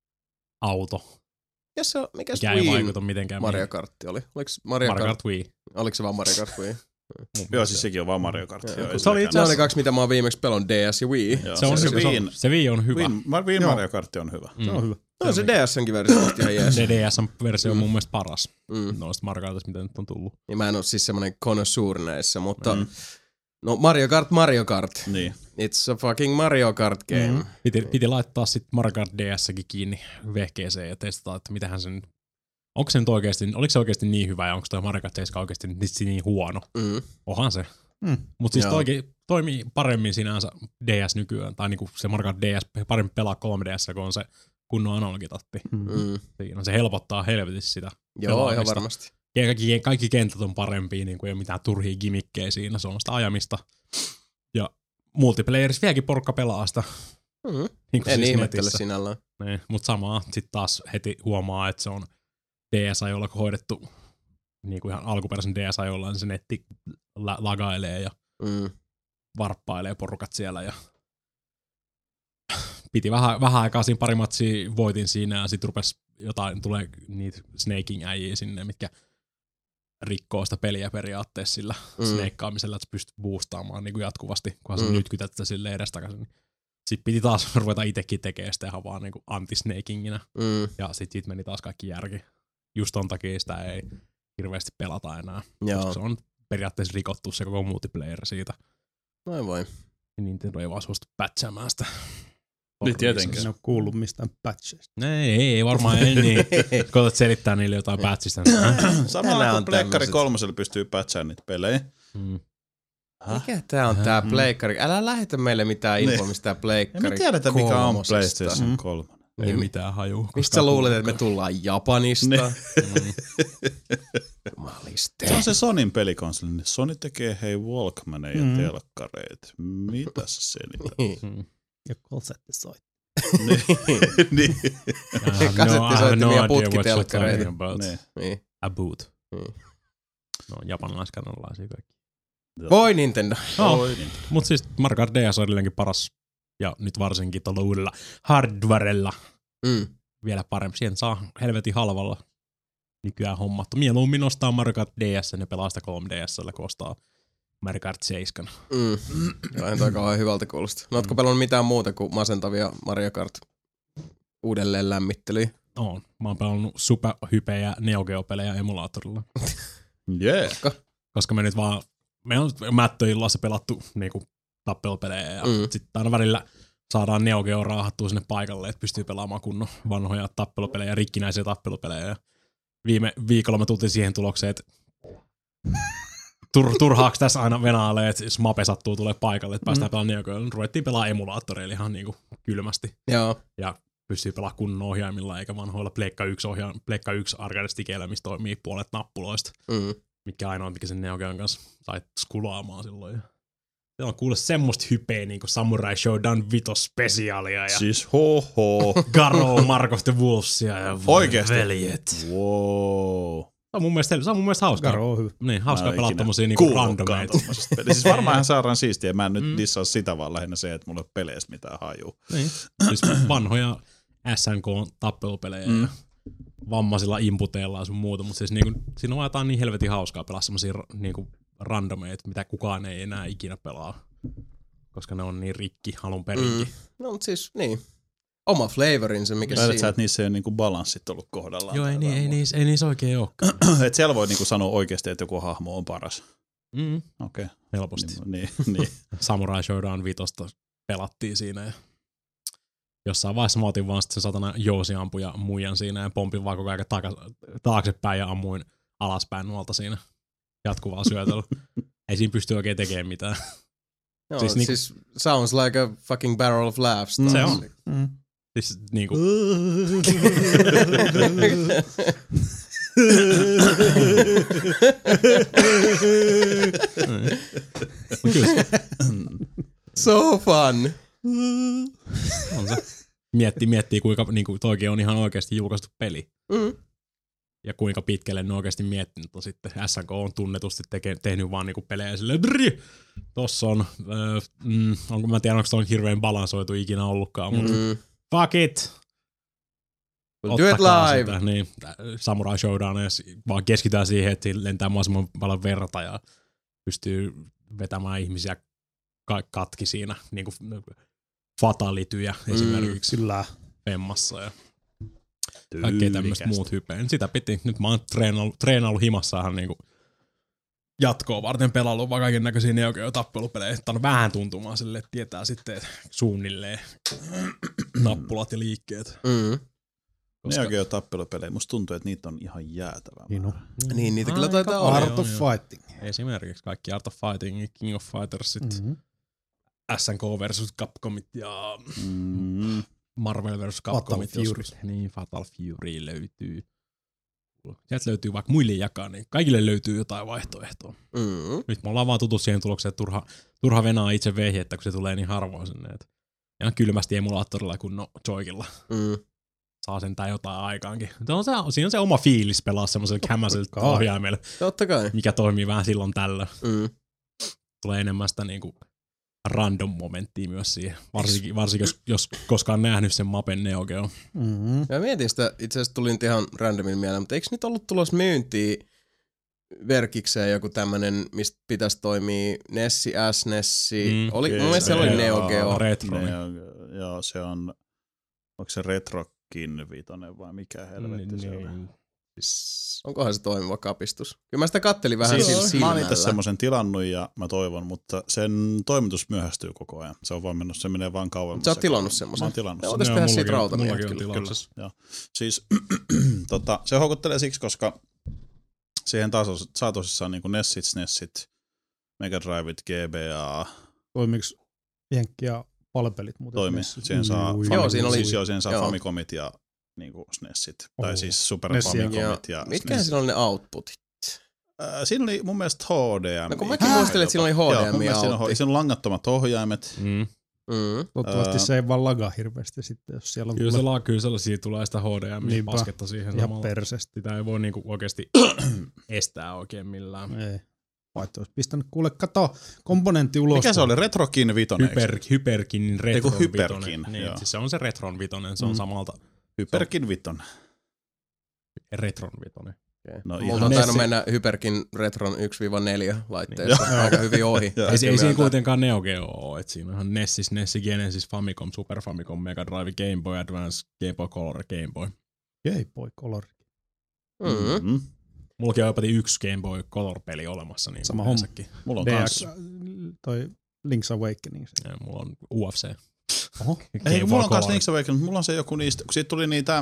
auto, Mikä se on? Mikä mikä ei Wii vaikuta mitenkään. Mario Kartti oli? Oliko Mario, Mario Kart? Kart Wii. Oliko se vaan Mario Kart Wii? Joo, siis sekin on vaan Mario Kart. Joo, Joo, kun ei se oli silläkään- itse Ne asiassa- oli kaksi, mitä mä oon viimeksi pelannut, D S ja Wii. Joo, Se, on, se, se, se, se, Wiin, se Wii on hyvä. Wiin, Wiin Joo. Mario Kart on hyvä. Mm. Se on hyvä. No se D S:nkin versio on ihan jees. D D S-versio on mun mielestä paras Mm. noista Mario Kartista, mitä nyt on tullut. Niin mä en oo siis semmonen connoisseur näissä, mutta Mm. no Mario Kart, Mario Kart. Niin. It's a fucking Mario Kart game. Mm. Piti, piti laittaa sitten Mario Kart D S:kin kiinni vehkeeseen ja testata, että mitähän sen... Onko se nyt oikeasti, oliko se oikeasti niin hyvä ja onko toi Mario Kart seitsemän oikeasti nyt niin huono? Mm. Onhan se. Mm. Mutta siis Joo. toikin toimii paremmin sinänsä D S nykyään, tai niinku se Mario Kart D S paremmin pelaa kolme D S, kun on se kunnon analogitappi. Mm. Siinä se helpottaa helvetisti sitä. Joo, ihan pelaamista. varmasti. Ja kaikki, kaikki kentät on parempia, niin kuin ei ole mitään turhia gimmikkejä siinä, se on sitä ajamista. Ja multiplayerissa vieläkin porukka pelaa sitä. Mm. Niin kuin En siis ihmettele netissä. sinällään. Niin, mutta samaa sitten taas heti huomaa, että se on D S-ajolla hoidettu niin kuin ihan alkuperäisen D S-ajolla, niin se netti la- lagailee ja Mm. varppailee porukat siellä. Ja piti vähän, vähän aikaa siinä pari matsia voitin siinä ja sitten rupesi jotain, tulee niitä snaking-äjiä sinne, mitkä rikkoo sitä peliä periaatteessa sillä Mm. mm. snakeaamisella, että sä pystyt boostaamaan niin kuin jatkuvasti, kunhan sä Mm. nyt kytät sitä silleen edestakaisin. Sitten piti taas ruveta itsekin tekemään sitä ihan vaan niin kuin anti-snakinginä. Mm. Ja sit siitä meni taas kaikki järki. Just ton takia sitä ei hirveästi pelata enää. Joo. Koska se on periaatteessa rikottu se koko multiplayer siitä. Noin voi. Ja Nintendo ei vaan suostu patchaamaan sitä. Niin tietenkään. En ole kuullut mistään patcheista. Ei, ei varmaan ei niin. Koetat selittää niille jotain patchista. Samalla Nämä kun on Pleikkari tämmöset. kolmosella pystyy patchaamaan niitä pelejä. Mm. Mikä tää on tää Mhm. pleikkari? Älä lähetä meille mitään infoa Niin. mistään Ja pleikkari me tiedetä, mikä on kolmosesta. PlayStation Mm. kolme. Ei mitään hajua. Mistä sä luulet, että me tullaan Japanista? Ne. Mm. Jumaliste. Se on se Sonin pelikonsoli. niin Sony tekee hei Walkmaneja Mm. ja telkkareita. Mitä sä selität? Niin. Mm. Ja konsertti soi. niin. I have Kasettisoittimia ja idea what you're putkitelkkareita. talking about. niin. Niin. A boot. Niin. No japanilaiskanalaisia kaikki. Voi Nintendo. No, Oi, niin. mut siis Mario Kart D S on edelleenkin paras. Ja nyt varsinkin tuolla uudella hardwarella Mm. vielä parempi. Siihen saa helvetin halvalla nykyään hommattu. Mieluummin ostaa Mario Kart D S ja pelaa sitä kolme D S:llä, kun ostaa Mario Kart seitsemän. Mm. Joo, en toi kauhean hyvältä kuulosta. No, ootko pelannut mitään muuta kuin masentavia Mario Kart uudelleen lämmittelyä? Oon. Mä oon pelannut Super Hype ja Neo Geo-pelejä emulaattorilla. Yeah. Koska me nyt vaan, me on mättöillassa pelattu niinku tappelupelejä ja Mm. mm. sitten aina välillä saadaan Neo Geo raahattua sinne paikalle, että pystyy pelaamaan kunnon vanhoja tappelupelejä, rikkinäisiä tappelupelejä. Ja viime viikolla me tultiin siihen tulokseen, että tur, turhaaks tässä aina venaalee, että jos Mape sattuu tulee paikalle, että päästään mm. pelaamaan Neo Geo. Ruvettiin pelaamaan emulaattoreilla ihan niinku kylmästi. Joo. Ja pystyy pelaamaan kunnon ohjaimilla, eikä vanhoilla Pleikka yksi, ohja- Pleikka yksi arcade-stikeillä, missä toimii puolet nappuloista. Mm. Mitkä ainoa, mikä sen Neo Geon kanssa sai skulaamaan silloin. Se on kuule semmoista hypeä niinku Samurai Shodown Vitos spesiaalia ja Siis ho ho. Garo, Mark of the Wolvesia ja Oikeesti? veljet. Wow. Se on mun mielestä, se on mun mielestä hauskaa. Garo on hyvä. Niin, Mä hauskaa en pelata ikinä tommosia niinku kuullutkaan randomeita. tommosesta pelistä. Siis varmaan ihan sairaan siistiä. Mä en nyt Mm. dissaa sitä, vaan lähinnä se, että mulla ei ole peleistä mitään hajuu. Niin. Siis vanhoja S N K-tappelupelejä Mm. ja vammaisilla inputeilla ja sun muuta, mutta siis niinku, siinä on vaan jotain niin helvetin hauskaa pelaa semmosia niinku randomeita, mitä kukaan ei enää ikinä pelaa. Koska ne on niin rikki alun perinkin. Mm. No, mutta siis, niin. Oma flavorinsa, mikä Väität sä, siinä. että niissä ei ole niinku balanssit ollut kohdallaan? Joo, ei, tai niin, ei, jotain niissä, ei niissä oikein olekaan. muuta? Et siellä voi niinku sanoa oikeasti, että joku hahmo on paras. Mm. Okei. Okay. Helposti. Niin, niin. Samurai Showdown vitosta pelattiin siinä ja jossain vaiheessa mä otin vaan sitten sen satana jousiampuja muijan siinä ja pompin vaan koko ajan takas- taaksepäin ja ammuin alaspäin nuolta siinä jatkuvaa syötöllä. Ei siinä pysty oikein tekemään mitään. Joo, Siis siis, niinku- siis sounds like a fucking barrel of laughs. Se on. Mm. Siis niinku... Kyllä se So fun. on se. Miettii, miettii kuinka niinku, toikin on ihan oikeasti julkaistu peli. Mm. Ja kuinka pitkälle ne oikeasti miettinyt on sitten. S N K on tunnetusti teke, tehnyt vaan niinku pelejä silleen, drrr, tossa on, öö, mm, onko mä tiedän, onko toi hirveän balansoitu ikinä ollutkaan, mutta Mm. fuck it! We'll do it Ottakaa live. Sitä, niin, Samurai Showdown, ja vaan keskitytään siihen, että siinä lentää mahdollisimman paljon verta ja pystyy vetämään ihmisiä ka- katki siinä, niinku fatalityjä Mm, esimerkiksi Kyllä. femmassa ja kaikkea tämmöistä muut hypeä. Sitä piti. Nyt mä oon treenaillut, treenaillut himassa ihan niinku jatkoa varten pelaillut vaan kaiken näköisiä Neo Geo tappelupelejä. Että on vähän tuntumaan silleen, että tietää sitten että suunnilleen nappulat ja liikkeet. Mm. Koska- Neo Geo tappelupelejä. Musta tuntuu, että niitä on ihan jäätävää. Niin on. Niin, niitä kyllä Aika taitaa paljon. olla. Art of joo. Fighting. Esimerkiksi kaikki Art of Fighting, King of Fightersit, Mm-hmm. S N K versus Capcomit ja Mm. Marvel versus Capcomit. Fatal joskus. Niin, Fatal Fury löytyy. Sieltä löytyy vaikka muille jakaa, niin kaikille löytyy jotain vaihtoehtoa. Mm. Nyt me ollaan vaan tuttu siihen tulokseen, että turha, turha venaa itse vehjettä, kun se tulee niin harvoin sinne. Et ihan kylmästi emulaattorilla kuin no joikilla. Mm. Saa sentään jotain aikaankin. On se, siinä on se oma fiilis pelaa semmoisella kämäisellä kai. ohjaimella, Totta kai. mikä toimii vähän silloin tällä. Mm. Tulee enemmän sitä niinku random momenttia myös siihen. Varsinkin, varsinkin jos, jos koskaan nähnyt sen mapen Neo Geo. Mm-hmm. Mä mietin sitä, itse asiassa tuli nyt ihan randomin mieleen, mutta eikö nyt ollut tulossa myyntiin verkikseen joku tämmönen, mistä pitäisi toimia Nessi, S Nessi, Mm, oli, kyllä mun mielestä se se oli on. Neo Geo. Retro. Neo, joo, se on, onko se Retrokin vitonen vai mikä helvetti se on? Niin, siis, Onkohan se toimiva kapistus? Kyllä mä sitä kattelin vähän Siis, sillä mä oon silmällä. itse semmoisen tilannut ja mä toivon, mutta sen toimitus myöhästyy koko ajan. Se on vaan mennyt, se menee vaan kauemmas. Sä oot tilannut semmoisen? Mä oon tilannut Joo, sen. otas Joo, tehdä mullakin siitä on- rautamiehet mullakin on kyllä. tilannut. Joo. Siis tota, se houkuttelee siksi, koska siihen taas on- saa tosissaan niin kuin Nessit, Nessit, Mega Driveit, G B A, Toimiks Jenkki ja palpelit muuten? toimii. Nessit? Siihen saa, Ui, ui, Joo, ui. siinä oli- siis joo, siihen saa joo. Famicomit ja niin kuin Nessit. Tai Oo. siis Super Nessia. Famicomit ja Mitkähän SNES. siinä oli ne outputit? Äh, siinä oli mun mielestä H D M I. No kun mäkin muistelin, että siinä oli H D M I Joo, mun mielestä siinä on, outti. siinä on langattomat ohjaimet. mm. Mm. Toivottavasti Öö. se ei vaan laga hirveästi sitten, jos siellä on Kyllä se kuule laa, kyllä sellaisia tulee sitä H D M Niinpä. I-pasketta siihen ihan samalla. persestä. Sitä ei voi niinku oikeasti estää oikein millään. Ei. Vaikka olisi pistänyt kuule, kato komponentti ulos. Mikä se oli? Retrokin vitonen? eikö se? Hyper, hyperkin Retron Eiku Hyperkin, vitonen. Niin, joo. siis se on se Retron vitonen, se on Mm. samalta Hyperkin vitonen. Retron vitonen. Okay. No Multa ihan on tainnut Nessi- mennä Hyperkin Retron yksi neljä laitteessa aika hyvin ohi. Joo. Ei, se- ei siinä myöntää. kuitenkaan Neo Geo ole, että siinä on ihan Nessis, Nessi, Genesis, Famicom, Super Famicom, Mega Drive, Game Boy Advance, Game Boy Color, Game Boy. Game Boy Color. Mm. Mm. Mullakin on jopa yksi Game Boy Color-peli olemassa. Niin Sama yleensäkin. Mulla on D X, kans. toi Link's Awakening. Ja mulla on U F C. Oho. Ei, Game mulla Boy on kans Color. Link's Awakening, mulla on se joku niistä, kun siitä tuli niitä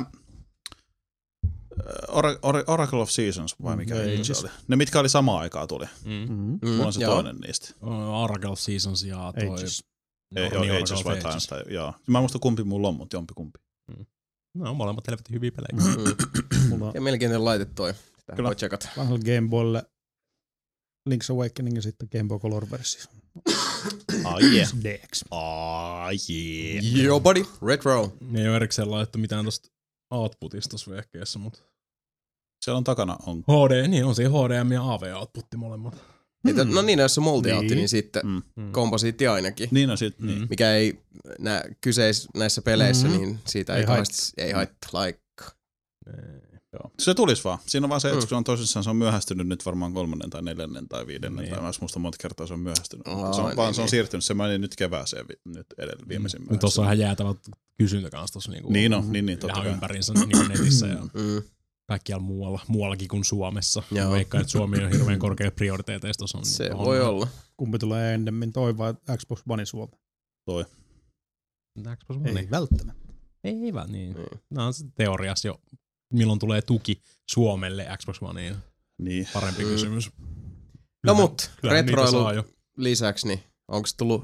Or- Or- Oracle of Seasons, vai mikä Mm, mm, Ages. se oli? Ne, mitkä oli samaan aikaan tuli. Mm. Mm-hmm. Mm. Mulla on se Joo. toinen niistä. Oracle of Seasons ja toi... Ages. Ei, No, joo, niin, Ages Oracle vai of Times. Tai, joo. Mä en muista kumpi mulla on, mutta jompi kumpi. No, molemmat helvetin hyviä pelejä. Mm. Mulla on Ja mielenkiintoinen laite toi. Sitä Kyllä. voi tsekata. vanhalla Game Boylle Link's Awakening ja sitten Game Boy Color-versio. Ah, yeah. D X. Ah, yeah. Yo buddy, retro. Ne ei ole erikseen laitettu mitään tosta outputista tossa vehkeessä, mutta Siellä on takana on. H D, niin on siinä H D M ja A V-outputti molemmat. Hmm. No niin, jos on multi-outti, Niin. niin sitten Mm. Mm. komposiitti ainakin. Niin on sit, Mm. niin. Mikä ei nä, kyseis näissä peleissä, Mhm. niin siitä ei, Ei ei, haittaa. kauheasti, ei haittaa laikkaa. Joo. Se tulisi vaan. Siinä on vaan se, että Mm. kun se on tosissaan, se on myöhästynyt nyt varmaan kolmannen tai neljännen tai viidennen, Niin. tai mä muista monta kertaa se on myöhästynyt. Aa, se on, niin, vaan, se on niin. siirtynyt, se meni nyt kevääseen vi, nyt edellä viimeisimmään. Nyt tuossa on ihan jäätävä kysyntä kanssa tuossa niinku Niin on, niin, niin, totta ihan kai. ympäriinsä niinku netissä. Ja Mm. kaikkialla muualla, muuallakin kuin Suomessa. Joo. Veikkaan, että Suomi on hirveän korkealla prioriteeteissa. Se on, voi on, olla. Kumpi tulee ennemmin, toi vai Xbox One Suomeen? Toi. Xbox One. Ei välttämättä. Ei vaan niin. Niin. No on se teoriassa jo, milloin tulee tuki Suomelle Xbox Oneen. Niin. Parempi Mm. kysymys. No mut, kyllähän niitä retroilun saa jo. lisäksi, niin onko tullut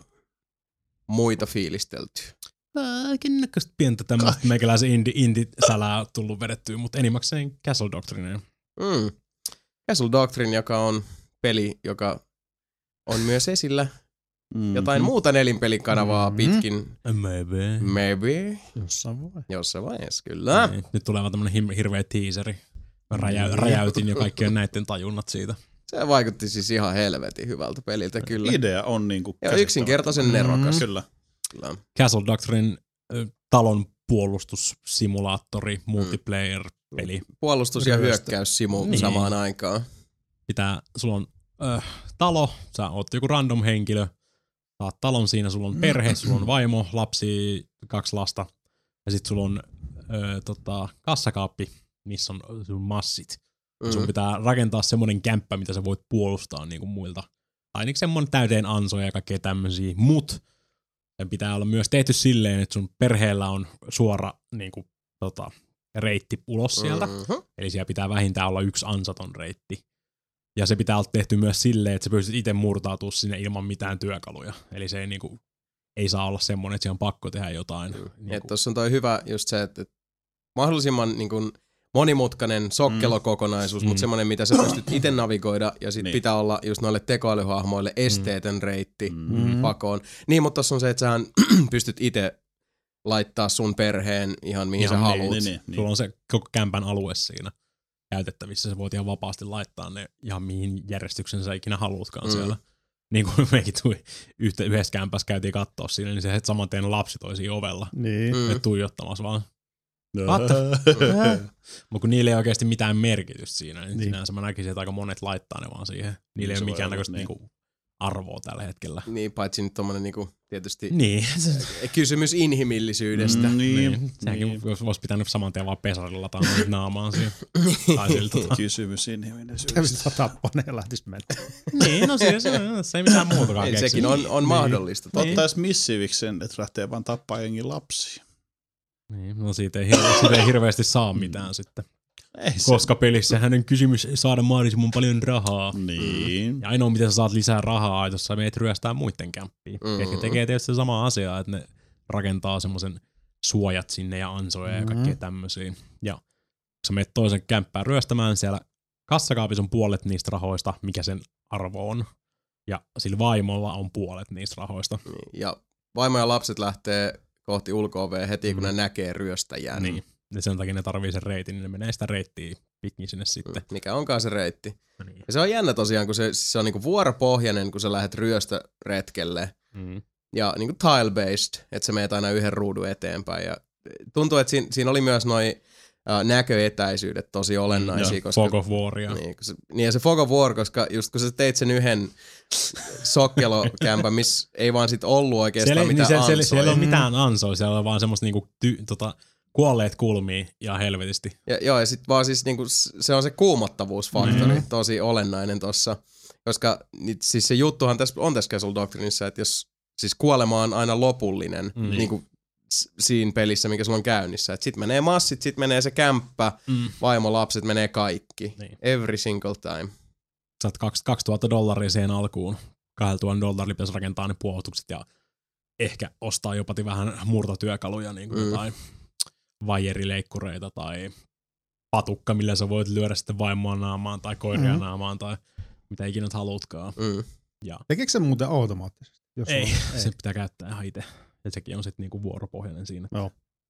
muita fiilisteltyä? Kaikennäköistä pientä tämmöistä meikäläisen indi, indie-sälää tullut vedettyä, mutta enimmäkseen Castle Doctrineen. Mm. Castle Doctrine, joka on peli, joka on myös esillä Mm-hmm. jotain muuta nelinpelikanavaa Mhm. pitkin. Maybe. Maybe. Jossain voi. Jossain vaiheessa, kyllä. Niin, nyt tulee vaan tämmönen him- hirveä teaseri. Mä räjä, räjäytin jo kaikkien näiden tajunnat siitä. Se vaikutti siis ihan helvetin hyvältä peliltä, kyllä. Idea on niinku Ja yksinkertaisen nerokas. Kyllä. Kyllä. Castle Doctrine ö, talon puolustussimulaattori, multiplayer-peli. Puolustus- ja Ryöstö. hyökkäyssimu Niin. samaan aikaan. Pitää, sulla on ö, talo, sä oot joku random henkilö, saat talon siinä, sulla on perhe, sulla on vaimo, lapsi, kaksi lasta, ja sit sulla on ö, tota, kassakaappi, missä on sun massit. Mm. Sun pitää rakentaa semmonen kämppä, mitä sä voit puolustaa niinku muilta. Ainakin semmonen täyteen ansoja ja kaikkea tämmösiä, mut sen pitää olla myös tehty silleen, että sun perheellä on suora niinku, tota, reitti ulos sieltä. Mhm. Eli siellä pitää vähintään olla yksi ansaton reitti. Ja se pitää olla tehty myös silleen, että sä pystyt itse murtautua sinne ilman mitään työkaluja. Eli se ei, niinku, ei saa olla semmoinen, että siellä on pakko tehdä jotain. Mm. Niinku, Et tossa on toi hyvä just se, että että mahdollisimman niin kuin monimutkainen sokkelokokonaisuus, mm. mutta semmoinen, mitä sä pystyt itse navigoida, ja sit Niin. pitää olla just noille tekoälyhahmoille esteetön reitti Mm. pakoon. Niin, mutta tossa on se, että sähän pystyt itse laittaa sun perheen ihan mihin Ihan sä niin, haluut. Niin, niin, niin. Sulla on se koko kämpän alue siinä käytettävissä. Sä voit ihan vapaasti laittaa ne ihan mihin järjestyksen sä ikinä haluutkaan Mm. siellä. Niin kuin mekin tuli yhtä, yhdessä kämpässä käytiin katsoa siinä, niin se heti saman tien lapsi toi siinä ovella. Niin. Mm. Mm. Tuijottamassa vaan. Mutta kun niillä ei oikeasti mitään merkitystä siinä, niin, Niin. niin. sinänsä mä näkisin, että aika monet laittaa ne vaan siihen. Niillä ei Se ole voi mikään olla, näköistä niin. niinku arvoa tällä hetkellä. Niin, paitsi nyt tommonen niinku, tietysti Niin. kysymys inhimillisyydestä. Mm, niin. niin. Sehän niin. olisi vois pitänyt saman tien vaan pesarilla lataa naamaan siihen. Tai sillä tota. Kysymys inhimillisyydestä. Kävisi tappaneen ja lähtisi mennä. Niin, no se, se, se ei mitään muutakaan Ei, keksi. sekin on, on Niin. mahdollista. Niin. Ottais missiviksi sen, että lähtee vaan tappaa jengi lapsia. Niin, no siitä ei, hirve, siitä ei hirveästi saa mitään sitten. Ei se. Koska pelissä hänen kysymys saada mahdollisimman paljon rahaa. Niin. Ja ainoa, miten sä saat lisää rahaa, jos sä meet ryöstää muiden kämppiin. Mm. Mm. Ehkä tekee tietysti se sama asia, että ne rakentaa semmoisen suojat sinne ja ansoja mm. ja kaikkea tämmöisiä. Ja kun sä meet toisen kämppään ryöstämään, siellä kassakaapissa on puolet niistä rahoista, mikä sen arvo on. Ja sillä vaimolla on puolet niistä rahoista. Niin, ja vaimo ja lapset lähtee kohti ulko-ovea heti, kun Mm. ne näkee ryöstäjän. Niin. Ja sen takia ne tarvii sen reitin, niin ne menee sitä reittiä pitkin sinne sitten. Mikä onkaan se reitti. Niin. Ja se on jännä tosiaan, kun se, se on niinku vuoropohjainen, kun sä lähdet ryöstöretkelle. Mm. Ja niinku tile-based, että sä meet aina yhden ruudun eteenpäin. Ja tuntuu, että siinä, siinä oli myös noi uh, näköetäisyydet tosi olennaisia. Ja koska, Fog of Waria. niin, kun se, niin ja se Fog of War, koska just kun sä teit sen yhden sokkelokämpän, missä ei vaan sit ollut oikeastaan Siellä, mitään niin siellä, siellä, ansoja. siellä ei ole mitään ansoja, siellä on vaan semmoista niinku ty, tota, kuolleet kulmia ja helvetisti. Ja, joo, ja sitten vaan siis niinku, s- se on se kuumottavuusfaktori mm. tosi olennainen tossa. Koska niin, siis se juttuhan tässä on tässä Castle Doctrineissa, että jos siis kuolema on aina lopullinen Mm. niinku, s- siinä pelissä, mikä sulla on käynnissä. Sitten menee massit, sitten menee se kämppä, Mm. vaimo, lapset, menee kaikki. Niin. Every single time. Saat kaksituhatta dollaria siihen alkuun. kaksituhatta dollarilla pitäisi rakentaa ne puolustukset ja ehkä ostaa jopa vähän murtotyökaluja, niin kuin Mm. jotain vajerileikkureita tai patukka, millä sä voit lyödä sitten vaimoa naamaan tai koiria Mm. naamaan tai mitä ikinä haluutkaan. Mm. Ja Tekeekö se muuten automaattisesti? Jos ei, on? se pitää käyttää ihan itse. Ja sekin on sitten niinku vuoropohjainen siinä. Joo.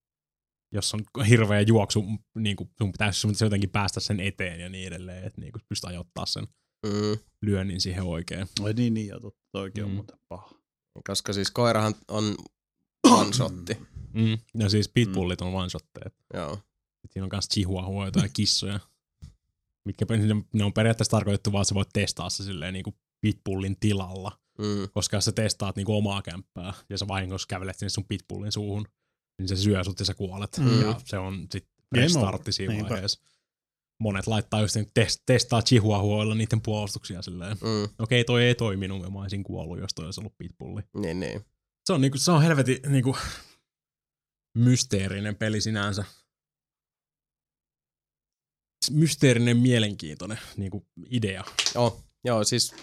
Jos on hirveä juoksu, niinku sun pitäisi jotenkin päästä sen eteen ja niin edelleen, että niinku pystyt ajoittaa sen Mm. lyönnin siihen oikein. Ai niin, niin, ja totta, toikin on Mm. muuten paha. Koska siis koirahan on one-shotti. Mm. Ja siis pitbullit on one-shotteja. Joo. Siinä on myös chihuahuoita ja kissoja. Mitkä ne- ne on periaatteessa tarkoitettu vaan, että sä voit testaa se silleen niinku pitbullin tilalla. Mm. Koska jos sä testaat niinku omaa kämppää ja sä vahingossa kävelet sinne sun pitbullin suuhun, niin se syö sut ja sä kuolet. Mm. Ja se on sit Game restartti siinä over. Niinpä. vaiheessa. monet laittaa just niin, test, testaa chihuahuoilla niiden puolustuksia silleen. Mm. Okei, okay, toi ei toiminut, mä olisin kuollut, jos toi olisi ollut pitbulli. Niin, niin. Se on, niinku, se on helvetin niinku, mysteerinen peli sinänsä. Mysteerinen, mielenkiintoinen niinku, idea. Joo, joo, siis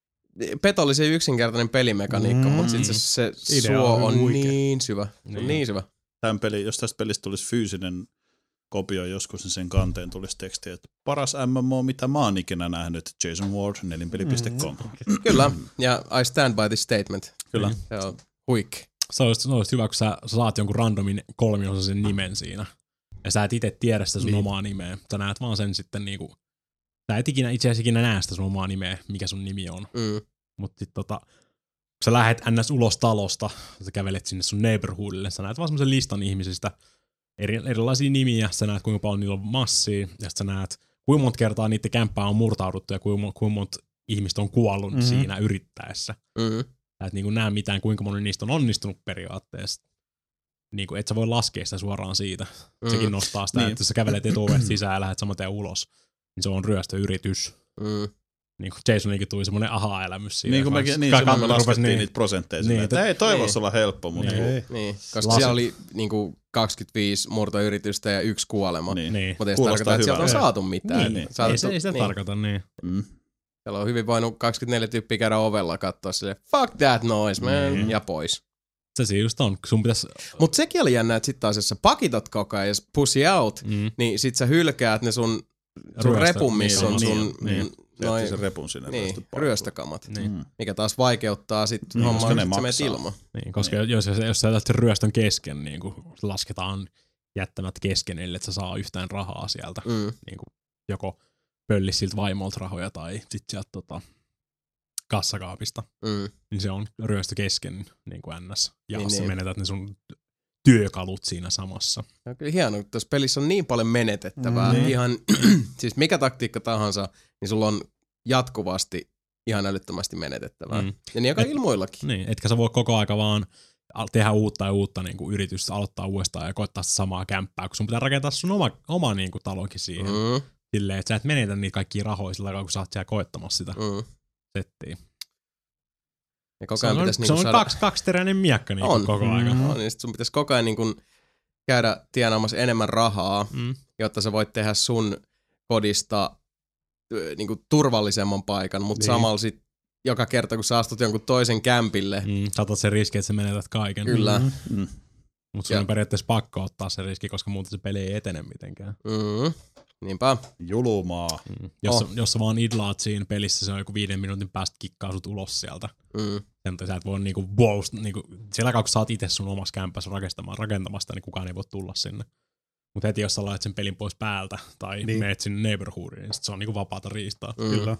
petollisen yksinkertainen pelimekaniikka, mm. mutta sitten se, se Idea suo on on huikea. niin syvä. Se on Niin. niin syvä. Tämän peli, jos tästä pelistä tulisi fyysinen kopio joskus, niin sen kanteen tulisi teksti, että paras M M O, mitä mä oon ikinä nähnyt, Jason Ward, nelinpeli piste com. Mm. Kyllä, ja I stand by this statement. Kyllä. Se on huikea. Se olisi, se olisi hyvä, kun sä, sä saat jonkun randomin kolmiosaisen nimen siinä. Ja sä et itse tiedä sitä sun niin. omaa nimeä. Sä näet vaan sen sitten niinku... Sä et ikinä, itse asiassa ikinä näe sitä sun omaa nimeä, mikä sun nimi on. Mm. Mutta sit tota... Kun sä lähet ns. Ulos talosta, sä kävelet sinne sun neighborhoodille, sä näet vaan semmoisen listan ihmisistä, eri, erilaisia nimiä, sä näet kuinka paljon niillä on massia, ja sä näet kuinka monta kertaa niiden kämppää on murtauduttu ja kuinka, kuinka monta ihmistä on kuollut mm-hmm. siinä yrittäessä. Mm. Sä et niinku näe mitään, kuinka moni niistä on onnistunut periaatteessa. Niinku, et sä voi laskea sitä suoraan siitä. Mm. Sekin nostaa sitä, niin. Että jos sä kävelet etuovesta sisään ja lähdet saman tien ulos, niin se on ryöstöyritys. Mm. Niin kuin Jasonikin tuli semmoinen aha-elämys siinä. Niin kuin mekin, niin, silloin me laskettiin niin, niitä prosentteja. Niin, että ei toivoisi niin. olla helppo, mutta... Niin, Niin. niin. Koska Lasi. siellä oli niinku kaksikymmentäviisi murtoyritystä ja yksi kuolema. Niin. Niin. Mutta ei se Kuulostaa tarkoita, että sieltä on hyvältä. saatu mitään. Niin, Niin. ei, Saatu, se, ei sitä niin. tarkoita niin. Mm. Siellä on hyvin voinut kaksikymmentäneljä tyyppiä käydä ovella katsoa silleen, fuck that noise, man, Niin. ja pois. Se siinä just on. Sun pitäisi... Mut sekin oli jännä, että sit taas jos sä pakitat koko ajan ja pussy out, Mm. niin sit sä hylkäät ne sun, sun Ryöstö- repun, missä niin, on sun niin, niin. noin, Jätti sen repun sinne. niin, ryöstökamat. Niin. Mm. Mikä taas vaikeuttaa sit Niin, hommaa, koska ne että sä menet maksaa. ilman. Niin, koska niin. jos, jos sä jätät sen ryöstön kesken, niin kuin lasketaan jättämät kesken, ellei et sä saa yhtään rahaa sieltä. Mm. Niin kuin joko pöllis siltä vaimolta rahoja tai sit sieltä tota, kassakaapista. Mm. Niin se on ryöstö kesken niin kuin ns. Ja Niin, niin, sä niin. menetät ne sun työkalut siinä samassa. Se on kyllä hienoa, että tässä pelissä on niin paljon menetettävää. Mm. Ihan, siis mikä taktiikka tahansa, niin sulla on jatkuvasti ihan älyttömästi menetettävää. Mm. Mm. Ja niin joka Et- ilmoillakin. Niin, etkä sä voi koko aika vaan al- tehdä uutta ja uutta niin kuin yritystä, aloittaa uudestaan ja koittaa sitä samaa kämppää, kun sun pitää rakentaa sun oma, oma niin kuin talokin siihen. Mm. Mm. Silleen, että sä et menetä niitä kaikkia rahoja sillä aikaa, kun sä oot siellä koettamassa sitä Mm. settiä. Ja koko Se ajan on, pitäisi se niinku on saada... kaksi, kaksiteräinen miekka niin On. koko aika. Mm. On, niin sit sun pitäisi koko ajan niinku käydä tienaamassa enemmän rahaa, Mm. jotta sä voit tehdä sun kodista ö, niinku turvallisemman paikan, mutta Niin. samalla sit joka kerta, kun sä astut jonkun toisen kämpille, Mm. Sä otat sen riski, että sä menetät kaiken. kyllä, Mm. Mm. Mutta sun Ja- on periaatteessa pakko ottaa se riski, koska muuten se peli ei etene mitenkään. mm, niinpä. Julumaa. Mm. Jos, Oh. oh. jos sä vaan idlaat siinä pelissä, se on joku viiden minuutin päästä kikkaa sut ulos sieltä. Mm, Sen takia sä et voi niinku boast, niinku, siellä aikaa, kun sä oot itse sun omassa kämpässä rakentamaan, rakentamasta, niin kukaan ei voi tulla sinne. Mutta heti jos sä laitat sen pelin pois päältä tai Niin. niin. meet sinne neighborhoodiin, niin sit se on niinku vapaata riistaa. mm, Kyllä.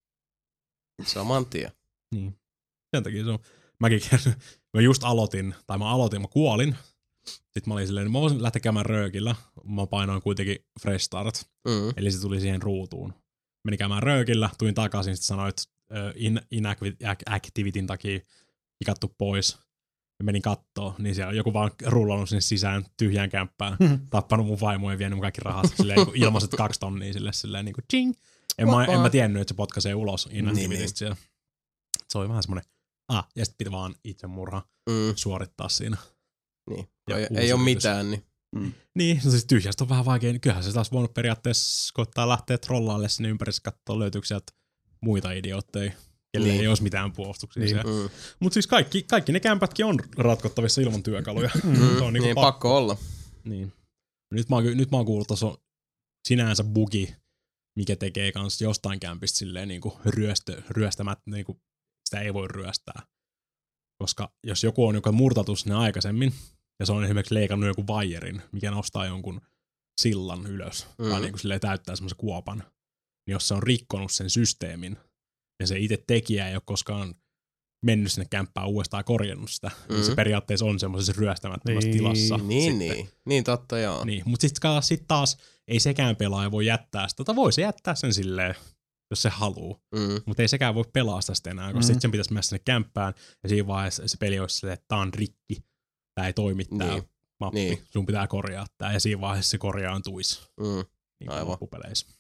saman tien. Niin. Sen takia se on. Mäkin kerran, mä just aloitin, tai mä aloitin, mä kuolin. Sitten mä olin silleen, mä voisin lähteä käymään röökillä. Mä painoin kuitenkin fresh start. Mm, Eli se tuli siihen ruutuun. Menin käymään röökillä, tuin takaisin, sitten sanoin, että in, inactivityn takia ikattu pois. Ja menin kattoo, niin siellä on joku vaan rullannut sinne sisään tyhjään kämppään, tappanut mun vaimoa ja vienyt mun kaikki rahat silleen, niin ilmaiset kaksi tonnia silleen, silleen niin kuin ching. En mä, en mä tiennyt, että se potkaisee ulos inactivitystä siellä. Se oli vähän semmoinen, ah, ja sitten pitää vaan itsemurha mm, suorittaa siinä. niin. Ja ei, uusi ei ole yritys. mitään, niin. Niin, no siis tyhjästä on vähän vaikea, niin kyllähän se taas voinut periaatteessa koittaa lähteä trollaalle sinne ympärissä katsoa löytyykö sieltä muita idiootteja, kelle Niin. ei olisi mitään puolustuksia Niin. siellä. Mm, Mutta siis kaikki, kaikki ne kämpätkin on ratkottavissa ilman työkaluja. mm, se on niin, niinku pakko olla. Niin. Nyt mä oon, ky- nyt mä oon kuullut, että se on sinänsä bugi, mikä tekee kans jostain kämpistä silleen niinku ryöstö, ryöstämättä, niinku sitä ei voi ryöstää. Koska jos joku on joka murtatu sinne aikaisemmin, ja se on esimerkiksi leikannut joku vaijerin, mikä nostaa jonkun sillan ylös, mm. tai Mm. niinku silleen täyttää semmoisen kuopan, niin jos se on rikkonut sen systeemin, ja se itse tekijä ei ole koskaan mennyt sinne kämppään uudestaan ja korjannut sitä, mm. niin se Mm. periaatteessa on semmoisessa ryöstämättömässä Niin. tilassa. Niin, sitten. niin. Niin totta, joo. Niin, mutta sitten sit taas ei sekään pelaaja voi jättää sitä, tai voi se jättää sen silleen, jos se haluu. Mm, Mutta ei sekään voi pelastaa sitä enää, koska Mm. sitten sen pitäisi mennä sinne kämppään, ja siinä vaiheessa se peli olisi silleen, että tää on rikki, tää ei toimi tää Niin. mappi, Niin. sun pitää korjaa tää, ja siinä vaiheessa se korjaantuisi mm, niin Aivan. loppupeleissä.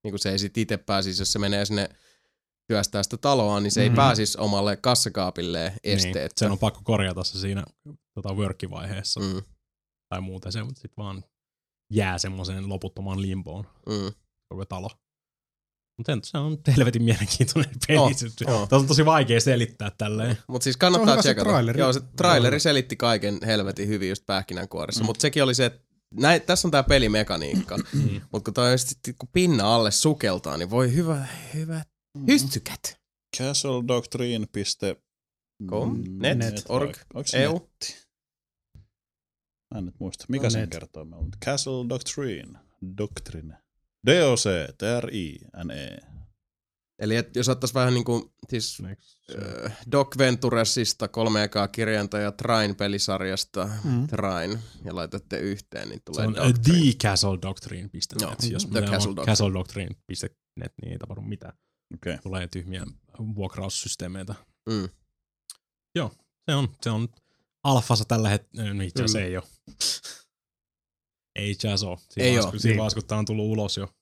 Niin kuin se ei sit itse pääsisi, jos se menee sinne työstää sitä taloa, niin se mm-hmm. ei pääsisi omalle kassakaapilleen esteettä. Niin, sen on pakko korjata se siinä tota, work-vaiheessa Mm. tai muuten se, mutta sitten vaan jää semmoiseen loputtomaan limboon Mm. koko talo. Mutta se on helvetin mielenkiintoinen peli. Oh, Oh. Tämä on tosi vaikea selittää tälleen. Mutta siis kannattaa hyvä se tsekata. traileri. Joo, se traileri selitti kaiken helvetin hyvin just pähkinänkuoressa. Mm. Mutta sekin oli se, että näin, tässä on tää pelimekaniikka. Mutta kun, toi, sit, kun pinna alle sukeltaa, niin voi hyvä, hyvä hystykät. Castle Doctrine. Com, net, net. org, Onko se E U. netti? Mä en nyt muista. Mikä No, sen net. kertoo? Castle Doctrine. Doctrine. D O C T R I N E. Eli et, jos ottais vähän niinku, siis äh, Doc Venturesista kolme ekaa kirjainta ja Trine-pelisarjasta Mm. Trine ja laitatte yhteen, niin Se tulee on Doctrine. the castle doctrine piste net. Joo, Jos The me Castle on Doctrine. castle doctrine piste net, niin ei tapahdu mitään. Okei. Okay. Tulee tyhmiä vuokraussysteemeitä. Mm. Se on, se on alfassa tällä hetkellä. No itse asiassa Mm. ei oo. Ei itse asiassa oo. Siinä Ei vaiheessa, oo. kun- Siinä Niin. vaiheessa, kun tää on tullut ulos jo.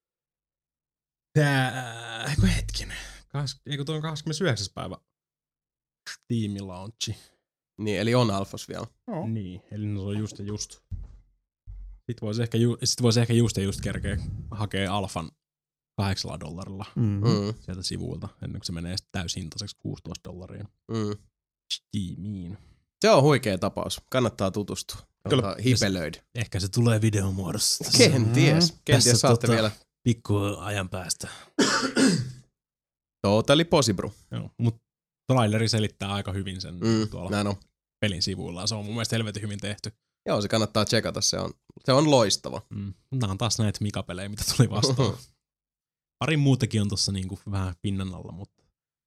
Tää, eikö hetkinen. Kais, eikö tuo on kahdeskymmenesyhdeksäs päivä Steam launchi. Niin, eli on alfas vielä. Joo. Niin, eli no se on just ja just. Sitten voisi ehkä, ju, sit vois ehkä just ja just kerkeä hakea alfan kahdeksalla dollarilla Mm-hmm. Mm. sieltä sivuilta, ennen kuin se menee sitten täyshintaiseksi kuusitoista dollaria. Mm. Steamiin. Se on huikea tapaus. Kannattaa tutustua. Kyllä. Kannattaa hipelöidä. Ehkä se tulee videomuodossa. Kenties. Kenties Tässä saatte tota- vielä Pikku ajan päästä. Totally possible. Joo, mutta traileri selittää aika hyvin sen Mm, tuolla näin on. pelin sivuilla. Se on mun mielestä helvetin hyvin tehty. Joo, se kannattaa tsekata. Se on, se on loistava. Mm. Nämä on taas näitä Mika-pelejä, mitä tuli vastaan. Pari muutakin on tuossa niinku vähän pinnan alla, mutta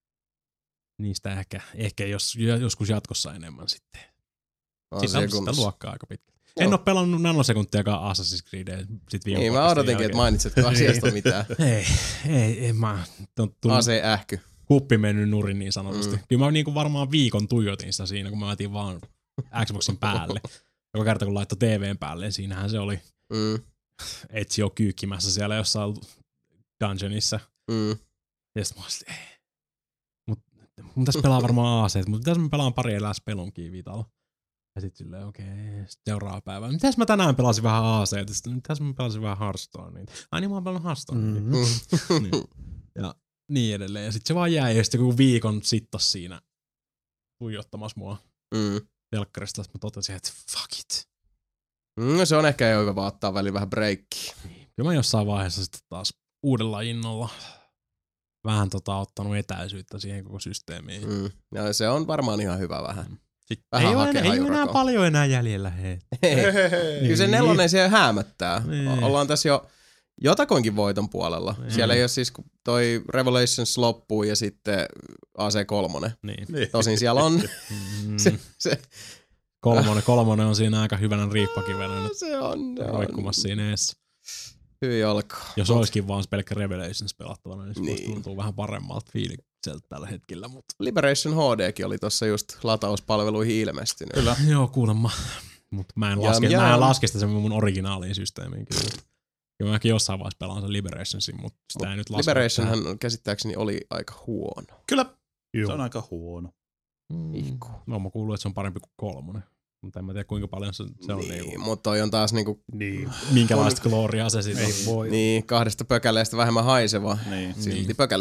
niistä ehkä, ehkä jos, joskus jatkossa enemmän sitten. On Siitä se on sitä kunnossa. luokkaa aika pitkä. En ole pelannut nanosekuntiakaan Assassin's Creedia sit viime Niin, mä vuodesta odotinkin, että jälkeen. mainitsetko asiasta mitään. Ei, ei, ei mä. On tullut A C-ähky. kuppi mennyt nurin niin sanotusti. Mm. Mm. Kyllä mä niinku varmaan viikon tuijotin sitä siinä, kun mä otin vaan Xboxin päälle. Joka kerta kun laittoi T V:n päälle, niin siinähän se oli Mm, Ezio kyykkimässä siellä jossain dungeonissa. mm. Ja sit mä olisin, ei. Mut mun tässä pelaa varmaan A C, mutta mitäs mä pelaan pari elää spelunkia vitalla. Ja sit silleen, okei, okay, seuraava päivä. Mitäs mä tänään pelasin vähän A C, sitten mitäs mä pelasin vähän Hearthstonea. Ai niin, mä oon pelannut Hearthstonea. Mm-hmm. Mm. niin. Ja niin edelleen. Ja sit se vaan jäi ja sitten joku viikon sittas siinä tuijottamassa mua Mm. telkkarista. Mä totesin, että fuck it. Mm, se on ehkä jo hyvä vaan ottaa väliin vähän breikkiä. Kyllä mä jossain vaiheessa sitten taas uudella innolla vähän tota ottanut etäisyyttä siihen koko systeemiin. Mm. Ja se on varmaan ihan hyvä vähän. Sitten Vähän ei ole hakee enää, ei ole enää hajurakoa. paljon enää jäljellä, hei. Kyllä se nelonen siellä häämättää. Niin. O- Ollaan tässä jo jotakoinkin voiton puolella. Niin. Siellä ei ole siis, kun toi Revelations loppuu ja sitten A C kolme. Niin. Tosin siellä on Mm. se, se, Kolmonen, kolmonen on siinä aika hyvänä riippakivenä nyt se on, se on roikkumassa siinä eessä. hyvin alkaa. Jos olisikin vaan se pelkkä Revelations pelattavana, niin se Niin. niin. tuntuu vähän paremmalta fiilikseltä tällä hetkellä. Mutta Liberation H D:kin oli tuossa just latauspalveluihin ilmestynyt. Kyllä. joo, kuulemma. Mutta mä en Jam, laske, jam. mä en laske sitä sen mun originaaliin systeemiin kyllä. Kyllä mäkin jossain vaiheessa pelaan sen Liberationsin, mutta sitä ei nyt laske. Liberationhan käsittääkseni oli aika huono. Kyllä. Se Joo. on aika huono. Mm. Ihku. No mä kuullut, että se on parempi kuin kolmonen. Mutta en mä tiedä kuinka paljon se, se on niin, niinku, mutta toi on taas niinku, Niin. minkälaista gloriaa se sitten Ei on. voi. niin, kahdesta pökäleestä vähemmän haiseva. Niin. Silti Niin. pökäle.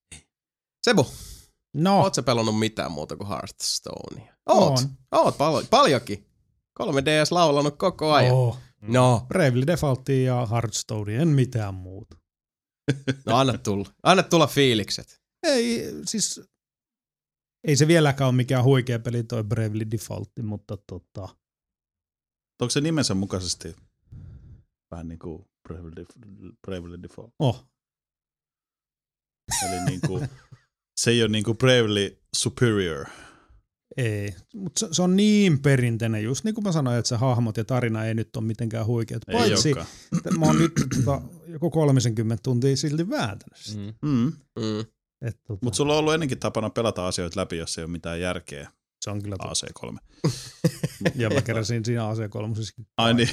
Sebu, No, oot sä pelannut mitään muuta kuin Hearthstonea? Oot. on. Oot pal- paljonkin. kolme D S laulanut koko ajan. Oh. No, Bravely Defaultia ja Hearthstonea, en mitään muuta. no anna tulla. Anna tulla fiilikset. Ei, siis ei se vieläkään ole mikään huikea peli toi Bravely Default, mutta tota, Onko se nimensä mukaisesti vähän niin kuin Bravely, Def- Bravely Default? oh, Eli niin kuin, se ei ole niin kuin Bravely Superior. ei. Mutta se, se, on niin perinteinen, just niin kuin mä sanoin, että se hahmot ja tarina ei nyt ole mitenkään huikeat. Ei Paitsi, olekaan. että mä oon nyt tota, joku kolmekymmentä tuntia silti vääntänyt sitä. Mm. Mm. Mm. Et, tota, Mutta sulla on ollut ennenkin tapana pelata asioita läpi, jos ei ole mitään järkeä. Se on kyllä A C kolme. Ja mä keräsin siinä A C kolme. Ai niin.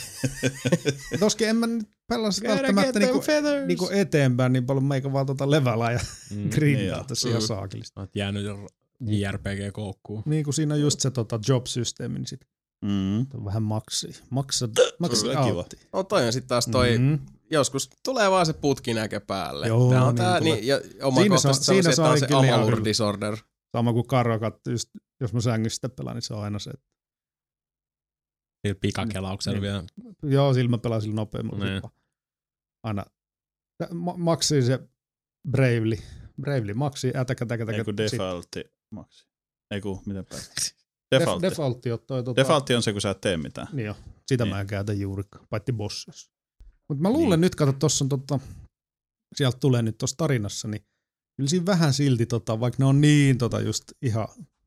Toskin en mä nyt pelasi välttämättä niinku, niinku eteenpäin niin paljon, meikä vaan tota levelaa ja mm, grindaa niin tässä ihan saakellista. Olet jäänyt J R P G-koukkuun. Niin kuin siinä on just se tota, job-systeemi, niin sit Mm. vähän maksi. Maksa, maksi autti. No toi on sit taas toi, mm-hmm. joskus tulee vaan se putkinäkö päälle. Joo, Tää on niin tää, tulee. niin, ja omakohtaisesti se on se, että on se amalur disorder. Sama kuin Karvakat, just, jos mä sängystä pelaan, niin se on aina se, että Sillä pikakelauksella niin. vielä. Joo, sillä mä pelaan sillä nopeammalla. Niin. Aina ma- maksii se Bravely. Bravely maksii, ätäkä, täkä, täkä. Eiku defaultti maksi. Eiku, miten päästä? Defaultti. Defaultti. Defaultti, on, toi, tota, Defaultti on se, kun sä et tee mitään. Niin jo, sitä niin. mä en käytä juurikaan, paitsi bossissa. Mutta mä luulen niin. nyt, kato, tossa on tota, sieltä tulee nyt tossa tarinassa, niin kyllä siinä vähän silti, tota, vaikka ne on niin tota, just ihan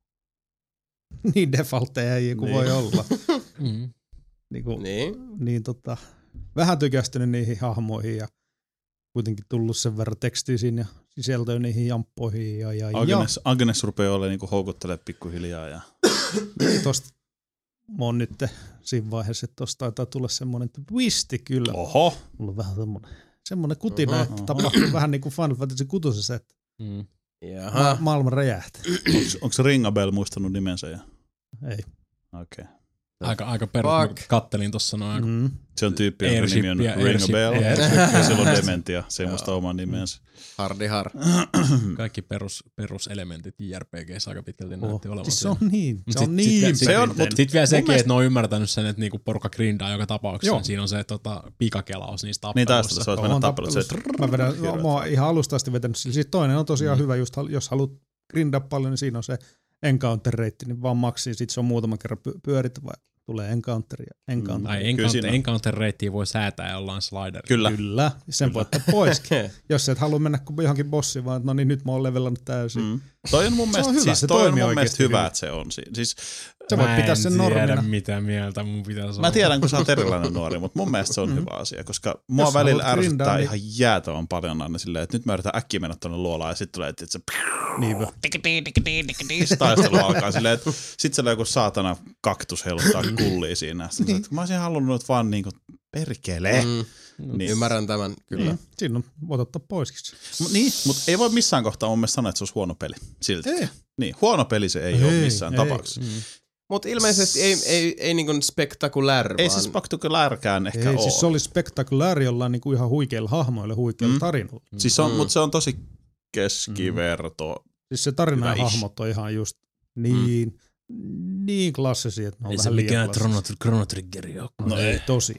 niin defaultteja kuin niin. voi olla. mm. niin, kuin, niin. niin tota, vähän tykästynyt niihin hahmoihin ja kuitenkin tullut sen verran tekstiä siinä ja sisältöä niihin jamppoihin. Ja, ja, Agnes, ja. Agnes rupeaa olemaan niinku houkuttelemaan pikkuhiljaa. Ja... niin tosta mä oon nyt siinä vaiheessa, että tosta taitaa tulla semmoinen twisti kyllä. Oho! Mulla on vähän semmoinen, semmoinen kutina, oho, että oho. tapahtuu vähän niin kuin Final Fantasy kuutosessa, että Mm. ma- maailma räjähtää. Onko Ringabel muistanut nimensä? Ja... Ei. Okei. Okay. Aika, aika perus. Mä kattelin tossa noin. Mm. Se on tyyppi, jonka nimi on Ringabel. Ja sillä on dementia. Se ei muista oman nimensä. Hardi har. Kaikki perus, peruselementit J R P G:ssä aika pitkälti Oh. näytti olevan. Siis se on niin. Se Sit- on niin. sit- se on- perinteinen. Sitten vielä sekin, mielestä- että ne on ymmärtänyt sen, että niinku porukka grindaa joka tapauksessa. Joo. Siinä on se tota, pikakelaus niistä Niin taas, tappeluista. se olisi mennä On tappelut. Se, tappelusta. Mä, vedän, mä oon ihan alusta asti vetänyt sillä. Siis toinen on tosiaan Mm. hyvä, just, hal- jos haluat grindaa paljon, niin siinä on se encounter-reitti, niin vaan maksii. Sitten se on muutaman kerran py- pyörittävä. Tulee encounter ja encounter. Tai Kyllä encounter, siinä on. encounter-reittiä voi säätää jollain sliderilla. Kyllä. Kyllä, sen voi ottaa pois. Jos et halua mennä kuin johonkin bossiin, vaan että no niin nyt mä oon levelannut täysin. Mm. Toi on mun Se on mielestä, hyvä, siis, se toi on toimii mun mielestä oikeasti hyvä, hyvin. että se on siinä. Siis, Sä voit Mä pitää en sen tiedä, normina. mitä mieltä mun pitäisi olla. mä tiedän, kun sä oot erilainen nuori, mutta mun mielestä se on Mm. hyvä asia, koska mua Jos välillä haluat grindaa, ärsyttää niin- ihan jäätävän paljon aina silleen, että nyt mä yritän äkkiä mennä tonne luolaan ja sit tulee, että se Niinpä. taistelu alkaa silleen, että sit siellä joku saatana kaktus heiluttaa kullia siinä. Sitten, että mä olisin halunnut vaan niinku perkele. Mm. Niin. Ymmärrän tämän, kyllä. Niin, siinä on, voit ottaa poiskin. Mut, niin, mutta ei voi missään kohtaa mun mielestä sanoa, että se olisi huono peli. Silti. Ei. Niin, huono peli se ei, Ei, ole missään ei. tapauksessa. Mm. Mutta ilmeisesti ei, ei, ei niin spektakulär, Ei vaan... se spektakulärkään ehkä Ei, ole. siis se oli spektakulääri jollain niinku ihan huikeilla hahmoilla, huikeilla Mm. tarinoilla. Siis on, Mm. mutta se on tosi keskiverto. Siis se tarina ja Hyvä-ish. hahmot on ihan just niin, mm. niin klassisia, että ne on Ei se vähän liian mikään klassisia. Chrono- Chrono Triggeri ole. No ei, tosi.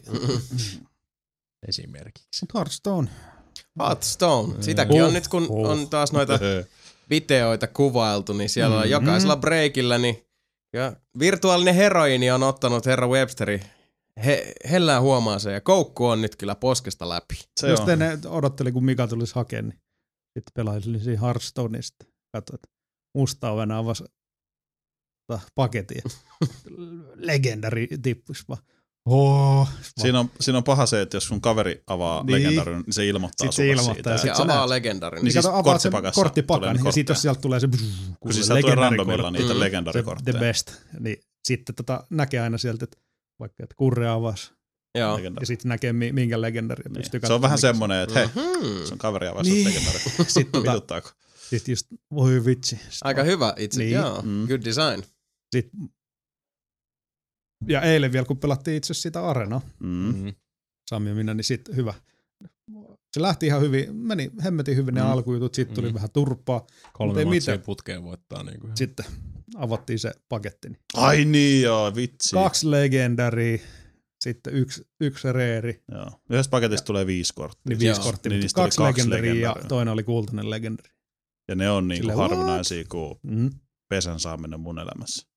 Esimerkiksi. Mut Hearthstone. Hearthstone. Sitäkin Oh, on nyt, kun oh. on taas noita videoita kuvailtu, niin siellä on Mm. jokaisella breakillä, niin ja virtuaalinen heroini on ottanut herra Websteri he, hellään huomaa se, ja koukku on nyt kyllä poskesta läpi. Se Just on. ennen odottelin, kun Mika tulisi hakemaan, niin sitten pelailin siinä Hearthstonea, sitten katsoin, että musta on enää avasi paketin. Legendari tippuisi vaan. Oh, Siinä on, siinä on paha se, että jos sun kaveri avaa Niin. niin. legendarin, niin se ilmoittaa Sit se sulle ilmoittaa siitä. ja Se sit sä avaa näet. legendarin. Niin niin siis kato, avaat sen korttipakassa korttipakan, tulee ja sitten kortteja. jos sieltä tulee se Kun siis sä tulee randomilla niitä Mm. se legendarikortteja. the best, niin sitten tota näkee aina sieltä, että vaikka että kurre avasi, Joo. Legendari. ja sitten näkee mi- minkä legendari. Niin. pystyy Se on vähän katsomaan, semmoinen, että hei, Mhm. sun kaveri avaa Niin. niin. legendari. Sitten tota, Vituttaako? sit just, voi vitsi. Sit Aika vaan- hyvä itse, Niin. joo. Mm. Good design. Sit, ja eilen vielä, kun pelattiin itse asiassa sitä arenaa, Mm. Mm. Sami ja minä, niin sitten hyvä. Se lähti ihan hyvin, meni hemmetin hyvin ne Mm. alkujutut, sitten tuli Mm. vähän turpaa. Kolme Mut ei matsia mitään. putkeen voittaa. Niin kuin. Sitten avattiin se paketti. Niin Ai niin joo, vitsi. kaksi legendaria, sitten yksi, yksi reeri, Joo. Yhdessä paketissa tulee viisi korttia. niin viisi Joo. korttia, Niin mutta niistä oli kaksi, kaksi legendaria ja legendaria. toinen oli kultainen legendari. Ja ne on niinku Silleen, harvinaisia kuin Mm. pesän saaminen mun elämässä.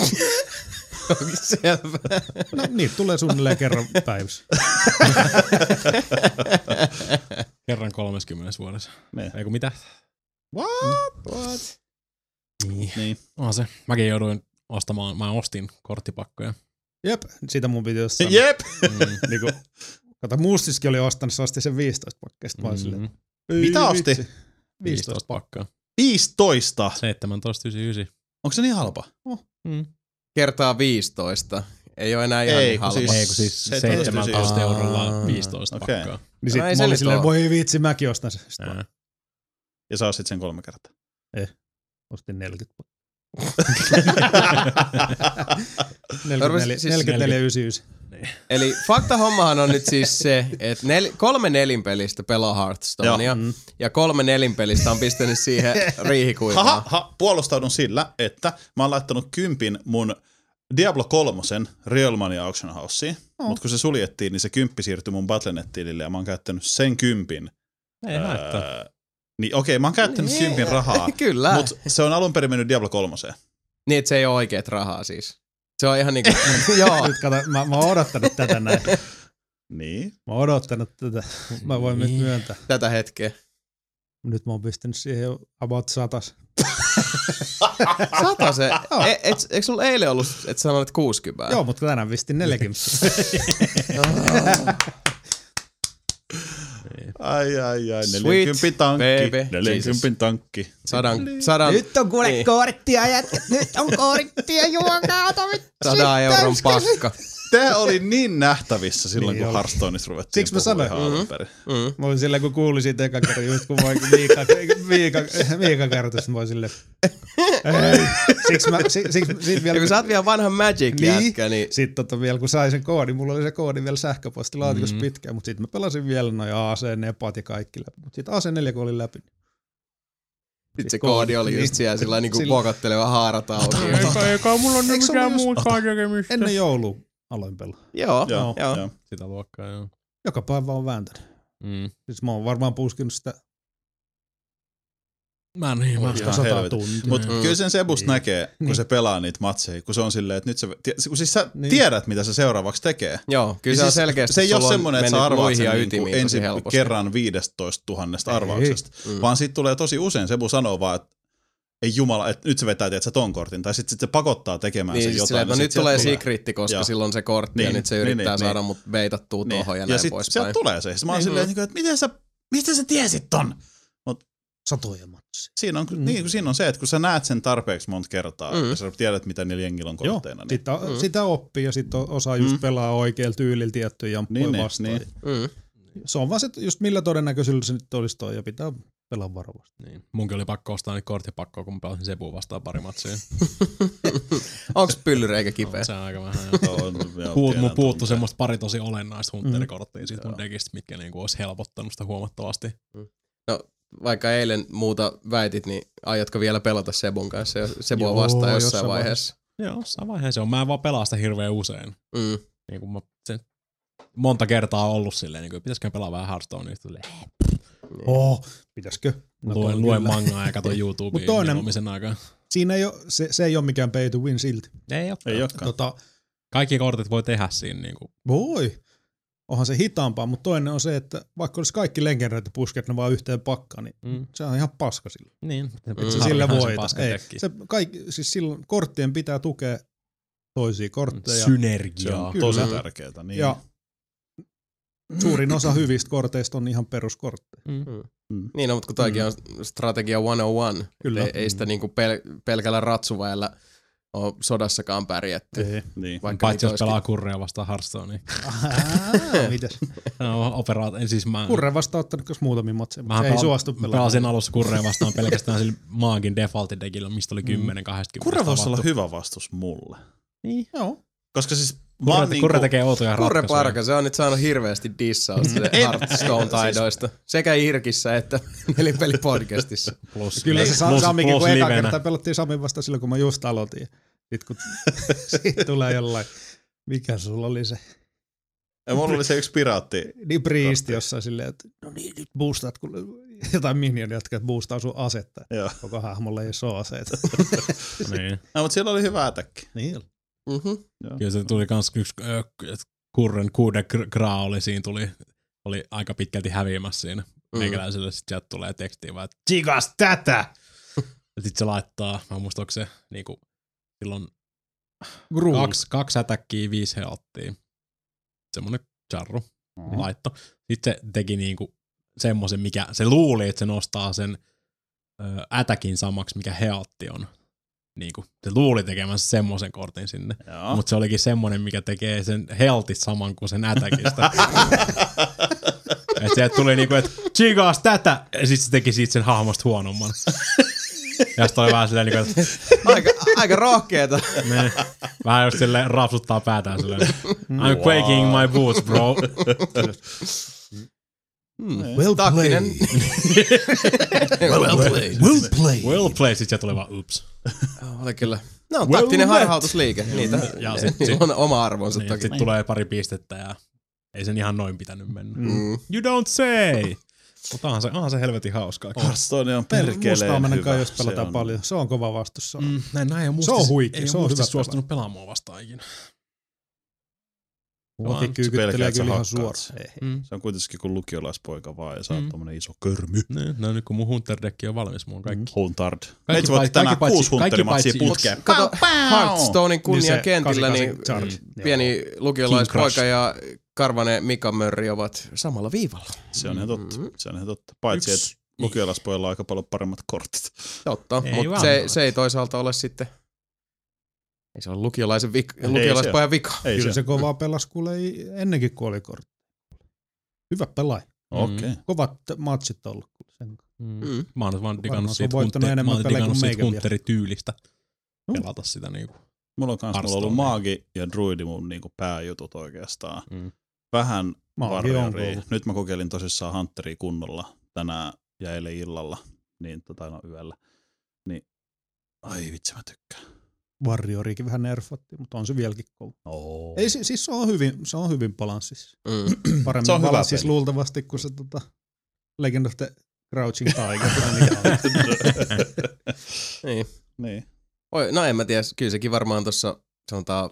Selvä. No niitä tulee suunnilleen kerran päivässä. Kerran kolmekymmentä vuodessa. Ne. Eiku mitä? What? What? Niin. Niin. On se. Mäkin jouduin ostamaan, mä ostin korttipakkoja. Jep, sitä mun piti jossain. Jep! Mm. Niinku, kato, Mustiskin oli ostanut, se osti sen viisitoista pakkeista. Vaan silleen, Mm. ei Mitä osti? vitsi. viisitoista pakkaa. viisitoista! seitsemäntoista yhdeksänkymmentäyhdeksän. Onko se niin halpa? Mm. Kertaa viisitoista. Ei ole enää ihan Ei, niin kun halpa. siis- Ei kun siis seitsemäntoista seitsemäntoista Aa. eurolla viisitoista Okei. pakkaa. Niin sit No ei mä se olin nyt silleen, oo. voi vitsi, mäkin ostan se. Sitten Ää. mä Ja sä ostit sen kolme kertaa. ostin neljäkymmentä. Arvasin neljäkymmentäneljä, siis neljäkymmentäneljä yhdeksänkymmentäyhdeksän. Eli fakta hommahan on nyt siis se, että nel, kolme nelinpelistä pelaa Hearthstonea Mm. ja kolme nelinpelistä on pistänyt siihen riihikuivaa. Haha, ha, puolustaudun sillä, että mä oon laittanut kympin mun Diablo kolmosen Real Money Auction Houseen, Oh. mutta kun se suljettiin, niin se kymppi siirtyi mun Battle point -tilille ja mä oon käyttänyt sen kympin. Ei haittaa. Öö, niin okei, mä oon käyttänyt Niin. kympin rahaa, Kyllä. mutta se on alun perin mennyt Diablo kolmoseen. Niin, että se ei ole oikeet rahaa siis. Se on ihan niinku, joo. Nyt kato, mä, mä oon odottanut tätä näin. Niin. Mä oon odottanut tätä. Mä voin nyt myöntää. Tätä hetkeä. Nyt mä oon pistänyt siihen jo about satas. Sata se. E, et, eikö sulla eilen ollut, että sanoit kuusikymmentä? Joo, mutta tänään pistin neljäkymmentä. Ai, ai, ai. Sweet neljäkymmentä tankki. baby neljäkymmentä tankki. Sadan, sadan, on kuule Niin. korittia jätkä. Nyt on korittia juokaa. sadan euron pakka. Tämä oli niin nähtävissä silloin, Niin kun oli. Hearthstoneissa ruvettiin Siksi mä puhua sanoin. ihan alun perin. Mm. Mä olin silleen, kun kuulin siitä ekan kerran, just kun mä Miika, Miika, Miika kertoi, mä olin silleen, ei. Siksi mä, siksi, siksi, sit Ja vielä, kun sä oot vielä vanha Magic-jätkä, niin Sitten tota vielä, kun sain sen koodin, mulla oli se koodi vielä sähköpostilaatikossa Mhm. mm-hmm. pitkään, mutta sitten mä pelasin vielä noin A C-nepat ja kaikki läpi. Mutta sitten A C neljä kun oli läpi. sit se koodi oli just siellä sillä niinku Sillä- pokotteleva haarata auki. Eikä mulla on Eikö se ollut just tekemistä. ennen joulua aloin pelaa? Joo, Joo, joo. joo. Sitä luokkaa, joo. Joka päivä on vääntänyt. Mm. Siis mä oon varmaan puskinut sitä Mä niin, mä Ihan sitä sata helvetin. tuntia. Mutta Mm. kyllä sen Sebusta Niin. näkee, kun Niin. se pelaa niitä matseja, kun se on silleen, että nyt se, tie- kun siis sä Niin. tiedät, mitä se seuraavaksi tekee. Joo, kyllä Ja se on siis selkeästi, se ei sulla ole on semmoinen, että sä mennyt arvaat luihin ja sen niin ytimiin kuin tosi ensin helposti. kerran viidestoista tuhannesta Ei. arvauksesta, Mm. vaan siitä tulee tosi usein. Sebu sanoo vaan, että ei jumala, että nyt se vetää tiedät, sä ton kortin, tai sitten sit se pakottaa tekemään Niin, sen siis jotain. silleen, ja no sit nyt sieltä tulee secretti, koska Joo. silloin se kortti ja Niin, nyt se niin, yrittää niin, saada niin. mut beitattua Niin. tohon ja Ja näin sit poispäin. sieltä tulee se. Sitten mä oon Niin. silleen, että miten sä, mistä sä tiesit ton? Satoja matsia. Siinä on, Mm. niin, kun siinä on se, että kun sä näet sen tarpeeksi monta kertaa, Mm. ja sä tiedät, mitä niillä jengillä on Joo, kortteina. Niin. sitä, Mm. sitä oppii ja sitten osaa just Mm. pelaa oikealla tyylillä tiettyjä jamppuja Niin, niin, vastaan. niin. Mm. Se on vaan se, että just millä todennäköisyydellä se nyt olisi toi ja pitää pelaa varovasti. Niin. Munkin oli pakko ostaa niitä korttipakkoa, kun mä pelasin Sebuun vastaan pari matsia. Onks pyllyreikä kipeä? Se on aika vähän. joo. On, joo, Puut, tiedän mun puuttu tunteen. semmoista pari tosi olennaista hunterikorttia Mm. siitä mun dekistä, mitkä niinku olisi helpottanut sitä huomattavasti. Vaikka eilen muuta väitit, niin aiotko vielä pelata Sebun kanssa, jos Sebua Joo, vastaan jossain jossain vaiheessa? Joo, jossain vaiheessa on. Mä en vaan pelaa sitä hirveän usein. Mm. Niin kun mä sen monta kertaa ollut silleen, niin kuin, pitäisikö pelaa vähän Hearthstonea. Silleen, Oh, pitäisikö? No, luen, toi luen kyllä. mangaa ja katon Mut YouTubea toinen- mieluummin aikaan. Siinä ei ole, se, se ei ole mikään pay to win silti. Ei ole. Ei olekaan. Tota, Kaikki kortit voi tehdä siinä. Niin kuin, voi. Onhan se hitaampaa, mutta toinen on se, että vaikka olisi kaikki legendarit pusket ne vaan yhteen pakkaan, niin mm, se on ihan paska sillä. niin. Mm. Se Mm. sillä Harvihan voita. paska Ei, tekki. se kaikki, siis silloin korttien pitää tukea toisia kortteja. Se Synergiaa. on Kyllä. tosi tärkeää. Niin. Ja suurin osa hyvistä korteista on ihan peruskortteja. Mm. Mm. Niin, no, mutta kun toikin Mm. on strategia sata yksi, Kyllä. ei, ei sitä niinku pel- pelkällä ratsuväellä ole sodassakaan pärjätty. Ei. Niin. Vaikka Paitsi niitä jos pelaa olisikin- kurreja vastaan Hearthstonea. Aa, mitäs? No, operaat, en siis mä... Kurre vasta ottanut kas muutamia matseja, mutta Mä se ei pela- suostu mä pelaamaan. pelasin alussa kurreja vastaan pelkästään sillä maagin defaultin dekillä, mistä oli kymmenen kaksikymmentä. Kurre voisi olla hyvä vastus mulle. Niin. Joo. Koska siis mä Kurre, oon kurre niinku, tekee outoja Kurre ratkaisuja. Parka, se on nyt saanut hirveästi dissausta se Hearthstone-taidoista. Sekä Irkissä että Nelipeli-podcastissa. Plus, Kyllä se plus, Sa- Samikin, plus kun eka livenä. kertaa pelattiin Samin vasta silloin, kun mä just aloitin. Sitten kun siitä tulee jollain, mikä sulla oli se, ja mulla oli se yksi piraatti. niin priisti jossain silleen, että no niin, nyt boostaat, kun jotain minionia, jotka boostaa sun asetta. Joo. Koko hahmolla ei ole aseita. Niin. No, mutta siellä oli hyvä ätäkki. niin. Mm-hmm. Kyllä se tuli kans yksi äh, kurren kuuden graa oli siinä, tuli, oli aika pitkälti häviämässä siinä. Mm. Meikäläiselle sit sieltä tulee tekstiä vaan, että tsikas tätä! Ja sit se laittaa, mä muistan, onko se niinku, silloin Gruu. kaksi, kaksi ätäkkiä, viisi healttia. Semmonen charru Mhm. laitto. Sitten se teki niinku semmosen, mikä se luuli, että se nostaa sen ö, ätäkin samaksi, mikä healtti on. niinku, se luuli tekemänsä semmoisen kortin sinne. Joo. Mutta se olikin semmoinen, mikä tekee sen healthit saman kuin sen attackista. Että sieltä tuli niinku, että chigaas tätä, ja sit se teki siitä sen hahmosta huonomman. Ja sit oli vähän silleen niinku, että Aika, aika rohkeeta. ne, vähän just silleen rapsuttaa päätään silleen. I'm quaking my boots, bro. Hmm. Well Taktinen. Well played. Well played. Well played, sit sieltä tuli vaan ups. Oli kyllä. No, taktinen harhautusliike. Niitä, Ja ne, sit- niillä sit- on oma arvonsa Niin, toki. sit tulee pari pistettä ja ei sen ihan noin pitänyt mennä. Mm. You don't say! Mutta onhan se, onhan se helvetin hauskaa. Hearthstone on Musta perkeleen on hyvä. jos pelataan Se on- paljon. Se on kova vastus. Mm, näin, näin on Se on huikea, ei se on musti hyvä suostunut pelaamaan vastaan ikinä. Muakin pelkää, kyykyttelee että sä kyllä ihan hakkaat suoraan. Ei. Mm. Se on kuitenkin kuin lukiolaispoika vaan ja sä oot Mm. tommonen iso körmy. Ne, no nyt kun mun Hunter-dekki on valmis, mulla on kaikki. Huntard. Kaikki Meitä voitti paitsi- tänään kaikki kuusi paitsi- Hunterimatsia kaikki paitsi putkeen. Kato, Hearthstonein kunnia Niin se kentillä, niin kahdeksankymmentäkahdeksan charge. pieni King lukiolaispoika Crush. ja Karvane Mika Mörri ovat samalla viivalla. Se on ihan totta. Mm. Se on ihan totta. Paitsi, Yksi- että lukiolaispojalla on aika paljon paremmat kortit. Totta, Ei mutta vaan se, ole. se ei toisaalta ole sitten, ei se ole lukiolaisen vik, Ei lukiolaispojan vika. Ei Kyllä se. se kovaa pelas kuule ei- ennenkin kuin oli kortti. Hyvä pelaaja. Okei. Okay. Kovat matchit ollut. Sen. Mm. Mm. Mä oon nyt vaan Varmaan digannut se on siitä, voittanut hunter, enemmän mä oon pelejä digannut kuin siitä meikä vielä. hunterityylistä. Mm. Pelata sitä niinku. Mulla on kans mulla on ollut Hearthstonea. maagi ja druidi mun niinku pääjutut oikeastaan. Mm. Vähän Maagi on warrioria. kova. Nyt mä kokeilin tosissaan Hunteria kunnolla tänään ja eilen illalla. Niin tota no yöllä. Niin ai vitsi mä tykkään. Warrioriikin vähän nerfattiin, mutta on se vieläkin kova. Oh. Ei, si- siis se on hyvin, se on hyvin balanssissa. Mm. Paremmin Se on hyvä balanssissa peli. luultavasti kuin se tota, Legend of the Crouching Tiger. tai mikä on. Niin. Niin. Oi, no en mä tiedä, kyllä sekin varmaan tuossa sanotaan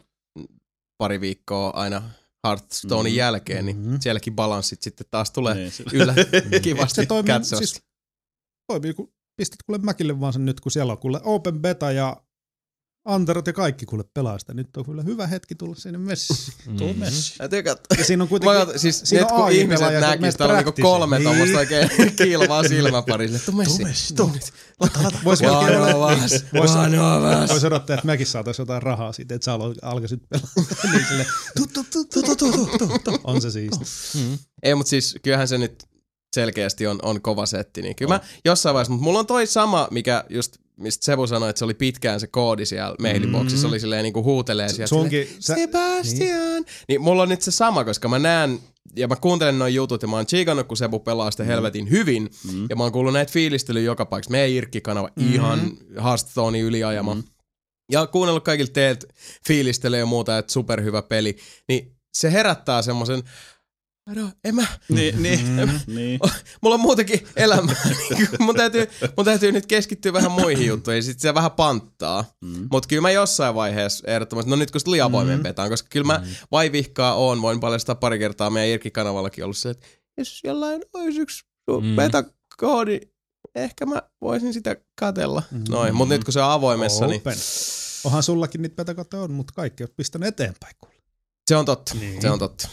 pari viikkoa aina Hearthstonein Mm. jälkeen, niin Mhm. sielläkin balanssit sitten taas tulee Niin, se- yllä kivasti Se toimii, kätsävästi. siis, toimii, kun pistät kuule Mäkille vaan sen nyt, kun siellä on kuule Open Beta ja Anterot ja kaikki kuule pelaa sitä. Nyt on kyllä hyvä hetki tulla sinne messiin. Tuu Mm. messi. Täytyy katsoa. Ja siinä on Mä kuitenkin... katson, siis siinä nyt on kun A I ihmiset pelaaja, näkis, menet täällä on niinku practiceen. kolme Niin. tommosta oikein kilvaa silmäparille. Tuu messi, messi, tuu tuu. nyt. Voisi melkein olla, Vanovas, vois, vanovas. vois odottaa, että mekin saataisiin jotain rahaa siitä, että sä alo- alkaisit pelaa. niin sille, tu, tu, tu, tu, tu, tu, tu, tu. On se siisti. Mm. Ei, mutta siis kyllähän se nyt selkeästi on, on kova setti. Niin kyllä mä jossain vaiheessa, mutta mulla on toi sama, mikä just, mistä Sebu sanoi, että se oli pitkään se koodi siellä mailiboksissa, oli silleen niinku huutelee sieltä. Sunkin, silleen, sä, Sebastian! Niin. niin mulla on nyt se sama, koska mä näen, ja mä kuuntelen noin jutut, ja mä oon chiikannut, kun Sebu pelaa sitä helvetin hyvin, Mm. ja mä oon kuullut näitä fiilistelyjä joka paikassa. Meidän Irkki-kanava Mhm. ihan Hearthstonein yliajama. Mm. Ja kuunnellut kaikilta teiltä fiilistelyä ja muuta, että superhyvä peli. Niin se herättää semmoisen, no, en mä, Niin, niin, Mm. niin. mulla on muutenkin elämää. Niin mun, täytyy, mun täytyy nyt keskittyä vähän muihin juttuihin, ja sit se vähän panttaa. Mm. Mutta kyllä mä jossain vaiheessa ehdottomasti, no nyt kun sitä liian avoimen Mm. petaan, koska kyllä mä vaivihkaa oon, voin paljastaa pari kertaa meidän Irkki-kanavallakin ollut se, että jos jollain olisi yksi Mm. mm. beta-koodi, ehkä mä voisin sitä katella. Mm. Noin, mutta nyt kun se on avoimessa, niin Open. Onhan sullakin niitä betakatte on, mutta kaikki on pistänyt eteenpäin kuule. se on totta. Niin. Se on totta.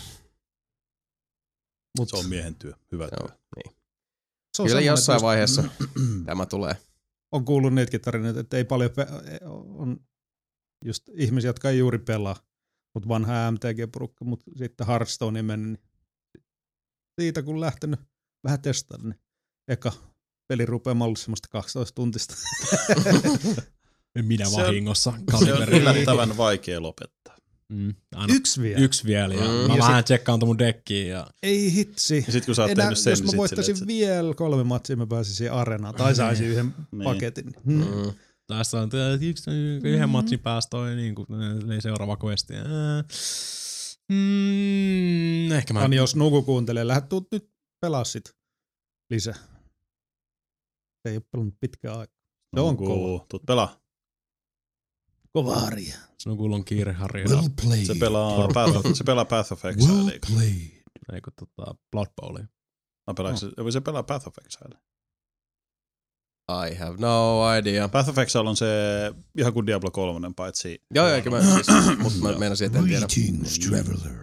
Mut Se on miehen työ. Hyvä Joo, työ. niin. se on Kyllä semmoinen, jossain että vaiheessa tämä tulee. on kuullut niitäkin tarinoita, että ei paljon pe- on just ihmisiä, jotka ei juuri pelaa, mutta vanha M T G-porukka, mutta sitten Hearthstoneen mennyt, niin siitä kun lähtenyt vähän testaamaan, niin eka peli rupeaa ollut semmoista kaksitoista tuntista. Minä Se on- vahingossa. Se on Kaliberin. yllättävän vaikea lopettaa. Mm. Aina Yksi vielä. yksi vielä. Ja Mm. mä Ja vähän tsekkaan mun dekkiin. Ja Ei hitsi. Ja sit kun sä oot Enää, tehnyt sen, jos mä niin sit voittaisin silleen, vielä kolme matsia, mä pääsisin areenaan tai saisin yhden Niin. paketin. Hmm. Mm. tässä on tää yksi, yhden matsin päästä toi niin kuin, seuraava questi. Ää, Mm, ehkä mä... Ani, jos Nuku kuuntelee, lähdet tuut nyt pelaa sit lisää. Se ei ole pelannut pitkään aikaa. Se on kova. Nuku, tuut pelaa. Kova arja. Sun kuuluu on kiire, Harri. Well played. Se pelaa Path of, se pelaa Path of Well Exile. played. Eikö tota Blood Bowlia. Mä pelaanko se, se pelaa Path of Exile. I have no idea. Path of Exile on se ihan kuin Diablo kolme, paitsi... Joo, joo, kyllä mä, siis, mutta mä meinasin, että en tiedä. Greetings, traveler.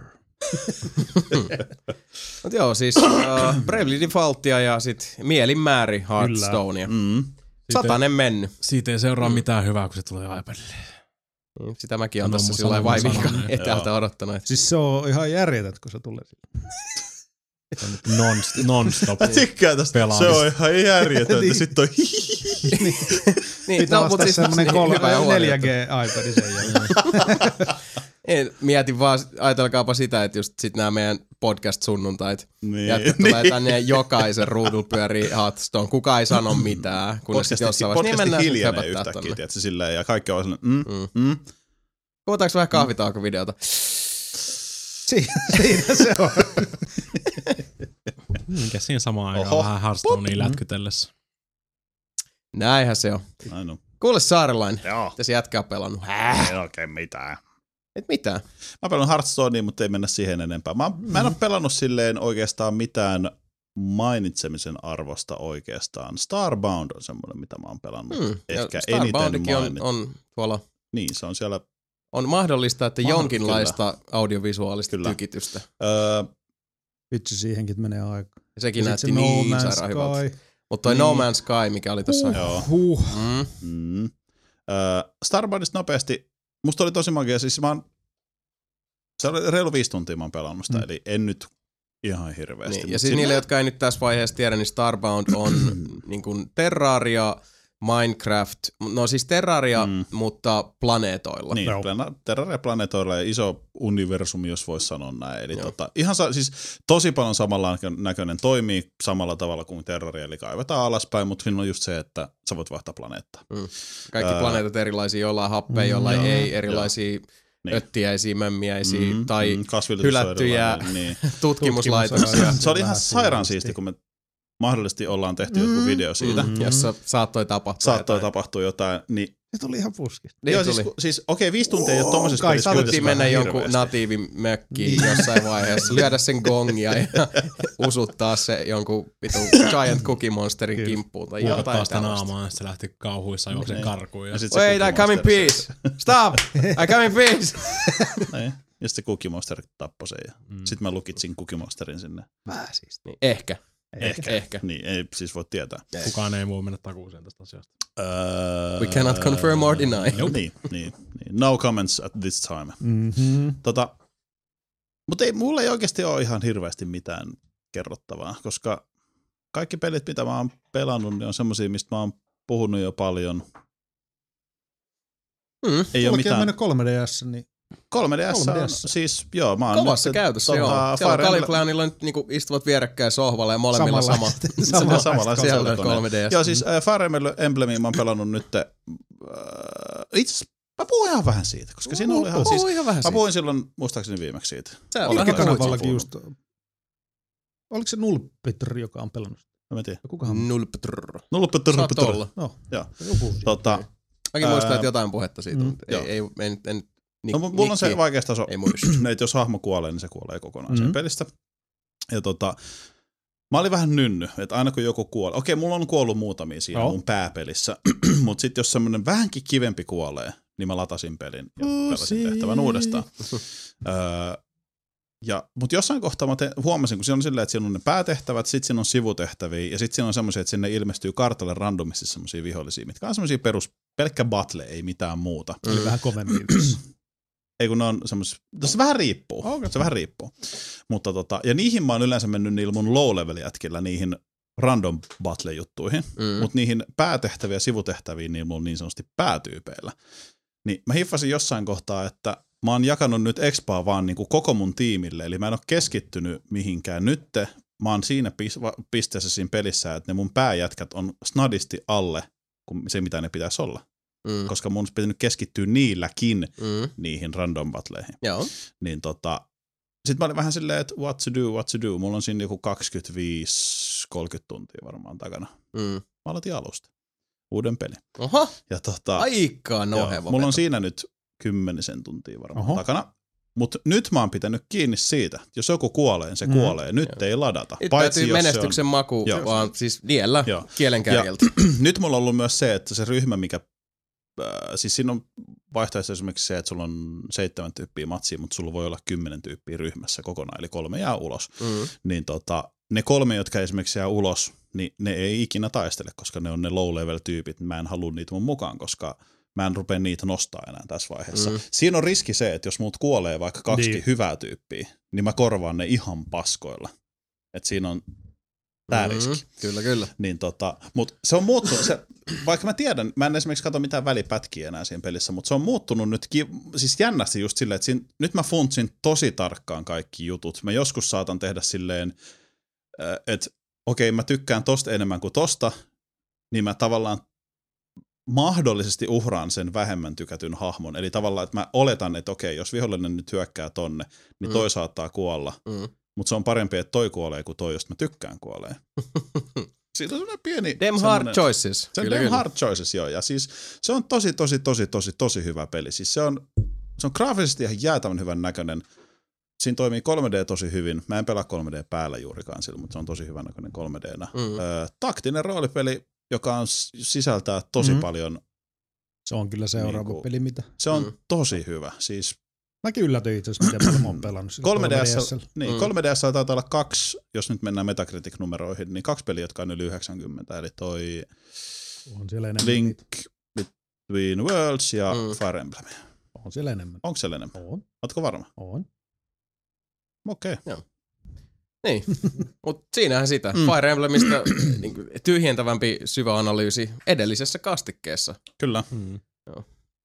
Mut joo, siis uh, Bravely Defaultia ja sit mielinmääri Hearthstonea. Mm. Satanen mennyt. Siitä ei seuraa mitään hyvää, kun se tulee iPadille. Sitä mäkin on Sano tässä mun sillä sanon, vaiviikka sanon, etäältä odottanut. Että... Siis se on ihan järjetöntä, kun se tulee sille. Non, non-stop Mä tykkään tästä. pelaamista. Se on ihan järjetöntä. Sitten on niin, Pitää no, ostaa siis semmonen niin, hyvä ja huono neljä juttu. G-iPad sen jälkeen. En, mietin vaan, ajatelkaapa sitä, että just sit nämä meidän podcast-sunnuntait. niin. Jätkät tulee tänne ja jokaisen ruudulla pyörii Hearthstone. Kuka ei sano mitään, kunnes sit jossain vaiheessa. Niin Podcasti mennään sit hiljenee höpöttää yhtäkkiä, tonne. tiedätkö, silleen, ja kaikki on silleen, mm, Mm. mm. Kuvataanko vähän kahvitaukovideota? Siinä, siinä se on. Mikä siinä samaan aikaan Oho. vähän Hearthstonea lätkytellessä. Näinhän se on. Näin on. Kuule Saarelainen, Joo. tässä jätkä on pelannut. Häh? Ei oikein mitään. Et mitään. Mä pelannut Hearthstonea, mutta ei mennä siihen enempää. Mä, mä en ole pelannut silleen oikeastaan mitään mainitsemisen arvosta oikeastaan. Starbound on semmoinen, mitä mä oon pelannut. Hmm. Ehkä ja eniten Starboundikin on, mainit. on tuolla. Niin, se on siellä. On mahdollista, että Mahdollista, jonkinlaista audiovisuaalista Kyllä. tykitystä. Öö, Vitsi, siihenkin menee aika. Ja sekin Ja näytti sit se niin No Man's sairaan hyvältä. Sky. Mutta toi Niin. No Man's Sky, mikä oli tossa. joo. Huh. Mm. Mm. Öö, Starboundista nopeasti. Musta oli tosi magia. Siis mä oon, se oli reilu viisi tuntia mä oon pelannut sitä, mm. eli en nyt ihan hirveästi. Niin. Ja siis niille, jotka ei nyt tässä vaiheessa tiedä, niin Starbound on niin kuin Terraria, Minecraft, no siis Terraria, Mm. mutta planeetoilla. Niin, Joo. plana- Terraria planetoilla ja iso universumi, jos voisi sanoa näin. Eli Joo. tota, ihan sa- siis tosi paljon samalla näköinen, toimii samalla tavalla kuin Terraria, eli kaivetaan alaspäin, mutta siinä on just se, että sä voit vaihtaa planeettaa. Mm. Kaikki Ää, planeetat erilaisia, jollain happea, jollain joo, ei, erilaisia Niin. öttiäisiä, mömmiäisiä Mm, tai mm, kasvillisuus on hylättyjä erilainen, Niin. tutkimuslaitoksia, Se oli ihan Vähän sairaan siistiä. siisti, kun me mahdollisesti ollaan tehty joku video siitä. mm, jossa saattoi tapahtua Saattoi jotain. tapahtua jotain, niin Se tuli ihan puskista. Niin joo, tuli. siis, ku- siis okei, viisi tuntia ei ole tommosessa kai pelissä saatettiin Haluttiin kuitenkaan mennä ihan jonkun hirveästi. natiivin mökkiin jossain vaiheessa, lyödä sen gongia ja usuttaa se jonkun vitu Giant Cookie Monsterin kimppuun tai Puhuttaa jotain sitä tällaista. naamaa, ja se lähti kauhuissa juoksen Niin. karkuun. Ja Ja sit se Wait, I Cookie come in Monster- peace! Stop! I come in peace! Niin. Ja sitten se Cookie Monster tappoi sen. Ja Mm. sitten mä lukitsin Cookie Monsterin sinne. Vähän siis. Niin, ehkä. Ehkä. Ehkä. Niin, ei siis voi tietää. Kukaan ei voi mennä takuuseen tästä asiasta. Öö, We cannot confirm or deny. Niin, niin, niin. No comments at this time. Mm-hmm. Tota, mutta ei, mulla ei oikeasti ole ihan hirveästi mitään kerrottavaa, koska kaikki pelit, mitä mä oon pelannut, niin on semmosia, mistä mä oon puhunut jo paljon. Mm. Ei ole Mullakin on mitään. mennyt kolme D S, niin kolme D S on kolme D S. siis, joo, mä oon Kovassa nyt, käytössä, tota, joo. Siellä on Fire Emblem- Caliclownilla nyt niinku istuvat vierekkäin sohvalla ja molemmilla sama. samanlaiset. Samalla- samanlaiset samanlaiset Siellä on konsolikoneet. kolme D S. Joo, siis äh, Fire Emblemin mä oon pelannut nyt, äh, itse asiassa mä puhun ihan vähän siitä, koska siinä oli ihan siis, Puhu ihan vähän mä siitä. puhuin silloin muistaakseni viimeksi siitä. Se on Oli vähän Ilkka-kanavallakin puhunut. just. Oliko se Nulpitr, joka on pelannut sitä? Mä en tiedä. Kukahan? Nulptrrr. Nulputtu, Saat nulputtu. olla. No, Joo. joku siitä. Tota, Mäkin muistan, Ää, että jotain puhetta siitä on. mm, Ei, joo. ei, en, en, nik, no, mulla on se nikki vaikea taso, ei muista. että jos hahmo kuolee, niin se kuolee kokonaan Mhm. sen pelistä. Ja tota, mä olin vähän nynny, että aina kun joku kuolee, okei, mulla on kuollut muutamia siinä Joo. mun pääpelissä, mutta sitten jos semmoinen vähänkin kivempi kuolee, niin mä latasin pelin ja pelasin tehtävän uudestaan. öö, ja, mutta jossain kohtaa mä te, huomasin, kun siinä on silleen, että siinä on ne päätehtävät, sitten siinä on sivutehtäviä, ja sitten siinä on semmoisia, että sinne ilmestyy kartalle randomisti semmoisia vihollisia, mitkä on semmoisia perus, pelkkä battle, ei mitään muuta. Eli vähän kovempi. Ei kun ne on semmos, se vähän riippuu, Okay. se vähän riippuu. Mutta tota, ja niihin mä oon yleensä mennyt niillä mun low-level jätkillä, niihin random battle-juttuihin, Mm. mutta niihin päätehtäviä ja sivutehtäviin niin mulla niin sanotusti päätyypeillä. Niin mä hiffasin jossain kohtaa, että mä oon jakanut nyt expaa vaan niin kuin koko mun tiimille, eli mä en ole keskittynyt mihinkään. Nyt mä oon siinä pis- va- pisteessä siinä pelissä, että ne mun pääjätkät on snadisti alle kuin se, mitä ne pitäisi olla. Mm. Koska mun olisi pitänyt keskittyä niilläkin Mm. niihin random battleihin. Joo. Niin tota, sit mä olin vähän silleen, että what to do, what to do. Mulla on siinä joku kaksikymmentäviisi kolmekymmentä tuntia varmaan takana. Mm. Mä aloitin alusta. Uuden pelin. Oho, Ja tota, aika joo, noheva mulla on veto. siinä nyt kymmenisen tuntia varmaan Oho. takana. Mutta nyt mä oon pitänyt kiinni siitä. Jos joku kuolee, se Mm. kuolee. Nyt ei ladata. Nyt Paitsi täytyy jos se menestyksen on, maku, Joo. vaan siis niellä Joo. kielenkärjeltä. nyt mulla on ollut myös se, että se ryhmä, mikä äh, siis siinä on vaihtoehto esimerkiksi se, että sulla on seitsemän tyyppiä matsia, mutta sulla voi olla kymmenen tyyppiä ryhmässä kokonaan, eli kolme jää ulos. Mm. Niin tota, ne kolme, jotka esimerkiksi jää ulos, niin ne ei ikinä taistele, koska ne on ne low-level-tyypit. Mä en halua niitä mun mukaan, koska mä en rupea niitä nostaa enää tässä vaiheessa. Mm. Siinä on riski se, että jos muut kuolee vaikka kaksi niin. hyvää tyyppiä, niin mä korvaan ne ihan paskoilla. Että siinä on tää mm-hmm. riski. Kyllä, kyllä. Niin tota, mut se on muuttunut, se, vaikka mä tiedän, mä en esimerkiksi katso mitään välipätkiä enää siinä pelissä, mutta se on muuttunut nyt, siis jännästi just silleen, että siinä, nyt mä funtsin tosi tarkkaan kaikki jutut. Mä joskus saatan tehdä silleen, että okei, mä tykkään tosta enemmän kuin tosta, niin mä tavallaan mahdollisesti uhraan sen vähemmän tykätyn hahmon. Eli tavallaan, että mä oletan, että okei, jos vihollinen nyt hyökkää tonne, niin toi mm. saattaa kuolla. Mm. Mutta se on parempi, että toi kuolee kuin toi, josta mä tykkään kuolee. Siitä on semmoinen pieni... Dem hard choices. Se on dem hard choices, joo. Ja siis se on tosi, tosi, tosi, tosi, tosi hyvä peli. Siis se on, se on graafisesti ihan jäätävän hyvän näköinen. Siinä toimii kolme D tosi hyvin. Mä en pelaa kolme D päällä juurikaan sillä, mutta se on tosi hyvän näköinen kolme D:nä. Mm. Ö, taktinen roolipeli, joka on, sisältää tosi mm. paljon... Se on kyllä seuraava niinku, peli, mitä... Se on mm. tosi hyvä. Siis... Mäkin yllätyin itse asiassa, miten paljon mä oon pelannut sillä kolme D S. Niin, mm. kolme D S taitaa olla kaksi, jos nyt mennään Metacritic-numeroihin, niin kaksi peliä, jotka on yli yhdeksänkymmentä, eli toi on siellä enemmän Link niitä. Between Worlds ja mm. Fire Emblem. On siellä enemmän. Onko siellä enemmän? On. Ootko varma? On. Okei. Okay. Joo. Niin, mutta siinähän sitä. Mm. Fire Emblemistä niin tyhjentävämpi syvä analyysi edellisessä kastikkeessa. Kyllä. Mm. Joo.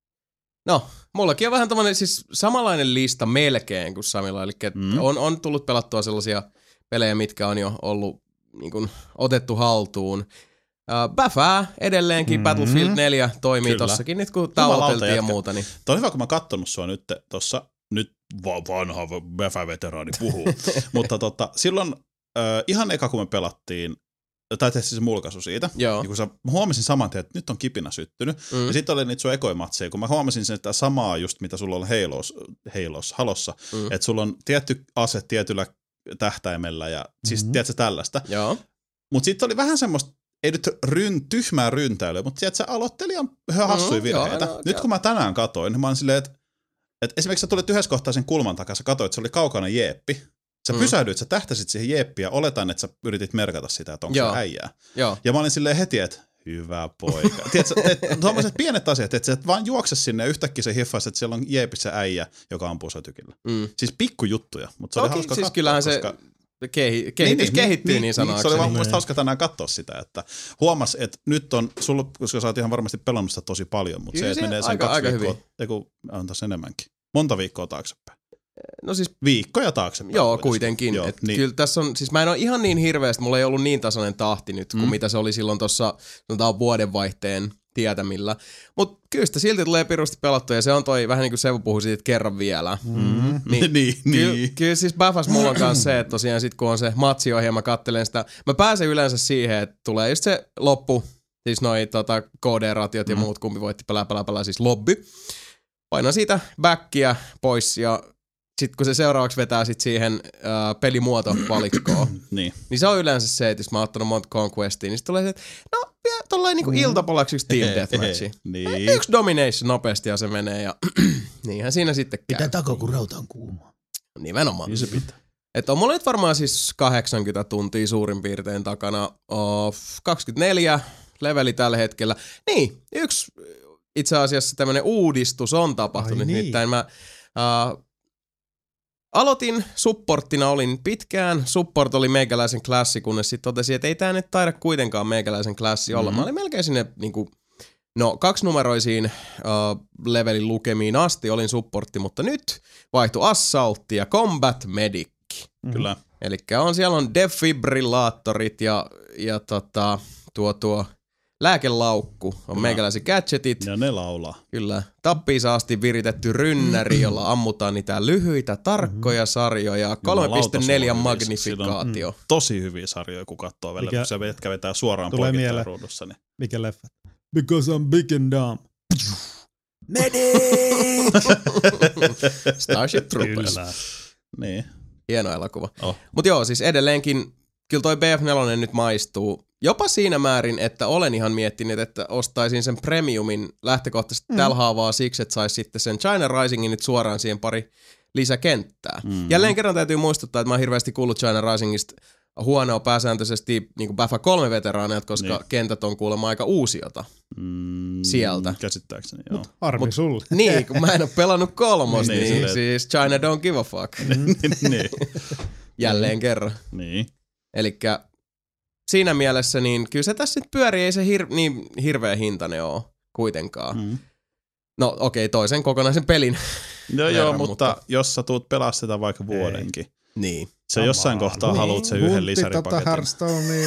No, mullakin on vähän tämmöinen siis samanlainen lista melkein kuin Samilla, eli mm. on, on tullut pelattua sellaisia pelejä, mitkä on jo ollut niin kuin, otettu haltuun. Uh, Bäfää edelleenkin, mm. Battlefield neljä toimii Kyllä. tossakin, nyt kun tauoteltiin ja muuta. Niin. Tämä on hyvä, kun mä oon kattonut sua nyt tuossa, nyt va- vanha Bäfä-veteraani puhuu, mutta tota, silloin äh, ihan eka kun me pelattiin, tai tehtiin se mulkaisu siitä, ja kun sä, mä huomasin saman tien, että nyt on kipinä syttynyt, mm. ja sitten oli niitä sun ekoja matseja, kun mä huomasin sen, että samaa just mitä sulla on Halos, Halos Halossa, mm. että sulla on tietty ase tietyllä tähtäimellä, ja mm-hmm. siis tiedätkö tällaista. Mutta sitten oli vähän semmoista, ei nyt ryn, tyhmää ryntäilyä, mutta tiedätkö, aloittelijan hassuja mm, virheitä. Joo, nyt kun mä tänään katoin, niin mä olin silleen, että, että esimerkiksi sä tulit yhdessä kohtaa sen kulman takaa, sä katsoit, että se oli kaukana jeeppi. Sä mm. pysähdyit, sä tähtäsit siihen jeeppiä, oletan, että sä yritit merkata sitä, että onko se äijää. Joo. Ja mä olin silleen heti, että hyvä poika. Tiedätkö, että tuommoiset pienet asiat, että sä et vaan juokse sinne ja yhtäkkiä se hiffaisi, että siellä on jeepissä äijä, joka ampuu sua tykillä. Mm. Siis pikkujuttuja, mutta se Toki, oli hauska siis katsoa, kyllähän koska... se kehi, kehitys niin, kehittyy niin, niin sanoakseni. Se oli vaan mun mielestä hauska tänään katsoa sitä, että huomas, että nyt on, sulla, koska sä oot ihan varmasti pelannut sitä tosi paljon, mutta Kyllä se, että menee sen aika, kaksi aika viikkoa, eiku, on taas enemmänkin. Monta viikkoa taaksepäin. No siis viikkoja taaksepäin. Joo, kuitenkin. Joo, niin. Kyllä tässä on, siis mä en ole ihan niin hirveästi, mulla ei ollut niin tasainen tahti nyt, kuin mm. mitä se oli silloin tuossa, sanotaan vuodenvaihteen tietämillä. Mutta kyllä sitä silti tulee pirusti pelattua, ja se on toi, vähän niin kuin Sevu puhui siitä, että kerran vielä. Mm. Niin, niin, kyllä, niin. kyllä siis Bäfäs mulla on kanssa se, että tosiaan sit kun on se matsiohjelma, mä kattelen sitä, mä pääsen yleensä siihen, että tulee just se loppu, siis noi tota, K D-ratiot ja mm. muut, kumpi voitti pelaa, pelaa, pelaa, siis lobby. Painan siitä backia pois, ja sitten kun se seuraavaksi vetää sit siihen äh, pelimuotovalikkoon, niin. niin se on yleensä se, että jos mä oon ottanut monta Conquestia, niin sit tulee se, että no vielä tollain niinku iltapalaksi yksi Team Deathmatchi. Niin. Yksi Domination nopeasti ja se menee ja niinhän siinä sitten käy. Pitää takoa, kun rauta on kuuma. Nimenomaan. Niin se pitää. Että on mulla nyt varmaan siis kahdeksankymmentä tuntia suurin piirtein takana. Oh, kaksikymmentäneljä leveli tällä hetkellä. Niin, yksi itse asiassa tämmönen uudistus on tapahtunut. Ai niin. Nimittäin mä... Uh, Aloitin supporttina, olin pitkään. Support oli meikäläisen klassi, kunnes sitten totesin, että ei tää nyt taida kuitenkaan meikäläisen klassi olla. Mm-hmm. Mä olin melkein sinne niinku, no, kaksinumeroisiin uh, levelin lukemiin asti olin supportti, mutta nyt vaihtui Assaultti ja Combat Medic. Mm-hmm. Kyllä. Elikkä on, siellä on defibrillaattorit ja, ja tota, tuo tuo... lääkelaukku on meikäläisen gadgetit. Ja ne laulaa. Kyllä. Tappiinsa asti viritetty rynnäri, jolla ammutaan niitä lyhyitä, tarkkoja sarjoja. kolme pilkku neljä magnifikaatio. Mm, tosi hyviä sarjoja, kun katsoo vielä, kun se vetkä vetää suoraan poikittain ruudussa. Niin. Mikä leffa? Because I'm big and dumb. Medic! Starship Troopers. Niin. Hieno elokuva. Oh. Mutta joo, siis edelleenkin, kyllä toi B F neljä nyt maistuu. Jopa siinä määrin, että olen ihan miettinyt, että ostaisin sen premiumin lähtökohtaisesti mm. tällä haavaa siksi, että saisi sitten sen China Risingin nyt suoraan siihen pari lisäkenttää. Mm. Jälleen kerran täytyy muistuttaa, että mä oon hirveästi kuullut China Risingista huone on pääsääntöisesti niin Bafa kolme veteraaneja, koska Niin. kentät on kuulemma aika uusiota Mm, sieltä. Käsittääkseni, joo. Harmi Mut- sulle. Niin, kun mä en ole pelannut kolmos, Niin, niin, silleen- siis China don't give a fuck. niin. Jälleen kerran. niin. Elikkä siinä mielessä, niin kyllä se tässä sit pyörii, ei se hir- niin hirveä hintainen ole kuitenkaan. Mm. No okei, okay, toisen kokonaisen pelin. No joo, verran, mutta, mutta- jos sä tuut pelaa sitä vaikka vuodenkin, Niin. se jossain Come on. kohtaa haluat sen yhden Huntti tota lisäripaketin. Hearthstonea.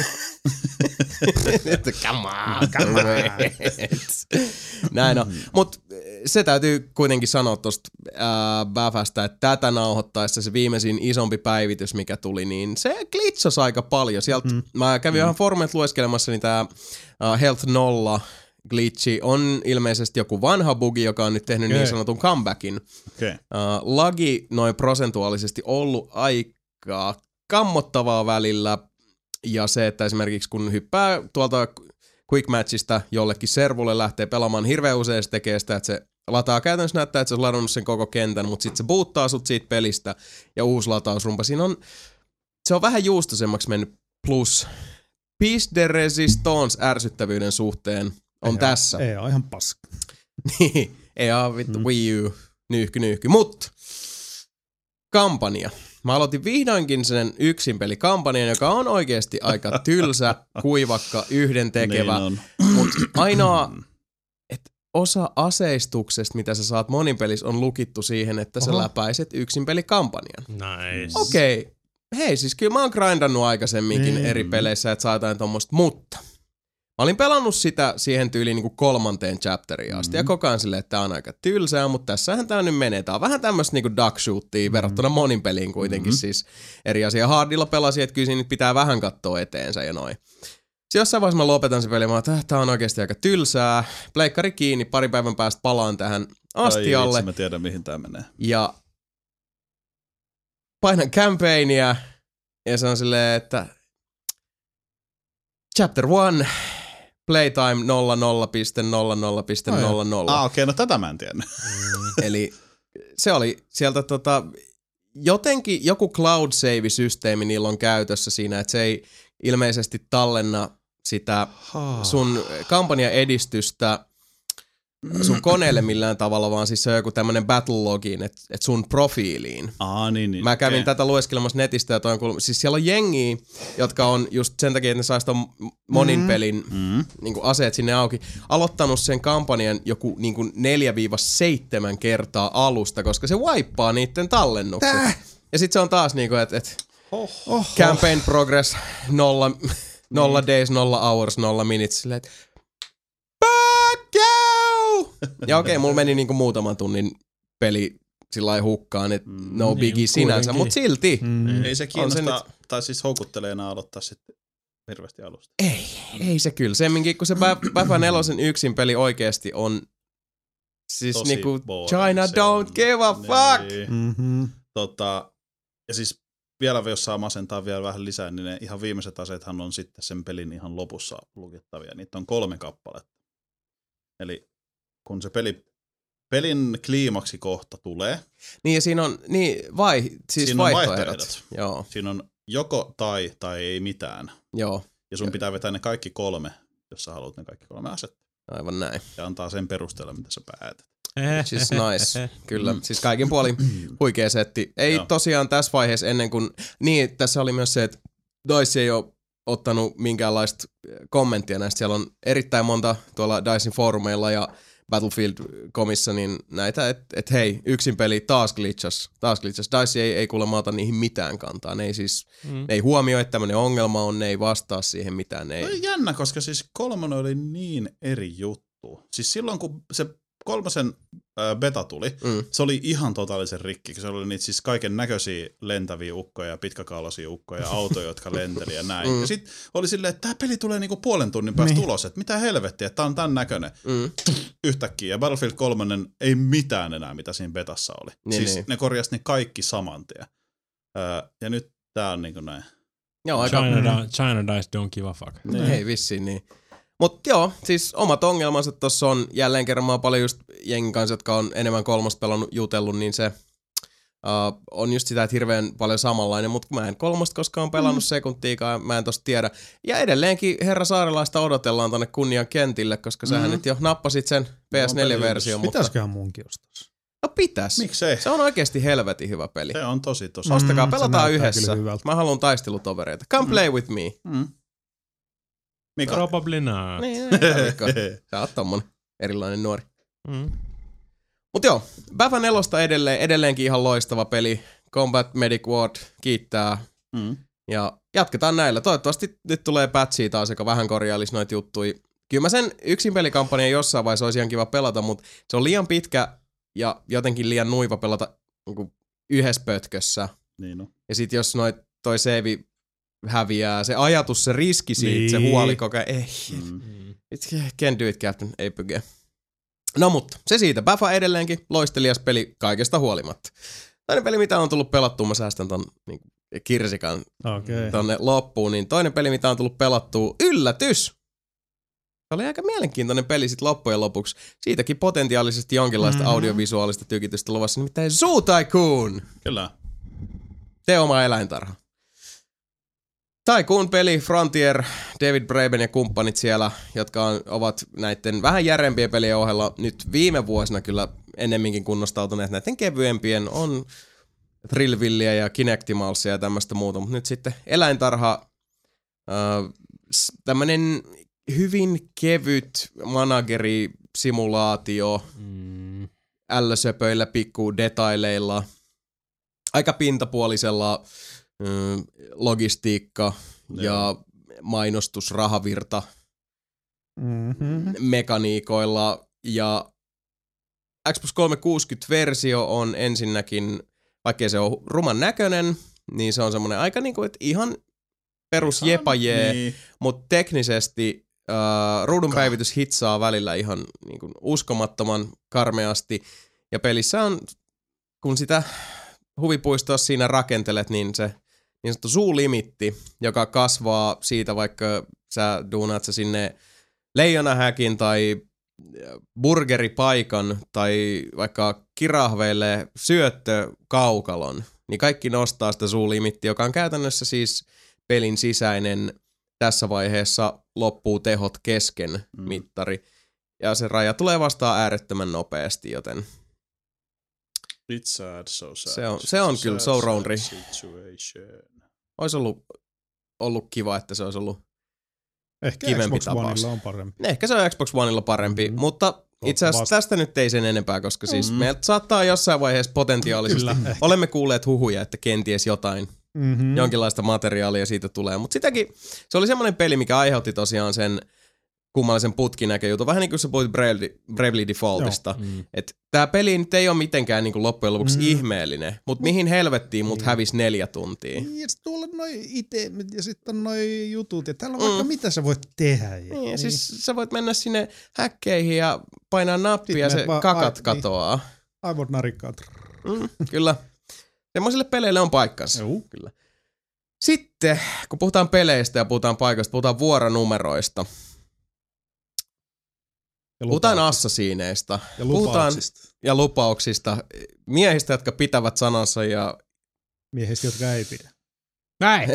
Come on, come on. Näin on. Mutta se täytyy kuitenkin sanoa tuosta Bafasta, että tätä nauhoittaessa se viimeisin isompi päivitys, mikä tuli, niin se glitchasi aika paljon. Sieltä mm. mä kävin mm. ihan foorumit lueskelemassa, niin tää uh, Health nolla glitchi on ilmeisesti joku vanha bugi, joka on nyt tehnyt Okay. niin sanotun comebackin. Okei. Uh, lagi noin prosentuaalisesti ollut aika kammottavaa välillä, ja se, että esimerkiksi kun hyppää tuolta quick matchista jollekin servulle, lähtee pelaamaan hirveän usein, se tekee sitä, että se lataa käytännössä näyttää, että se on ladannut sen koko kentän, mutta sitten se boottaa sut siitä pelistä, ja uusi latausrumpa. Siinä on, se on vähän juustosemmaksi mennyt, plus Piece de Resistance ärsyttävyyden suhteen on Ei tässä. oo- Ei oo ihan paska. Niin, ei oo vittu, mm. Wii U, nyyhky nyyhky. Mut, kampanja. Mä aloitin vihdoinkin sen yksin pelikampanjan, joka on oikeesti aika tylsä, kuivakka, yhdentekevä. Niin Mut ainoa, että osa aseistuksesta, mitä sä saat monin pelissä, on lukittu siihen, että sä Oho. läpäiset yksin pelikampanjan. Nice. Okei. Okay. Hei, siis kyllä mä oon grindannut aikaisemminkin Niin. eri peleissä, että saa jotain tommoista, mutta mä olin pelannut sitä siihen tyyliin niinku kolmanteen chapteriin asti, mm-hmm. ja koko ajan silleen, että tää on aika tylsää, mutta tässähän tää nyt menee. Tää on vähän tämmöstä niinku duck shootia mm-hmm. verrattuna monin peliin kuitenkin, mm-hmm. siis eri asia. Hardilla pelasin, että kyllä siinä nyt pitää vähän katsoa eteensä ja noin. Sitten jossain vaiheessa mä lopetan sen pelin, mä oon, että tää on oikeesti aika tylsää. Pleikkari kiinni, pari päivän päästä palaan tähän astialle. Ai, mä tiedän, mihin tää menee. Ja painan campaignia ja se on silleen, että chapter one, playtime nolla nolla piste nolla nolla piste nolla nolla. Ah, okei, okay, no tätä mä en tiedä. Eli se oli sieltä tota, jotenkin joku cloud save-systeemi niillä on käytössä siinä, että se ei ilmeisesti tallenna sitä sun kampanjan edistystä sun koneelle millään tavalla, vaan siis se on joku tämmönen battle login, että et sun profiiliin. Ah, niin, niin. Mä kävin okay. tätä lueskelemassa netistä ja toi on kuullut, siis siellä on jengiä, jotka on just sen takia, että ne sais ton monin Mm. pelin Mm. niin aseet sinne auki, aloittanut sen kampanjan joku niin neljä seitsemän kertaa alusta, koska se wipaa niitten tallennukset. Tää? Ja sit se on taas niinku, että et, Oho. campaign progress, nolla, nolla days, nolla hours, nolla minutes, silleen, että fuck you! Ja okei, okay, mulla meni niinku muutaman tunnin peli sillä lailla hukkaan, että no niin, biggie sinänsä, kuitenkin. mut silti. Mm. Ei se On se kiinnostaa, tai siis houkuttelee enää aloittaa sitten hirveästi alusta. Ei, ei se kyllä. Semminkin, kun se Bafa nelosen yksin peli oikeesti on siis Tosi niinku boring China se don't on. give a fuck! Niin. Mm-hmm. Tota, ja siis vielä jos saa masentaa vielä vähän lisää, niin ne ihan viimeiset aseethan on sitten sen pelin ihan lopussa lukittavia. Niitä on kolme kappaletta. Eli kun se peli, pelin kliimaksi kohta tulee, Niin ja siinä on, niin vai, siis Siinä on vaihtoehdot. vaihtoehdot. Joo, siinä on joko tai tai ei mitään. joo, Ja sun pitää vetää ne kaikki kolme, jos sä haluat ne kaikki kolme asetta. aivan näin. Ja antaa sen perusteella, mitä sä päätät. Which is nice, kyllä. Siis kaikin puolin huikea setti. Ei Joo. tosiaan tässä vaiheessa ennen kuin, niin tässä oli myös se, että DICE ei ole ottanut minkäänlaista kommenttia näistä. Siellä on erittäin monta tuolla DICEin foorumeilla ja Battlefield-komissa niin näitä, että et hei, yksin peli taas glitchas, taas glitchas. DICE ei, ei kuulemma ota niihin mitään kantaa. Ne ei siis, mm. ne ei huomioi, että tämmöinen ongelma on, ne ei vastaa siihen mitään. Ne No ei. jännä, koska siis kolmonen oli niin eri juttu. Siis silloin, kun se kolmosen äh, beta tuli, Mm. se oli ihan totaalisen rikki, kun se oli niitä siis kaiken näköisiä lentäviä ukkoja ja pitkäkaulaisia ukkoja ja autoja, jotka lenteli ja näin. Mm. Ja sitten oli silleen, että tämä peli tulee niinku puolen tunnin päästä Niin. ulos, että mitä helvettiä, että tämä on tämän näköinen Mm. yhtäkkiä. Ja Battlefield kolme ei mitään enää, mitä siinä betassa oli. Niin, siis niin. ne korjasi ne kaikki saman tien. Öö, ja nyt tää on niinku näin. Joo, aika, China, da, China dice don't give a fuck. No ei vissiin niin. Mut joo, siis omat ongelmansa tossa on, jälleen kerran mä oon paljon just jengin kanssa, jotka on enemmän kolmosta pelannut, jutellut, niin se Uh, on just sitä, että hirveän paljon samanlainen, mutta mä en kolmosta koskaan pelannut mm. sekuntiikaan, mä en tosta tiedä. Ja edelleenkin Herra Saarelaista odotellaan tonne kunnian kentille, koska mm. sähän nyt jo nappasit sen P S neljä-version. Mutta... Pitäisiköhän munkin ostaa? No pitäis. Miksei? Se on oikeesti helvetin hyvä peli. Se on tosi tosi. Ostakaa, Mm, pelataan se yhdessä. Mä haluan taistelutovereita. Come mm. play with me. Mm. Mika? Probably not. Niin, ei, sä oot tommonen erilainen nuori. Mm. Mut joo, Bafa nelosta edelleen, edelleenkin ihan loistava peli. Combat Medic Ward kiittää. Mm. Ja jatketaan näillä. Toivottavasti nyt tulee patchia taas, joka vähän korjailisi noita juttuja. Kyllä mä sen yksin pelikampanjan jossain vaiheessa olisi ihan kiva pelata, mutta se on liian pitkä ja jotenkin liian nuiva pelata niin yhdessä pötkössä. Niin on. Ja sit jos noit, toi save häviää, se ajatus, se riski siitä, niin. se huoli koko ajan, ei, Mm. can do it captain, ei pyge. No mutta, se siitä. Bafa edelleenkin loistelias peli kaikesta huolimatta. Toinen peli, mitä on tullut pelattua, mä säästän ton niin, kirsikan Okei. tonne loppuun, niin toinen peli, mitä on tullut pelattua, yllätys! Se oli aika mielenkiintoinen peli sit loppujen lopuksi. Siitäkin potentiaalisesti jonkinlaista mm-hmm. audiovisuaalista tykitystä luvassa, nimittäin Zoo Tycoon! Kyllä. Tee oma eläintarha. Tycoon-peli, Frontier, David Braben ja kumppanit siellä, jotka on, ovat näiden vähän järempien pelien ohella nyt viime vuosina kyllä ennemminkin kunnostautuneet näiden kevyempien. On Thrillvilliä ja Kinectimalsia ja tämmöistä muuta, mutta nyt sitten eläintarha, äh, tämmönen hyvin kevyt manageri-simulaatio, Mm. ällösöpöillä, pikku detaileilla, aika pintapuolisella mm, logistiikka Joo. ja mainostusrahavirta Mm-hmm. mekaniikoilla ja Xbox kolmesataakuusikymmentä-versio on ensinnäkin, vaikkei se on ruman näköinen, niin se on semmoinen aika niinku, että ihan perus jepajee, Niin. mutta teknisesti uh, ruudun päivitys hitsaa välillä ihan niinku, uskomattoman karmeasti. Ja pelissä on, kun sitä huvipuistoa siinä rakentelet, niin se niin sanottu zoo-limitti, joka kasvaa siitä, vaikka sä duunaat sä sinne leijonahäkin tai burgeripaikan tai vaikka kirahveille syöttökaukalon, niin kaikki nostaa sitä zoo-limittiä, joka on käytännössä siis pelin sisäinen tässä vaiheessa loppuu tehot kesken mm. mittari. Ja se raja tulee vastaan äärettömän nopeasti, joten It's sad, so sad. Se on- se on kyllä so roundry. situation. olisi ollut, ollut kiva, että se olisi ollut. Ehkä Kivempi Xbox tapaus. Oneilla on parempi. Ehkä se on Xbox Oneilla parempi, Mm. mutta itse asiassa Vasta- tästä nyt ei sen enempää, koska siis Mm. meiltä saattaa jossain vaiheessa potentiaalisesti. Kyllä, ehkä. Olemme kuulleet huhuja, että kenties jotain, Mm-hmm. jonkinlaista materiaalia siitä tulee. Mutta sitäkin, se oli semmoinen peli, mikä aiheutti tosiaan sen kummallisen putkinäköjutun. Vähän niin kuin sä puhuit Bravely, Bravely Defaultista. Mm. Että tää peli nyt ei ole mitenkään niin kuin loppujen lopuksi Mm. ihmeellinen, mutta mihin helvettiin mut Niin. hävisi neljä tuntia. Ja sit tuolla noi ite, ja sitten on noi jutut, ja täällä on Mm. vaikka mitä sä voit tehdä. Ja, Niin, ja siis sä voit mennä sinne häkkeihin ja painaa nappia ja Sitten se menet vaan- kakat ai- katoaa. aivot narikkaa. Mm, kyllä. Semmoisille peleille on paikkansa. Joo. Kyllä. Sitten, kun puhutaan peleistä ja puhutaan paikoista, puhutaan vuoronumeroista. Ja Puhutaan lupauksista. assasiineista. Ja Puhutaan lupauksista. ja lupauksista. Miehistä, jotka pitävät sanansa ja Miehistä, jotka ei pidä. Näin.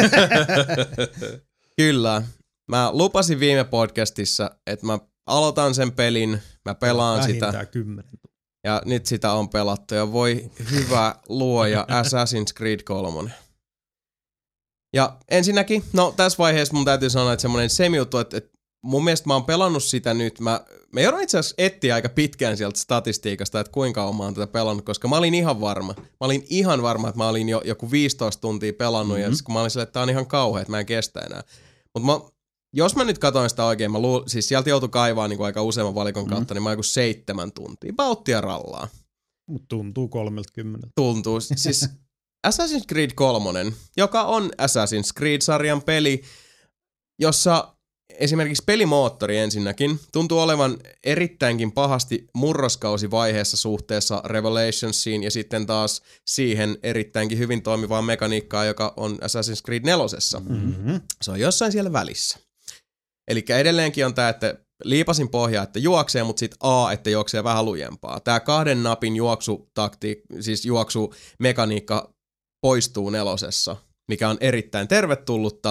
kyllä. Mä lupasin viime podcastissa, että mä aloitan sen pelin, mä pelaan sitä. Vähintään kymmenen. Ja nyt sitä on pelattu ja voi hyvä luoja Assassin's Creed kolme. Ja ensinnäkin, no tässä vaiheessa mun täytyy sanoa, että semmonen semi-juttu, että, että mun mielestä mä oon pelannut sitä nyt. Mä, mä joudun itse asiassa etsiä aika pitkään sieltä statistiikasta, että kuinka kauan mä oon tätä pelannut, koska mä olin ihan varma. Mä olin ihan varma, että mä olin jo joku viisitoista tuntia pelannut mm-hmm. ja sit kun mä olin silleen, että tää on ihan kauhea, että mä en kestä enää. Mutta jos mä nyt katsoin sitä oikein, mä luul, siis sieltä joutui kaivaa niin aika useamman valikon kautta, mm. niin mä joku seitsemän tuntia. Bauttia rallaa. Mut tuntuu kolmeltakymmeneltä. Tuntuu. Siis Assassin's Creed kolme, joka on Assassin's Creed-sarjan peli, jossa esimerkiksi pelimoottori ensinnäkin tuntuu olevan erittäinkin pahasti murroskausivaiheessa suhteessa Revelationsiin ja sitten taas siihen erittäinkin hyvin toimivaan mekaniikkaan, joka on Assassin's Creed nelosessa. Mm-hmm. Se on jossain siellä välissä. Eli edelleenkin on tää, että liipasin pohjaa, että juoksee, mutta sitten A, että juoksee vähän lujempaa. Tää kahden napin juoksutakti, siis juoksumekaniikka poistuu nelosessa, mikä on erittäin tervetullutta.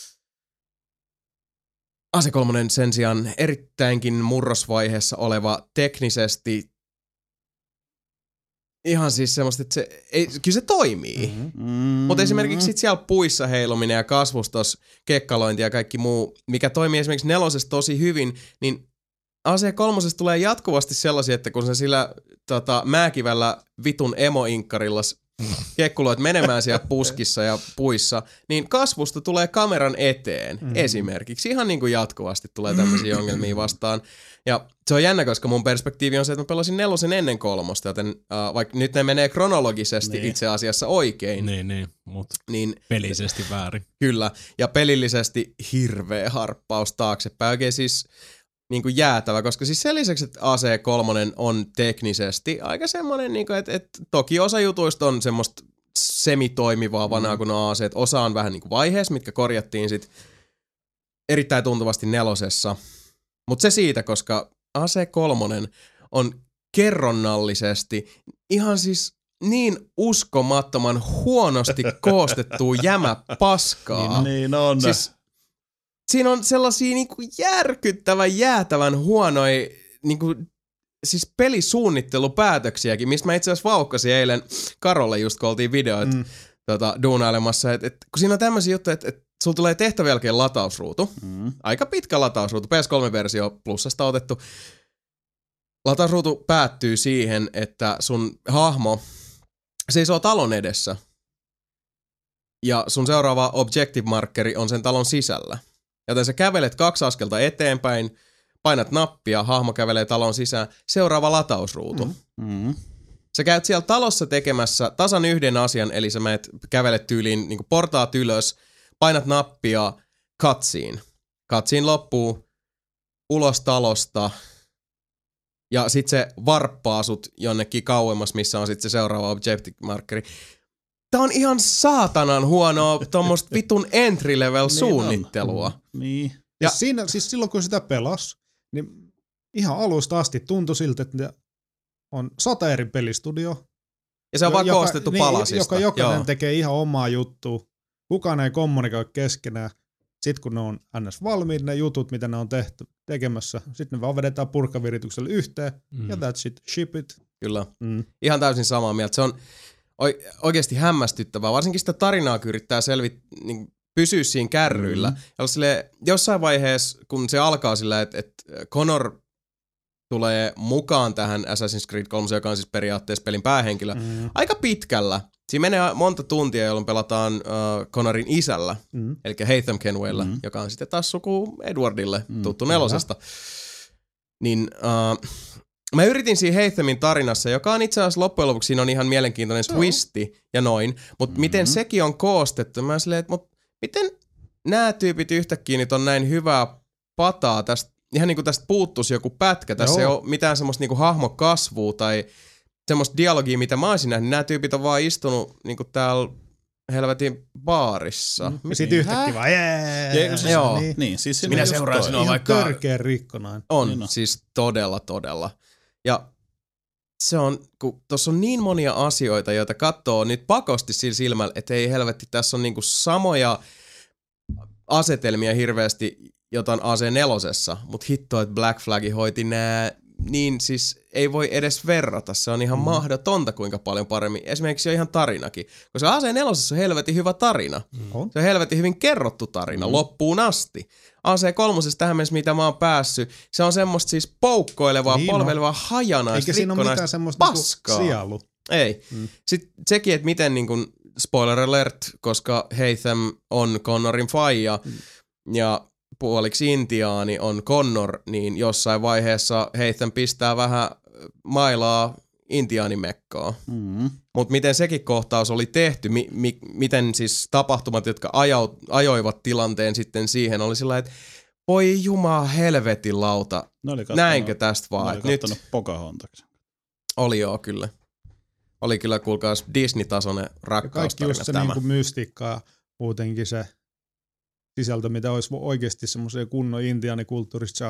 Ase kolmonen sen sijaan erittäinkin murrosvaiheessa oleva teknisesti ihan siis semmoista, että se, ei, kyllä se toimii. Mm-hmm. Mutta esimerkiksi sit siellä puissa heiluminen ja kasvustos, kekkalointi ja kaikki muu, mikä toimii esimerkiksi nelosessa tosi hyvin, niin A C kolme tulee jatkuvasti sellaisia, että kun sä sillä tota, määkivällä vitun emoinkkarilla kekkuloit menemään siellä puskissa ja puissa, niin kasvusta tulee kameran eteen mm. esimerkiksi. Ihan niin kuin jatkuvasti tulee tämmöisiä ongelmia vastaan. Ja se on jännä, koska mun perspektiivi on se, että mä pelasin nelosen ennen kolmosta, joten uh, vaikka nyt ne menee kronologisesti niin. itse asiassa oikein. Niin, niin, mutta niin, pelillisesti väärin. Kyllä, ja pelillisesti hirveä harppaus taaksepäin. Oikein siis niin kuin jäätävä, koska siis sen lisäksi, että A C kolme on teknisesti aika semmoinen, niin kuin, että, että toki osa jutuista on semmoista semitoimivaa vanhaa mm. kuin A C, että osa on vähän niin kuin vaiheessa, mitkä korjattiin sitten erittäin tuntuvasti nelosessa. Mutta se siitä, koska A C kolme on kerronnallisesti ihan siis niin uskomattoman huonosti koostettua jämäpaskaa. Niin, niin on. Siis siinä on sellaisia niinku järkyttävän jäätävän huonoja niinku, siis pelisuunnittelupäätöksiäkin, mistä mä itse asiassa vaukkasin eilen Karolle just, kun oltiin videoit mm. tota, duunailemassa. Et, et, kun siinä on tämmöisiä juttuja, että et, sulla tulee tehtävän jälkeen latausruutu. Mm. Aika pitkä latausruutu, P S kolme-versio plussasta otettu. Latausruutu päättyy siihen, että sun hahmo seisoo talon edessä. Ja sun seuraava objective-markkeri on sen talon sisällä. Joten sä kävelet kaksi askelta eteenpäin, painat nappia, hahmo kävelee talon sisään, seuraava latausruutu. Mm-hmm. Sä käyt siellä talossa tekemässä tasan yhden asian, eli sä menet, kävelet tyyliin niin kuin portaat ylös, painat nappia, cutscene. Cutscene loppuu ulos talosta, ja sit se varppaa sut jonnekin kauemmas, missä on sit se seuraava objective-markkeri. Tää on ihan saatanan huonoa tommoista vitun entry-level suunnittelua. Niin. Ja siinä, siis silloin kun sitä pelasi, niin ihan alusta asti tuntui siltä, että on sata eri pelistudio. Ja se on vaan joka, koostettu niin, palasista. Joka jokainen Joo. tekee ihan omaa juttua. Kukaan ei kommunikoi keskenään. Sitten kun ne on ns. Valmiit, ne jutut, mitä ne on tehty tekemässä, sitten ne vaan vedetään purkkavirityksellä yhteen. Mm. Ja that's it, ship it. Kyllä. Mm. Ihan täysin samaa mieltä. Se on oikeasti hämmästyttävää. Varsinkin sitä tarinaa, kun yrittää selvit, niin pysyä siinä kärryillä. Mm-hmm. Ja silleen, jossain vaiheessa, kun se alkaa sillä, että, että Connor tulee mukaan tähän Assassin's Creed kolme, joka on siis periaatteessa pelin päähenkilö, mm-hmm. aika pitkällä. Siinä menee monta tuntia, jolloin pelataan uh, Connorin isällä, mm-hmm. eli Haytham Kenwaylla, mm-hmm. joka on sitten taas suku Edwardille, mm-hmm. tuttu nelosesta. Niin uh, mä yritin siinä Haythamin tarinassa, joka on itse asiassa loppujen lopuksi siinä on ihan mielenkiintoinen so. twisti ja noin, mutta mm-hmm. miten sekin on koostettu, mä silleen, että mut, miten nämä tyypit yhtäkkiä nyt on näin hyvää pataa tästä, ihan niin kuin tästä puuttuisi joku pätkä, tässä Joo. ei ole mitään semmoista niin kuin hahmokasvua tai semmoista dialogia, mitä mä olisin nähnyt, nämä tyypit on vaan istunut niin kuin täällä helvetin baarissa. Mm. Ja sit yhtäkkiä vaan jee. Yeah. Siis, Joo. Niin, niin, siis minä seuraan sinua vaikka. Törkeä rikkonainen. On, niin on, siis todella, todella. Ja se on, kun tuossa on niin monia asioita, joita katsoo nyt pakosti sillä silmällä, että ei helvetti, tässä on niinku samoja asetelmia hirveästi, jota on A C neljä, mutta hitto, että Black Flag hoiti nää, niin siis ei voi edes verrata. Se on ihan mm. mahdotonta, kuinka paljon paremmin. Esimerkiksi jo ihan tarinakin. Koska A C neljä on helvetin hyvä tarina. Mm. Se on helvetin hyvin kerrottu tarina mm. loppuun asti. A C kolme tähän mennessä, mitä mä oon päässyt, se on semmoista siis poukkoilevaa, niin polvelevaa, hajanaista, eikä siinä ole mitään semmoista paskaa. Sielu. Ei. Mm. Sitten sekin, että miten niin kuin, spoiler alert, koska Haytham on Connorin faija mm. ja puoliksi intiaani on Connor, niin jossain vaiheessa Haytham pistää vähän mailaa intiaanimekkaa. Mm. Mutta miten sekin kohtaus oli tehty, mi- mi- miten siis tapahtumat, jotka ajau- ajoivat tilanteen sitten siihen, oli sillä että voi jumaa helvetin lauta, näinkö tästä vaan? Ne oli kattonut Pocahontaksen. Oli joo, kyllä. Oli kyllä, kuulkaas, Disney-tasoinen rakkaustarina tämä. Kaikki just se tämä. Niinku mystiikkaa, muutenkin se sisältö, mitä olisi oikeasti semmoisia kunnon intiaanikulttuurista saanut.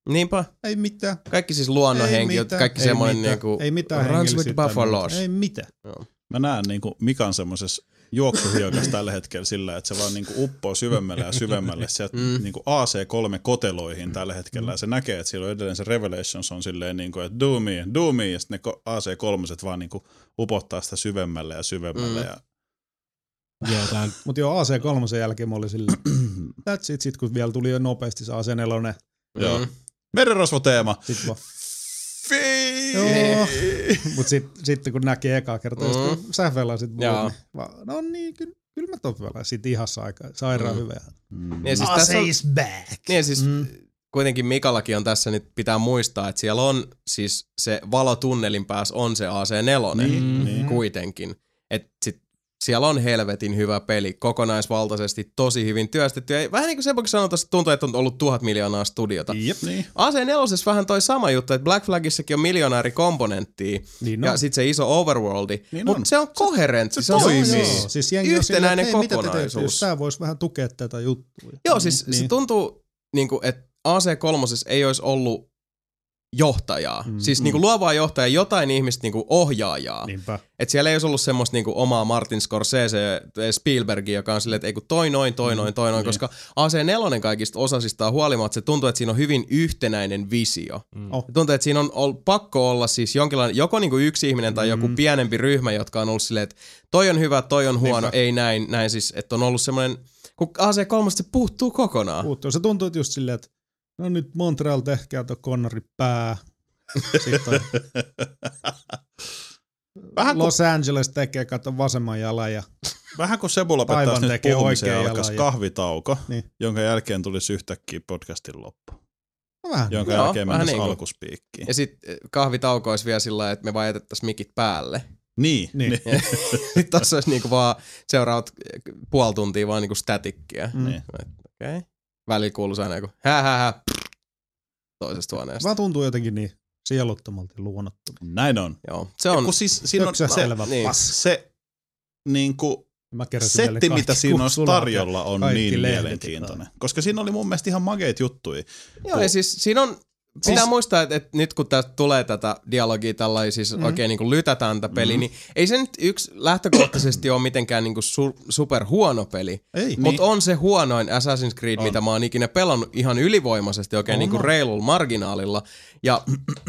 Niinpä. Ei mitään. Kaikki siis luonnonhenkilöt, mitään. kaikki Ei semmoinen mitään. niinku... Ei mitään Runs with the hengellisyyttä. Buffalos. Ei mitään. Mä näen niinku Mikan semmosessa juoksuhiekas tällä hetkellä sillä, että se vaan niinku uppoo syvemmälle ja syvemmälle sieltä mm. niinku A C kolme koteloihin tällä hetkellä. Ja se näkee, että siellä on edelleen se Revelations on silleen niinku, että do me, do me, ja sitten ne A C kolme vaan niinku upottaa sitä syvemmälle ja syvemmälle. Mm. Ja... Joo, tämän... Mut joo, A C kolme jälkeen mä olin silleen, that's it, sit kun vielä tuli jo nopeasti se A C neljä. Joo. Mm. Merenrosvoteema. Sit vaan. Fii. Joo. Mut sit, sitten kun näki ekaa kertaa, mm. sit kun sä pelasit Joo. niin vaan, no niin, kyllä, kyllä mä ton pelaan. Sit ihassa aikaa, sairaan mm. hyvä. Mm. Niin, siis A C tässä on, is back. niin siis Mm. kuitenkin Mikallakin on tässä nyt pitää muistaa, että siellä on siis se valotunnelin päässä on se A C neljä Niin, niin. kuitenkin. Että sit siellä on helvetin hyvä peli, kokonaisvaltaisesti tosi hyvin työstetty. Ja vähän niin kuin se, kun sanotaan, että tuntuu, että on ollut tuhat miljoonaa studiota. Jep, niin. A C neljä vähän toi sama juttu, että Black Flagissakin on miljonäärikomponenttia Niin ja on. sitten se iso overworldi, Niin mutta on. se on koherentti, se, se on toimii. siis Joo, siis jengi on silleen, yhtenäinen että hei, mitä te teette, kokonaisuus. jos tää vois vähän tukea tätä juttua. Joo, siis niin. se tuntuu, niin kuin, että A C kolme ei olisi ollut johtajaa. Mm, siis mm. Niin kuin luovaa johtajaa, jotain ihmistä niin kuin ohjaajaa. Niinpä. Että siellä ei olisi ollut semmoista niin kuin omaa Martin Scorsese Spielbergia, joka on silleen, että ei kun toi noin, toi noin, toi noin, mm, koska A C neljä kaikista osasistaan huolimatta se tuntuu, että siinä on hyvin yhtenäinen visio. Mm. Oh. Tuntuu, että siinä on ol, pakko olla siis jonkinlainen, joko niin kuin yksi ihminen tai joku mm. pienempi ryhmä, jotka on ollut silleen, että toi on hyvä, toi on huono, Niinpä. ei näin, näin siis, että on ollut semmoinen, kun A C kolme se puuttuu kokonaan. Puuttuu. Se tuntuu että just silleen, että no nyt Montreal tehkää tuon Connorin pää. Sitten Vähän Los Angeles tekee kato vasemman jalan ja Vähän kun Sebu lopettaisi Aivan nyt tekee puhumisen ja oikein alkaisi jalan ja- kahvitauko, Niin. jonka jälkeen tulisi yhtäkkiä podcastin loppu. no vähän. Jonka Joo, jälkeen vähän mennään niin kuin. alkuspiikkiin. Ja sitten kahvitauko olisi vielä sillä lailla, että me vaan jätettäisiin mikit päälle. Niin. Niin. niin. Sitten tossa olisi niinku vaan seuraavat puoli tuntia vaan niinku statikkiä. Mm. niin. Okei. Okay. Välillä kuuluu aina joku hää hää hää toisesta huoneesta. Vaan tuntuu jotenkin niin sieluttomalta ja luonnottomalta. Näin on. Joo. Se Ja on, kun siis siinä on Töksä se, selvä niin. passi. se niinku Mä kerrotin vielä setti, kaikki mitä siinä olisi sulat tarjolla, on kaikki niin lehdet mielenkiintoinen. Koska siinä oli mun mielestä ihan makeita juttuja. joo, ja siis siinä on, pitää Siis- muistaa, että, että nyt kun tästä tulee tätä dialogia tällä siis mm. oikein niinku lytätään tätä peliä, Mm. niin ei se nyt yksi lähtökohtaisesti ole mitenkään niinku su, super huono peli. Ei. Niin. Mutta on se huonoin Assassin's Creed, On. mitä mä oon ikinä pelannut ihan ylivoimaisesti oikein On, niinku on. reilulla marginaalilla. Ja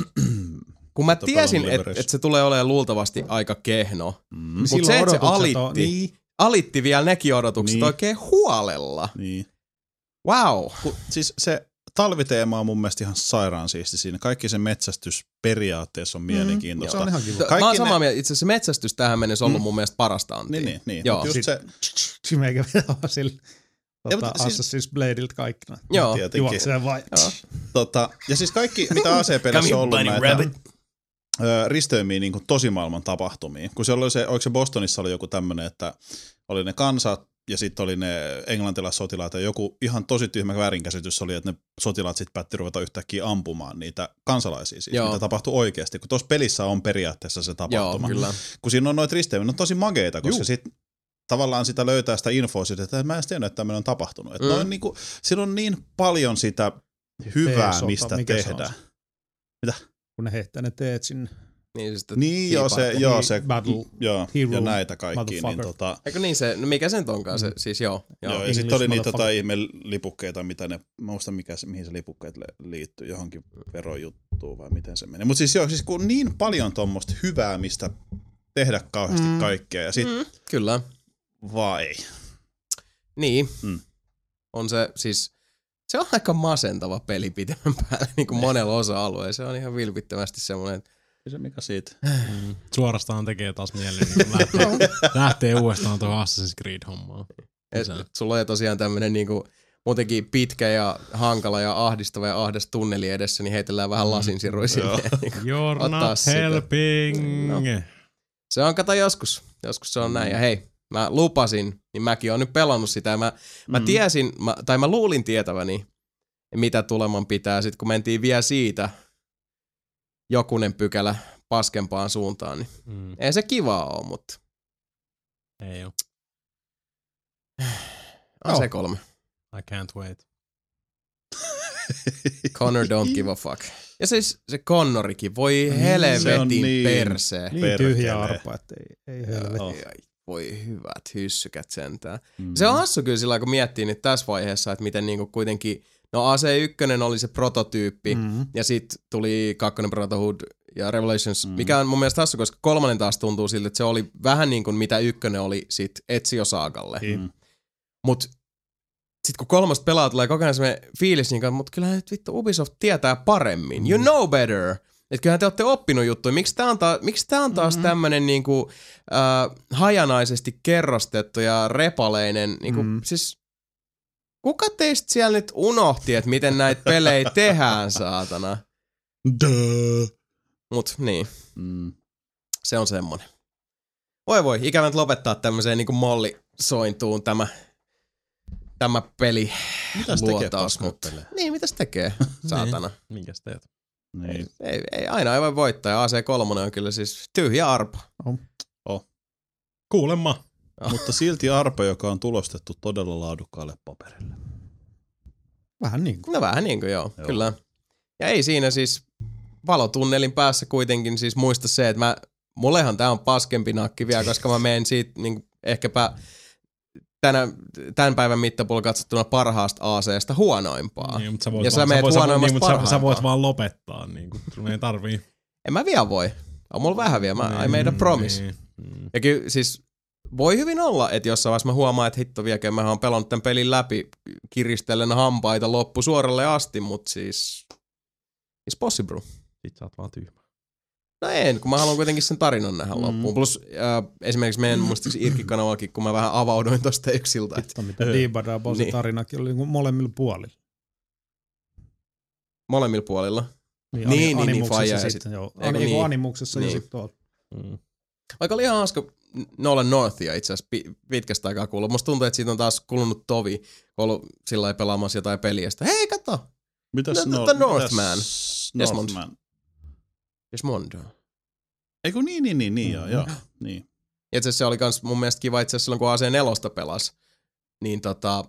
kun mä Totta tiesin, pelannut että levereissä. et se tulee olemaan luultavasti aika kehno, Mm. Mut Silloin se, että se odotukset alitti, on- niin. alitti vielä nekin odotukset Niin. oikein huolella. Niin. Wow. Kun, siis se talviteema on mun mielestä ihan sairaan siisti siinä. Kaikki se metsästys periaatteessa on mielenkiintoista. Se on ihan kiva. Mä Kaikki oon samaa ne- mieltä. Itse asiassa metsästys tähän mennessä on ollut mun mielestä parasta antia. Niin, niin, niin. Joo. Mut just Sit- se, Meikä vielä sillä Ja, tota, mutta siis- Assassin's Bladeilt kaikkina. Joo. tietenkin. Juoksee vai. Joo. Tota, ja siis kaikki, mitä A C-pelissä on ollut Bunny näitä Rabbit. ö, risteymiä niin kuin tosimaailman tapahtumia. Kun siellä oli se, oliko se Bostonissa oli joku tämmöinen, että oli ne kansat ja sitten oli ne englantilaissotilaat ja joku ihan tosi tyhmä väärinkäsitys oli, että ne sotilaat sitten päätti ruveta yhtäkkiä ampumaan niitä kansalaisia siis, Joo. mitä tapahtui oikeasti. Kun tuossa pelissä on periaatteessa se Joo, tapahtuma. kyllä. Kun siinä on noita risteymiä, ne on tosi mageita, koska sitten tavallaan sitä löytää sitä infoa siitä, että mä en tiedä, että tämmöinen on tapahtunut. Että Mm. noin niinku, siinä on niin paljon sitä hyvää, T-sota, mistä mikä se on tehdään. Kun ne heittää ne teet sinne. Niin, siis sitä Niin joo, se, hiipaa. joo, se Battle joo, hero, ja näitä kaikkia. Niin, motherfucker. tota, Eikö niin se, no mikä se nyt onkaan se, siis joo. joo. joo, ja English sitten oli niitä motherfucker. tota, ihme lipukkeita, mitä ne, mä muistan mikä se, mihin se lipukkeet le- liittyy, johonkin verojuttuun vai miten se menee. Mutta siis joo, siis kun niin paljon tuommoista hyvää, mistä tehdä kauheasti Mm. kaikkea, ja sitten Mm, kyllä. vaan ei. Niin. Mm. On se siis, se on aika masentava peli pitemmän päälle niin kuin monella osa-alueella. Se on ihan vilpittömästi semmoinen, että Se mikä siitä. Mm. Suorastaan tekee taas mieli niin lähtee, lähtee uudestaan tuohon Assassin's Creed-hommaan. et, Lisää. et sulla on tosiaan tämmöinen niin kuin muutenkin pitkä ja hankala ja ahdistava ja ahdas tunneli edessä, niin heitellään vähän lasinsiruja Joo. sinne. Niin kuin You're ottaa not sitä. helping. No. Se on, kato joskus. Joskus se on näin. Ja hei, mä lupasin, niin mäkin oon nyt pelannut sitä. Ja mä, mä Mm. tiesin, mä, tai mä luulin tietäväni, mitä tuleman pitää. Sitten kun mentiin vielä siitä jokunen pykälä paskempaan suuntaan, niin Mm. ei se kivaa ole, mutta Ei oo. A C kolme. I can't wait. Connor don't give a fuck. Ja siis se Connorikin, voi helvetin niin persee. Niin Perkele. tyhjä arpa, että ei, ei helvetti. Oh. Ai, voi hyvät hyssykät sentään. Mm. Se on hassu kyllä sillä, kun miettii nyt tässä vaiheessa, että miten niinku kuitenkin, no A C yksi oli se prototyyppi, Mm. ja sitten tuli kakkonen Brotherhood ja Revelations, Mm. mikä on mun mielestä hassu, koska kolmannen taas tuntuu siltä, että se oli vähän niin kuin mitä ykkönen oli sit Ezio Saagalle. Mm. Mut sit kun kolmosta pelaa, tulee koko ajan semmoinen fiilis, niin kuin, mutta kyllähän nyt vittu Ubisoft tietää paremmin. You know better. Että kyllähän te olette oppinut juttuja. Miksi tää on, ta- miksi tää on taas mm-hmm. tämmönen niinku, äh, hajanaisesti kerrostettu ja repaleinen, niinku, mm. siis kuka teistä siellä nyt unohti, että miten näitä pelejä tehdään, saatana? Duh. Mut niin, Mm. se on semmonen. Voi voi, ikävä nyt lopettaa tämmöiseen niinku mollisointuun tämä, tämä peli. Mitäs tekee luotaus, paskat mutta pelejä? niin, mitäs tekee, saatana? Minkäs teet? Niin. Ei, ei, aina ei voi voittaa, ja A C kolme on kyllä siis tyhjä arpa. Kuulemma. Mutta silti arpa, joka on tulostettu todella laadukkaalle paperille. Vähän niin kuin. No vähän niin kuin joo, Joo. kyllä. Ja ei siinä siis valotunnelin päässä kuitenkin siis muista se, että mä, mullehan tää on paskempi nakki vielä, koska mä menen siitä niin ehkäpä tänä, tämän päivän mittapuolella katsottuna parhaasta A C:stä huonoimpaa. Niin, mutta sä voit Ja vaan, sä meet voit- huonoimmasta niin, mutta sä, sä parhaimpaan. voit vaan lopettaa, niin kuin, sun ei tarvii. En mä vielä voi. On mulla vähän vielä, mä, I made a promise. Niin, mm. Ja kyllä siis voi hyvin olla, että jossain vaiheessa mä huomaan, että hitto vieläkin, mä oon pelannut tämän pelin läpi kiristellen hampaita loppu suoralle asti, mutta siis it's possible. Sit sä oot vaan tyhmä. No en, kun mä haluan kuitenkin sen tarinan nähdä mm. loppuun. Plus äh, esimerkiksi meidän muistaakseni Irkki-kanavallakin, kun mä vähän avauduin tosta yksiltä. Että Hitto, mitä Diibadaa Niin. niin. tarinakin oli niin molemmilla puolilla. molemmilla puolilla. Niin, Niin, ani- niin, niin, animuksessa faija ja sitten, sit- joo. eikö Ani, niin? niin. animuksessa Niin. ja sitten tuolla. Mm. Vaikka oli ihan hauska Nolan Northia itse asiassa pi- pitkästä aikaa kuullut. Musta tuntuu, että siitä on taas kulunut tovi, kun on ollut sillä lailla pelaamassa jotain peliä. Sitten, hei, kato! Mitäs No, no, the Northman. mitäs Desmond. Northman? Desmond. Eiku niin, niin, niin, niin, joo, Mm. joo. Niin. Ja itse asiassa se oli kans mun mielestä kiva itse asiassa silloin, kun A C neljä pelasi. Niin tota,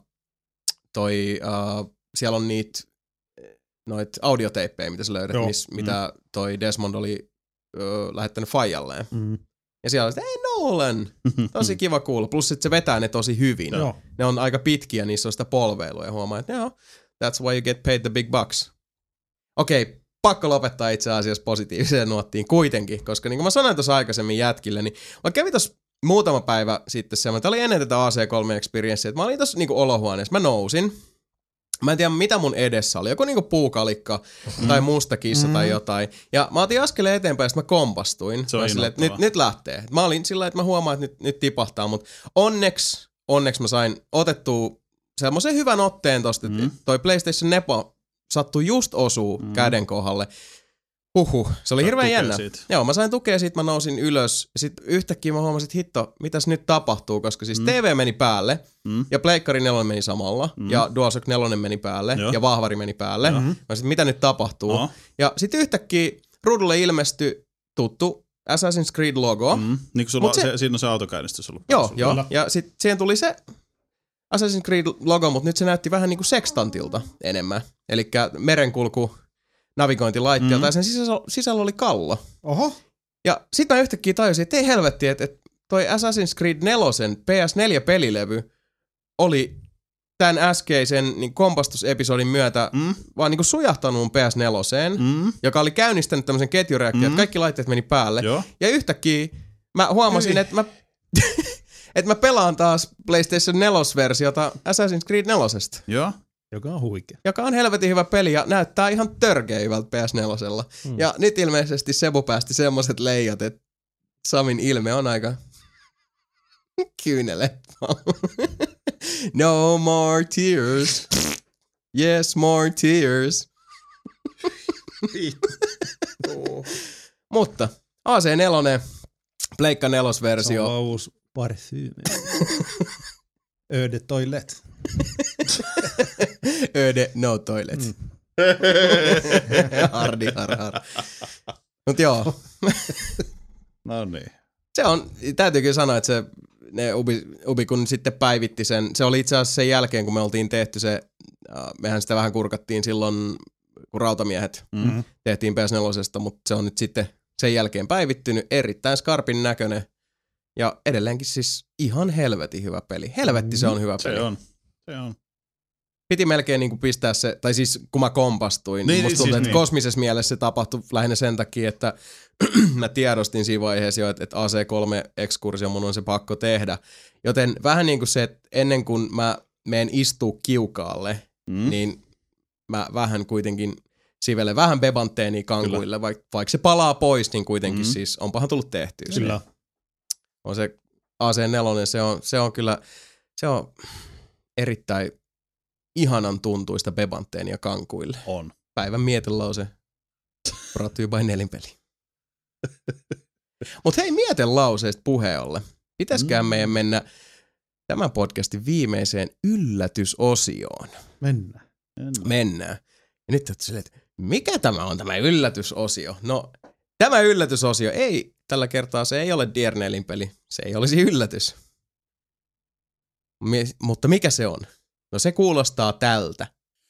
toi, uh, siellä on niitä noit audioteippejä, mitä sä löydät, Joo. mis, mitä toi Desmond oli uh, lähettänyt Fajalleen. Mm. Ja siellä oli, että ei Nolan, tosi kiva kuulla. Plus sit se vetää ne tosi hyvin. Joo. Ne on aika pitkiä, niissä on sitä polveilua ja huomaa, että joo, that's why you get paid the big bucks. Okei, okay, pakko lopettaa itse asiassa positiiviseen nuottiin kuitenkin, koska niin kuin mä sanoin tuossa aikaisemmin jätkille, niin mä kävin tuossa muutama päivä sitten semmoinen, tämä oli ennen tätä A C kolme experienssiä, että mä olin tuossa niin kuin olohuoneessa, mä nousin, mä en tiedä mitä mun edessä oli, joku niinku puukalikka mm. tai musta kissa mm. tai jotain. Ja mä otin askeleen eteenpäin, että mä kompastuin. Se on Mä silleen, että nyt, nyt lähtee. Mä olin sillä että mä huomaan, että nyt, nyt tipahtaa, mutta onneksi, onneksi mä sain otettua semmoisen hyvän otteen tosta, että Mm. toi PlayStation Nepo sattui just osuu mm. käden kohdalle. Huhhuh, se oli Sait hirveän tukea jännä. siitä. Joo, mä sain tukea siitä, mä nousin ylös. Ja sit yhtäkkiä mä huomasin, että hitto, mitäs nyt tapahtuu, koska siis mm. T V meni päälle, Mm. ja Pleikkari neljä meni samalla, mm. ja DualShock neljä meni päälle, Joo. ja Vahvari meni päälle. Mm-hmm. Mä sit, mitä nyt tapahtuu? Oho. Ja sit yhtäkkiä ruudulle ilmestyi tuttu Assassin's Creed logo. Mm. Niin kun sulla, Mut se- se, siinä on se autokäynnistys ollut. Joo, sulla. joo. Kyllä. Ja sit siihen tuli se Assassin's Creed logo, mutta nyt se näytti vähän niinku sextantilta enemmän. Elikkä merenkulku navigointilaitteelta, Mm. ja sen sisällä, sisällä oli kallo. Oho. Ja sit mä yhtäkkiä tajusin, että ei helvetti, että, että toi Assassin's Creed neljä P S neljä pelilevy oli tämän äskeisen niin kompastusepisodin myötä Mm. vaan niin kuin sujahtanut mun P S neljä, Mm. joka oli käynnistänyt tämmöisen ketjureaktion, Mm. että kaikki laitteet meni päälle. Joo. Ja yhtäkkiä mä huomasin, Hyi. että mä, että mä pelaan taas PlayStation neljä-versiota Assassin's Creed neljä, Joo. Joka on huikea. joka on helvetin hyvä peli ja näyttää ihan törkeä hyvältä P S neljä. Mm. Ja nyt ilmeisesti Sebu päästi semmoset leijat, että Samin ilme on aika kyynele. No more tears. Yes, more tears. Mutta A C neljä, Pleikka neljä Se on versio. vaan uusi parfyymi. Öde toilet. Öde no toilet. Mm. Hardi har har. Mut joo, No niin. se on, täytyy kyllä sanoa, että se, ne Ubi, Ubi kun sitten päivitti sen, se oli itse asiassa sen jälkeen, kun me oltiin tehty se mehän sitä vähän kurkattiin silloin, kun Rautamiehet Mm. tehtiin P S neljä, mutta se on nyt sitten sen jälkeen päivittynyt, erittäin skarpin näköinen ja edelleenkin siis ihan helvetin hyvä peli. Helvetti se on hyvä peli. Se on, se on. Piti melkein niinku pistää se, tai siis kun mä kompastuin, Niin, niin, musta siis tuntuu, että niin. kosmisessa mielessä se tapahtui lähinnä sen takia, että mä tiedostin siinä vaiheessa jo, että, että A C kolme ekskursio mun on se pakko tehdä. Joten vähän niin kuin se, että ennen kuin mä menen istuu kiukaalle, Mm. niin mä vähän kuitenkin sivelen vähän bebantteeni kankuille, vaikka vaik se palaa pois, niin kuitenkin Mm. siis onpahan tullut tehtyä. se. Kyllä. On se A C neljä, se on, se on kyllä, se on erittäin ihanan tuntuista bebantteenia kankuille. On. Päivän mietelause brought to you by nelinpeli. Mut hei, mietelauseista puheen ollen. Pitäisikään Mm. meidän mennä tämän podcastin viimeiseen yllätysosioon. Mennään. Mennään. Ja nyt oot silleen, että mikä tämä on tämä yllätysosio? No, tämä yllätysosio ei, tällä kertaa se ei ole Dear nelinpeli. Se ei olisi yllätys. Mi- mutta mikä se on? No se kuulostaa tältä.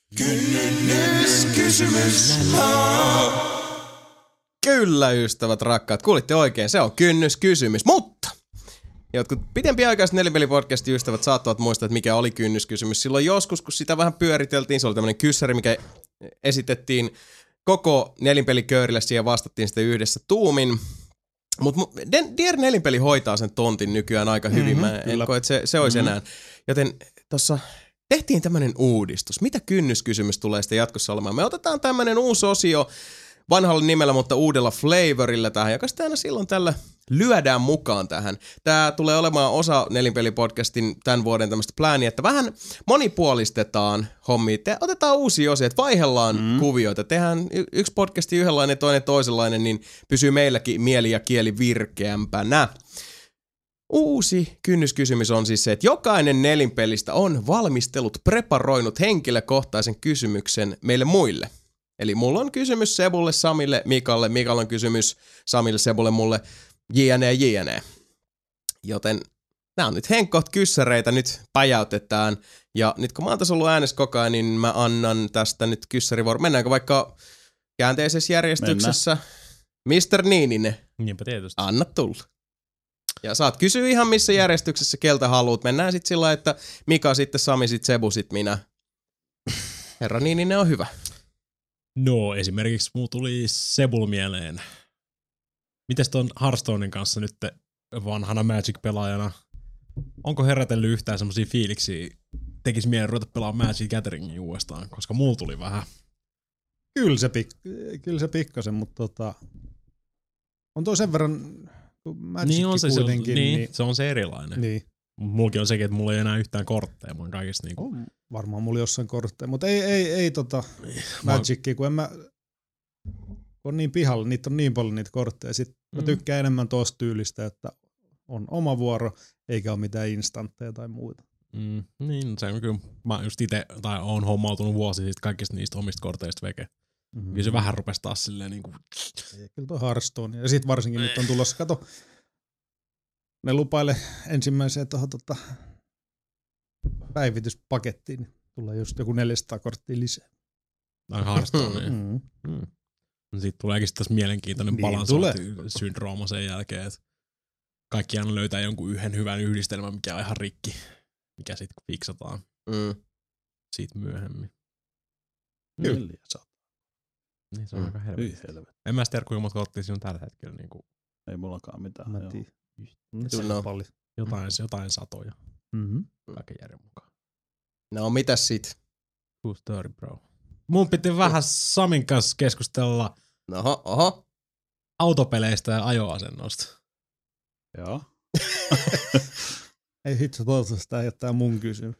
Kyllä, ystävät rakkaat, kuulitte oikein, se on kynnyskysymys, mutta jotkut pitempiaikaiset nelinpelipodcastin ystävät saattavat muistaa, että mikä oli kynnyskysymys. Silloin joskus, kun sitä vähän pyöriteltiin, se oli tämmöinen kyssäri, mikä esitettiin koko nelinpeliköörille, siihen vastattiin sitten yhdessä tuumin. Mutta Dear nelinpeli hoitaa sen tontin nykyään aika hyvin, Mhm, mä en kyllä. koe, että se, se olisi Mhm. enää. Joten tuossa tehtiin tämmöinen uudistus. Mitä kynnyskysymys tulee sitten jatkossa olemaan? Me otetaan tämmöinen uusi osio vanhalla nimellä, mutta uudella flavorilla tähän, joka sitten aina silloin tällä lyödään mukaan tähän. Tämä tulee olemaan osa Nelinpeli-podcastin tämän vuoden tämmöistä plääniä, että vähän monipuolistetaan hommia. Te otetaan uusia osia, että vaihdellaan mm. kuvioita. Tehdään y- yksi podcasti yhdenlainen, toinen toisenlainen, niin pysyy meilläkin mieli ja kieli virkeämpänä. Uusi kynnyskysymys on siis se, että jokainen nelinpelistä on valmistellut, preparoinut henkilökohtaisen kysymyksen meille muille. Eli mulla on kysymys Sebulle, Samille, Mikalle, Mikalla on kysymys Samille, Sebulle, mulle, jne, jne. Joten nämä on nyt henkkoht kyssäreitä, nyt päjäytetään. Ja nyt kun mä oon tässä ollut äänessä koko ajan, niin mä annan tästä nyt kyssärivuoro. Mennäänkö vaikka käänteisessä järjestyksessä? mister Niininen, Niinpä tietysti. anna tulla. Ja saat kysyä ihan missä järjestyksessä keltä haluat. Mennään sitten sillä, että Mika, sitten Sami, sitten Sebu, sitten minä. Herra Niininen on hyvä. No esimerkiksi muu tuli Sebul mieleen. Mites ton Hearthstonen kanssa nyt vanhana Magic-pelaajana? Onko herätellyt yhtään semmosia fiiliksiä, tekis mieli ruveta pelaamaan Magic Gatheringin uudestaan, koska mulla tuli vähän. Kyllä se, pik- kyllä se pikkasen, mutta tota, on toi sen verran, kun Magic Niin on se, se, on, kuitenkin, niin, niin, se on se erilainen. niin. Mullakin on sekin, että mulla ei enää yhtään kortteja, mulla on kaikista niinku... On varmaan mulla jossain kortteja, mutta ei, ei, ei tota Magicia, kun en mä, kun on niin pihalla, niitä on niin paljon niitä kortteja. Sitten mä Mm. tykkään enemmän tuosta tyylistä, että on oma vuoro, eikä ole mitään instantteja tai muuta. Mm, niin, se on kyllä, mä just ite, tai oon hommautunut vuosi sitten kaikista niistä omista korteista veke. Mm-hmm. Kyllä se vähän rupesi taas silleen niinku... Kyllä toi Hearthstone. Ja sitten varsinkin nyt on tulossa, kato, ne lupaile ensimmäiseen tuohon tota, päivityspakettiin, niin tulee just joku neljäsataa korttia lisää. Tai Hearthstoneen. Mm. Mm. No siitä tuleekin sitten taas mielenkiintoinen Niin balansointisyndrooma sen jälkeen, että kaikki aina löytää jonkun yhden hyvän yhdistelmän, mikä on ihan rikki, mikä sitten fiksataan Mm. siitä myöhemmin. Kyllä. Niin se on Mm. aika Hyi helvetti. helvetti. En mä sitten tiedä, kuinka monta korttia siinä on tällä hetkellä. Niin kuin Ei mullakaan mitään. Mä joo. tiedän. Kyllä Se on on. paljon. jotain, jotain satoja Mm-hmm. kaiken järjen mukaan. No mitäs sit? True story, bro. Mun piti vähän Samin kanssa keskustella No oho, oho. autopeleistä ja ajoasennosta. Joo. Ei hitso, toivottavasti tää jättää mun kysymys.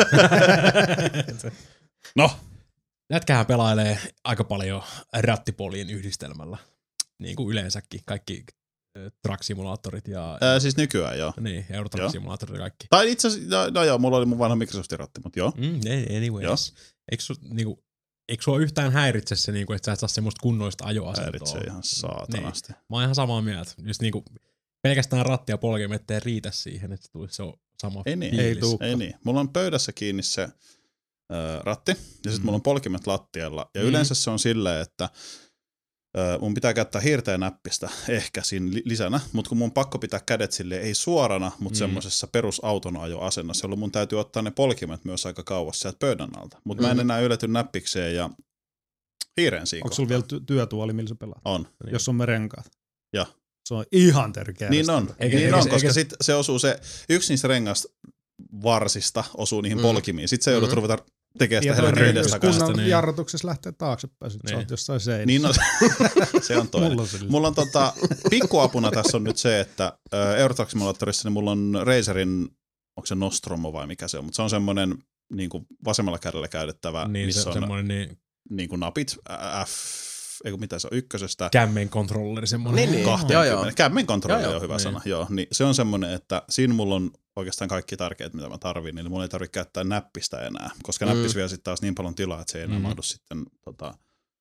No. Jätkähän pelailee aika paljon rattipoliin yhdistelmällä. Niin kuin yleensäkin. Kaikki äh, truck-simulaattorit ja... Ää, siis nykyään joo. Niin, Eurotruck-simulaattorit ja kaikki. Tai itse asiassa, no, no joo, mulla oli mun vanha Microsoftin ratti, mutta joo. Mm, anyways. Eikö, su, niinku, eikö sua yhtään häiritse se, niinku, että sä et saa semmoista kunnoista ajoasentoa? Häiritsee ihan saatanasti. Niin. Mä oon ihan samaa mieltä. Just niinku, pelkästään rattia polkemetta ei riitä siihen, että tulisi se sama Ei niin, fiilis. Ei tuu. ei niin. Mulla on pöydässä kiinni se ö, ratti, ja sitten mulla on polkimet lattialla. Ja Mm. yleensä se on silleen, että ö, mun pitää käyttää hirteä näppistä ehkä siinä li- lisänä, mutta kun mun on pakko pitää kädet silleen, ei suorana, mutta Mm. semmoisessa perusauton ajoasennossa, jolloin mun täytyy ottaa ne polkimet myös aika kauas sieltä pöydän alta. Mutta mä en Mm. enää ylety näppikseen ja hiireen siinä Onko sulla kohtaa. vielä ty- työtuoli, millä sä pelaat? On. Niin. Jos on merenkaat. Joo. Se on ihan törkeä. Niin on, Eikä- niin eikä on se- koska eikä- sit se osuu se, yksi niistä rengasta varsista osuu niihin Mm. polkimiin. Sitten sä joudut Mm. ruveta tekemään Ja sitä toinen, helvetin jos edestakaisin. kunnan niin. jarrutuksessa lähtee taaksepäin, sit sä Niin. oot jossain seinässä. Niin on, se on toinen. Mulla on sillä. Mulla on tota, pikkuapuna tässä on nyt se, että äh, Eurotrack Simulatorissa niin mulla on Razerin, onko se Nostromo vai mikä se on, mutta se on semmoinen niin kuin vasemmalla kädellä käytettävä, Niin, missä se, on semmoinen niin niin kuin napit ä, F, eikö mitä se on, ykkösestä kämmen controlleri semmoinen. Niin, niin. kaksikymmentä. Joo, joo. Kämmen kontrolli Joo, joo. on hyvä Niin. sana, joo. Niin se on semmoinen, että siinä mulla on oikeastaan kaikki tärkeät, mitä mä tarvin, niin mulla ei tarvitse käyttää näppistä enää, koska Mm. näppis vie sitten taas niin paljon tilaa, että se ei enää Mm. mahdu sitten tota,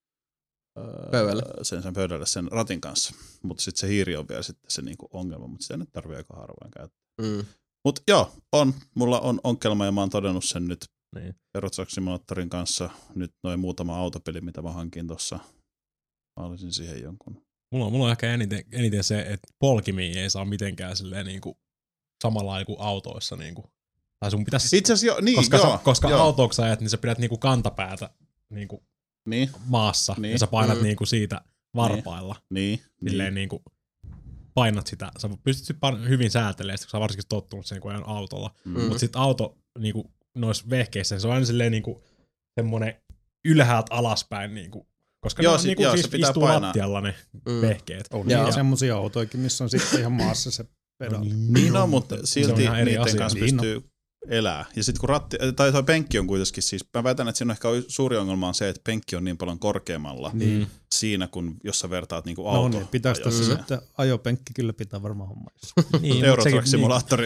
öö, Pöydälle. sen, sen pöydälle sen ratin kanssa. Mutta sitten se hiiri on vielä sitten se niinku ongelma, mutta sitä nyt tarvii aika harvoin käyttää. Mm. Mutta joo, on, mulla on ongelma ja mä oon todennut sen nyt Niin. Euro Truck Simulatorin kanssa. Nyt noin muutama autopeli, mitä mä hankin tuossa. Mä olisin siihen jonkun. Mulla on, mulla on ehkä eniten, eniten se, että polkimiin ei saa mitenkään silleen niinku samalla lailla kuin autoissa niinku. Tai sun pitäisi, Itse asiassa jo, niin koska, joo. sä, koska joo. autoksi ajat, niin sä pidät niinku kantapäätä niinku Niin, maassa Niin. ja sä painat Mm. niinku siitä varpailla. niin, Silleen niin. niinku painat sitä. Sä pystyt pan- hyvin säätelemään sitä, kun sä oot varsinkin tottunut siihen, kun ajan autolla. Mm. Mutta sitten auto niinku, noissa vehkeissä, se on aina silleen niinku, semmonen ylhäältä alaspäin, niinku, koska Joo, ne on sit- niinku, joo, siis se pitää istuu painaa. lattialla ne Mm. vehkeet. On Joo. niin semmosia autoikin, missä on sitten ihan maassa se pedaali. Niin on, mutta se on silti ihan eri niiden asia. kanssa Niin pystyy elää. Ja sitten kun ratti, tai toi penkki on kuitenkin siis, mä väitän, että siinä on ehkä suuri ongelma on se, että penkki on niin paljon korkeammalla Niin. siinä, kun jos sä vertaat niinku No auto. niin, pitäisi tässä Mm. sitten ajopenkki kyllä pitää varmaan hommassa. Niin, Euro sekin- Truck Simulatori.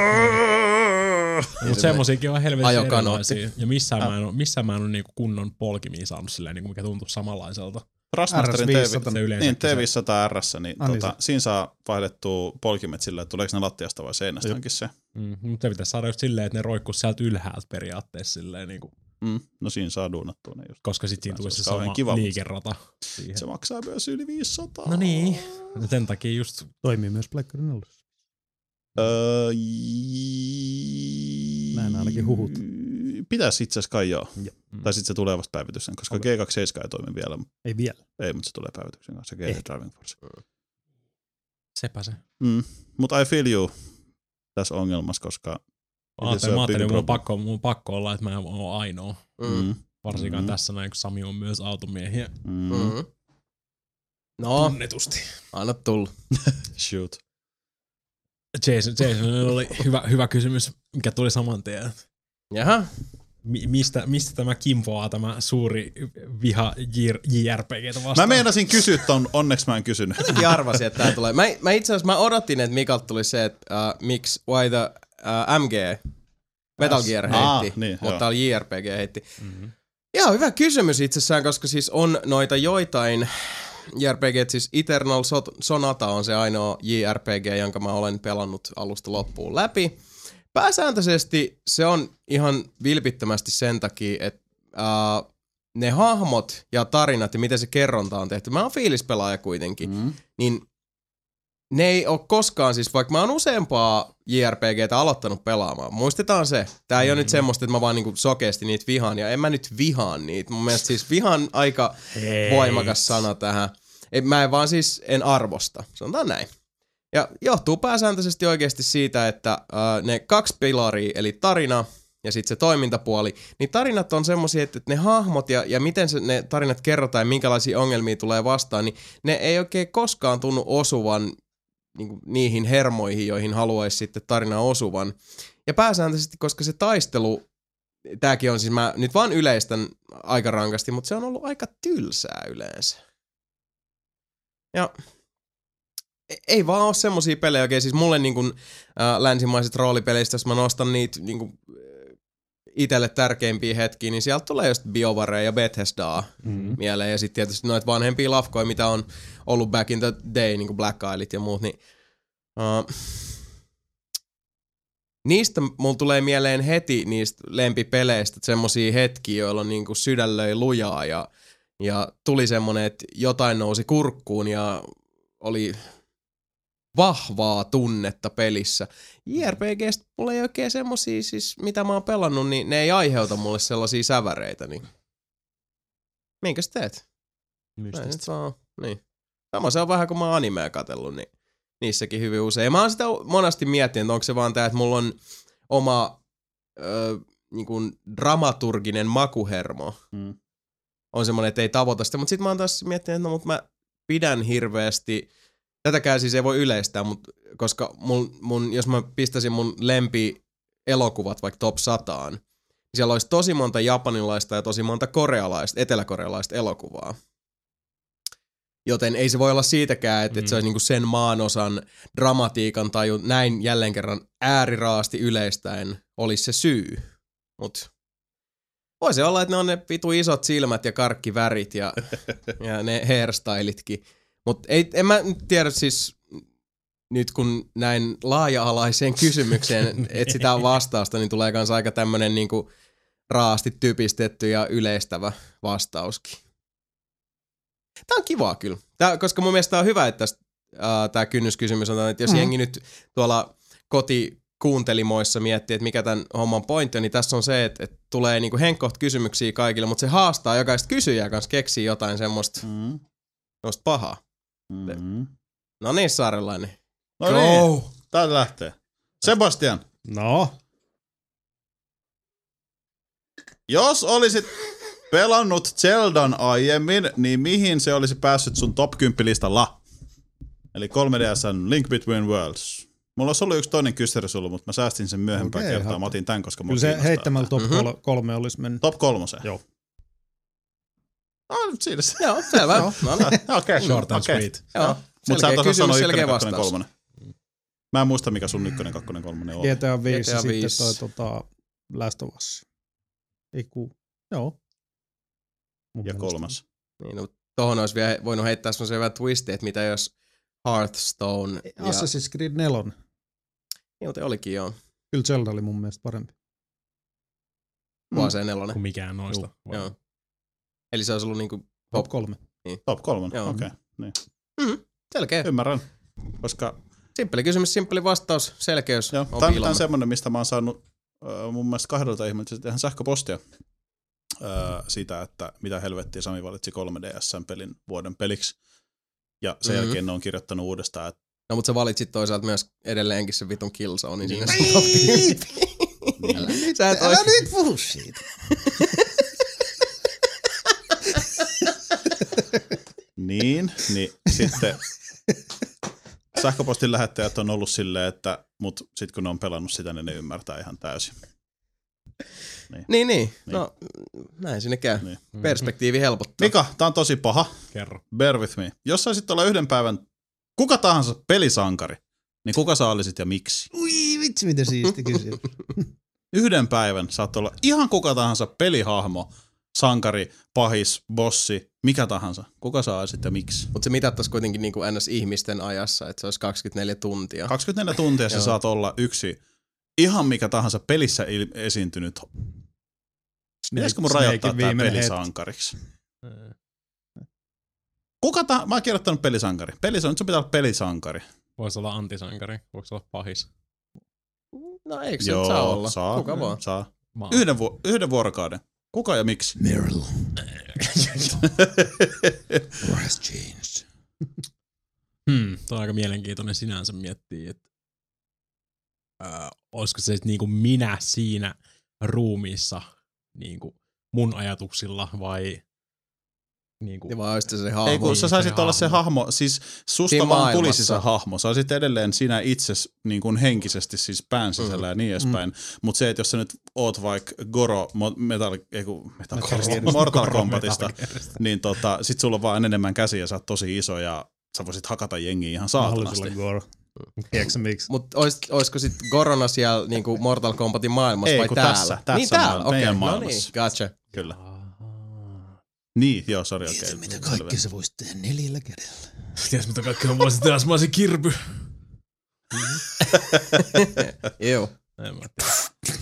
Mutta semmosiakin on helvetin Ajokanootti. erilaisia. Ja missään mä en ole, missään mä en ole niinku kunnon polkimia saanut silleen, niinku mikä tuntuu samanlaiselta. Rasmasterin R S viisisataa. T V, Se yleensä niin, T viisisataa R S, niin, Ah, niin tota, siinä saa vaihdettua polkimet sillä, että tuleeko ne lattiasta vai seinästä Jep. onkin se. Mm, mutta se pitäisi saada just silleen, että ne roikkuu sieltä ylhäältä periaatteessa silleen, niinku, Mm, no siinä saa duunattua ne just. koska sitten siinä Se tulisi olisi se kauhean sama kiva, mutta liikerata siihen. Se maksaa myös yli viisisataa. No niin, ja sen takia just Toimii myös Pleikkari nelossa. Öö, Näin ainakin huhut. Pitäisi itse asiassa kai joo. Mm. Tai sitten se tulee vasta päivityksen, koska Okei. G kaksikymmentäseitsemän ei toimi vielä. Ei vielä. Ei, mutta se tulee päivityksen kanssa. G Ehkä. Driving Force. sepä se. Mm. Mutta I feel you tässä ongelmassa, koska Ajattelin, on mä ajattelin, big että mulla on problem. pakko, mulla on pakko olla, että mä oon ainoa. Mm. mm. Varsinkaan Mm. tässä näin, kun Sami on myös automiehiä Mm. Mm. No, tunnetusti. anna tulla. Shoot. Jason, Jason oli hyvä, hyvä kysymys, mikä tuli saman tien. Jaha. Mi- mistä, mistä tämä kimpoaa, tämä suuri viha J R P G:tä vastaan? Mä meinasin kysyä ton, onneksi mä en kysynyt. Mäkin arvasin, että tää tulee. Mä, mä itse asiassa mä odotin, että Mikalta tuli se, että uh, miksi, why the uh, M G, Metal Gear heitti, Aa, niin, mutta joo. täällä J R P G heitti. Mm-hmm. Joo, hyvä kysymys itsessään, koska siis on noita joitain J R P G, siis Eternal Sonata on se ainoa J R P G, jonka mä olen pelannut alusta loppuun läpi. Pääsääntöisesti se on ihan vilpittömästi sen takia, että uh, ne hahmot ja tarinat ja miten se kerronta on tehty, mä oon fiilispelaaja kuitenkin, Mm. niin ne ei ole koskaan, siis vaikka mä oon useampaa J R P G:tä aloittanut pelaamaan, muistetaan se. Tää ei mm. ole nyt semmoista, että mä vaan niinku sokeasti niitä vihaan, ja en mä nyt vihaan niitä. Mun mielestä siis vihan aika voimakas sana tähän. Ei, mä en vaan siis en arvosta, sanotaan näin. Ja johtuu pääsääntöisesti oikeasti siitä, että äh, ne kaksi pilaria, eli tarina ja sitten se toimintapuoli, niin tarinat on semmosia, että ne hahmot ja, ja miten se, ne tarinat kerrotaan ja minkälaisia ongelmia tulee vastaan, niin ne ei oikein koskaan tunnu osuvan niin kuin niihin hermoihin, joihin haluaisi sitten tarina osuvan. Ja pääsääntöisesti, koska se taistelu, tääkin on siis, mä nyt vaan yleistän aika rankasti, mutta se on ollut aika tylsää yleensä. Ja ei vaan ole semmosia pelejä oikein, siis mulle niin kuin, äh, länsimaiset roolipeleistä, jos mä nostan niitä niin kuin, itselle tärkeimpiä hetkiä, niin sieltä tulee just BioWarea ja Bethesdaa mm-hmm. mieleen, ja sitten tietysti noita vanhempia lafkoja, mitä on ollut back in the day, niin kuin Black Islet ja muut, niin uh, niistä mulla tulee mieleen heti niistä lempipeleistä semmosia hetkiä, joilla on niinku sydän löi lujaa ja, ja tuli semmonen, että jotain nousi kurkkuun ja oli vahvaa tunnetta pelissä. J R P G:stä mulla ei oikein semmosia, siis mitä mä oon pelannut, niin ne ei aiheuta mulle sellaisia säväreitä. Niin. Minkäs teet? Mystistä. Vaan, niin. Sama se on vähän kuin mä oon animea katsellut, niin niissäkin hyvin usein. Ja mä oon sitä monasti miettinyt, että onko se vaan tää, että mulla on oma ö, niin kuin dramaturginen makuhermo. Mm. On semmonen, että ei tavoita sitä, mutta sit mä oon taas miettinyt, että no, mut mä pidän hirveästi. Tätäkään siis ei voi yleistää, mutta koska mun, mun, jos mä pistäisin mun lempi elokuvat vaikka top sataan, niin siellä olisi tosi monta japanilaista ja tosi monta korealaista, eteläkorealaista elokuvaa. Joten ei se voi olla siitäkään, että, mm. että se olisi niinku sen maanosan dramatiikan tai näin jälleen kerran ääriraasti yleistäen olisi se syy. Mut voi se olla, että ne on ne vitu isot silmät ja karkkivärit ja, ja ne hairstylitkin. Mutta en mä nyt tiedä siis, nyt kun näin laaja-alaiseen kysymykseen etsitään vastausta, niin tulee kans aika tämmönen niinku raasti typistetty ja yleistävä vastauskin. Tää on kivaa kyllä, tää, koska mun mielestä on hyvä, että äh, tää kynnyskysymys on, että jos mm. jengi nyt tuolla kotikuuntelimoissa miettii, että mikä tämän homman pointti on, niin tässä on se, että, että tulee niinku henkkoht kysymyksiä kaikille, mutta se haastaa jokaista kysyjää kanssa keksiä jotain semmoista mm. pahaa. Mm-hmm. No niin, saarelainen. No niin, täältä lähtee. Sebastian. No. Jos olisit pelannut Zeldan aiemmin, niin mihin se olisi päässyt sun top kymmenen listalla? Eli kolme D S:n Link Between Worlds. Mulla olisi ollut yksi toinen kysymys sulla, mutta mä säästin sen myöhempään okay, kertaa. Mä otin tän, koska kyllä se heittämällä top mm-hmm. kolme olisi mennyt. Top kolmoseen? Joo. No, siinä se. Joo, selvä. No niin. Okei. Short and sweet. Joo. Mutta sä et osaa sanoa ykkönen, kakkonen, kolmonen. Mä en muista, mikä sun ykkönen, kakkonen, kolmonen on. G T A viisi ja sitten toi tota, Last of Us. Ei ku... Joo. Mun ja kolmas. Niin, no, tohon olisi vielä voinut heittää semmoisen hyvän twistin, että mitä jos Hearthstone... Ja... Assassin's Creed neljä. Niin, mutta olikin joo. Kyllä Zelda oli mun mielestä parempi. Vaan mm. se nelonen. Kuin mikään noista. Joo. Joo. Eli se olisi ollut niinku... Top kolme. Niin. Top kolme, okei. Okay. Niin. Mm, selkeä. Ymmärrän, koska... Simppeli kysymys, simppeli vastaus, selkeys. Joo, tämä on semmoinen, mistä mä oon saanut äh, mun mielestä kahdelta ihmiseltä ihan sähköpostia äh, siitä, että mitä helvettiä Sami valitsi kolme D S:n pelin vuoden peliksi. Ja sen mm-hmm. jälkeen ne on kirjoittanut uudestaan, että... No, mutta sä valitsit toisaalta myös edelleenkin sen vitun Killzone. Niin. Niin. niin. Sä et Älä ois... nyt puhu siitä. Niin, niin sitten sähköpostin lähettäjät on ollut silleen, että mut sit kun ne on pelannut sitä, niin ne ymmärtää ihan täysin. Niin, niin. niin. No näin sinne käy. Niin. Perspektiivi helpottaa. Mika, tää on tosi paha. Kerro. Bear with me. Jos saisit olla yhden päivän kuka tahansa pelisankari, niin kuka sä olisit ja miksi? Ui, vitsi mitä siisti kysymys. Yhden päivän saat olla ihan kuka tahansa pelihahmo, sankari, pahis, bossi, mikä tahansa. Kuka sä olisit ja miksi? Mutta se mitattaisi kuitenkin niin kuin N S-ihmisten ajassa, että se olisi kaksikymmentäneljä tuntia. kaksikymmentäneljä tuntia sä saat olla yksi ihan mikä tahansa pelissä il- esiintynyt. Pitäisikö mun rajoittaa tää pelisankariksi? Hmm. Kuka ta- Mä oon kirjoittanut pelisankari. Pelisankari, nyt se pitää olla pelisankari. Voisi olla antisankari, voisi olla pahis. No eikö se Joo, saa olla? Saa, kuka vaan? Saa. Yhden, vu- yhden vuorokauden. Kuka ja miksi? Meryl. What has changed? Hmm, tuo on aika mielenkiintoinen sinänsä miettiä, että äh, olisiko se niinku minä siinä ruumiissa niinku mun ajatuksilla vai niinku... Ja vai olisiko se se hahmo? Ei kun sä saisit se olla hahmo. se hahmo, siis susta Siinä vaan maailmassa. tulisi se hahmo. Sä olisit edelleen sinä itse niin kuin henkisesti siis pään sisällä mm. ja niin edespäin. Mm. Mutta se, että jos sä nyt oot vaikka Goro Metal, ei kun Metal, Metal Mortal Kombatista, niin tota, sit sulla on vaan enemmän käsiä ja sä oot tosi iso ja sä voisit hakata jengiä ihan saatanasti. Goro. Tiedätkö miksi? Mutta olis, olisiko sit Gorona siellä niinku Mortal Kombatin maailmassa ei, vai kun täällä? tässä, tässä niin täällä, okei, meidän okay, no niin, maailmassa. gotcha. Kyllä. Niin, joo, sori, okei. Tiedätkö, mitä kaikkea sä voisit tehdä neljällä kädellä? Tiedätkö, mitä kaikkea voisit tehdä, jos mä olisin kirpy? Joo. En mä tiedä.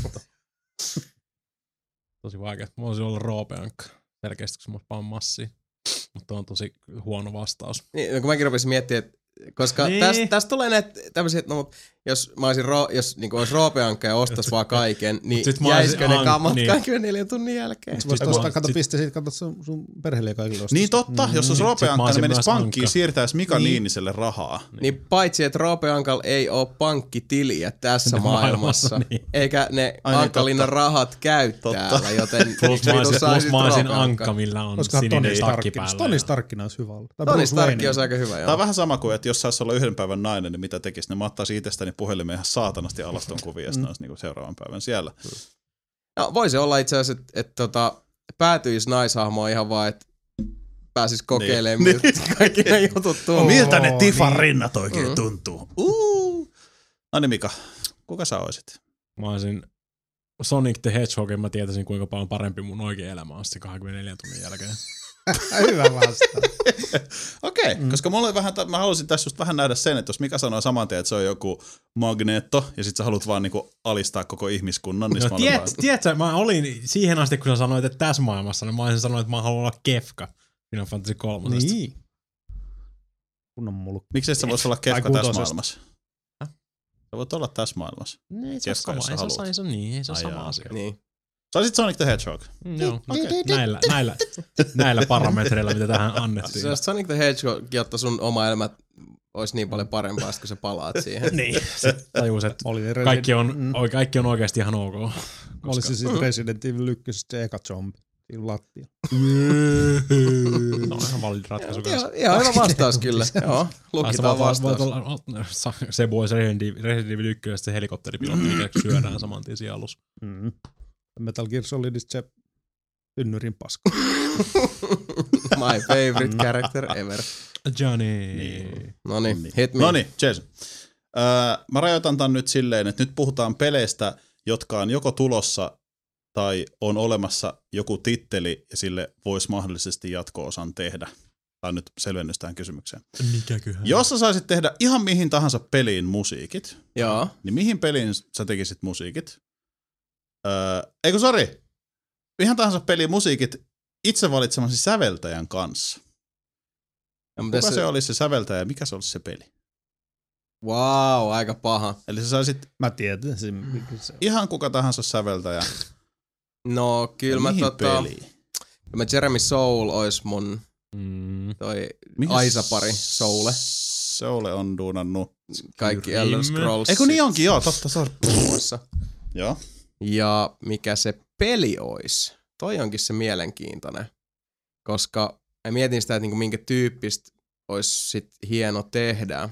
Tosi vaikea. Mä voisin olla roopeankka. Selkeästi, kun mulla on massia. Mutta on tosi huono vastaus. Niin, no kun mäkin rupesin miettimään, että koska Niin. tästä täst tulee näitä tämmöisiä, no mut jos mä olisin ro, jos niinku olisi roopeankka ja ostais vaan kaiken, niin sit mä olisin jäisikö ne an- kamat niin. kaksikymmentäneljän tunnin jälkeen? Voisi Siis ostaa, mä- kato sit- piste siitä, kato sun, sun perheelle ja kaikille ostaa. Niin totta, mm, jos olisi sit mä roopeankka, olisin niin menisi myös pankkiin, ankka. siirtäisi Mika Niin. Niiniselle rahaa. Niin paitsi, että roopeankalla ei ole pankkitiliä tässä maailmassa, maailmassa, niin. eikä ne Ai niin, Ankkalinnan totta. rahat käy Totta. täällä, joten Plus mä olisin, plus mä olisin roopeankka. ankka, millä on Olisikohan sininen Tony takki Starkin? päällä. Tony Starkina olisi hyvä olla. Tai Tony Bruce Stark Wayne. olisi aika hyvä, Tämä joo. on vähän sama kuin, että jos saisi olla yhden päivän nainen, niin mitä tekisi? Ne mä ottaisin itsestäni puhelimeen ihan saatanasti alas ton kuvia, ja sitten olisi niinku seuraavan päivän siellä. No, voisi olla itse asiassa, että et, tota, päätyisi naishahmoa ihan vaan, että pääsis kokeilemaan, Niin. miltä kaikki ne jutut tuntuu. Miltä ne Oo, Tiffan niin. rinnat oikein Mm. tuntuu? Uh. No niin Mika, kuka sä olisit? Mä olisin Sonic the Hedgehog, mä tietäisin kuinka paljon parempi mun oikea elämä on sitten kaksikymmentäneljän tunnin jälkeen. Hyvä vastaus. Okei, okay, mm. koska mulla oli vähän, mä halusin tässä just vähän nähdä sen, että jos Mika sanoo saman tien, että se on joku magneetto, ja sit sä haluat vaan niinku alistaa koko ihmiskunnan, niin No, mä olin tiedät, vaan, tiedätkö, mä olin siihen asti, kun sä sanoit, että tässä maailmassa, niin mä olisin sanonut, että mä haluan olla Kefka Final Fantasy kolme. Niin. Kunnon mulkku. miksi sä vois olla Tai Kefka tässä kutosesta. maailmassa? Sä voit olla tässä maailmassa. Niin, ei se Kefka, ole jos sama, sä ei se, haluat. ei se, niin, ei se ole Ai sama jaa, asia. Niin. Sä olisit Sonic the Hedgehog. Mm, Joo, okay. näillä, näillä, näillä parametreilla, mitä tähän Se annettiin. olisi Sonic the Hedgehog, jotta sun oma elämä olisi niin paljon parempaa, kun sä palaat siihen. Niin, se tajus, että Oli ne kaikki on, mm. oi- kaikki on oikeasti ihan ok. Mä olisin siis Resident Evil yksi se eka zombi. Siinä lattia. No ihan valid ratkaisu kanssa. Ihan, ihan hyvä vastaus kyllä. Joo, lukitaan vastaus. Se voisi Resident Evil yksi, se helikopteripilotti, mikä syödään saman tien siinä alussa. Mm. Metal Gear Solidista se tynnyrin paska. My favorite character ever. Johnny. No niin, hit me. No niin, Jason. Öö, mä rajoitan tämän nyt silleen, että nyt puhutaan peleistä, jotka on joko tulossa tai on olemassa joku titteli ja sille voisi mahdollisesti jatko-osan tehdä. Tämä on nyt selvennys tähän kysymykseen. Mikäköhän? Jos sä saisit tehdä ihan mihin tahansa peliin musiikit, Joo. niin mihin peliin sä tekisit musiikit? Öö, eikö sori, ihan tahansa peliin musiikit itse valitsemasi säveltäjän kanssa. Ja Kuka tässä- se olisi se säveltäjä ja mikä se olisi se peli? Wow, aika paha. Eli sä saisit Mä tiedän sen, mikä se on. ihan kuka tahansa säveltäjä. No kyllä Ja mä mihin tota... peliin? Kyllä mä Jeremy Soule ois mun Mm. toi Mihin Aisa-pari Soule. Soule on duunannut. Kaikki Skyrim. Elder Scrolls. Eikö niin onkin? Joo, totta. Sorry. muassa. Joo. Ja mikä se peli ois? Toi onkin se mielenkiintoinen. Koska mä mietin sitä, että niinku minkä tyyppistä ois sit hieno tehdä.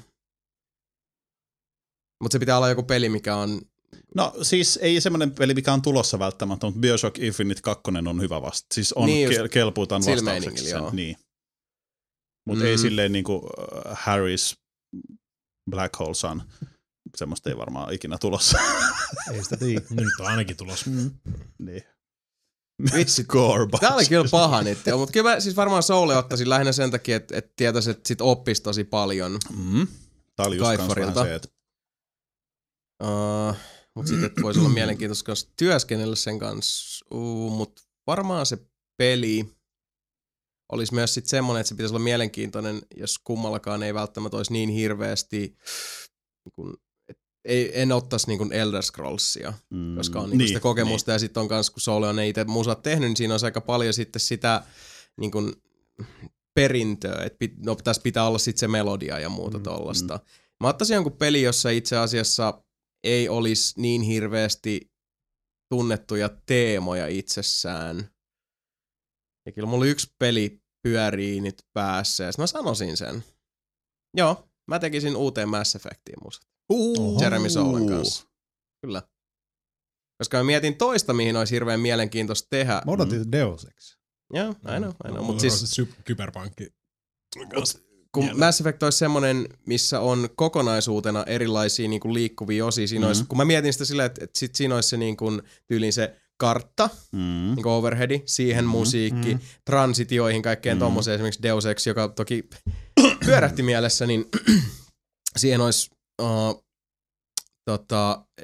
Mutta se pitää olla joku peli, mikä on... No siis ei semmoinen peli, mikä on tulossa välttämättä, mutta Bioshock Infinite kaksi on hyvä vasta. Siis on Niin niin just kelpuutan sillä vastaukseksi meiningillä, sen. joo. Niin. Mutta Mm. ei silleen niinku uh, Harry's Black Hole Sun. Semmoista ei varmaan ikinä tulossa. Ei sitä tiedä. Nyt on ainakin tulossa. Mm. niin. Vitsi. Scorebox. Tää oli kyllä paha nyt, mutta kyllä mä siis varmaan Soule ottaisin lähinnä sen takia, että et tietäisi, että sit oppisi tosi paljon. Mm. Tää oli just kans Kaifarilta. vähän se, että Uh, mutta sitten voisi olla mielenkiintoista kanssa työskennellä sen kanssa. Uh, mutta varmaan se peli olisi myös sitten semmoinen, että se pitäisi olla mielenkiintoinen, jos kummallakaan ei välttämättä olisi niin hirveästi, niin kun, et, ei, en ottaisi niin kun Elder Scrollsia, mm, koska on niin, sitä kokemusta. Niin. Ja sitten on kanssa, kun Soule on ne itse musat tehnyt, niin siinä on aika paljon sitten sitä niin kun, perintöä, että pit, no, tässä pitää olla sitten se melodia ja muuta mm, tollasta. Mm. Mä ottaisin jonkun peli, jossa itse asiassa ei olisi niin hirveästi tunnettuja teemoja itsessään. Ja kyllä mulla yksi peli pyörii nyt päässä, ja sit mä sanoisin sen. Joo, mä tekisin uuteen Mass Effectiin musat. Uh, Jeremy Soulen kanssa. Kyllä. Koska mä mietin toista, mihin olisi hirveän mielenkiintoista tehdä. Mä odotin mm. Deus Ex. Joo, I know, I know. Mut Mut siis, siis kyberpankki. kun Hieno. Mass Effect olisi semmonen, missä on kokonaisuutena erilaisia niin kuin liikkuvia osia, siinä mm-hmm. olisi, kun mä mietin sitä silleen, että, että sit siinä olisi se niin kuin, tyyliin se kartta, mm. niin kuin overheadi, siihen mm-hmm. musiikki, mm-hmm. transitioihin, kaikkeen mm-hmm. tommoseen, esimerkiksi Deus Ex, joka toki pyörähti mielessä, niin siihen olisi uh, tota,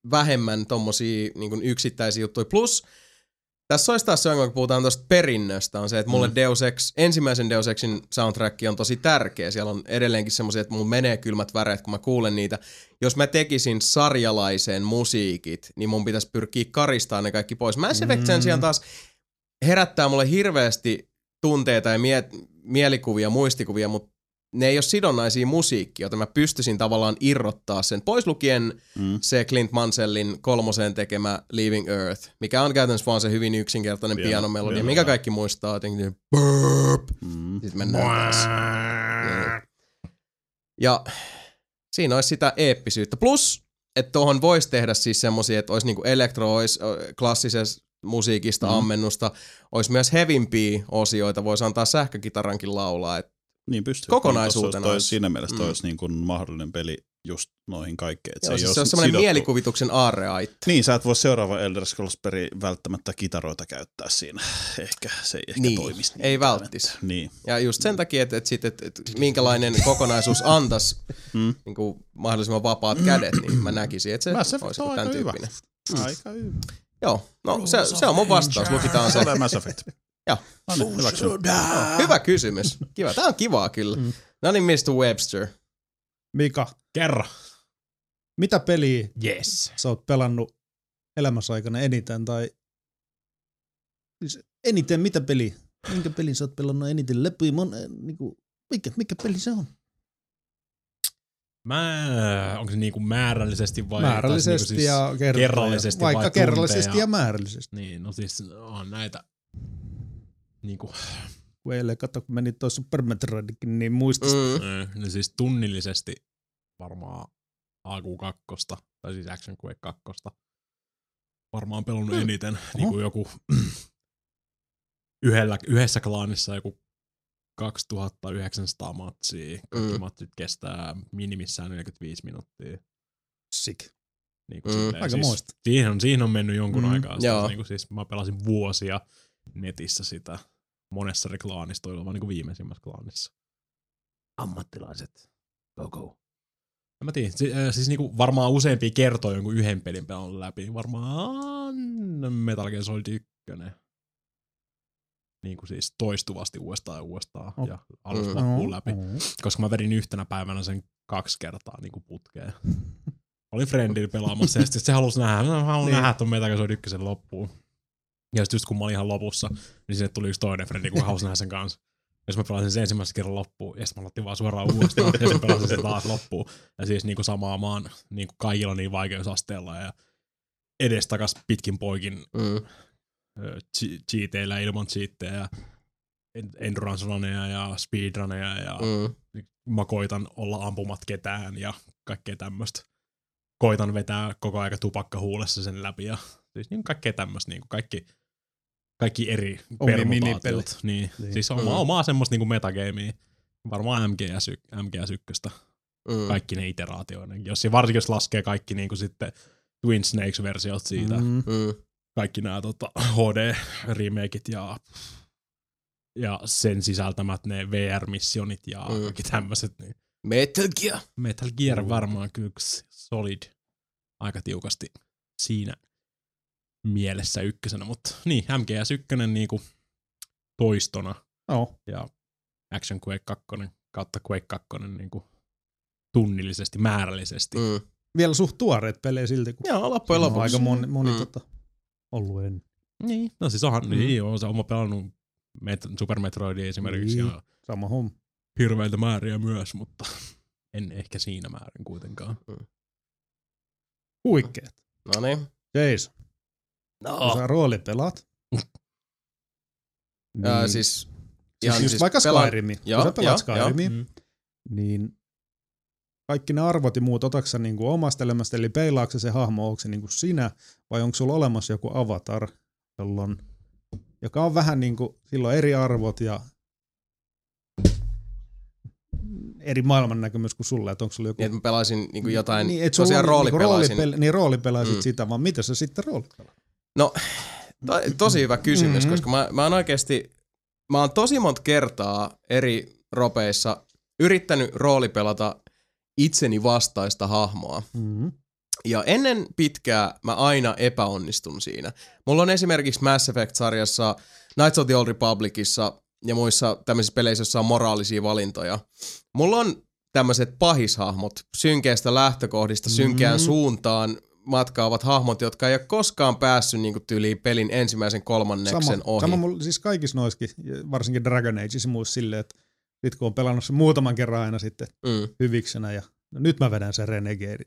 vähemmän tommosia niin kuin yksittäisiä juttuja. Plus, tässä olisi taas se ongelma, kun puhutaan tuosta perinnöstä, on se, että mulle mm. Deus Ex, ensimmäisen Deus Exin soundtrack on tosi tärkeä. Siellä on edelleenkin semmoisia, että mulla menee kylmät väreet, kun mä kuulen niitä. Jos mä tekisin sarjalaiseen musiikit, niin mun pitäisi pyrkiä karistaa ne kaikki pois. Mass Effect sen sijaan taas herättää mulle hirveästi tunteita ja mie- mielikuvia, muistikuvia, mutta ne ei ole sidonnaisia musiikkia, joten mä pystyisin tavallaan irrottaa sen. Pois lukien mm. se Clint Mansellin kolmoseen tekemä Leaving Earth, mikä on käytännössä vaan se hyvin yksinkertainen Piano, pianomelodia, mikä kaikki muistaa jotenkin burp. Mm. Sitten mennään taas. Niin. Ja siinä olisi sitä eeppisyyttä. Plus, että tuohon voisi tehdä siis semmosia, että olisi niinku elektro, olisi klassisesta musiikista mm. ammennusta, olisi myös heavimpiä osioita, voisi antaa sähkökitarankin laulaa, että niin pystyy. kokonaisuutena. Niin, olisi, siinä mielessä mm. olisi niin kuin mahdollinen peli just noihin kaikkeen. Joo, se, siis se on semmoinen sidottu mielikuvituksen aarreaitta. Niin, sä et voi seuraava Elder Scrolls-peli välttämättä kitaroita käyttää siinä. Ehkä se ei ehkä niin, toimisi. Niin, ei välttis. Niin. Ja just sen takia, että, että, että, että minkälainen kokonaisuus antaisi mm. niin kuin mahdollisimman vapaat kädet, niin mä näkisin, että se, se olisi tämän tyyppinen. Mm. Aika hyvä. Joo, no se, se on mun vastaus. Lukitaan se. Mass Effect. Joo. Hyvä kysymys. Kiva. Tää on kivaa kyllä. Mm. No niin, mister Webster. Mika. Kerro. Mitä peliä yes. sä oot pelannut elämässä aikana eniten? Tai siis eniten, mitä peliä? Minkä pelin sä oot pelannut eniten läpi? Mon, niinku, mikä, mikä peli se on? Mä, onko se niinku määrällisesti vai määrällisesti niinku ja siis kerrallisesti vaikka vai kerrallisesti tunteja? Ja määrällisesti. Niin, no siis on näitä niinku kun eilen katso, kun meni toi Super Metroidikin, niin muistis. Mm. No siis tunnillisesti varmaan A Q kaksi, tai siis Action Quake kaksi. Varmaan pelannut mm. eniten. Oho. Niin kuin joku yhdellä, yhdessä klaanissa joku kaksituhattayhdeksänsataa matsia. Kaikki mm. matsit kestää minimissään neljäkymmentäviisi minuuttia. Sick. Niin kuin mm. Aika siis, muista. Siihen on, siihen on mennyt jonkun mm. aikaa. Joo. Niin kuin siis mä pelasin vuosia netissä sitä. Monessa eri klaanissa, toi vaan niin viimeisimmässä klaanissa. Ammattilaiset. Go go. En mä tiedä. Si- äh, siis niinku varmaan useampia kertoja jonkun yhden pelin pelannut läpi. Varmaan Metal Gear Solid yksi. Niinku siis toistuvasti uudestaan ja uudestaan. Oh. Ja alusta mm. loppuun läpi. Mm. Koska mä vedin yhtenä päivänä sen kaksi kertaa niinku putkeen. Oli friendillä pelaamassa ja sitten se halusi nähdä. Mä haluan niin. nähdä ton Metal Gear Solid yksi loppuun. Ja just kun mä olin ihan lopussa, niin sinne tuli yksi toinen frendi, kun halusi nähdä sen kanssa. Ja mä pelasin sen ensimmäisen kerran loppuun, ja sitten mä aloittiin vaan suoraan uudestaan, ja sitten pelasin sen taas loppuun. Ja siis niinku samaa maan niinku kaikilla niin vaikeusasteella, ja edestakas pitkin poikin mm. cheateillä ilman cheattejä, ja endurance runeja ja speedruneja, ja mm. mä koitan olla ampumat ketään, ja kaikkea tämmöstä. Koitan vetää koko aika tupakka huulessa sen läpi, ja siis niin kaikkea tämmöistä, niin kaikki, kaikki eri permutaatiot. Niin. Niin. Siis on mm. omaa semmoista niin metagamea. Varmaan M G S, M G S yksi. Mm. Kaikki ne iteraatioiden. Jos, varsinkin jos laskee kaikki niin kuin sitten Twin Snakes-versiot siitä. Mm. Kaikki nämä tota, H D-remakeit ja, ja sen sisältämät ne V R-missionit ja mm. kaikki tämmöiset. Niin. Metal Gear. Metal Gear mm. varmaan kyllä Solid aika tiukasti siinä mielessä ykkösenä, mutta niin, M G S yksi niinku toistona oh. ja Action Quake kaksi kautta Quake kaksi niinku tunnillisesti, määrällisesti. Mm. Vielä suht tuoreet pelejä silti, kun joo, loppujen lopuksi. Aika moni, moni mm. tota, ollut ennen. Niin, no siis onhan, mm. niin on, on pelannut Met- Super Metroidia esimerkiksi niin. Ja sama homma. Hirveitä määriä myös, mutta en ehkä siinä määrin kuitenkaan. Mm. Huikeet. No niin. Jason. No. Kun sä roolipelaat. niin, ja siis, ihan siis, siis vaikka pela- Skyrimi. Kun sä pelaat Skyrimi, mm. niin kaikki ne arvot ja muut, otatko sä niinku omasta elämästä, eli peilaatko se hahmo, onko se niinku sinä, vai onko sulla olemassa joku avatar, jolloin, joka on vähän niinku, silloin eri arvot ja eri maailman näkemys kuin sulle, että onko sulla joku... Niin, että mä pelaisin niinku jotain, niin, tosiaan roolipelaisin. Roolipel, niin roolipelaisit mm. sitä, vaan mitä sä sitten roolipelaisit? No, to, tosi hyvä kysymys, mm-hmm. koska mä, mä oon oikeesti, mä oon tosi monta kertaa eri ropeissa yrittänyt roolipelata itseni vastaista hahmoa. Mm-hmm. Ja ennen pitkää mä aina epäonnistun siinä. Mulla on esimerkiksi Mass Effect-sarjassa, Knights of the Old Republicissa ja muissa tämmöisissä peleissä, joissa on moraalisia valintoja. Mulla on tämmöiset pahishahmot, synkeistä lähtökohdista, synkeään mm-hmm. suuntaan matkaavat hahmot, jotka ei ole koskaan päässyt niin tyyliin pelin ensimmäisen kolmanneksen sama, ohi. Sama mulla, siis kaikissa noissakin, varsinkin Dragon Ageissa muissa silleen, että sit kun on pelannut sen muutaman kerran aina sitten mm. hyviksenä ja no nyt mä vedän sen Renegade.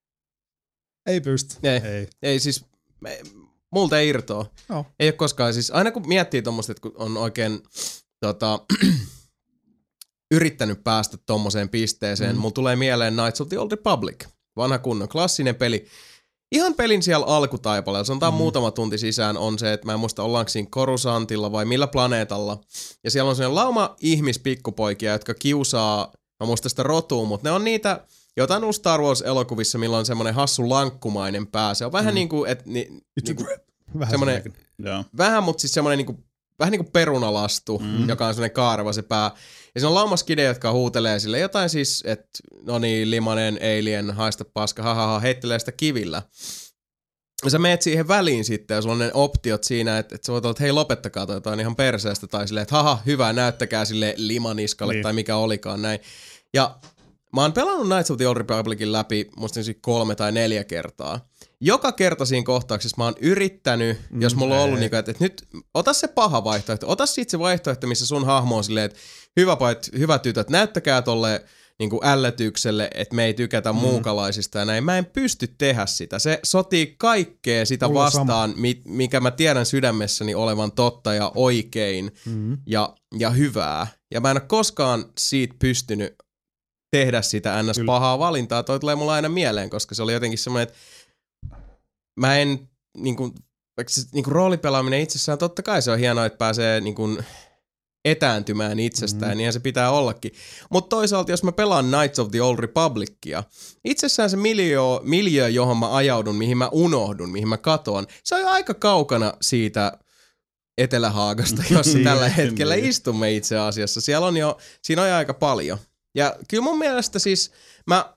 Ei pysty. Ei, ei. ei siis, me, multa ei irtoa. No. Ei ole koskaan, siis aina kun miettii tommoista, että kun on oikein tota, yrittänyt päästä tommoseen pisteeseen, mm. mulla tulee mieleen Knights of the Old Republic. Vanha kunnon, klassinen peli. Ihan pelin siellä alkutaipaleella, sanotaan mm. muutama tunti sisään on se, että mä en muista ollaanko siinä Coruscantilla vai millä planeetalla. Ja siellä on sellainen lauma ihmispikkupoikia, jotka kiusaa, mä muista sitä rotua, mutta ne on niitä jotain uusi Star Wars-elokuvissa, milloin on semmoinen hassu lankkumainen pää. Se on vähän mm. niin kuin, että ni, niinku, vähän semmoinen, vähän, mutta siis semmoinen niinku, vähän niin kuin perunalastu, mm. joka on semmoinen kaareva se pää. Ja se on laumaskide, jotka huutelee sille jotain siis, että no niin, limanen, alien, haista paska, hahaha, heittelee sitä kivillä. Ja sä meet siihen väliin sitten, ja sulla on ne optiot siinä, että, että sä voit olla, että hei lopettakaa toi jotain ihan perseestä, tai silleen, että haha, hyvä, näyttäkää sille limaniskalle, niin. Tai mikä olikaan näin. Ja mä oon pelannut Knights of the Old Republicin läpi, musta kolme tai neljä kertaa. Joka kerta siinä kohtauksessa mä oon yrittänyt, mm, jos mulla on ollut niin, että, että nyt ota se paha vaihtoehto, ota siitä se vaihtoehto, missä sun hahmo on silleen, että hyvä pojat, hyvät tytöt, näyttäkää tolle niin kuin ällötykselle, että me ei tykätä mm. muukalaisista ja näin. Mä en pysty tehdä sitä. Se sotii kaikkea sitä mulla vastaan, mikä mä tiedän sydämessäni olevan totta ja oikein mm. ja, ja hyvää. Ja mä en ole koskaan siitä pystynyt tehdä sitä ns. Kyllä. Pahaa valintaa. Toi tulee mulla aina mieleen, koska se oli jotenkin semmoinen, että mä en, niinku, vaikka se niinku roolipelaaminen itsessään, totta kai se on hienoa, että pääsee niinku etääntymään itsestään, mm-hmm. niin se pitää ollakin. Mutta toisaalta, jos mä pelaan Knights of the Old Republicia, itsessään se miljö, miljö, johon mä ajaudun, mihin mä unohdun, mihin mä katoan, se on jo aika kaukana siitä Etelähaagasta, jossa tällä hetkellä istumme itse asiassa. Siellä on jo, siinä on jo aika paljon. Ja kyllä mun mielestä siis, mä,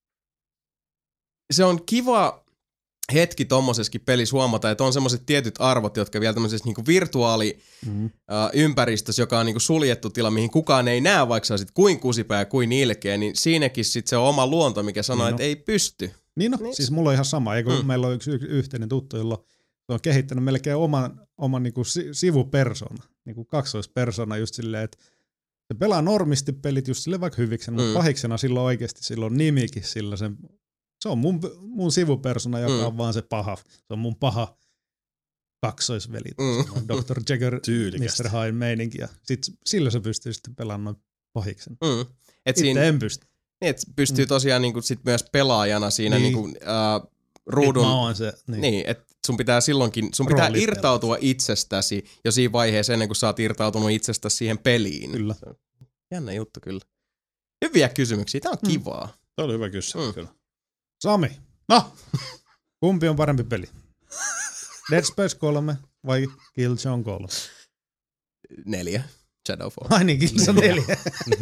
se on kiva hetki tommosessakin pelissä huomata, että on semmoiset tietyt arvot, jotka vielä tämmöisessä niinku virtuaaliympäristössä, mm. uh, joka on niinku suljettu tila, mihin kukaan ei näe, vaikka sä olisit kuin kusipää ja kuin ilkeä, niin siinäkin sit se on oma luonto, mikä sanoo, niin no. että ei pysty. Niin no, niin. Siis mulla on ihan sama. Eikö mm. meillä on yksi yhteinen tuttu, jolla se on kehittänyt melkein oman, oman niinku sivupersona, niinku kaksoispersona just silleen, että se pelaa normisti pelit just silleen vaikka hyviksen, mm. mutta pahiksena silloin oikeasti silloin nimikin sillä sen. Se on mun, mun sivupersona, joka mm. on vaan se paha. Se on mun paha kaksoisveli. Mm. doktor Jagger, mister Hyde meininki. Ja sit sillä se pystyy sitten pelaamaan noin pahiksen. Mm. Et Itse siinä, en pysty. Niin, että pystyy tosiaan niinku sit myös pelaajana siinä niin. niinku, uh, ruudun. Mä oon se. Niin, niin että sun pitää silloinkin, sun pitää irtautua itsestäsi jo siinä vaiheessa ennen kuin sä oot irtautunut itsestäsi siihen peliin. Kyllä. Jännä juttu kyllä. Hyviä kysymyksiä. Tää on mm. kivaa. Tämä oli hyvä kysymys mm. kyllä. Sami, no, kumpi on parempi peli? Dead Space kolme vai Killzone kolme? Neljä. Shadowfall. Ai niin, Killzone neljä.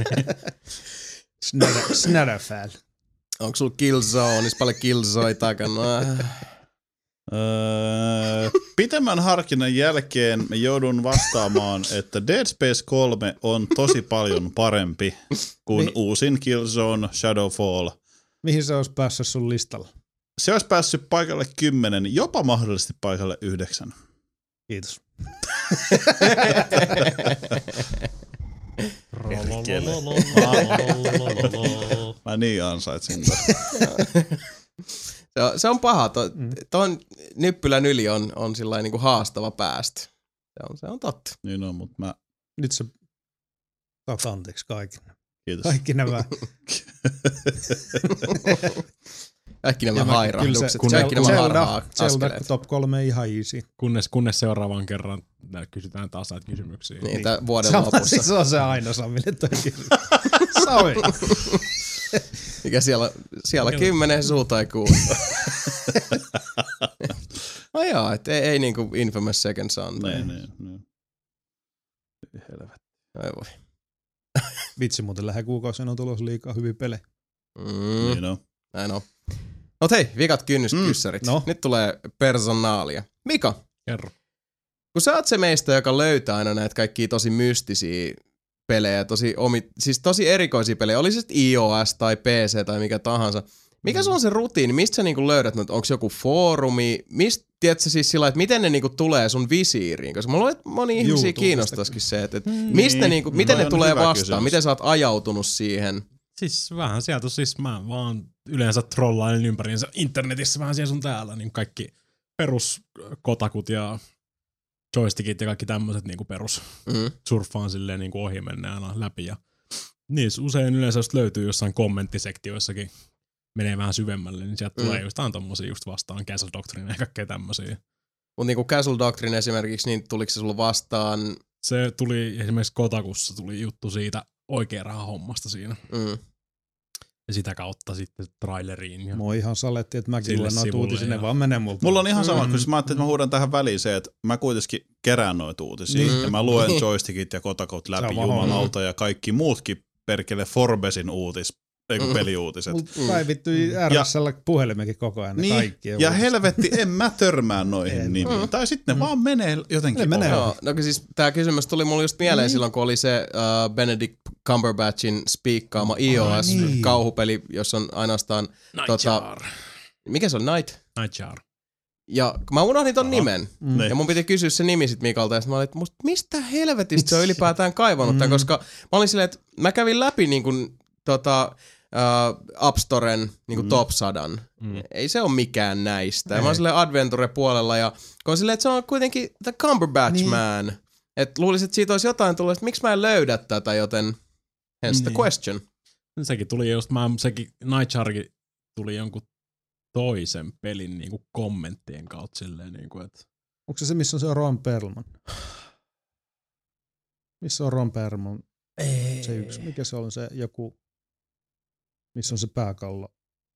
Snadderfall. Onko sulla Killzoneissa paljon Killzone takana? Öö, pitemmän harkinnan jälkeen mä joudun vastaamaan, että Dead Space kolme on tosi paljon parempi kuin Mi- uusin Killzone Shadowfall. Mihin se olisi päässyt sun listalla? Se olisi päässyt paikalle kymmenen, jopa mahdollisesti paikalle yhdeksän. Kiitos. Mä niin ansaitsin. se, on, se on paha. Tuo, tuon nyppylän yli on, on sillain niin kuin haastava päästä. Se on, se on totta. Niin on, mutta mä... Nyt sä saat anteeksi kaikki. Kiitos. Kaikki nämä. Kaikki nämä hairahdukset. Kaikki nämä harhaa Zelda top kolme ihan easy. Kunnes, kunnes seuraavan kerran kysytään taas näitä kysymyksiä. Niin, niin. Vuoden Sama, lopussa. Siis se on se aina Samille toi kysymys. Sami. Mikä siellä, siellä kymmenen suu tai kuusi. No joo, et ei, ei niinku Infamous Second Son. Niin, niin, niin. Helvetti. Ai voi. Vitsi, muuten lähden kuukausina on tulossa liikaa hyviä pelejä. Mm. Niin on. Näin on. Mut hei, vikat kynnyskyssärit. Mm, no. Nyt tulee personaalia. Mika, Kerro. kun sä oot se meistä, joka löytää aina näitä kaikkia tosi mystisiä pelejä, tosi, omi, siis tosi erikoisia pelejä, oli se sitten iOS tai P C tai mikä tahansa. Mikä se on se rutiini? Mistä sä niinku löydät, onko joku foorumi? Mistä, tiedätkö siis sillä, että miten ne niinku tulee sun visiiriin? Koska mulla on moni ihmisiä kiinnostaisikin se, että, että mm, mistä niin, niinku, miten ne tulee vastaan? Kysymys. Miten sä oot ajautunut siihen? Siis vähän sieltä, siis mä vaan yleensä trollailen ympäriinsä internetissä vähän siellä sun täällä, niin kaikki peruskotakut ja joystickit ja kaikki tämmöiset niinku perus mm. surffaan silleen niinku ohi mennään aina läpi. Ja niissä usein yleensä just löytyy jossain kommenttisektioissakin, menee vähän syvemmälle, niin sieltä mm. tulee just tommosia just vastaan, Castle Doctrine ja kaikkea tämmösiä. Mut niinku Castle Doctrine esimerkiksi, niin tuliko se sulla vastaan? Se tuli esimerkiksi Kotakussa tuli juttu siitä oikea rahahommasta siinä. Mm. Ja sitä kautta sitten traileriin. Ja mä oon ihan saletti, että mäkin luen noita uutisia, ne vaan menee multa. Mulla on ihan sama, mm. kun mä ajattelin, että mä huudan tähän väliin se, että mä kuitenkin kerään noita uutisia. Mm. Ja mä luen joystickit ja kotakot läpi jumalauta ja kaikki muutkin perkele Forbesin uutis. Ei kun peliuutiset. Mut päivittyi R S:llä puhelimekin koko ajan. Niin, kaikki ja helvetti, en mä törmää noihin nimiin. Mm. Tai sitten ne mm. vaan menee jotenkin. Ne menee. No, no siis tää kysymys tuli mulle just mieleen mm. silloin, kun oli se uh, Benedict Cumberbatchin spiikkaama iOS-kauhupeli, jossa on ainoastaan... Tota, mikä se on? Night? Nightjar. Ja mä unohdin ton Aha. nimen. Mm. Ja mun piti kysyä se nimi sit Mikalta. Ja sit mä olin, että musta mistä helvetistä se on ylipäätään kaivannut mm. tämän, koska mä olin silleen, että mä kävin läpi niin kuin tota... Uh, App Storen niinku mm. top sadan. Mm. Ei se ole mikään näistä. Ja mä oon silleen Adventure-puolella ja kun on silleen, että se on kuitenkin The Cumberbatch niin. Man. Et luulisin, että siitä olisi jotain tullut, että miksi mä en löydä tätä, joten hence the niin. question. Sekin tuli just, mä, sekin Nightjarkin tuli jonkun toisen pelin niinku kommenttien kautta silleen niinku, että... Onko se se, missä on se Ron Perlman? Missä on Ron Perlman? Ei. Se yksi, mikä se on se joku... Missä on se pääkallo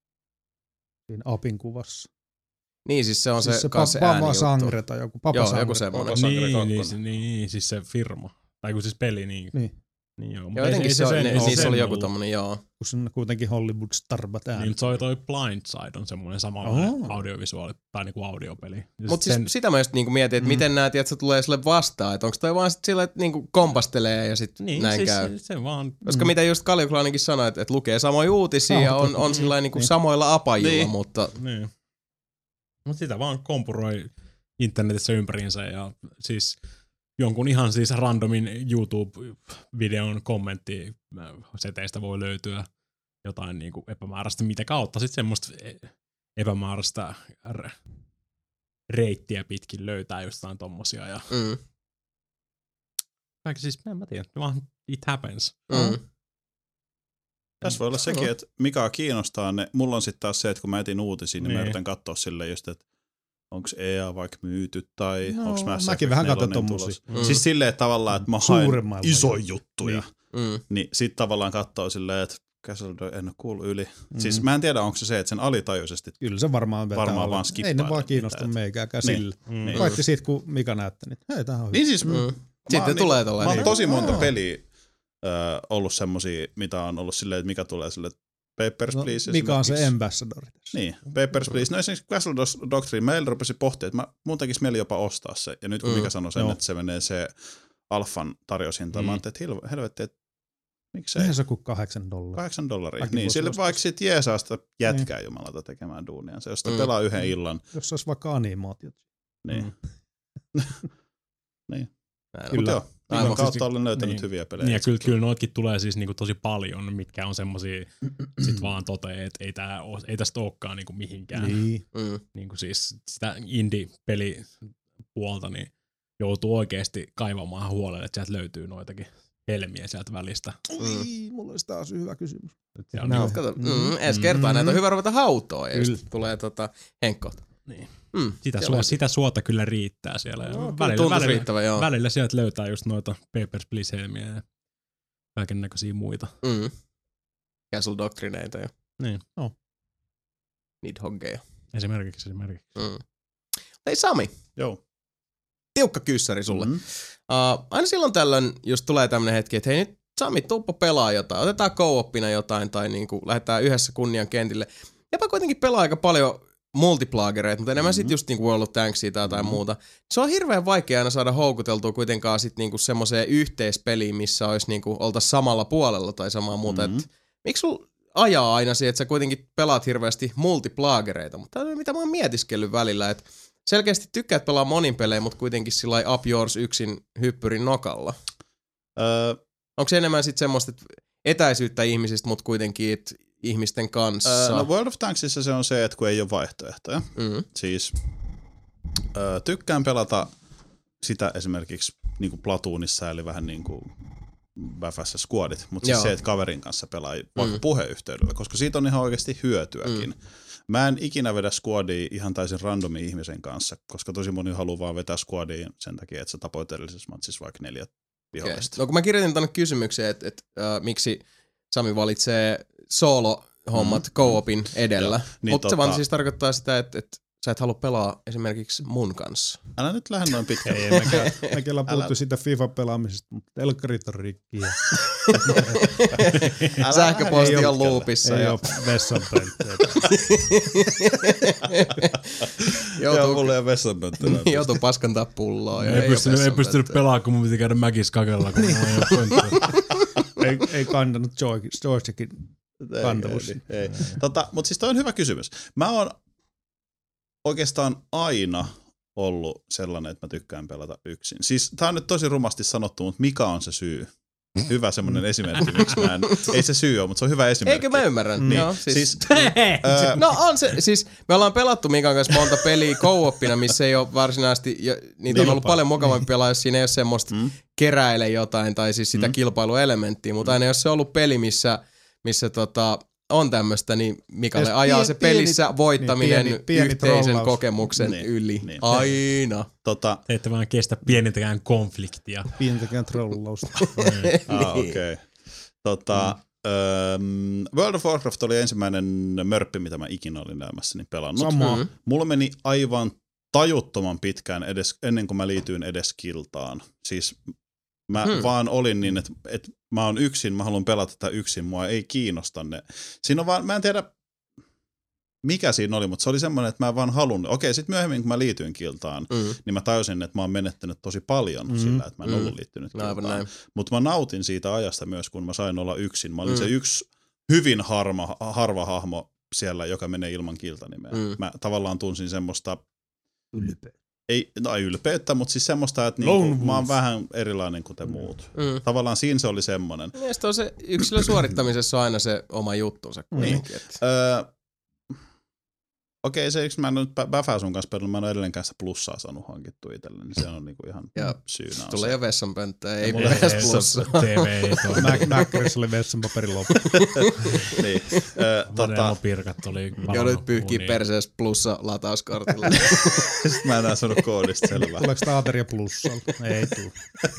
siinä apin kuvassa. Niin, siis se on siis se, se kanssa pa- ääni Papa Sangre tai joku. Papa joo, Sangre. joku semmoinen. Niin, niin, niin, siis se firma. Tai kun siis peli, niin. Niin. Niin joo, joo jotenkin se, se, se, niin, se oli joku tommonen, joo. Kun se on kuitenkin Hollywood-starbat ääni. Niin, toi toi Blindside on semmoinen samanlainen oh. audiovisuaali, tai niinku audiopeli. Mutta siis sen... sitä mä just niinku mietin, että mm. miten nää, tiedätkö, tulee sille vastaan. Että onko toi vaan sit sillä, että niinku kompastelee ja sit niin, näin siis käy. Se, se vaan... Koska mm. mitä just Kaljuklaanikin sanoi, että, että lukee samoja uutisia no, ja on, on sillä niinku niin. samoilla apajilla, niin. mutta... Niin. Mutta sitä vaan kompuroi internetissä ympäriinsä ja siis... Jonkun ihan siis randomin YouTube-videon kommentti seteistä voi löytyä jotain niinku epämääräistä, mitä kautta sitten semmoista epämääräistä reittiä pitkin löytää jostain tommosia. Ja... Mm. Kaikki siis, en mä tiedä, vaan it happens. Mm. Tässä voi olla sekin, että mikä kiinnostaa ne. Mulla on sitten taas se, että kun mä etin uutisia, niin, niin mä yritän katsoa silleen just, että onko E A vaikka myyty tai no, onko Mass mäkin vähän katson tommosia. Mm. Siis silleen että tavallaan, että mä haen isoja juttuja. Niin, mm. niin sit tavallaan katsoo silleen, että en ole kuullut yli. Mm. Siis mä en tiedä, onko se se, että sen alitajuisesti kyllä se varmaan vetää. Varmaan vaan skippaa. Ei ne vaan kiinnosta meikääkään niin. sille. Mm. Kaikki siitä, kun Mika näyttää, niin hei, tämähän on hyvä. Niin siis, mm. sitten tulee tällainen. Mä oon tosi monta peliä äh, ollut semmosia, mitä on ollut silleen, että mikä tulee silleen, Papers, no, Please. Mikä on se ambassador tässä? Niin, Papers, Please. No esimerkiksi Castle Doctrine, meillä rupesi pohtia, että mä, mun tekisi mieli jopa ostaa se. Ja nyt kun mm, Mika sanoi sen, joo. että se menee se alfan tarjoushintaan, mm. mä ajattelin, että helvetti, että miksei. Eihän se kuin kahdeksan dollaria. Kahdeksan dollaria. Niin, sille vaikka sit jeesaa sitä jätkää niin. jumalata tekemään duunia. Se, jos sitä mm. pelaa yhden mm. illan. Jos se olisi vaikka animaatiot. Niin. Mm. niin. Näin, kyllä. Joo. Aivan kautta olen löytänyt niin, hyviä pelejä. Niin ja kyllä, kyllä noitkin tulee siis niinku tosi paljon, mitkä on semmosia sit vaan toteen, että ei, tää oo, ei tästä olekaan niinku mihinkään. Niin. Mm. Niinku siis sitä indie-pelipuolta niin joutuu oikeesti kaivamaan huolelle, että sieltä löytyy noitakin helmiä sieltä välistä. Ui, mm. mulla olisi taas hyvä kysymys. No, kato, mm, ensi kertaa mm. näitä on hyvä ruveta hautoa ja just tulee tota Henkkot. Niin. Mm, sitä, suo, sitä suota kyllä riittää siellä. No, välillä, välillä, riittävä, joo. välillä sieltä löytää just noita Papers, Please-helmiä ja kaiken näköisiä muita. Mm. Castle Doctrineita ja niin. oh. Nidhoggeja. Esimerkiksi, esimerkiksi. Mm. Hei Sami. Joo. Tiukka kyssäri sulle. Mm-hmm. Uh, aina silloin tällöin just tulee tämmönen hetki, että hei nyt Sami, tuuppa pelaa jotain. Otetaan co-oppina jotain tai niinku lähdetään yhdessä kunnian kentille. Jäpä kuitenkin pelaa aika paljon multiplagereita, mutta enemmän Mm-hmm. sit just niinku World of Tanksia tai jotain mm-hmm. muuta. Se on hirveän vaikea aina saada houkuteltua kuitenkaan sit niinku semmoiseen yhteispeliin, missä olisi niinku oltaisiin samalla puolella tai samaa muuta. Mm-hmm. Et, miksi sul ajaa aina siihen, että sä kuitenkin pelaat hirveästi multiplagereita, mutta tämä on mitä mä oon mietiskellyt välillä, että selkeästi tykkäät pelaa monin pelejä, mutta kuitenkin sillai up yours yksin hyppyrin nokalla. Öö, Onko se enemmän sitten semmoista että etäisyyttä ihmisistä, mutta kuitenkin et ihmisten kanssa? öö, no World of Tanksissa se on se, että kun ei ole vaihtoehtoja. Mm. Siis öö, tykkään pelata sitä esimerkiksi niinku Platoonissa, eli vähän niin kuin Bäfässä squadit, mutta siis Joo. se, että kaverin kanssa pelaa vaikka Mm. puheyhteydellä, koska siitä on ihan oikeasti hyötyäkin. Mm. Mä en ikinä vedä squadia ihan täysin randomin ihmisen kanssa, koska tosi moni haluaa vaan vetää squadia sen takia, että sä tapoit edellisessä matsissa vaikka neljä vihollista. Okay. No kun mä kirjoitin tänne kysymykseen, että et, äh, miksi Sami valitsee solo-hommat mm. co-opin edellä, Joo. Niin mutta se tota- vaan siis tarkoittaa sitä, että et sä et halua pelaa esimerkiksi mun kanssa. Älä nyt lähde noin pitkälle. Ei, mekin, mekin ollaan puhuttu siitä FIFA-pelaamisesta, mutta telkkarit on rikki. Ja Sähköposti Ei on ole loopissa. ei ja ole vessanpönttöä. Joo, joutuu, mulla ei ole vessanpönttöä. joutuu paskantaa pulloa. Ja Ei, pystynyt, ei ole pystynyt vessanpönttöä. pelaamaan, kun mun piti käydä mäkissä kakella, kun mulla ei ole pönttöä. ei, ei kantanut joy- joystickin Ei, kantavuus. ei, ei. Tota, mutta siis toi on hyvä kysymys. Mä oon oikeastaan aina ollut sellainen, että mä tykkään pelata yksin. Siis tää on nyt tosi rumasti sanottu, mutta mikä on se syy? Hyvä semmonen esimerkki, miksi mä en... Ei se syy ole, mutta se on hyvä esimerkki. Eikö mä ymmärrän? Niin. Joo, siis, Siis, öö, no on se, siis me ollaan pelattu Mikan kanssa monta peliä co-opina, missä ei ole varsinaisesti, ja niitä on ollut paljon mukavampi pelaa, jos siinä ei ole semmoista Mm. keräile jotain tai siis sitä Mm. kilpailuelementtiä, mutta aina jos se on ollut peli, missä, missä tota, on tämmöistä, niin Mikalle Jos ajaa pien- se pieni- pelissä voittaminen niin, pieni- pieni yhteisen trollaus. kokemuksen Niin, yli. niin. Aina. tota, Te ette vaan kestä pienintäkään konfliktia. Pientäkään trollausta. ah, okei. Okay. Tota, mm. um, World of Warcraft oli ensimmäinen mörppi, mitä mä ikinä olin elämässäni pelannut. Sama. Mhm. Mulla meni aivan tajuttoman pitkään edes, ennen kuin mä liityin edes kiltaan. Siis mä Hmm. vaan olin niin, että, että mä oon yksin, mä haluan pelata tätä yksin, mua ei kiinnosta ne. Siinä on vaan, mä en tiedä mikä siinä oli, mutta se oli semmoinen, että mä en vaan halunnut. Okei, sit myöhemmin kun mä liityin kiltaan, Mm. niin mä tajusin, että mä oon menettänyt tosi paljon Mm. sillä, että mä en Mm. ollut liittynyt No, aivan kiltaan. näin. Mutta mä nautin siitä ajasta myös, kun mä sain olla yksin. Mä olin Mm. se yksi hyvin harma, harva hahmo siellä, joka menee ilman kiltanimeä. Mm. Mä tavallaan tunsin semmoista, Ylpeä. ei no, ei ylpeyttä, mutta siis semmoista, että Lone niinku, mä oon wolf. vähän erilainen kuin te muut. Mm. Tavallaan siinä se oli semmoinen. Ja sitten on se yksilön suorittamisessa on aina se oma juttunsa kuitenkin. Että Öö, Okei, okay, se eikö mä en nyt Bäfää sun kanssa pelannut, mä en ole edelleenkään sitä plussaa saanut hankittua itselle, niin se on niinku ihan Ja syynä. on tulee se. jo vessanpönttöä, ei mulla edes ei plussaa. T V ei toimi. Mä- Mäkkärissä oli vessanpaperin loppu. niin. Öö, tota, Vademopirkat oli Joudut valannut pyyhkiä uuniin. perseessä plussa latauskortilla. Sitten mä en enää saanut koodista selvää. Tuleeko Taateria plussalla? Ei tuu.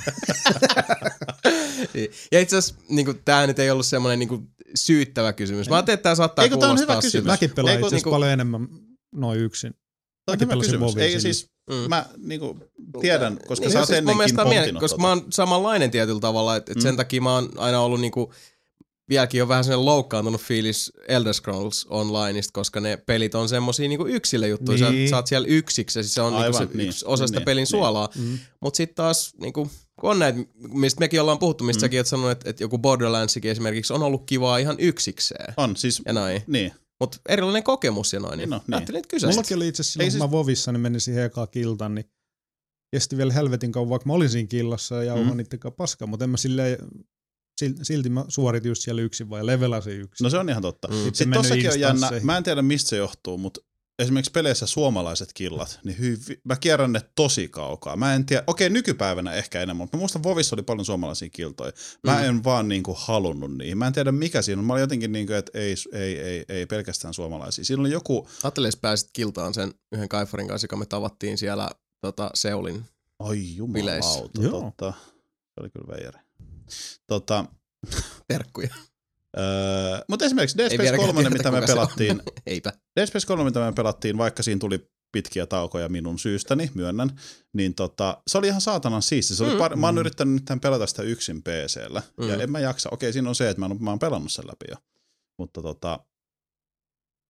Ja itse asiassa niin tämä nyt ei ollut semmoinen niin syyttävä kysymys. Mä ajattelin, että tämä saattaa Eikö tää on kuulostaa hyvä kysymys? siltä. Mäkin pelaan Eikö itse asiassa niinku- paljon enemmän noin yksin. Tämä on Mäkin hyvä pelasin kysymys. Vovia Ei sillä. siis, Mm. mä niinku tiedän, koska Niin, sä oot siis mun ennenkin mielestä on miele- pohtinut koska tota. mä oon samanlainen tietyllä tavalla, että et Mm. sen takia mä oon aina ollut niinku, vieläkin on vähän sellainen loukkaantunut fiilis Elder Scrolls Onlineista, koska ne pelit on semmosia niinku yksilöjuttuja. Sä, Niin. sä oot siellä yksiksi ja siis se on niinku Aivan, se niin. yksi osa sitä Niin, pelin niin. suolaa. Mm. Mut sit taas niinku, kun on näitä, mistä mekin ollaan puhuttu, mistä Mm. säkin oot sanonut, että, että joku Borderlandsikin esimerkiksi on ollut kivaa ihan yksikseen. On siis, Ja näin. niin. Mutta erilainen kokemus ja noin, niin No, no, niin. ajattelin, että kyseistä. Mullakin oli itse asiassa silloin, Ei kun siis- mä Vovissa, niin menin siihen ekaan kiltaan, niin kesti vielä helvetin kauan, vaikka mä olin siinä killassa ja jauhoin Mm. mm. niiden kanssa paskaa, mutta en mä silleen, sil- silti mä suoritin just siellä yksin vai levelasin yksin. No se on ihan totta. Mm. Sitten Sitten mennyt tossakin on jännä, instansseihin. mä en tiedä mistä se johtuu, mutta esimerkiksi peleissä suomalaiset killat, niin hyvi, mä kierrän ne tosi kaukaa. Mä en tiedä, okei nykypäivänä ehkä enemmän, mutta mä muistan Vovissa oli paljon suomalaisia kiltoja. Mä Mm. en vaan niinku halunnut niihin. Mä en tiedä mikä siinä on. Mä olin jotenkin niinku, että ei, ei, ei, ei pelkästään suomalaisia. Siinä oli joku, Ajattelin, että pääsit kiltaan sen yhden Kaifarin kanssa, joka me tavattiin siellä tota, Seulin. ai Bileissä. jumalauta, Joo. totta. Se oli kyllä veijari. Tota, Terkkuja. öö, mutta esimerkiksi Dead Ei Space vieläkään kolme, tiedetä, mitä me kuka se on. pelattiin, Eipä. Dead Space kolme, mitä me pelattiin, vaikka siinä tuli pitkiä taukoja minun syystäni, myönnän, niin tota, se oli ihan saatanan siisti. Se oli Mm. par- mä oon yrittänyt nyt tämän pelata sitä yksin P C:llä, mm. ja Mm. en mä jaksa. Okei, siinä on se, että mä oon, mä oon pelannut sen läpi jo. Mutta tota,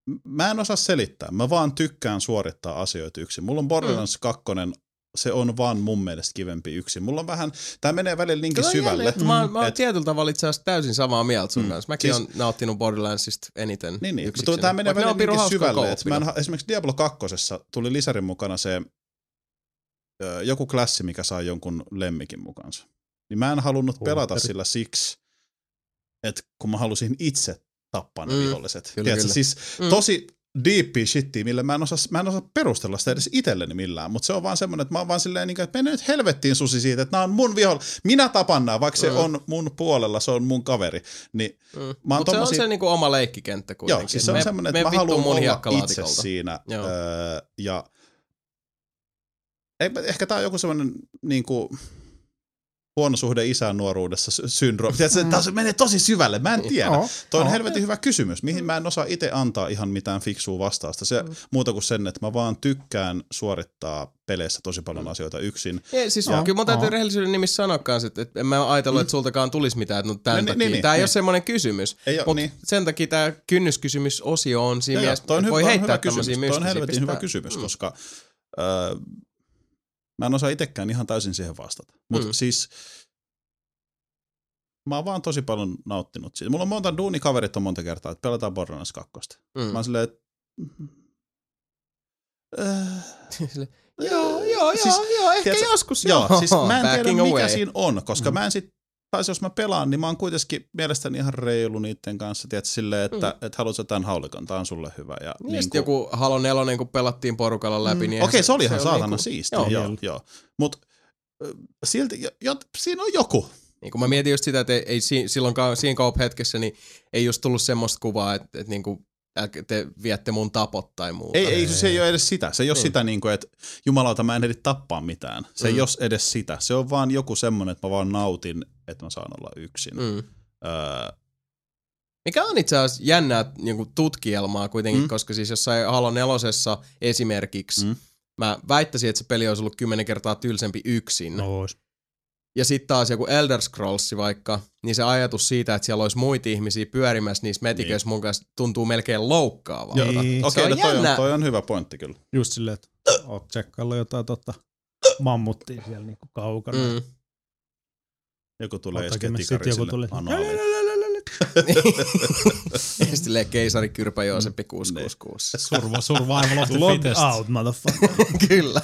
mä en osaa selittää. Mä vaan tykkään suorittaa asioita yksin. Mulla on Borderlands kaksi, se on vaan mun mielestä kivempi yksin. Mulla on vähän, tää menee välillä liinkin syvälle. Jälleen, mä, mä oon et, tietyllä tavalla itse asiassa täysin samaa mieltä sun mm, kanssa. Mäkin siis, oon nauttinut Borderlandsista eniten niin, niin. yksiksenä. Tää menee välillä liinkin syvälle. Et mä en, esimerkiksi Diablo kakkosessa tuli lisärin mukana se ö, joku klassi, mikä saa jonkun lemmikin mukansa. Niin mä en halunnut Huotteri. pelata sillä siksi, että kun mä halusin itse tappaa ne mm, viholliset. Kyllä, Tiedätkö, kyllä. Siis mm. tosi deepia shittiä, millä mä en, osaa, mä en osaa perustella sitä edes itselleni millään, mutta se on vaan semmoinen, että mä oon vaan silleen, että mene nyt helvettiin susi siitä, että nää on mun viholla, minä tapan nää, vaikka se mm. on mun puolella, se on mun kaveri. Niin mm. Mutta tommosia... se on se niinku oma leikkikenttä kuitenkin. Joo, siis se on me, semmoinen, että mä haluan olla itse siinä. Öö, ja ehkä tää on joku semmoinen niinku huono suhde isän nuoruudessa syndroomi. Mm. Tämä menee tosi syvälle, mä en tiedä. Oh, Toi on oh. helvetin hyvä kysymys, mihin mä en osaa itse antaa ihan mitään fiksua vastausta. Se mm. muuta kuin sen, että mä vaan tykkään suorittaa peleissä tosi paljon asioita yksin. Ja, siis oh, kyllä mä täytyy oh. rehellisyyden nimissä sanoa kanssa, että, että en mä ajatellut, että sultakaan tulisi mitään, että no tämän no, takia. Niin, niin, tämä niin, ei niin. ole semmoinen kysymys, mutta niin. sen takia tämä kynnyskysymysosio on siinä mielessä, että voi heittää tämmöisiä mystisiä. Toi on helvetin hyvä kysymys, mm. koska... Öö, Mä en osaa itsekään ihan täysin siihen vastata. Mutta mm. siis mä oon vaan tosi paljon nauttinut siitä. Mulla on monta duunikaverit on monta kertaa, että pelataan Borderlands kaksi. Mm. Mä oon silleen, että... Äh, joo, joo, siis, joo, joo, ehkä tiedätkö, joskus joo. joo. Siis mä en tiedä, mikä away. siinä on, koska mm. mä en sit, tai jos mä pelaan, niin mä oon kuitenkin mielestäni ihan reilu niiden kanssa, tiedätkö, silleen, että mm. et haluatko tämän haulikon, tää on sulle hyvä. Ja niin, niin kun... joku Halo nelonen, kun pelattiin porukalla läpi, mm. niin... Okei, okay, se oli ihan saatana niinku... siistiä, joo, joo, joo. Mutta silti, jo, jo, siinä on joku. Niin kun mä mietin just sitä, että ei, ei silloin siinä kaup-hetkessä, niin ei just tullut semmoista kuvaa, että, että niinku, te viette mun tapot tai muuta. Ei, ei, se ei ole edes sitä. Se ei ole mm. sitä, niin kuin, että jumalauta, mä en ehdi tappaa mitään. Se mm. ei ole edes sitä. Se on vaan joku semmoinen, että mä vaan nautin, että mä saan olla yksin. Mm. Öö, Mikä on itse asiassa jännää niin tutkielmaa kuitenkin, mm. koska siis jossain Halo nelosessa esimerkiksi, mm. mä väittäisin, että se peli olisi ollut kymmenen kertaa tylsempi yksin. No vois. Ja sitten taas joku Elder Scrolls vaikka, niin se ajatus siitä, että siellä olisi muita ihmisiä pyörimässä niissä metiköissä niin. mun kanssa tuntuu melkein loukkaavaa. Niin. Okei, okay, no toi, on, toi on hyvä pointti kyllä. Just silleen, että oot tsekkaillut jotain totta mammuttia siellä niinku kaukana. Mm. Joku tulee esketiikari sille anaalle. Ja silleen keisari Kyrpä Jooseppi kuusi kuusi kuusi. Surva, survival of the fittest. Out, motherfucker. Kyllä.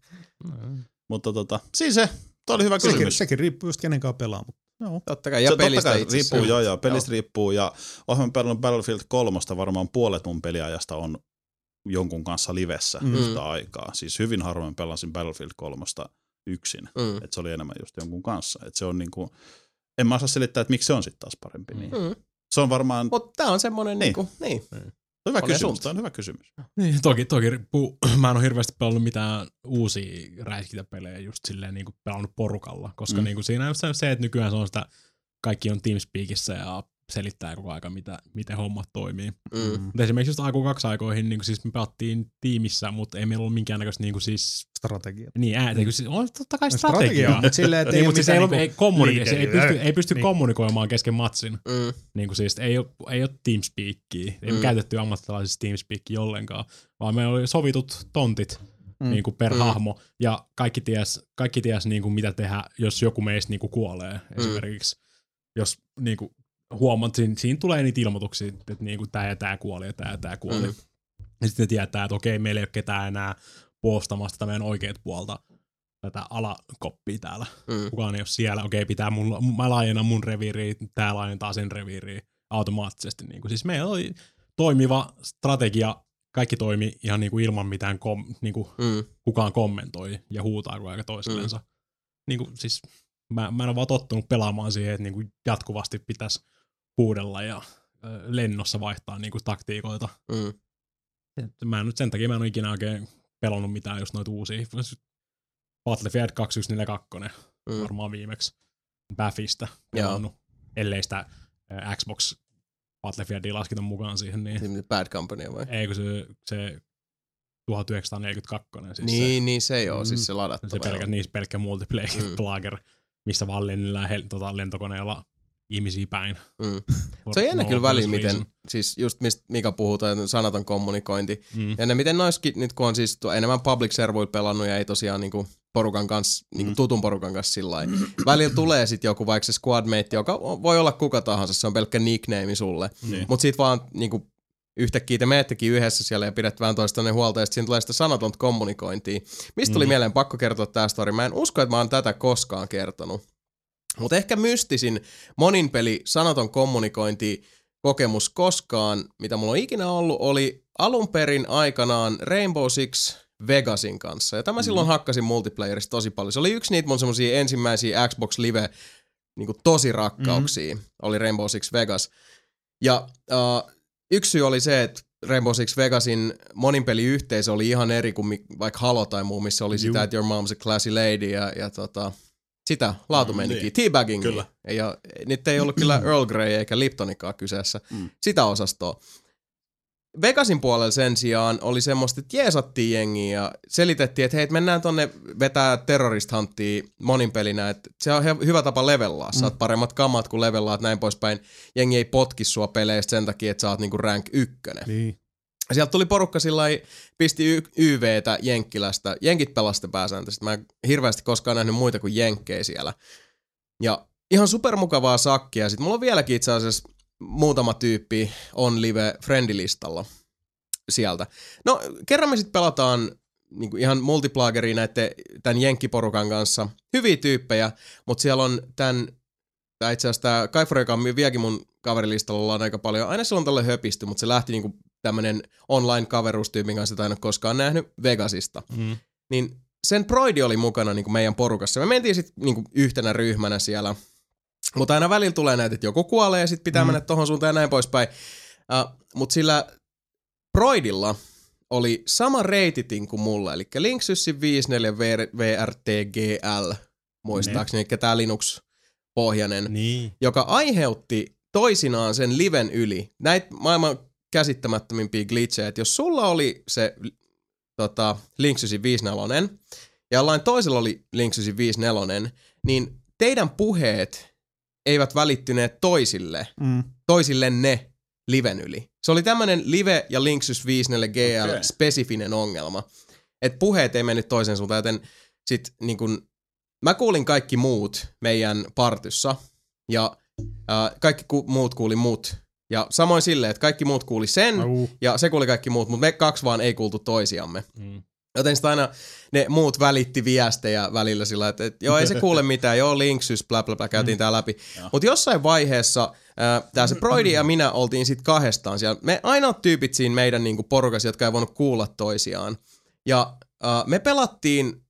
Mutta tota, siis se. Tuo oli hyvä kysymys. Sekin, sekin riippuu just kenenkaan pelaa. Mutta joo. Totta kai, ja se, pelistä totta kai riippuu, joo, joo, pelistä joo. riippuu. Ja olen pelannut Battlefield kolmosta, varmaan puolet mun peliajasta on jonkun kanssa livessä mm. yhtä aikaa. Siis hyvin harvoin pelasin Battlefield kolmosta yksin. Mm. Että se oli enemmän just jonkun kanssa. Että se on niinku, en mä osaa selittää, että miksi se on sitten taas parempi. Niin. Mm. Se on varmaan... Mutta tää on semmonen niin. niinku, niin. niin. Hyvä on kysymys, tämä on hyvä kysymys. Niin, toki, toki riippuu. Mä en ole hirveästi pelannut mitään uusia räiskintäpelejä just silleen niin kuin pelannut porukalla, koska mm. niin kuin siinä on se, että nykyään se on sitä, kaikki on TeamSpeakissä ja selittää koko aika, mitä, miten hommat toimii. Mm. Mutta esimerkiksi just A Q kaksi aikoihin, niin kuin siis me pelattiin tiimissä, mutta ei meillä ollut minkäännäköistä niin kuin siis... Strategiaa. Niin, ää, mm. siis on totta kai strategiaa. Strategia, mutta silleen, että niin, ei, mutta siis ei, niinku ei, kommunike- se ei pysty, ei pysty niin. kommunikoimaan kesken matsin. Mm. Niin kuin siis ei ole, ei ole TeamSpeakia. Ei mm. käytetty ammattilaisissa TeamSpeakia ollenkaan, vaan meillä oli sovitut tontit mm. niin kuin per mm. hahmo, ja kaikki ties, kaikki ties niin kuin mitä tehdä, jos joku meistä niin kuin kuolee mm. esimerkiksi. Jos niin kuin huomaat, siinä, siinä tulee niitä ilmoituksia, että niin kuin tämä ja tämä kuoli ja tämä ja tämä kuoli. Mm. Ja sitten ne tietää, että okei, meillä ei ole ketään enää puolustamassa tätä meidän oikeat puolta, tätä alakoppia täällä. Mm. Kukaan ei ole siellä. Okei, pitää mun, mä laajennan mun reviiriä, tää laajentaa sen reviiriä automaattisesti. Niin kuin, siis meillä oli toimiva strategia, kaikki toimi ihan niin kuin ilman mitään kom, niin kuin mm. kukaan kommentoi ja huutaa kuin aika toisillensa. Mm. Niin kuin, siis mä, mä en ole vaan tottunut pelaamaan siihen, että niin kuin jatkuvasti pitäisi huudella ja ö, lennossa vaihtaa niin kuin taktiikoita. Mm. Mä en nyt sen takia mä en ole ikinä oikein pelannut mitään just noita uusia. Battlefield kaksituhattaneljäkymmentäkaksi mm. varmaan viimeksi Baffista pelannut, ellei sitä äh, Xbox Battlefieldia lasketa mukaan siihen. Niin. Bad Company vai? Ei, kun se, se tuhatyhdeksänsataaneljäkymmentäkaksi. Siis niin, se, niin se joo, mm, siis se ladattava. Se pelkä, niin pelkkä multiplayer mm. plager, missä vaan lennellään hel, tota, lentokoneella ihmisiä päin. Mm. Se on jännä no, kyllä väliin, reason. miten, siis just mistä Mika puhuu, toi sanaton kommunikointi. Mm. Ja ne miten noiskin, nyt kun on siis enemmän public-servuilla pelannut ja ei tosiaan niinku porukan kanssa, mm. niinku tutun porukan kanssa sillä lailla. Välillä tulee sit joku vaikka se squadmate, joka voi olla kuka tahansa, se on pelkkä nickname sulle. Mm. Mut sit vaan niinku yhtäkkiä te meettekin yhdessä siellä ja pidät vähän toistanne huolta ja sit siinä tulee sitä sanatonta kommunikointia. Mistä tuli mm. mieleen, pakko kertoa tää story. Mä en usko, että mä oon tätä koskaan kertonut. Mutta ehkä mystisin monin peli sanaton kommunikointi kokemus koskaan, mitä mulla on ikinä ollut, oli alun perin aikanaan Rainbow Six Vegasin kanssa. Ja tämä mm. silloin hakkasin multiplayerista tosi paljon. Se oli yksi niitä mun semmosia ensimmäisiä Xbox Live niinku tosi rakkauksia, mm. oli Rainbow Six Vegas. Ja uh, yksi syy oli se, että Rainbow Six Vegasin monin peliyhteisö oli ihan eri kuin vaikka Halo tai muu, missä oli Juh. sitä, että your mom's a classy lady ja, ja tota... Sitä laatumenikin, mm, niin. Teabaggingia. Ja nyt ei ollut kyllä Earl Grey eikä Liptonikaan kyseessä. Mm. Sitä osastoa. Vegasin puolella sen sijaan oli semmoista, että jeesattiin jengiä ja selitettiin, että hei, mennään tonne vetää terrorist-hanttia monin pelinä, että se on hyvä tapa levellaa. Saat mm. paremmat kamat kuin levellaat näin poispäin. Jengi ei potki sua peleistä sen takia, että sä oot niinku rank ykkönen. Niin. Sieltä tuli porukka sillai, pisti y- Y V:tä Jenkkilästä. Jenkit pelasta pääsääntöisesti. Mä en hirveästi koskaan nähnyt muita kuin jenkkejä siellä. Ja ihan supermukavaa sakkia. Sitten mulla on vieläkin itse asiassa muutama tyyppi on live friendilistalla sieltä. No kerran me sitten pelataan niinku ihan multiplageria näiden tämän jenkkiporukan kanssa. Hyviä tyyppejä, mutta siellä on tämän, tai itse asiassa tämä Kaifuri, joka on vieläkin mun kaverilistalla, ollaan aika paljon. Aina silloin tälle höpisty, mutta se lähti niinku tämmönen online-kaveruustyypin kanssa, jota en ole koskaan nähnyt Vegasista. Mm. Niin sen Broidi oli mukana niin kuin meidän porukassa. Me mentiin sitten niin yhtenä ryhmänä siellä. Mutta aina välillä tulee näitä, että joku kuolee ja sitten pitää mm. mennä tohon suuntaan ja näin poispäin. Uh, Mutta sillä Broidilla oli sama reititin kuin mulla, eli Linksyssin viisikymmentäneljä V R T G L, muistaakseni, eli tää Linux-pohjainen, niin. joka aiheutti toisinaan sen liven yli. Näitä maailman käsittämättömimpiä glitchejä, että jos sulla oli se tota, Linksysin viisikymmentäneljä ja jollain toisella oli Linksysin viisikymmentäneljä, niin teidän puheet eivät välittyneet toisille, mm. toisille ne liven yli. Se oli tämmönen Live ja Linksys viisikymmentäneljä G L okay. spesifinen ongelma, että puheet ei mennyt toiseen suuntaan, joten sit niin kun, mä kuulin kaikki muut meidän partyssa ja äh, kaikki ku, muut kuuli mut. Ja samoin silleen, että kaikki muut kuuli sen, Au. ja se kuuli kaikki muut, mutta me kaksi vaan ei kuultu toisiamme. Mm. Joten sitä aina ne muut välitti viestejä välillä sillä, että, että joo, ei se kuule mitään, joo, linksys, bla bla bla, käytiin mm. tää läpi. Mutta jossain vaiheessa äh, tää se Broidi ja minä oltiin sit kahdestaan siellä. Me ainoat tyypit siinä meidän niinku porukassa, jotka ei voinut kuulla toisiaan. Ja äh, me pelattiin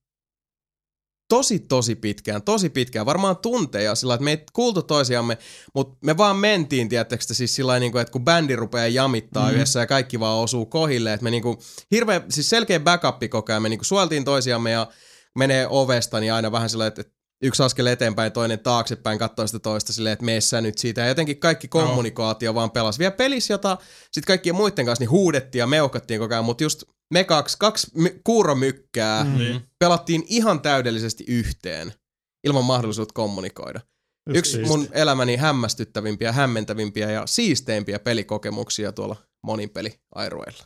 tosi, tosi pitkään, tosi pitkään, varmaan tunteja sillä, että me ei kuultu toisiamme, mutta me vaan mentiin, tiedättekö siis sillä niin että kun bändi rupeaa jamittaa mm. yhdessä ja kaikki vaan osuu kohille, että me niinku hirveä, siis selkeä backupi koko ajan, me niinku suojeltiin toisiamme ja menee ovesta, niin aina vähän sillä, että yksi askel eteenpäin, toinen taaksepäin, katsoo sitä toista silleen, että mene sä nyt siitä. Ja jotenkin kaikki kommunikaatio no. vaan pelasi. Vielä pelissä, jota sitten kaikkien muiden kanssa niin huudettiin ja meuhkattiin koko ajan, mutta just me kaksi, kaksi my- kuuromykkää mm-hmm. pelattiin ihan täydellisesti yhteen ilman mahdollisuutta kommunikoida. Just Yksi siisti. mun elämäni hämmästyttävimpiä, hämmentävimpiä ja siisteimpiä pelikokemuksia tuolla monin peliairueilla.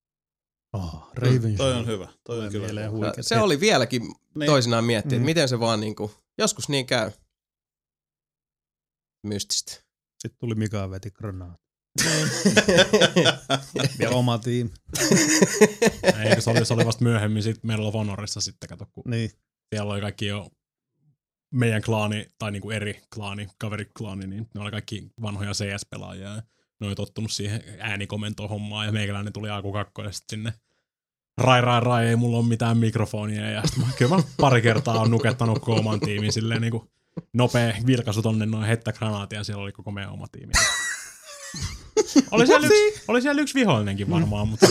Oh, Raven toi on hyvä. Toi on kyllä. Se oli vieläkin niin. toisinaan miettiä, mm. että miten se vaan niinku, joskus niin käy. Mystistä. Sitten tuli Mika veti granaat. Ja oma tiimi. Eikö se oli, se oli vasta myöhemmin sit Medal of Honorissa sitten, kato, kun niin. siellä oli kaikki jo meidän klaani, tai niinku eri klaani, kaveriklaani, niin ne oli kaikki vanhoja C S-pelaajia. Ja ne oli tottunut siihen äänikomentoon hommaan ja meikäläinen tuli A Q kaksi sitten sinne. Rai, rai, rai, ei mulla ole mitään mikrofonia. Ja sitten mä kyllä mä pari kertaa on nukettanut koko oman tiimin silleen niinku nopea vilkaisu tonne noin hettä granaatia ja siellä oli koko meidän oma tiimi. Oli siellä, yksi, oli siellä yksi vihollinenkin varmaan, mutta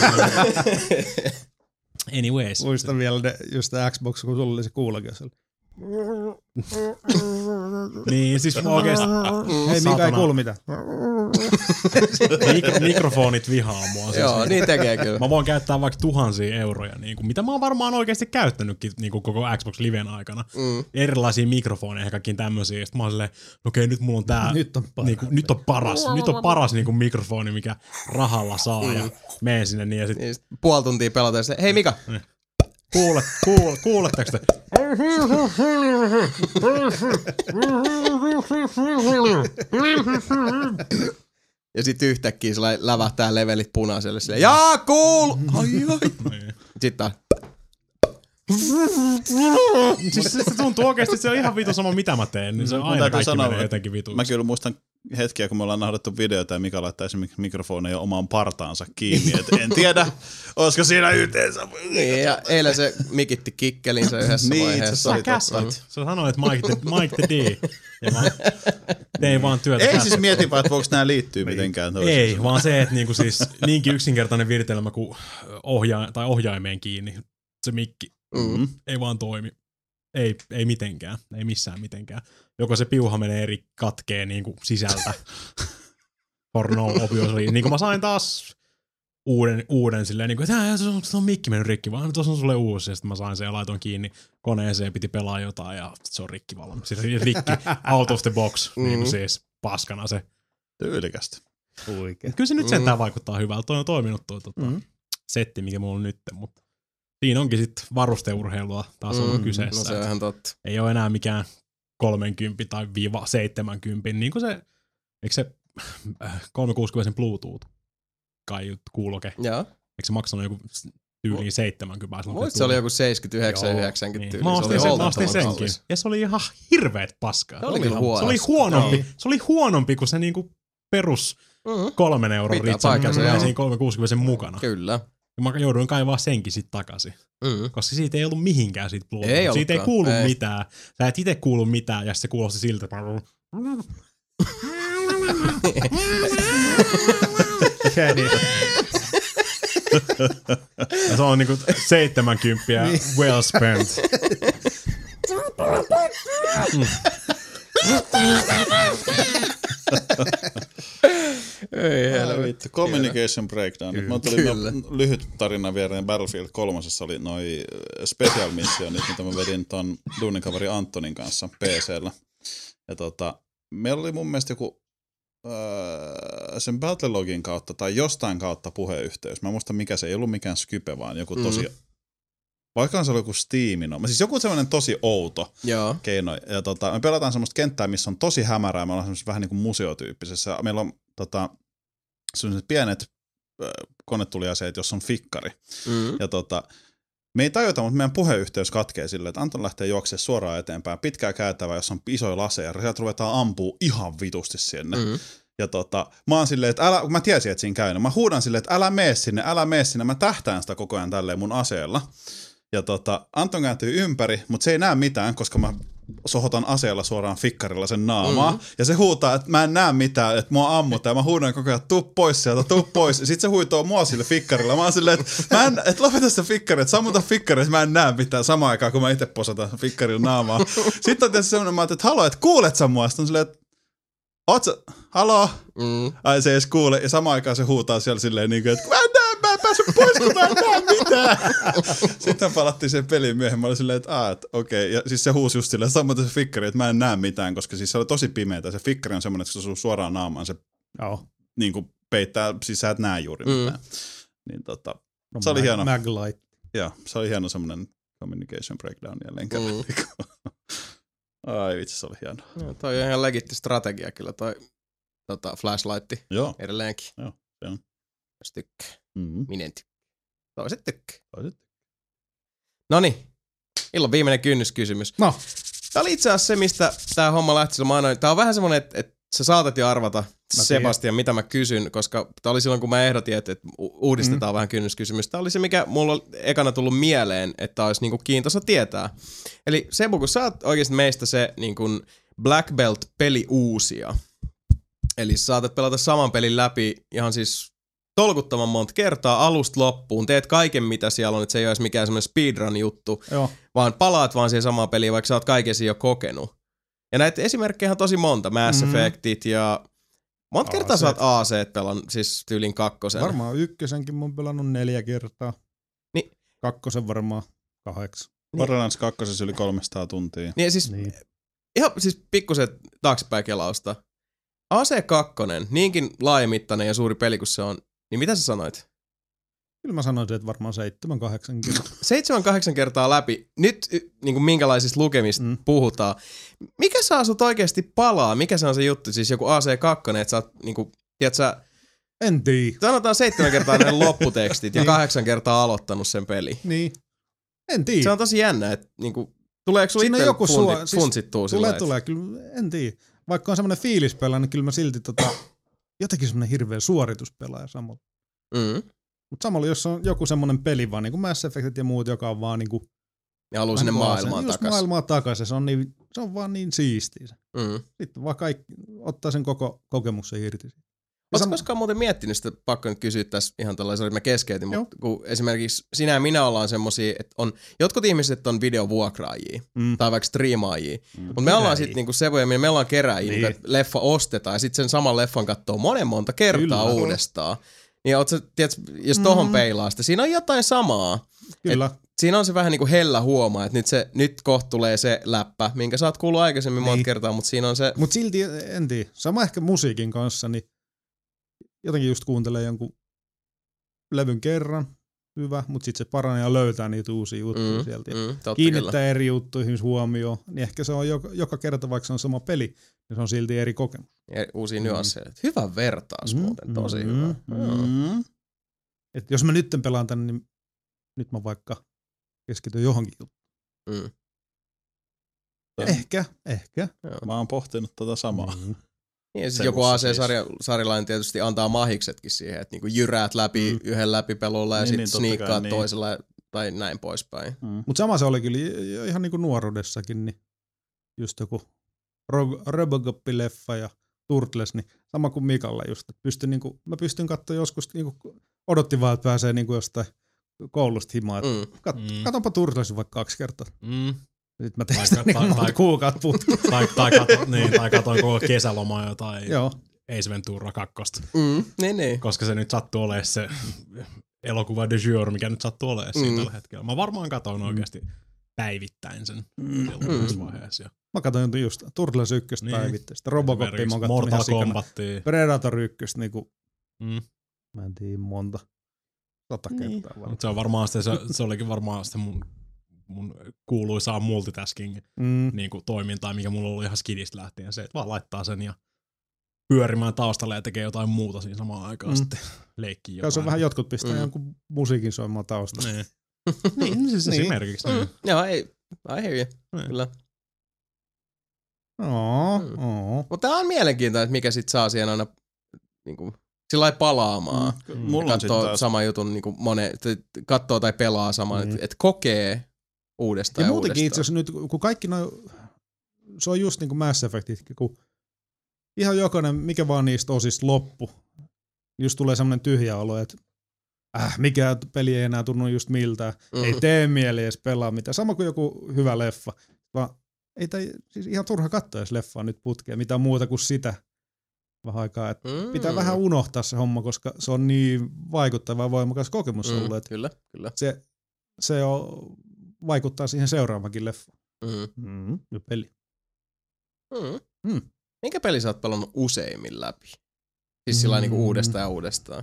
anyways. Muistan vielä ne, just Xbox, kun sulla oli se kuulokin. Niin, siis oikeesti. Hei, Mika ei kuulu mitään. Mik- mikrofonit vihaa mua. Siis Joo, niin tekee kyllä. Mä voin käyttää vaikka tuhansia euroja, niin kuin, mitä mä oon varmaan oikeasti käyttänytkin niin kuin koko Xbox Liven aikana. Mm. Erilaisia mikrofoneja ja kaikkiin tämmöisiä. Sitten mä oon silleen, okei, nyt mulla on tää. Nyt on paras. Niin kuin, nyt on paras. Nyt on paras niin kuin mikrofoni, mikä rahalla saa. Mm. Ja menen sinne niin ja sit Niin, sit puoli tuntia pelataan ja hei Mika. kuulet, kuulet, kuuletteko te? Ja sit yhtäkkiä se lävähtää levelit punaiselle silleen, jaa, cool! Ai ai. Sitten taas. Siis se tuntuu oikeesti, että se on ihan vitu sama mitä mä teen, niin se on Mun aina täytyy kaikki sanoa, menee että jotenkin vituiksi. Mä kyllä muistan hetkiä, kun me ollaan nauhoitettu videota ja Mika laittaa esimerkiksi mikrofoneja omaan partaansa kiinni. Et en tiedä, olisiko siinä yhteensä. Niin, ja eilen se mikitti kikkelinsä yhdessä Niin, vaiheessa. itse Sä käskit. Sä sanoit, että Mike the, Mike the D. Ja mä tein vaan työtä. Ei käskistä. siis mieti vaan, että voiko nämä liittyä mitenkään toisiinsa. Ei, vaan se, että niinku siis niinkin yksinkertainen viritelmä kuin ohja- tai ohjaimeen kiinni, se mikki Mm-hmm. ei vaan toimi. Ei, ei mitenkään, ei missään mitenkään. Joko se piuha menee eri katkeen niinku sisältä. For no obvious reason. Niin kuin mä sain taas uuden, uuden silleen, niin kuin, että se on, se on mikki mennyt rikki, vaan tuossa on sulle uusi. Ja sitten mä sain sen ja laitoin kiinni koneeseen, piti pelaa jotain ja se on rikki valmis. Siis rikki, out of the box, mm. niin kuin siis paskana se. Tyylikästä. Oikein. Kyllä se nyt Mm. sentään vaikuttaa hyvältä. Toi on toiminut tuo tota, Mm. setti, mikä mulla on nyt, mutta siinä onkin sitten varusteurheilua taas ollut Mm, kyseessä. no se on ihan totta. Ei ole enää mikään kolmekymmentä tai viiva seitsemänkymmentä, niin kuin se, eikö se kolmesataakuusikymmentä Bluetooth kai kuuloke, Joo. eikö se maksanut joku tyyliin seitsemänkymmentä? Muistin, se oli joku seitsemänkymmentäyhdeksän Joo, yhdeksänkymmentä niin. tyyli. Mä Se ostin, oli sen, mä oltavan ostin senkin. kallis. Ja se oli ihan hirveet paskaa. Se oli kyllä se huono. oli huonompi, Joo. se oli huonompi kuin se niinku perus Mm, kolmen euron Pitää ritsa, paikkansa, mikä joo. siinä kolmesataakuusikymmentä mukana. Kyllä. Ja mä jouduin kaivaa senkin sit takaisin. Mm. Koska siitä ei ollut mihinkään siitä Bluetooth. Ei siitä ei ollutkaan, kuulu ei. mitään. Sä et ite kuulu mitään ja se kuulosti siltä. Ja se on niinku seitsemänkymppiä well spent. Mm. Ei Ai helvetti. vittu, Communication Breakdown. Nyt mä tuli Kyllä. no, lyhyt tarina viereen. Battlefield kolmosessa oli noi special missionit, mitä mä vedin ton duunikaveri Antonin kanssa P C:llä. Ja tota, meillä oli mun mielestä joku öö, sen Battlelogin kautta tai jostain kautta puheyhteys. Mä en muista mikä se ei ollut mikään Skype, vaan joku tosi, mm. vaikka se oli joku Steamino. Siis joku sellainen tosi outo Joo. keino. Ja tota, me pelataan semmoista kenttää, missä on tosi hämärää. Me ollaan semmoisessa vähän niin kuin museotyyppisessä. Meillä on tota, sellaiset pienet äh, konetuliaseet, jossa on fikkari. Mm. Ja tota, me ei tajuta, mutta meidän puheyhteys katkee silleen, että Anton lähtee juoksemaan suoraan eteenpäin. Pitkää käytävää, jossa on isoja laseja. Sieltä ruvetaan ampua ihan vitusti sinne. Mm. Ja tota, mä oon silleen, että älä, mä tiesin, että siinä käy. Mä huudan silleen, että älä mene sinne, älä mene sinne. Mä tähtään sitä koko ajan tälleen mun aseella. Ja tota, Anton kääntyy ympäri, mutta se ei näe mitään, koska mä sohotan aseella suoraan fikkarilla sen naamaa. Mm-hmm. Ja se huutaa, että mä en näe mitään, että mua ammutaan. Ja mä huudan koko ajan, tuu pois sieltä, tuu pois. Sitten se huitoo mua sille fikkarilla. Mä oon silleen, että mä en, et lopeta sitä fikkari, että sammuta fikkari, että mä en näe mitään samaan aikaan, kun mä itse posatan fikkarilla naamaa. Sitten on tietysti semmoinen, mä oon, että haloo, että kuulet sä mua? Sitten on silleen, että oot sä, haloo? Mm. Ai se ei edes kuule. Ja samaan aikaan se huutaa siellä silleen, niin kuin, että mä en näe, mä en päässyt pois, kun mä en näe mitään. Sitten palattiin sen peliin myöhemmin. Mä olin silleen, että aah, että okei. Okay. Ja siis se huusi just silleen, samoin se fikkari, että mä en näe mitään, koska siis se oli tosi pimeätä. Se fikkari on semmoinen, että se osuu suoraan naamaan. Se Joo. niin kuin peittää, siis sä et näe juuri Mm. mitään. Niin tota, No, se oli mag- hieno. Maglite. Joo, se oli hieno semmoinen communication breakdown jälleen kerran. Mm. Ai vitsi, se oli hieno. No, toi on ihan legitti strategia kyllä toi tota, flashlightti Joo. edelleenkin. Joo, se on. Jos tykkää. Mm-hmm. Minä en tykkää. Toiset tykkää. Toiset. Noniin. Illan viimeinen kynnyskysymys. No. Tää oli itse asiassa se, mistä tää homma lähti silloin. Mä annoin, tää on vähän semmonen, että et sä saatat jo arvata, Mä Sebastian, mitä mä kysyn, koska tää oli silloin, kun mä ehdotin, että et uudistetaan mm. vähän kynnyskysymys. Tää oli se, mikä mulla on ekana tullut mieleen, että olisi niinku kiintoisa tietää. Eli Sebu, kun sä oot oikeesti meistä se niinku Black Belt-peli uusia. Eli sä saatat pelata saman pelin läpi ihan siis tolkuttoman monta kertaa alusta loppuun. Teet kaiken, mitä siellä on, että se ei ole edes mikään semmoinen speedrun-juttu, Joo. vaan palaat vaan siihen samaan peliin, vaikka sä oot kaiken siinä jo kokenut. Ja näitä esimerkkejä on tosi monta. Mass Mhm. Effectit ja... Monta kertaa A C. sä oot A C pelannut, siis tyylin kakkosen. Varmaan ykkösenkin mä oon pelannut neljä kertaa. Niin. Kakkosen varmaan kahdeksan. Borderlands kaksi yli kolmesataa tuntia. Niin siis Niin. ihan siis pikkusen taaksepäin kelausta. A C kaksi, niinkin laajamittainen ja suuri peli kuin se on, niin mitä sä sanoit? Kyllä mä sanoisin, että varmaan seitsemän, kahdeksan kertaa. Seitsemän, kahdeksan kertaa läpi. Nyt niin kuin minkälaisista lukemista mm. Mm. puhutaan. Mikä saa sut oikeasti palaa? Mikä se on se juttu? Siis joku A C kaksi, että sä oot niin kuin, tiedät sä, En tiedä. sanotaan seitsemän kertaa ne lopputekstit ja kahdeksan kertaa aloittanut sen peli. Niin. En tiedä. Se on tosi jännä, että niin kuin, tuleeko sulla Siinä on itse joku funti, sua- siis funtsittua sillä Tulee, että- tulee. Kyllä, en tiedä. Vaikka on semmoinen fiilispelaaja, niin kyllä mä silti tota, jotenkin semmoinen hirveä suorituspelaaja samalla. Mm. Mutta samalla, jos on joku semmoinen peli vaan, niin kuin Mass Effectit ja muut, joka on vaan niin kuin... Ja haluaa sinne maailmaan just takaisin. maailmaan takaisin. Se on, niin, se on vaan niin siistiä. se. Mm. Sitten vaan kaikki, ottaa sen koko kokemuksen irti. Ja Oletko sama- koskaan muuten miettinyt sitä, pakko nyt kysyä tässä ihan tällaisen, että mä keskeytin, Joo. mutta kun esimerkiksi sinä ja minä ollaan semmosia, että on, jotkut ihmiset on videovuokraajia Mm. tai vaikka striimaajia, Mm. mutta me ollaan Keräjiä. sitten niinku sevoja, me ollaan keräjiä, Niin. niin. että leffa ostetaan ja sitten sen saman leffan katsoo monen monta kertaa Kyllä. uudestaan. Niin oot sä, tiedät, jos tohon Mm. peilaa sitä, siinä on jotain samaa. Kyllä. Siinä on se vähän niinku hellä huomaa, että nyt, se, nyt kohta tulee se läppä, minkä sä oot kuullut aikaisemmin monta Niin. kertaa, mutta siinä on se... Mutta silti, en tiedä. Sama ehkä musiikin kanssa, niin jotenkin just kuuntelee jonkun levyn kerran, hyvä, mutta sitten se paranee ja löytää niitä uusia juttuja Mm, sieltä. mm, totta Kiinnittää kyllä. eri juttuihin huomioon, niin ehkä se on joka, joka kerta, vaikka se on sama peli, niin se on silti eri kokemus. Ja uusia Mm. nyansseja. Hyvä vertaus Mm, muuten, tosi mm, hyvä. mm. Joo. Mm. Et jos mä nyt pelaan tän, niin nyt mä vaikka keskityn johonkin juttuun. Mm. Ehkä, ehkä. Mä oon pohtinut tota samaa. Mm. Niin, ja siis Se joku musta A C-sarilainen tietysti antaa mahiksetkin siihen, että niinku jyräät läpi Mm. yhden läpipelulla ja Niin, sitten niin, totta sniikkaat kai, niin. toisella tai näin poispäin. Mm. Mutta sama se oli kyllä jo ihan niinku nuoruudessakin, niin just joku Ro- Robocop-leffa ja Turtles, niin sama kuin Mikalla just. että Pystyn niinku, mä pystyn katsoa joskus, niinku, odotti vaan, että pääsee niinku jostain koulusta himaan. Mm. Mm. Kat, Mm. Katonpa Turtlesin vaikka kaksi kertaa. Mm. Sitten mä tein Tai- sitä niinku tai- monta tai- kuukautta putkeen. Tai, tai, kato, niin, tai katoin koko kesälomaa jotain Joo. Ace Ventura kakkosta. Mm. Niin, niin. Koska se nyt sattuu olemaan se elokuva de jour, mikä nyt sattuu olemaan siinä Mm. tällä hetkellä. Mä varmaan katon oikeasti päivittäin sen Mm. silloin tässä vaiheessa. Ja Mä katsoin just Turtles ykköstä Niin. niin. päivittäin. Sitten Robocopia mä esimerkiksi oon kattonut ihan Mortal sikana. Kombatia. Predator ykköstä niinku, Mm. mä en tiedä monta. Sata Niin. kertaa varmaan. Mut se on varmaan sitä, se, se olikin varmaan sitä mun, mun kuuluisaa multitasking Mm. niin kuin toimintaa, mikä mulla oli ihan skidistä lähtien. Se, että vaan laittaa sen ja pyörimään taustalle ja tekee jotain muuta siinä samaan aikaan. Mm. Sitten leikkii Kai jotain. se on vähän jotkut pistää Mm. mm. jonkun musiikin soimaan taustalla. Niin. niin, siis Niin. esimerkiksi. Mm. Niin. Joo, ei. I hear you. Niin. Kyllä. Oo, Mm. oo. Mutta tää on mielenkiintoinen, että mikä sit saa siihen aina niinku, sillä lailla palaamaan. Mm. Mm. Mulla on sitten Katsoo taas... sama jutun, niinku mone, katsoo tai pelaa saman, Mm. että et kokee uudestaan Ja ja, muutenkin itse uudestaan. asiassa nyt, kun kaikki noin, se on just niin kuin Mass Effectitkin, kun ihan jokainen, mikä vaan niistä osista loppu, just tulee semmoinen tyhjä olo, että äh, mikä peli ei enää tunnu just miltään, Mm. ei tee mieli edes pelaa mitään. Sama kuin joku hyvä leffa, vaan ei tai, siis ihan turha katsoa edes leffaa nyt putkeen, mitään muuta kuin sitä vähän aikaa. Et Mm. pitää vähän unohtaa se homma, koska se on niin vaikuttava ja voimakas kokemus Mm. ollut, että Kyllä, kyllä. se, se on, vaikuttaa siihen seuraavakin leffaan. Mm. Mm, ja peli. Mm. Mm. Minkä peli sä oot pelannut useimmin läpi? Siis sillä mm. niinku uudestaan ja uudestaan.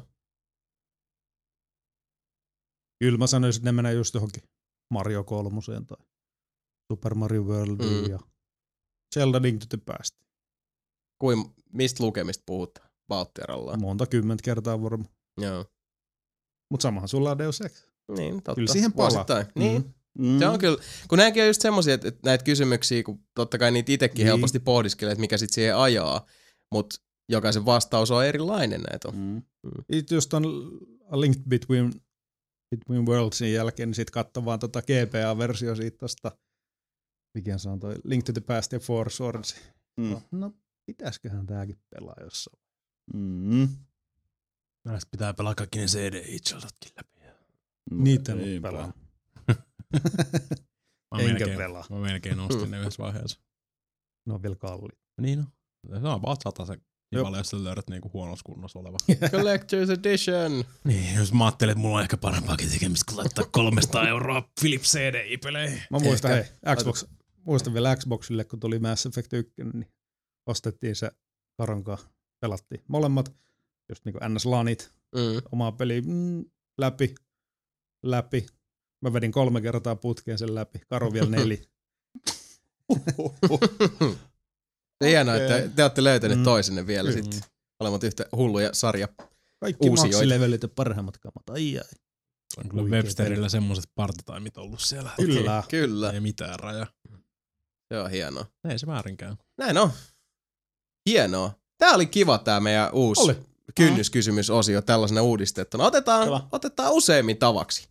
Kyllä mä sanoisin, että ne menee just johonkin Mario kolmoseen tai Super Mario Worldiin Mm. ja Zelda Link to the Past. Kuin, mistä lukemista puhutaan Valtteralla? Monta kymmentä kertaa varmaan. Joo. Mutta samahan sulla on Deus Ex. Niin, totta. Kyllä siihen palaa. Vuosittain. Niin. Mm. Se on kyllä, kun nämäkin on just semmosia, että, että näitä kysymyksiä, kun totta kai niitä itsekin Niin. helposti pohdiskelee, että mikä sit siihen ajaa, mutta jokaisen vastaus on erilainen näitä. On. Mm. Itse just on A Link Between, Between Worldsin jälkeen, niin sit katso vaan tota G P A-versio siitä tosta, mikä se on toi Link to the Past ja Four Swords. Mm. No, no pitäisköhän tääkin pelaa jossain. Mm. Näistä pitää pelaa kaikki ne C D-itseltäkin läpi. Niitä en oo Niinpä. pelannut. Mä Enkä melkein, pelaa. Mä melkein nostin ne yhdessä vaiheessa. Ne on vielä kalliit. Niin on. Se on about sata se kivalle, jos sä löydät niinku huonossa kunnossa oleva. Collector's Edition. Niin, jos mä ajattelin, että mulla on ehkä parempaakin tekemistä kuin laittaa kolmesataa euroa Philips C D I-peleihin. Mä muistan, Ehkä. hei, Xbox, muistan vielä Xboxille, kun tuli Mass Effect yksi, niin ostettiin se Karonkaan, pelattiin molemmat, just niinku N S-lanit, Mm. omaa peliä mm, läpi, läpi. Mä vedin kolme kertaa putkeen sen läpi, Karo vielä neljä. Se hienoa, että te olette löytäneet Mm. toisenne vielä Kyllä. sitten. Olemat yhtä hulluja sarja. Kaikki Uusioita. maksilevelit ja parhaimmat kamat, ai ai. On kyllä Huikea Websterillä semmoset partitaimit ollut siellä. Kyllä. Kyllä. Ei mitään raja. Se on hienoa. Ei se väärin käy. Näin on. Hienoa. Tää oli kiva tää meidän uusi Oli. kynnyskysymysosio tällaisena uudistettuna. Otetaan, Hyvä. otetaan useammin tavaksi.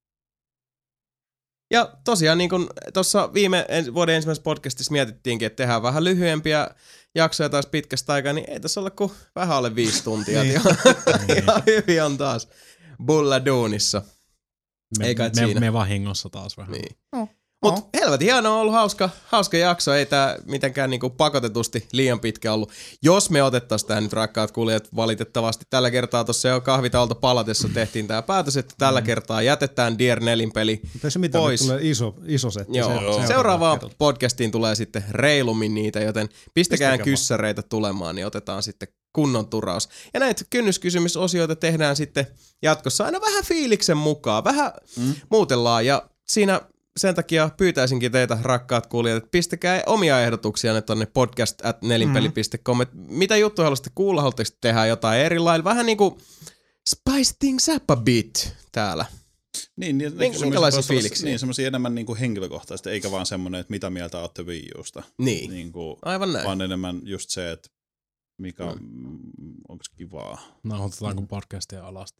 Ja tosiaan niin kuin tuossa viime ens- vuoden ensimmäisessä podcastissa mietittiinkin, että tehdään vähän lyhyempiä jaksoja taas pitkästä aikaa, niin ei tässä olla kuin vähän alle viisi tuntia. Niin. Ihan, ihan hyvin on taas bulla duunissa. Me, Eikä et me, siinä. me vahingossa taas vähän. Niin. No. Mutta No. helvetin hienoa, on ollut hauska, hauska jakso, ei tää mitenkään niinku pakotetusti liian pitkä ollut. Jos me otettaisiin tää nyt, rakkaat kuulijat, valitettavasti tällä kertaa tuossa jo kahvitaulta palatessa tehtiin tää päätös, että tällä Mm. kertaa jätetään Dear Nelin peli Mutta ei se mitään, pois. nyt tulee iso, iso setti. Joo, Se- seuraavaan kerralla. podcastiin tulee sitten reilummin niitä, joten pistäkää Pistäkää vaan. kyssäreitä tulemaan, niin otetaan sitten kunnon turaus. Ja näitä kynnyskysymysosioita tehdään sitten jatkossa aina vähän fiiliksen mukaan, vähän Mm. muutellaan ja siinä sen takia pyytäisinkin teitä, rakkaat kuulijat, että pistäkää omia ehdotuksia tonne podcast at nelinpeli piste com, että mitä juttuja haluaisitte kuulla, haluatteko tehdä jotain eri lailla, vähän niinku spice things up a bit täällä. Niin, niin, Mink- semmoisia- minkälaisia semmoisia- fiiliksiä? Niin, semmoisia enemmän niin kuin henkilökohtaisesti, eikä vaan semmoinen, että mitä mieltä olette Wii Usta. Niin, Niin kuin, aivan näin. vaan enemmän just se, että mikä on, mm. onko kivaa. Nauhoitetaanko podcastia alasti?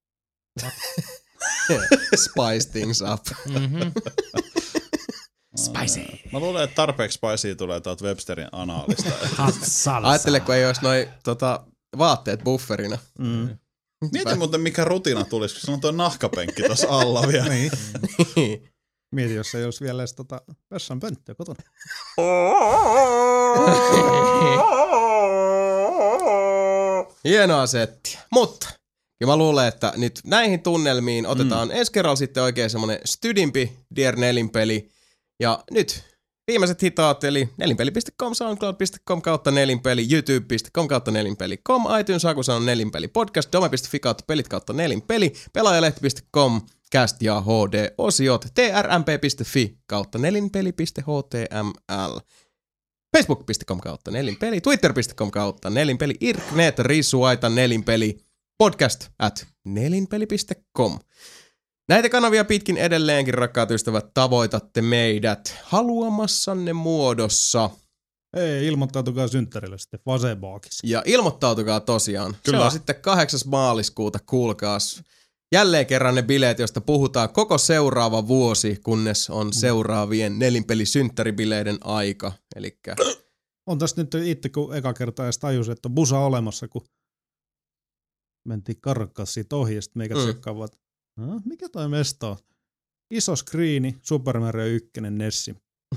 Spice things up. Mm-hmm. Spicy. Mä luulen, että tarpeeksi spicea tulee tuolta Websterin anaalista. Hot salsa. Ajattele, kun ei olisi noi tota, vaatteet bufferina. Mm. Mieti muuten, mikä rutina tulisi, kun sulla on tuo nahkapenkki tuossa alla vielä. Niin. Niin. Mieti, jos ei olisi vielä edes tota vessan pönttöä kotona. Hienoa settiä. Mutta ja mä luulen, että nyt näihin tunnelmiin otetaan mm. ensi kerralla sitten oikein semmonen stydimpi Dear Nelinpeli. Ja nyt viimeiset hitaat, eli nelinpeli piste com, soundcloud piste com kautta nelinpeli, youtube piste com kautta nelinpeli, com, iTunes, Akusan on nelinpeli, podcast, dome piste fi kautta pelit kautta nelinpeli, pelaajalehti piste com, cast ja H D-osiot, trmp piste fi kautta nelinpeli piste h t m l, facebook piste com kautta nelinpeli, twitter piste com kautta nelinpeli, irknet, risuaita nelinpeli, podcast at nelinpeli piste com. Näitä kanavia pitkin edelleenkin, rakkaat ystävät, tavoitatte meidät haluamassanne muodossa. Ei, ilmoittautukaa synttärille sitten Facebookissa. Ja ilmoittautukaa tosiaan. Kyllä. Se on sitten kahdeksas maaliskuuta, kuulkaas. Jälleen kerran ne bileet, joista puhutaan koko seuraava vuosi, kunnes on seuraavien nelinpelisynttäribileiden aika. Elikkä On tässä nyt itse, kun eka kertaa edes tajusin, että on busa olemassa, kun mentiin karkkaan siitä ohi, ja sitten meikä Mm. tsekkaavat, että "Hä, mikä toi mesta on? Iso skriini, Super Mario yksi, Nessi.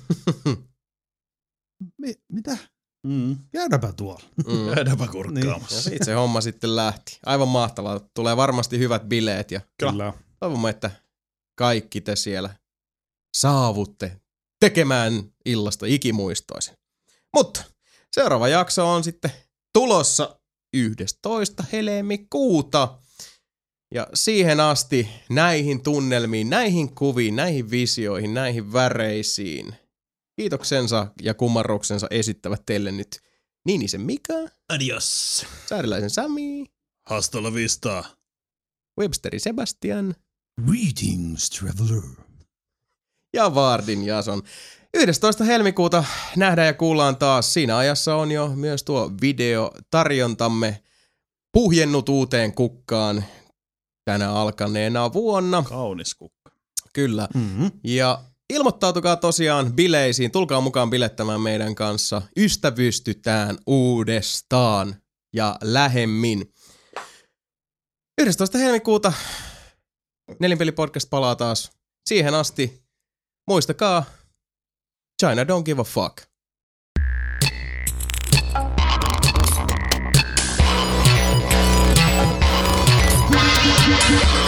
Mi- mitä? Mm. Käydäpä tuolla. mm. Käydäänpä Niin. kurkkaamassa. Ja siitä se homma sitten lähti. Aivan mahtavaa. Tulee varmasti hyvät bileet ja Kyllä. toivomme, että kaikki te siellä saavutte tekemään illasta ikimuistoisen. Mutta seuraava jakso on sitten tulossa yhdestoista helmikuuta. Ja siihen asti näihin tunnelmiin, näihin kuviin, näihin visioihin, näihin väreisiin kiitoksensa ja kumarruksensa esittävät teille nyt Niinisen Mika, Adios. Sääriläisen Sami, Hasta la vista. Websteri Sebastian Greetings, traveler. ja Vardin Jason. yhdestoista helmikuuta nähdään ja kuullaan taas. Siinä ajassa on jo myös tuo videotarjontamme puhjennut uuteen kukkaan tänä alkaneena vuonna. Kaunis kukka. Kyllä. Mm-hmm. Ja ilmoittautukaa tosiaan bileisiin. Tulkaa mukaan bilettämään meidän kanssa. Ystävystytään uudestaan ja lähemmin. yhdestoista helmikuuta Nelinpeli-podcast palaa taas. Siihen asti muistakaa, China don't give a fuck. Thank you.